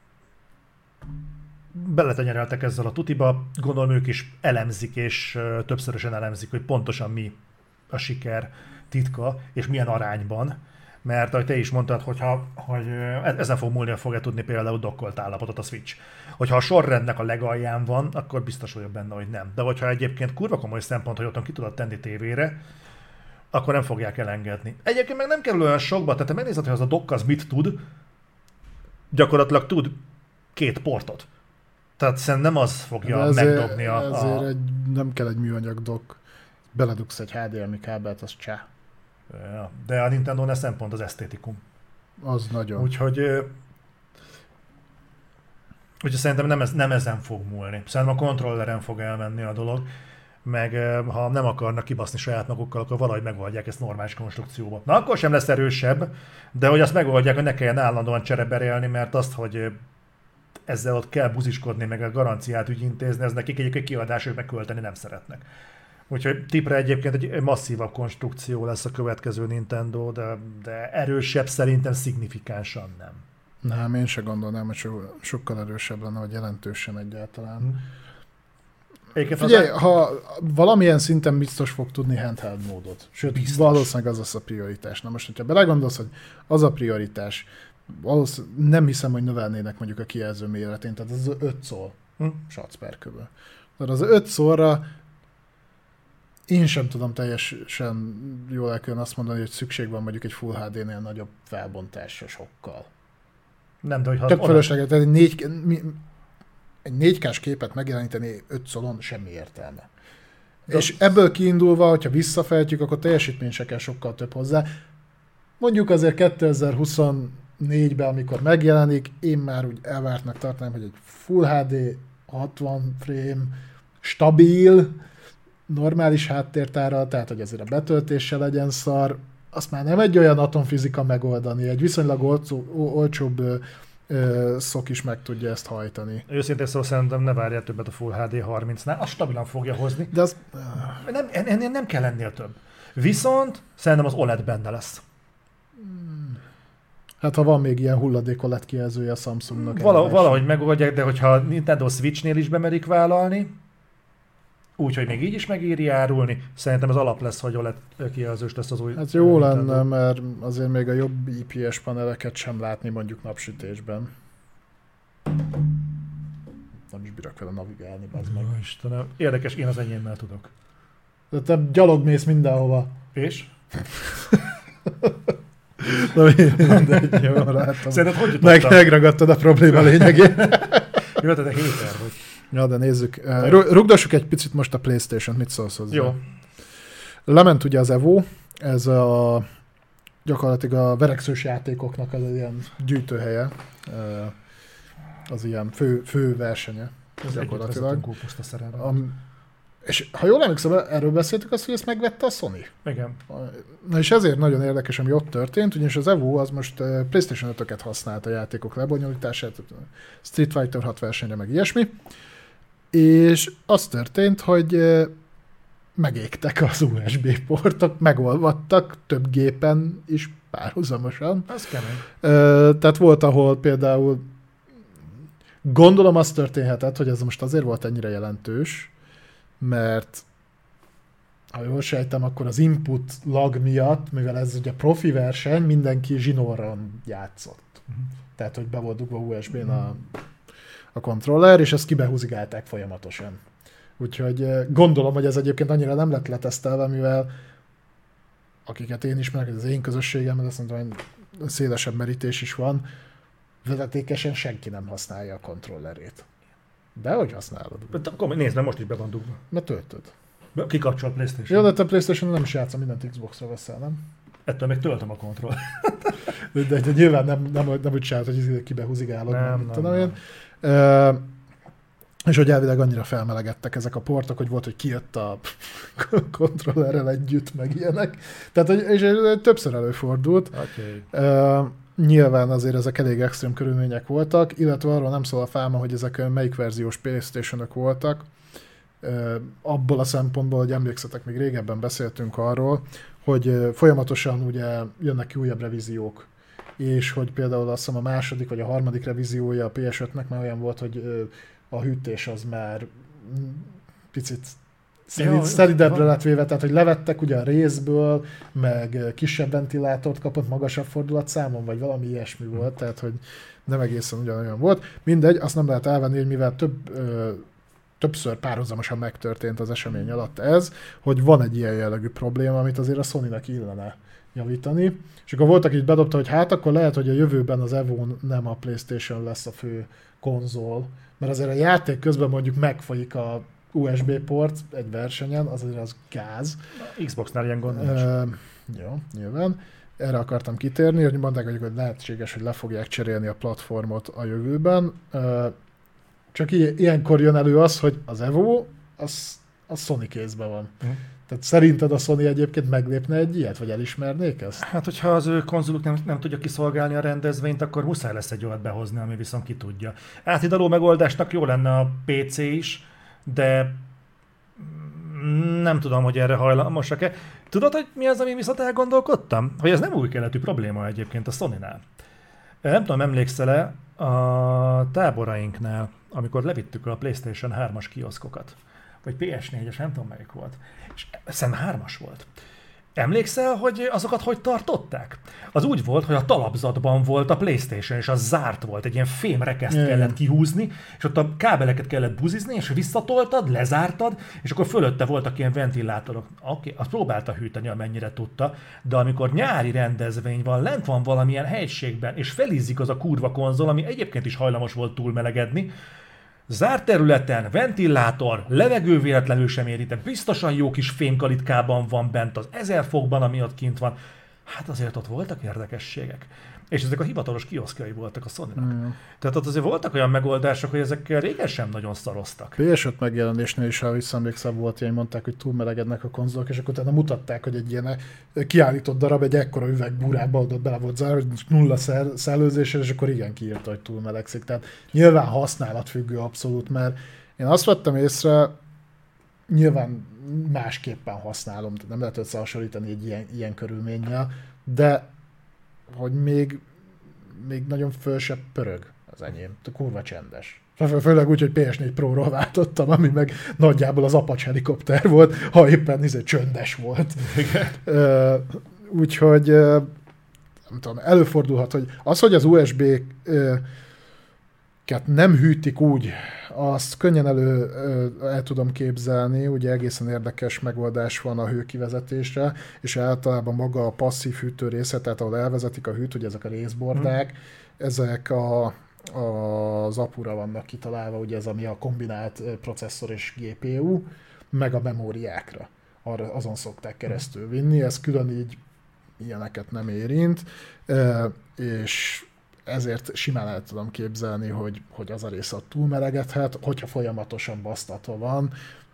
Beletenyereltek ezzel a tutiba, gondolom ők is elemzik, és többszörösen elemzik, hogy pontosan mi a siker titka, és milyen arányban. Mert ahogy te is mondtad, hogy ezen fogja tudni például dokkolt állapotot a Switch. Hogyha a sorrendnek a legalján van, akkor biztos vagyok benne, hogy nem. De hogyha egyébként kurva komoly szempont, hogy otthon ki tudod tenni tévére, akkor nem fogják elengedni. Egyébként meg nem kerül olyan sokba, tehát te megnézed, hogy az a dock az mit tud, gyakorlatilag tud 2 portot. Tehát szerintem nem az fogja megdobni ezért nem kell egy műanyag dock. Beledugsz egy HDMI kábelt, az csá. Ja, de a Nintendo-nál szempont az esztétikum. Az nagyon. Úgyhogy szerintem nem ezen fog múlni. Szerintem a kontrolleren fog elmenni a dolog, meg ha nem akarnak kibaszni saját magukkal, akkor valahogy megoldják ezt normális konstrukcióba. Na akkor sem lesz erősebb, de hogy azt megoldják, hogy ne kelljen állandóan csereberélni, mert azt, hogy ezzel ott kell buziskodni, meg a garanciát ügyintézni, ez nekik egyébként kiadás, hogy megkölteni nem szeretnek. Úgyhogy tipre egyébként egy masszívabb konstrukció lesz a következő Nintendo, de erősebb szerintem szignifikánsan nem. Nem, én se gondolnám, hogy sokkal erősebb lenne, vagy jelentősen egyáltalán. Figyelj, ha valamilyen szinten biztos fog tudni handheld módot. Sőt, biztos. Valószínűleg az lesz a prioritás. Na most, hogyha belegondolsz, hogy az a prioritás, nem hiszem, hogy növelnének mondjuk a kijelző méretén, tehát ez 5 szól satsz per köböl. Tehát az 5 szólra én sem tudom teljesen jól elkülön azt mondani, hogy szükség van mondjuk egy Full HD-nél nagyobb felbontásra sokkal. Nem, de hogyha... Tök fölösleges, tehát egy 4K-s képet megjeleníteni 5 szolon semmi értelme. De és ebből kiindulva, hogyha visszafejtjük, akkor teljesítmény se kell sokkal több hozzá. Mondjuk azért 2024-ben, amikor megjelenik, én már úgy elvártnak tartanám, hogy egy Full HD, 60 frame, stabil, normális háttértárral, tehát hogy azért a betöltése legyen szar, azt már nem egy olyan atomfizika megoldani, egy viszonylag olcsóbb szok is meg tudja ezt hajtani. Őszintén szóval szerintem ne várjál többet a Full HD 30-nál, azt stabilan fogja hozni. De az... ennél nem kell ennél több. Viszont szerintem az OLED benne lesz. Hát ha van még ilyen hulladék OLED kijelzője a Samsungnak. Valahogy megoldják, de hogyha Nintendo Switchnél is bemerik vállalni, úgyhogy még így is megéri árulni, szerintem az alap lesz, hogy OLED kijelzős lesz az új... Hát jó lenne, mert azért még a jobb IPS paneleket sem látni mondjuk napsütésben. Nem is bírok vele navigálni, bazd meg. Istenem, érdekes, én az enyémmel tudok. De te gyalog mész mindenhova. És? Na mindegy, jó, látom. Szerinted hogy jutottam? Megragadtad a probléma lényegét. Jó, te héter vagy. Ja, de nézzük. Rugdossuk egy picit most a PlayStation-t, mit szólsz hozzá? Jó. Lement ugye az Evo, ez gyakorlatilag a verekszős játékoknak az ilyen gyűjtőhelye, az ilyen fő versenye. Ez gyakorlatilag. És ha jól emlékszem, erről beszéltük azt, hogy ezt megvette a Sony. Igen. Na és ezért nagyon érdekes, ami ott történt, ugyanis az Evo az most PlayStation 5-öket használt a játékok lebonyolítását, Street Fighter 6 versenyre, meg ilyesmi. És az történt, hogy megégtek az USB portok, megolvadtak több gépen is párhuzamosan. Az kemény. Tehát volt, ahol például gondolom az történhetett, hogy ez most azért volt ennyire jelentős, mert ha jól sejtem, akkor az input lag miatt, mivel ez ugye profi verseny, mindenki zsinórran játszott. Tehát, hogy be volt dugva USB-n a kontroller, és ezt kibehúzigálták folyamatosan. Úgyhogy gondolom, hogy ez egyébként annyira nem lett letesztelve, mivel akiket én ismerek, az én közösségemben, azt mondtam, hogy szélesebb merítés is van, vezetékesen senki nem használja a kontrollerét. De hogy használod? Akkor nézd, mert most is be van dugva. Mert töltöd. Kikapcsolt PlayStation. Jó, de te PlayStation nem is játszom, mindent Xbox-ra veszel, nem? Ettől még töltöm a kontroll. de nyilván nem úgy csinált, hogy kibehúzigálod. Nem. És hogy elvileg annyira felmelegedtek ezek a portok, hogy volt, hogy kijött a kontrollerrel együtt, meg ilyenek. Tehát, és többször előfordult. Okay. Nyilván azért ezek elég extrém körülmények voltak, illetve arról nem szól a fáma, hogy ezek melyik verziós PlayStation-ök voltak. abból a szempontból, hogy emlékszetek, még régebben beszéltünk arról, hogy folyamatosan ugye jönnek ki újabb revíziók, és hogy például azt hiszem a második vagy a harmadik revíziója a PS5-nek már olyan volt, hogy a hűtés az már picit szelidebbre lett véve, tehát hogy levettek ugye a részből, meg kisebb ventilátort kapott magasabb fordulatszámon, vagy valami ilyesmi volt, tehát hogy nem egészen ugyanolyan volt. Mindegy, azt nem lehet elvenni, hogy mivel többször párhuzamosan megtörtént az esemény alatt ez, hogy van egy ilyen jellegű probléma, amit azért a Sony-nak illene javítani. És akkor voltak így bedobta, hogy hát akkor lehet, hogy a jövőben az Evo nem a PlayStation lesz a fő konzol, mert azért a játék közben mondjuk megfolyik a USB port egy versenyen, azért az gáz. Xboxnál ilyen gond nincs. Jó, nyilván. Erre akartam kitérni, hogy mondták, hogy lehetséges, hogy le fogják cserélni a platformot a jövőben. Csak ilyenkor jön elő az, hogy az Evo, az Sony kézben van. Tehát szerinted a Sony egyébként meglépne egy ilyet, vagy elismernék ezt? Hát, hogyha az ő konzoluk nem tudja kiszolgálni a rendezvényt, akkor muszáj lesz egy olyat behozni, ami viszont ki tudja. Áthidaló megoldásnak jó lenne a PC is, de nem tudom, hogy erre hajlamosak-e. Tudod, hogy mi az, ami viszont elgondolkodtam? Hogy ez nem új keletű probléma egyébként a Sonynál. Nem tudom, emlékszel-e a táborainknál, amikor levittük a PlayStation 3-as kioszkokat, vagy PS4-es, nem tudom melyik volt, és szerintem 3-as volt. Emlékszel, hogy azokat hogy tartották? Az úgy volt, hogy a talapzatban volt a PlayStation, és az zárt volt, egy ilyen fémrekeszt kellett kihúzni, és ott a kábeleket kellett buzizni, és visszatoltad, lezártad, és akkor fölötte voltak ilyen ventilátorok. Oké, azt próbálta hűteni, amennyire tudta, de amikor nyári rendezvény van, lent van valamilyen helyiségben, és felizzik az a kurva konzol, ami egyébként is hajlamos volt túlmelegedni, zárt területen, ventilátor, levegő véletlenül sem érintett, biztosan jó kis fémkalitkában van bent az 1000 fokban, ami ott kint van. Hát azért ott voltak érdekességek. És ezek a hivatalos kioszkjai voltak a Sony-nak. Tehát ott azért voltak olyan megoldások, hogy ezekkel régen sem nagyon szaroztak. PS5 megjelenésnél is, ha visszaemlékszem, volt ilyen, mondták, hogy túlmelegednek a konzolok, és akkor utána mutatták, hogy egy ilyen kiállított darab egy ekkora üvegbúrába oda bele volt zárva, hogy nulla szellőzéssel, és akkor igen, kiírta, hogy túlmelegszik. Tehát nyilván használatfüggő abszolút, mert én azt vettem észre, nyilván másképpen használom, nem lehet összehasonlítani egy ilyen körülménnyel, de hogy még nagyon föl se pörög az enyém. Kurva csendes. Főleg úgy, hogy PS4 Pro-ról váltottam, ami meg nagyjából az Apache helikopter volt, ha éppen csöndes volt. Úgyhogy nem tudom, előfordulhat, hogy az, hogy az USB-ket nem hűtik úgy, azt könnyen el tudom képzelni, ugye egészen érdekes megoldás van a hőkivezetésre, és általában maga a passzív hűtő része, tehát ahol elvezetik a hűt, ugye ezek a részbordák, ezek az APU-ra vannak kitalálva, ugye ez ami a kombinált processzor és GPU, meg a memóriákra. Azon szokták keresztül vinni, ez külön így ilyeneket nem érint, és ezért simán el tudom képzelni, hogy az a rész ott túlmelegedhet, hogyha folyamatosan basztatva van.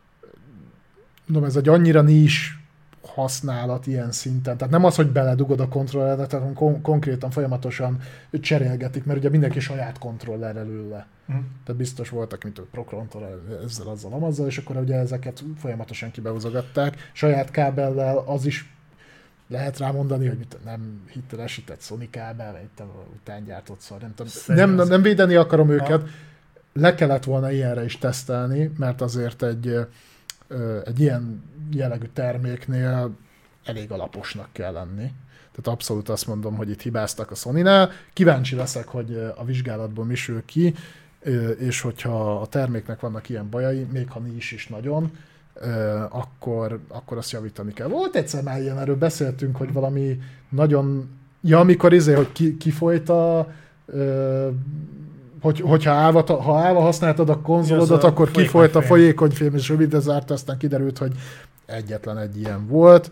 Ez egy annyira nis használat ilyen szinten. Tehát nem az, hogy beledugod a kontrolleret, hanem konkrétan folyamatosan cserélgetik, mert ugye mindenki saját kontrollerrel ül le. Tehát biztos voltak, mint a Pro Controller ezzel, azzal, és akkor ugye ezeket folyamatosan kibehúzogatták. Saját kábellel az is lehet rá mondani, hogy nem hitelesített Sony kábel, vagy utángyártott szar, nem tudom. Nem védeni akarom őket. Le kellett volna ilyenre is tesztelni, mert azért egy ilyen jellegű terméknél elég alaposnak kell lenni. Tehát abszolút azt mondom, hogy itt hibáztak a Sonynál. Kíváncsi leszek, hogy a vizsgálatból mi sül ki, és hogyha a terméknek vannak ilyen bajai, még ha nincs is nagyon, akkor azt javítani kell. Volt egyszer már ilyen, erről beszéltünk, hogy valami nagyon... Ja, amikor hogy kifolyt hogyha állva használtad a konzolodat, akkor kifolyt a folyékony film, és rövidre zárt, aztán kiderült, hogy egyetlen egy ilyen volt.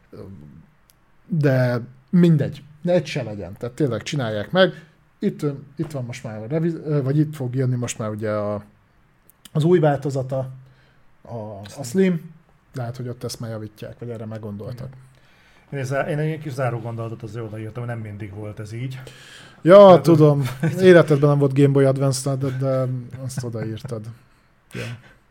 De mindegy, egy se legyen. Tehát tényleg csinálják meg. Itt van most már vagy itt fog jönni most már ugye az új változata, a Slim, lehet, hogy ott ezt már javítják, vagy erre meggondoltak. Én egy kis záró gondolatot azért odaírtam, hogy nem mindig volt ez így. Ja, hát, tudom. Életedben nem volt Game Boy Advance, de azt odaírtad. Ja.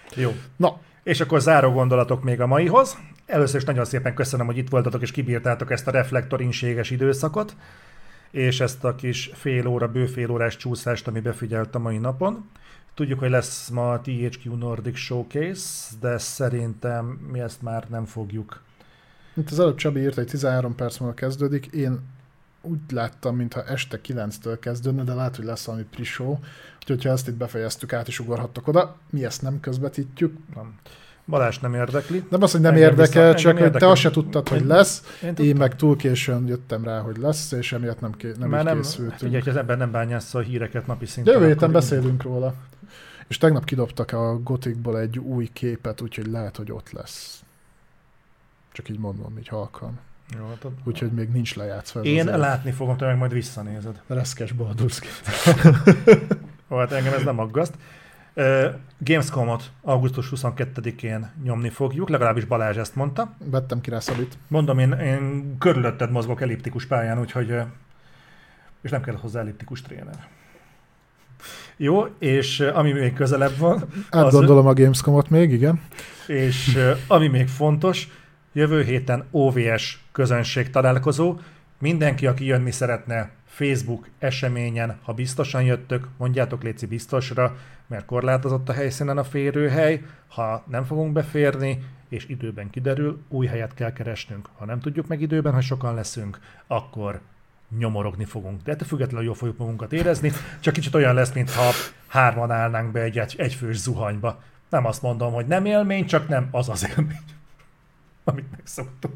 Jó. Na, És akkor záró gondolatok még a maihoz. Először is nagyon szépen köszönöm, hogy itt voltatok és kibírtátok ezt a reflektorinséges időszakot, és ezt a kis bő fél órás csúszást, ami befigyelt a mai napon. Tudjuk, hogy lesz ma a THQ Nordic Showcase, de szerintem mi ezt már nem fogjuk. Mint az előbb Csabi írt, hogy 13 perc múlva kezdődik, én úgy láttam, mintha este 9-től kezdődne, de lehet, hogy lesz valami pre-show, úgyhogy ha ezt itt befejeztük, át is ugorhattok oda. Mi ezt nem közvetítjük. Nem. Balázs nem érdekli. Nem az, hogy nem érdekel, csak hogy te azt se tudtad, hogy lesz. Én meg túl későn jöttem rá, hogy lesz, és emiatt nem készültünk. Figyelj, hogy az ember nem bányássz a híreket napi szinten. Jövő héten beszélünk róla. És tegnap kidobtak a Gothicból egy új képet, úgyhogy lehet, hogy ott lesz. Csak így mondom, így halkan. Jó, hát úgyhogy még nincs lejátszva. Én látni fogom, te meg majd visszanézed. Reszkes Baldur's Hát engem ez nem aggaszt. Gamescom-ot augusztus 22-én nyomni fogjuk, legalábbis Balázs ezt mondta. Vettem ki rá Szabit. Mondom, én körülötted mozgok elliptikus pályán, úgyhogy... És nem kell hozzá elliptikus tréner. Jó, és ami még közelebb van... Átgondolom a Gamescom-ot még, igen. És ami még fontos, jövő héten OVS közönség találkozó. Mindenki, aki jönni szeretne Facebook eseményen, ha biztosan jöttök, mondjátok léci biztosra, mert korlátozott a helyszínen a férőhely. Ha nem fogunk beférni, és időben kiderül, új helyet kell keresnünk. Ha nem tudjuk meg időben, ha sokan leszünk, akkor nyomorogni fogunk. De ettől függetlenül jól fogjuk magunkat érezni, csak kicsit olyan lesz, mintha 3-an állnánk be egy egyfős zuhanyba. Nem azt mondom, hogy nem élmény, csak nem az az élmény, amit megszoktunk.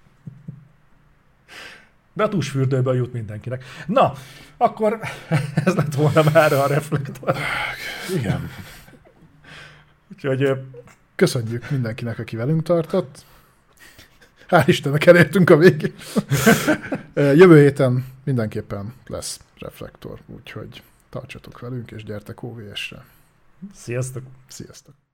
De a tusfürdőből jut mindenkinek. Na, akkor ez lett volna már a reflektor. Igen. Úgyhogy köszönjük mindenkinek, aki velünk tartott. Hál' Istennek elértünk a végig. Jövő héten mindenképpen lesz reflektor, úgyhogy tartsatok velünk, és gyertek OVS-re. Sziasztok! Sziasztok!